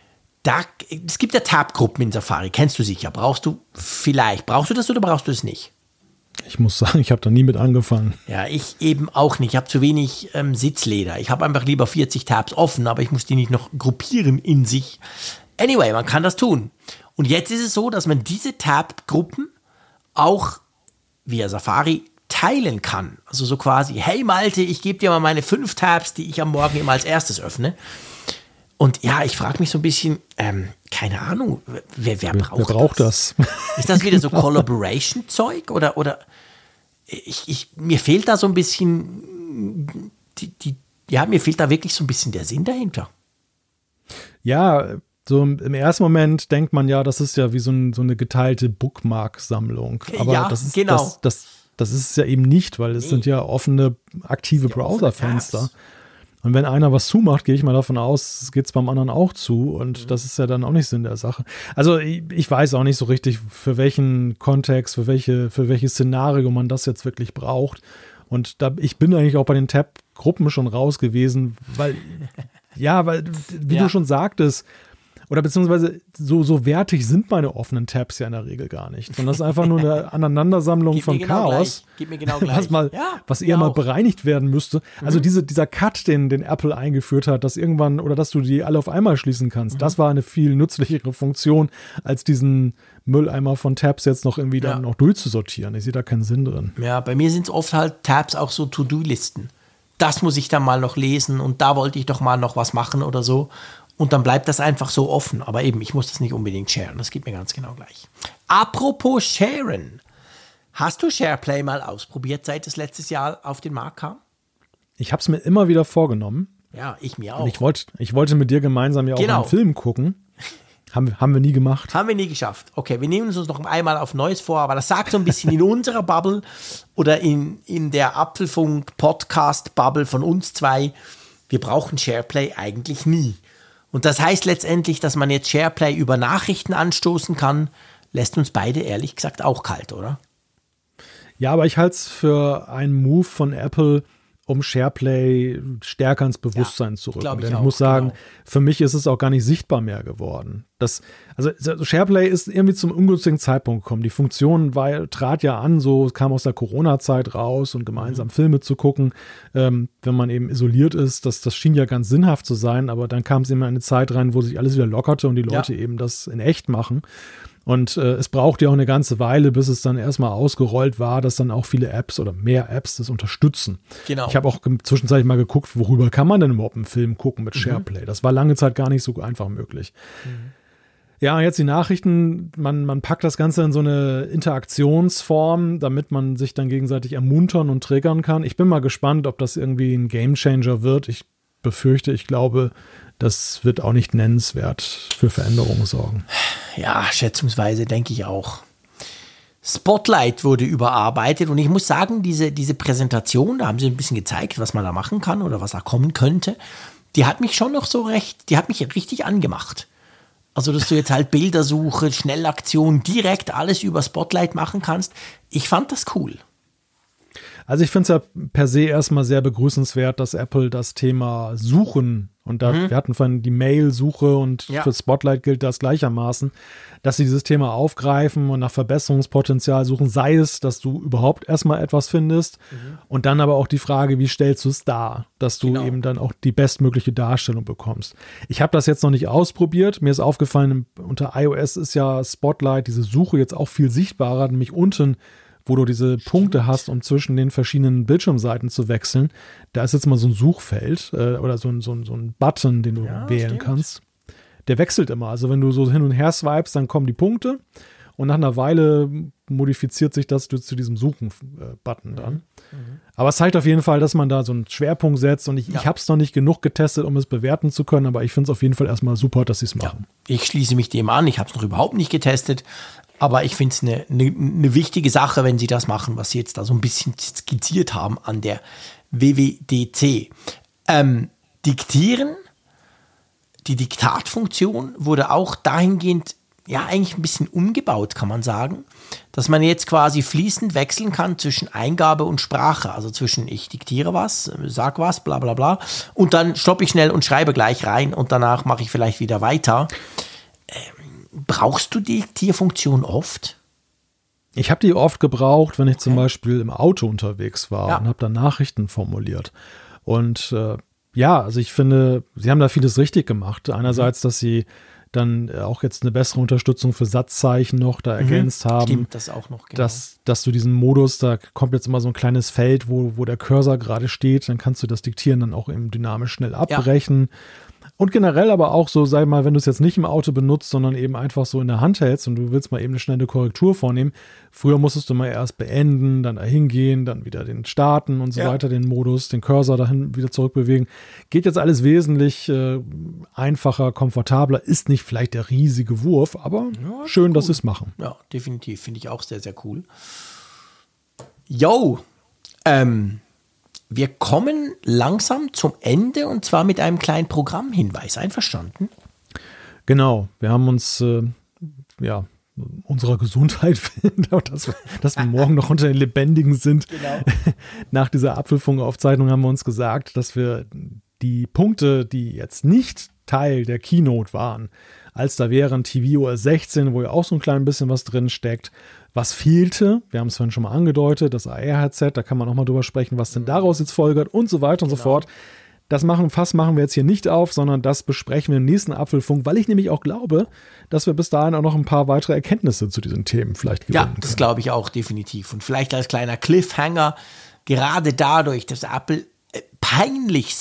Da, es gibt ja Tab-Gruppen in Safari, kennst du sicher. Brauchst du vielleicht, brauchst du das oder brauchst du es nicht? Ich muss sagen, ich habe da nie mit angefangen. Ja, ich eben auch nicht. Ich habe zu wenig ähm, Sitzleder. Ich habe einfach lieber vierzig Tabs offen, aber ich muss die nicht noch gruppieren in sich. Anyway, man kann das tun. Und jetzt ist es so, dass man diese Tab-Gruppen auch via Safari teilen kann. Also so quasi, hey Malte, ich gebe dir mal meine fünf Tabs, die ich am Morgen immer als erstes öffne. Und ja, ich frage mich so ein bisschen, ähm, keine Ahnung, wer, wer braucht, wer braucht das? das? Ist das wieder so Collaboration-Zeug? Oder, oder ich, ich, mir fehlt da so ein bisschen, die, die, ja, mir fehlt da wirklich so ein bisschen der Sinn dahinter. Ja, so im ersten Moment denkt man ja, das ist ja wie so, ein, so eine geteilte Bookmark-Sammlung. Aber ja, das ist, genau. Das, das, das ist es ja eben nicht, weil es nee. sind ja offene, aktive ja, Browserfenster. Offene Und wenn einer was zumacht, gehe ich mal davon aus, es geht es beim anderen auch zu. Und mhm. das ist ja dann auch nicht Sinn der Sache. Also ich, ich weiß auch nicht so richtig, für welchen Kontext, für welche, für welches Szenario man das jetzt wirklich braucht. Und da, ich bin eigentlich auch bei den Tab-Gruppen schon raus gewesen, weil, ja, weil, wie ja. du schon sagtest, oder beziehungsweise so, so wertig sind meine offenen Tabs ja in der Regel gar nicht. Sondern das ist einfach nur eine Aneinandersammlung von genau Chaos, Gib mir genau gleich. was, mal, ja, was eher mal bereinigt werden müsste. Mhm. Also diese, dieser Cut, den, den Apple eingeführt hat, dass irgendwann, oder dass du die alle auf einmal schließen kannst, mhm. das war eine viel nützlichere Funktion, als diesen Mülleimer von Tabs jetzt noch irgendwie dann ja. noch durchzusortieren. Ich sehe da keinen Sinn drin. Ja, bei mir sind es oft halt Tabs auch so To-Do-Listen. Das muss ich dann mal noch lesen, und da wollte ich doch mal noch was machen oder so. und dann bleibt das einfach so offen. Aber eben, ich muss das nicht unbedingt sharen. Das geht mir ganz genau gleich. Apropos sharen. Hast du SharePlay mal ausprobiert, seit es letztes Jahr auf den Markt kam? Ich habe es mir immer wieder vorgenommen. Ja, ich mir auch. Und ich, wollt, ich wollte mit dir gemeinsam ja auch genau. einen Film gucken. Haben, haben wir nie gemacht. Haben wir nie geschafft. Okay, wir nehmen es uns noch einmal auf Neues vor, aber das sagt so ein bisschen in unserer Bubble oder in, in der Apfelfunk-Podcast-Bubble von uns zwei, wir brauchen SharePlay eigentlich nie. Und das heißt letztendlich, dass man jetzt SharePlay über Nachrichten anstoßen kann, lässt uns beide ehrlich gesagt auch kalt, oder? Ja, aber ich halte es für einen Move von Apple, um SharePlay stärker ins Bewusstsein ja, zu rücken. Ich Denn ich auch, muss sagen, genau. für mich ist es auch gar nicht sichtbar mehr geworden. Das, also SharePlay ist irgendwie zum ungünstigen Zeitpunkt gekommen. Die Funktion war, trat ja an, so kam aus der Corona-Zeit raus und gemeinsam mhm. Filme zu gucken, ähm, wenn man eben isoliert ist. Das, das schien ja ganz sinnhaft zu sein, aber dann kam es immer in eine Zeit rein, wo sich alles wieder lockerte und die Leute ja. eben das in echt machen. Und äh, es braucht ja auch eine ganze Weile, bis es dann erstmal ausgerollt war, dass dann auch viele Apps oder mehr Apps das unterstützen. Genau. Ich habe auch zwischenzeitlich mal geguckt, worüber kann man denn überhaupt einen Film gucken mit mhm. SharePlay? Das war lange Zeit gar nicht so einfach möglich. Mhm. Ja, jetzt die Nachrichten, man, man packt das Ganze in so eine Interaktionsform, damit man sich dann gegenseitig ermuntern und triggern kann. Ich bin mal gespannt, ob das irgendwie ein Gamechanger wird. Ich befürchte, ich glaube, das wird auch nicht nennenswert für Veränderungen sorgen. Ja, schätzungsweise denke ich auch. Spotlight wurde überarbeitet und ich muss sagen, diese, diese Präsentation, da haben sie ein bisschen gezeigt, was man da machen kann oder was da kommen könnte, die hat mich schon noch so recht, die hat mich richtig angemacht. Also, dass du jetzt halt Bildersuche, Schnellaktion, direkt alles über Spotlight machen kannst. Ich fand das cool. Also ich finde es ja per se erstmal sehr begrüßenswert, dass Apple das Thema Suchen, und da, mhm. wir hatten vorhin die Mail-Suche und ja. für Spotlight gilt das gleichermaßen, dass sie dieses Thema aufgreifen und nach Verbesserungspotenzial suchen, sei es, dass du überhaupt erstmal etwas findest mhm. und dann aber auch die Frage, wie stellst du es dar, dass du genau. eben dann auch die bestmögliche Darstellung bekommst. Ich habe das jetzt noch nicht ausprobiert, mir ist aufgefallen, unter iOS ist ja Spotlight, diese Suche jetzt auch viel sichtbarer, nämlich unten, wo du diese Stimmt. Punkte hast, um zwischen den verschiedenen Bildschirmseiten zu wechseln. Da ist jetzt mal so ein Suchfeld äh, oder so ein, so, ein, so ein Button, den du ja, wählen stimmt. kannst. Der wechselt immer. Also wenn du so hin und her swipest, dann kommen die Punkte und nach einer Weile modifiziert sich das zu diesem Suchen-Button dann. Mhm. Mhm. Aber es zeigt auf jeden Fall, dass man da so einen Schwerpunkt setzt und ich, ja. ich habe es noch nicht genug getestet, um es bewerten zu können, aber ich finde es auf jeden Fall erstmal super, dass sie es machen. Ja. Ich schließe mich dem an. Ich habe es noch überhaupt nicht getestet. Aber ich finde es eine ne, ne wichtige Sache, wenn sie das machen, was sie jetzt da so ein bisschen skizziert haben an der W W D C. Ähm, diktieren, die Diktatfunktion wurde auch dahingehend, ja, eigentlich ein bisschen umgebaut, kann man sagen, dass man jetzt quasi fließend wechseln kann zwischen Eingabe und Sprache. Also zwischen ich diktiere was, sag was, bla bla bla, und dann stoppe ich schnell und schreibe gleich rein und danach mache ich vielleicht wieder weiter. Ähm, Brauchst du die Diktierfunktion oft? Ich habe die oft gebraucht, wenn ich okay. zum Beispiel im Auto unterwegs war ja. und habe dann Nachrichten formuliert. Und äh, ja, also ich finde, sie haben da vieles richtig gemacht. Einerseits, dass sie dann auch jetzt eine bessere Unterstützung für Satzzeichen noch da ergänzt mhm. haben. Stimmt, das auch noch, genau. Dass, dass du diesen Modus, da kommt jetzt immer so ein kleines Feld, wo, wo der Cursor gerade steht, dann kannst du das Diktieren dann auch eben dynamisch schnell abbrechen. Ja. Und generell aber auch so, sag mal, wenn du es jetzt nicht im Auto benutzt, sondern eben einfach so in der Hand hältst und du willst mal eben eine schnelle Korrektur vornehmen. Früher musstest du mal erst beenden, dann dahin gehen, dann wieder den starten und so ja. weiter, den Modus, den Cursor dahin wieder zurückbewegen. Geht jetzt alles wesentlich äh, einfacher, komfortabler, ist nicht vielleicht der riesige Wurf, aber ja, schön, cool. dass sie es machen. Ja, definitiv, finde ich auch sehr, sehr cool. Yo, ähm, wir kommen langsam zum Ende und zwar mit einem kleinen Programmhinweis. Einverstanden? Genau. Wir haben uns äh, ja unserer Gesundheit, dass, wir, dass wir morgen noch unter den Lebendigen sind. Genau. Nach dieser Apfelfunk-Aufzeichnung haben wir uns gesagt, dass wir die Punkte, die jetzt nicht Teil der Keynote waren, als da wären tvOS sechzehn, wo ja auch so ein klein bisschen was drin steckt, was fehlte, wir haben es vorhin schon mal angedeutet, das A R-Headset, da kann man auch mal drüber sprechen, was denn daraus jetzt folgert und so weiter und genau. so fort. Das machen, Fass machen wir jetzt hier nicht auf, sondern das besprechen wir im nächsten Apfelfunk, weil ich nämlich auch glaube, dass wir bis dahin auch noch ein paar weitere Erkenntnisse zu diesen Themen vielleicht gewinnen können. Ja, das glaube ich auch definitiv. Und vielleicht als kleiner Cliffhanger, gerade dadurch, dass Apple peinlichst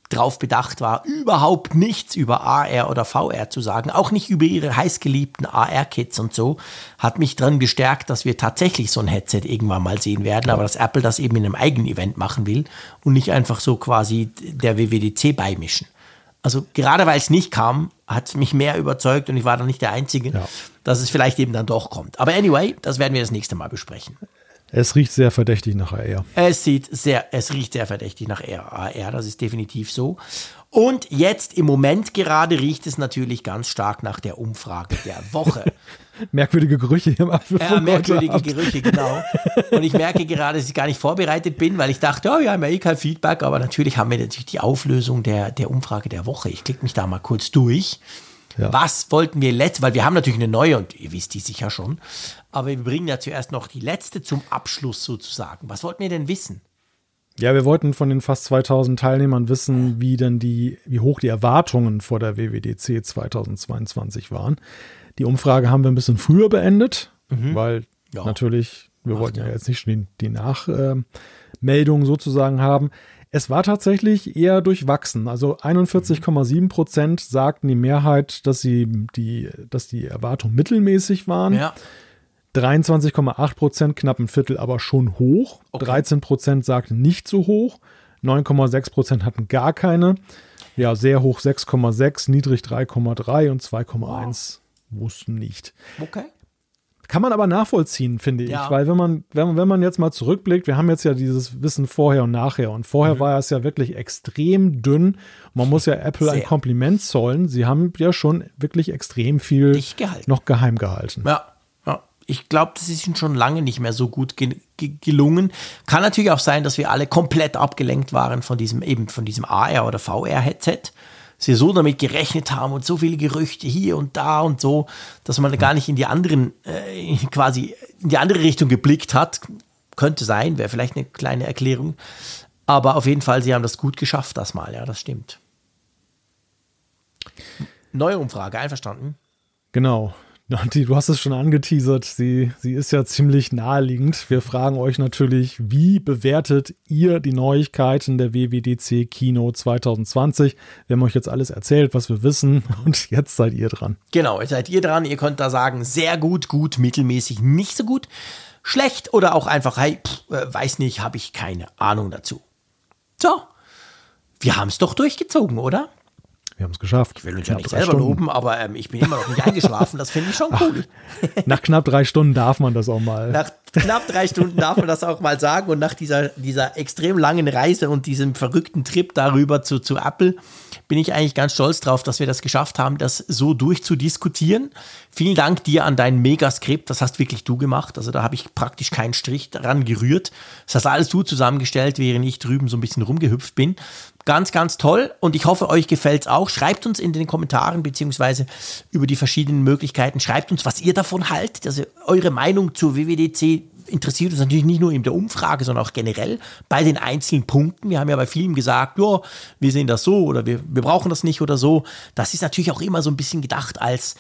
drauf bedacht war, überhaupt nichts über A R oder V R zu sagen, auch nicht über ihre heißgeliebten A R-Kits und so, hat mich dran bestärkt, dass wir tatsächlich so ein Headset irgendwann mal sehen werden, aber dass Apple das eben in einem eigenen Event machen will und nicht einfach so quasi der W W D C beimischen. Also gerade weil es nicht kam, hat es mich mehr überzeugt und ich war dann nicht der Einzige, ja. dass es vielleicht eben dann doch kommt. Aber anyway, das werden wir das nächste Mal besprechen. Es riecht sehr verdächtig nach A R. Es sieht sehr, es riecht sehr verdächtig nach A R, das ist definitiv so. Und jetzt im Moment gerade riecht es natürlich ganz stark nach der Umfrage der Woche. Merkwürdige Gerüche im Apfelfunk. Ja, merkwürdige Gerüche, genau. Und ich merke gerade, dass ich gar nicht vorbereitet bin, weil ich dachte, oh, wir haben ja eh kein Feedback, aber natürlich haben wir natürlich die Auflösung der, der Umfrage der Woche. Ich klicke mich da mal kurz durch. Ja. Was wollten wir letzt, weil wir haben natürlich eine neue und ihr wisst die sicher schon, aber wir bringen ja zuerst noch die letzte zum Abschluss sozusagen. Was wollten wir denn wissen? Ja, wir wollten von den fast zweitausend Teilnehmern wissen, wie denn die, wie hoch die Erwartungen vor der W W D C zweitausendzweiundzwanzig waren. Die Umfrage haben wir ein bisschen früher beendet, mhm. weil ja. natürlich, wir Macht wollten ja, ja jetzt nicht schon die, die Nachmeldung äh, sozusagen haben. Es war tatsächlich eher durchwachsen. Also einundvierzig Komma sieben Prozent sagten die Mehrheit, dass sie die, dass die Erwartungen mittelmäßig waren. Ja. dreiundzwanzig Komma acht Prozent, knapp ein Viertel, aber schon hoch. Okay. dreizehn Prozent sagten nicht so hoch. neun Komma sechs Prozent hatten gar keine. Ja, sehr hoch sechs Komma sechs, niedrig drei Komma drei und zwei Komma eins wow. wussten nicht. Okay. Kann man aber nachvollziehen, finde ich, ja. weil wenn man, wenn, wenn man jetzt mal zurückblickt, wir haben jetzt ja dieses Wissen vorher und nachher und vorher mhm. war es ja wirklich extrem dünn. Man muss ja Apple Sehr. ein Kompliment zollen. Sie haben ja schon wirklich extrem viel noch geheim gehalten. Ja, ja. Ich glaube, das ist ihnen schon lange nicht mehr so gut ge- ge- gelungen. Kann natürlich auch sein, dass wir alle komplett abgelenkt waren von diesem, eben von diesem A R- oder V R-Headset. Sie so damit gerechnet haben und so viele Gerüchte hier und da und so, dass man gar nicht in die anderen, äh, quasi in die andere Richtung geblickt hat. Könnte sein, wäre vielleicht eine kleine Erklärung. Aber auf jeden Fall, sie haben das gut geschafft, das mal, ja, das stimmt. Neue Umfrage, einverstanden? Genau. Du hast es schon angeteasert, sie, sie ist ja ziemlich naheliegend. Wir fragen euch natürlich, wie bewertet ihr die Neuigkeiten der W W D C Keynote zwanzig zwanzig? Wir haben euch jetzt alles erzählt, was wir wissen und jetzt seid ihr dran. Genau, jetzt seid ihr dran. Ihr könnt da sagen, sehr gut, gut, mittelmäßig, nicht so gut, schlecht oder auch einfach, hey, pff, weiß nicht, habe ich keine Ahnung dazu. So, wir haben es doch durchgezogen, oder? Wir haben es geschafft. Ich will uns ja nicht selber loben, aber ähm, ich bin immer noch nicht eingeschlafen. Das finde ich schon cool. Ach, nach knapp drei Stunden darf man das auch mal. Nach knapp drei Stunden darf man das auch mal sagen. Und nach dieser, dieser extrem langen Reise und diesem verrückten Trip darüber zu, zu Apple bin ich eigentlich ganz stolz drauf, dass wir das geschafft haben, das so durchzudiskutieren. Vielen Dank dir an dein Megaskript. Das hast wirklich du gemacht. Also da habe ich praktisch keinen Strich daran gerührt. Das hast alles du zusammengestellt, während ich drüben so ein bisschen rumgehüpft bin. Ganz, ganz toll und ich hoffe, euch gefällt es auch. Schreibt uns in den Kommentaren beziehungsweise über die verschiedenen Möglichkeiten. Schreibt uns, was ihr davon haltet. Also eure Meinung zur W W D C interessiert uns natürlich nicht nur in der Umfrage, sondern auch generell bei den einzelnen Punkten. Wir haben ja bei vielen gesagt, ja, wir sehen das so oder wir, wir brauchen das nicht oder so. Das ist natürlich auch immer so ein bisschen gedacht als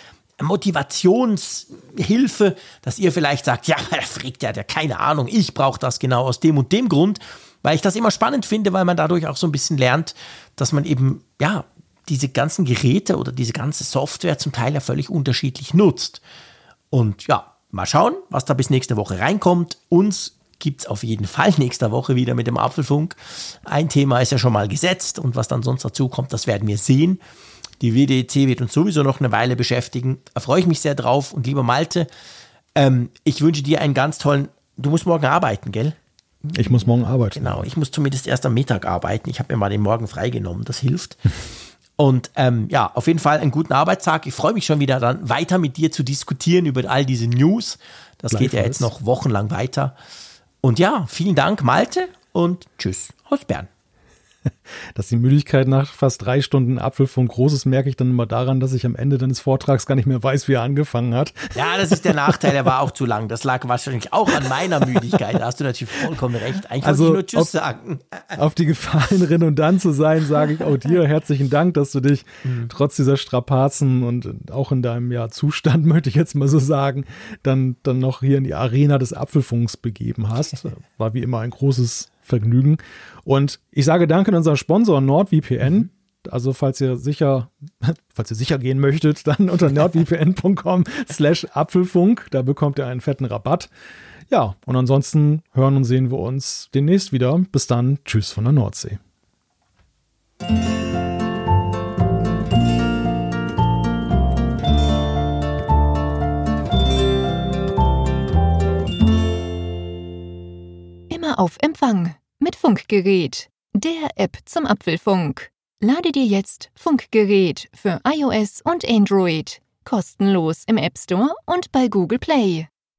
Motivationshilfe, dass ihr vielleicht sagt, ja, der Frick, der hat ja keine Ahnung, ich brauche das genau aus dem und dem Grund. Weil ich das immer spannend finde, weil man dadurch auch so ein bisschen lernt, dass man eben, ja, diese ganzen Geräte oder diese ganze Software zum Teil ja völlig unterschiedlich nutzt. Und ja, mal schauen, was da bis nächste Woche reinkommt. Uns gibt es auf jeden Fall nächste Woche wieder mit dem Apfelfunk. Ein Thema ist ja schon mal gesetzt und was dann sonst dazu kommt, das werden wir sehen. Die W W D C wird uns sowieso noch eine Weile beschäftigen. Da freue ich mich sehr drauf. Und lieber Malte, ähm, ich wünsche dir einen ganz tollen, du musst morgen arbeiten, gell? Ich muss morgen arbeiten. Genau, ich muss zumindest erst am Mittag arbeiten. Ich habe mir mal den Morgen freigenommen, das hilft. Und ähm, ja, auf jeden Fall einen guten Arbeitstag. Ich freue mich schon wieder dann weiter mit dir zu diskutieren über all diese News. Das geht ja jetzt noch wochenlang weiter. Und ja, vielen Dank, Malte, und tschüss aus Bern. Dass die Müdigkeit nach fast drei Stunden Apfelfunk groß ist, merke ich dann immer daran, dass ich am Ende deines Vortrags gar nicht mehr weiß, wie er angefangen hat. Ja, das ist der Nachteil, er war auch zu lang. Das lag wahrscheinlich auch an meiner Müdigkeit. Da hast du natürlich vollkommen recht. Eigentlich also wollte ich nur Tschüss auf, sagen. Auf die Gefahr, redundant zu sein, sage ich auch dir herzlichen Dank, dass du dich mhm. trotz dieser Strapazen und auch in deinem ja, Zustand, möchte ich jetzt mal so sagen, dann, dann noch hier in die Arena des Apfelfunks begeben hast. War wie immer ein großes Vergnügen. Und ich sage danke an unseren Sponsor NordVPN. Mhm. Also falls ihr sicher, falls ihr sicher gehen möchtet, dann unter nordvpn.com slash Apfelfunk. Da bekommt ihr einen fetten Rabatt. Ja, und ansonsten hören und sehen wir uns demnächst wieder. Bis dann. Tschüss von der Nordsee. Immer auf Empfang mit Funkgerät, der App zum Apfelfunk. Lade dir jetzt Funkgerät für iOS und Android kostenlos im App Store und bei Google Play.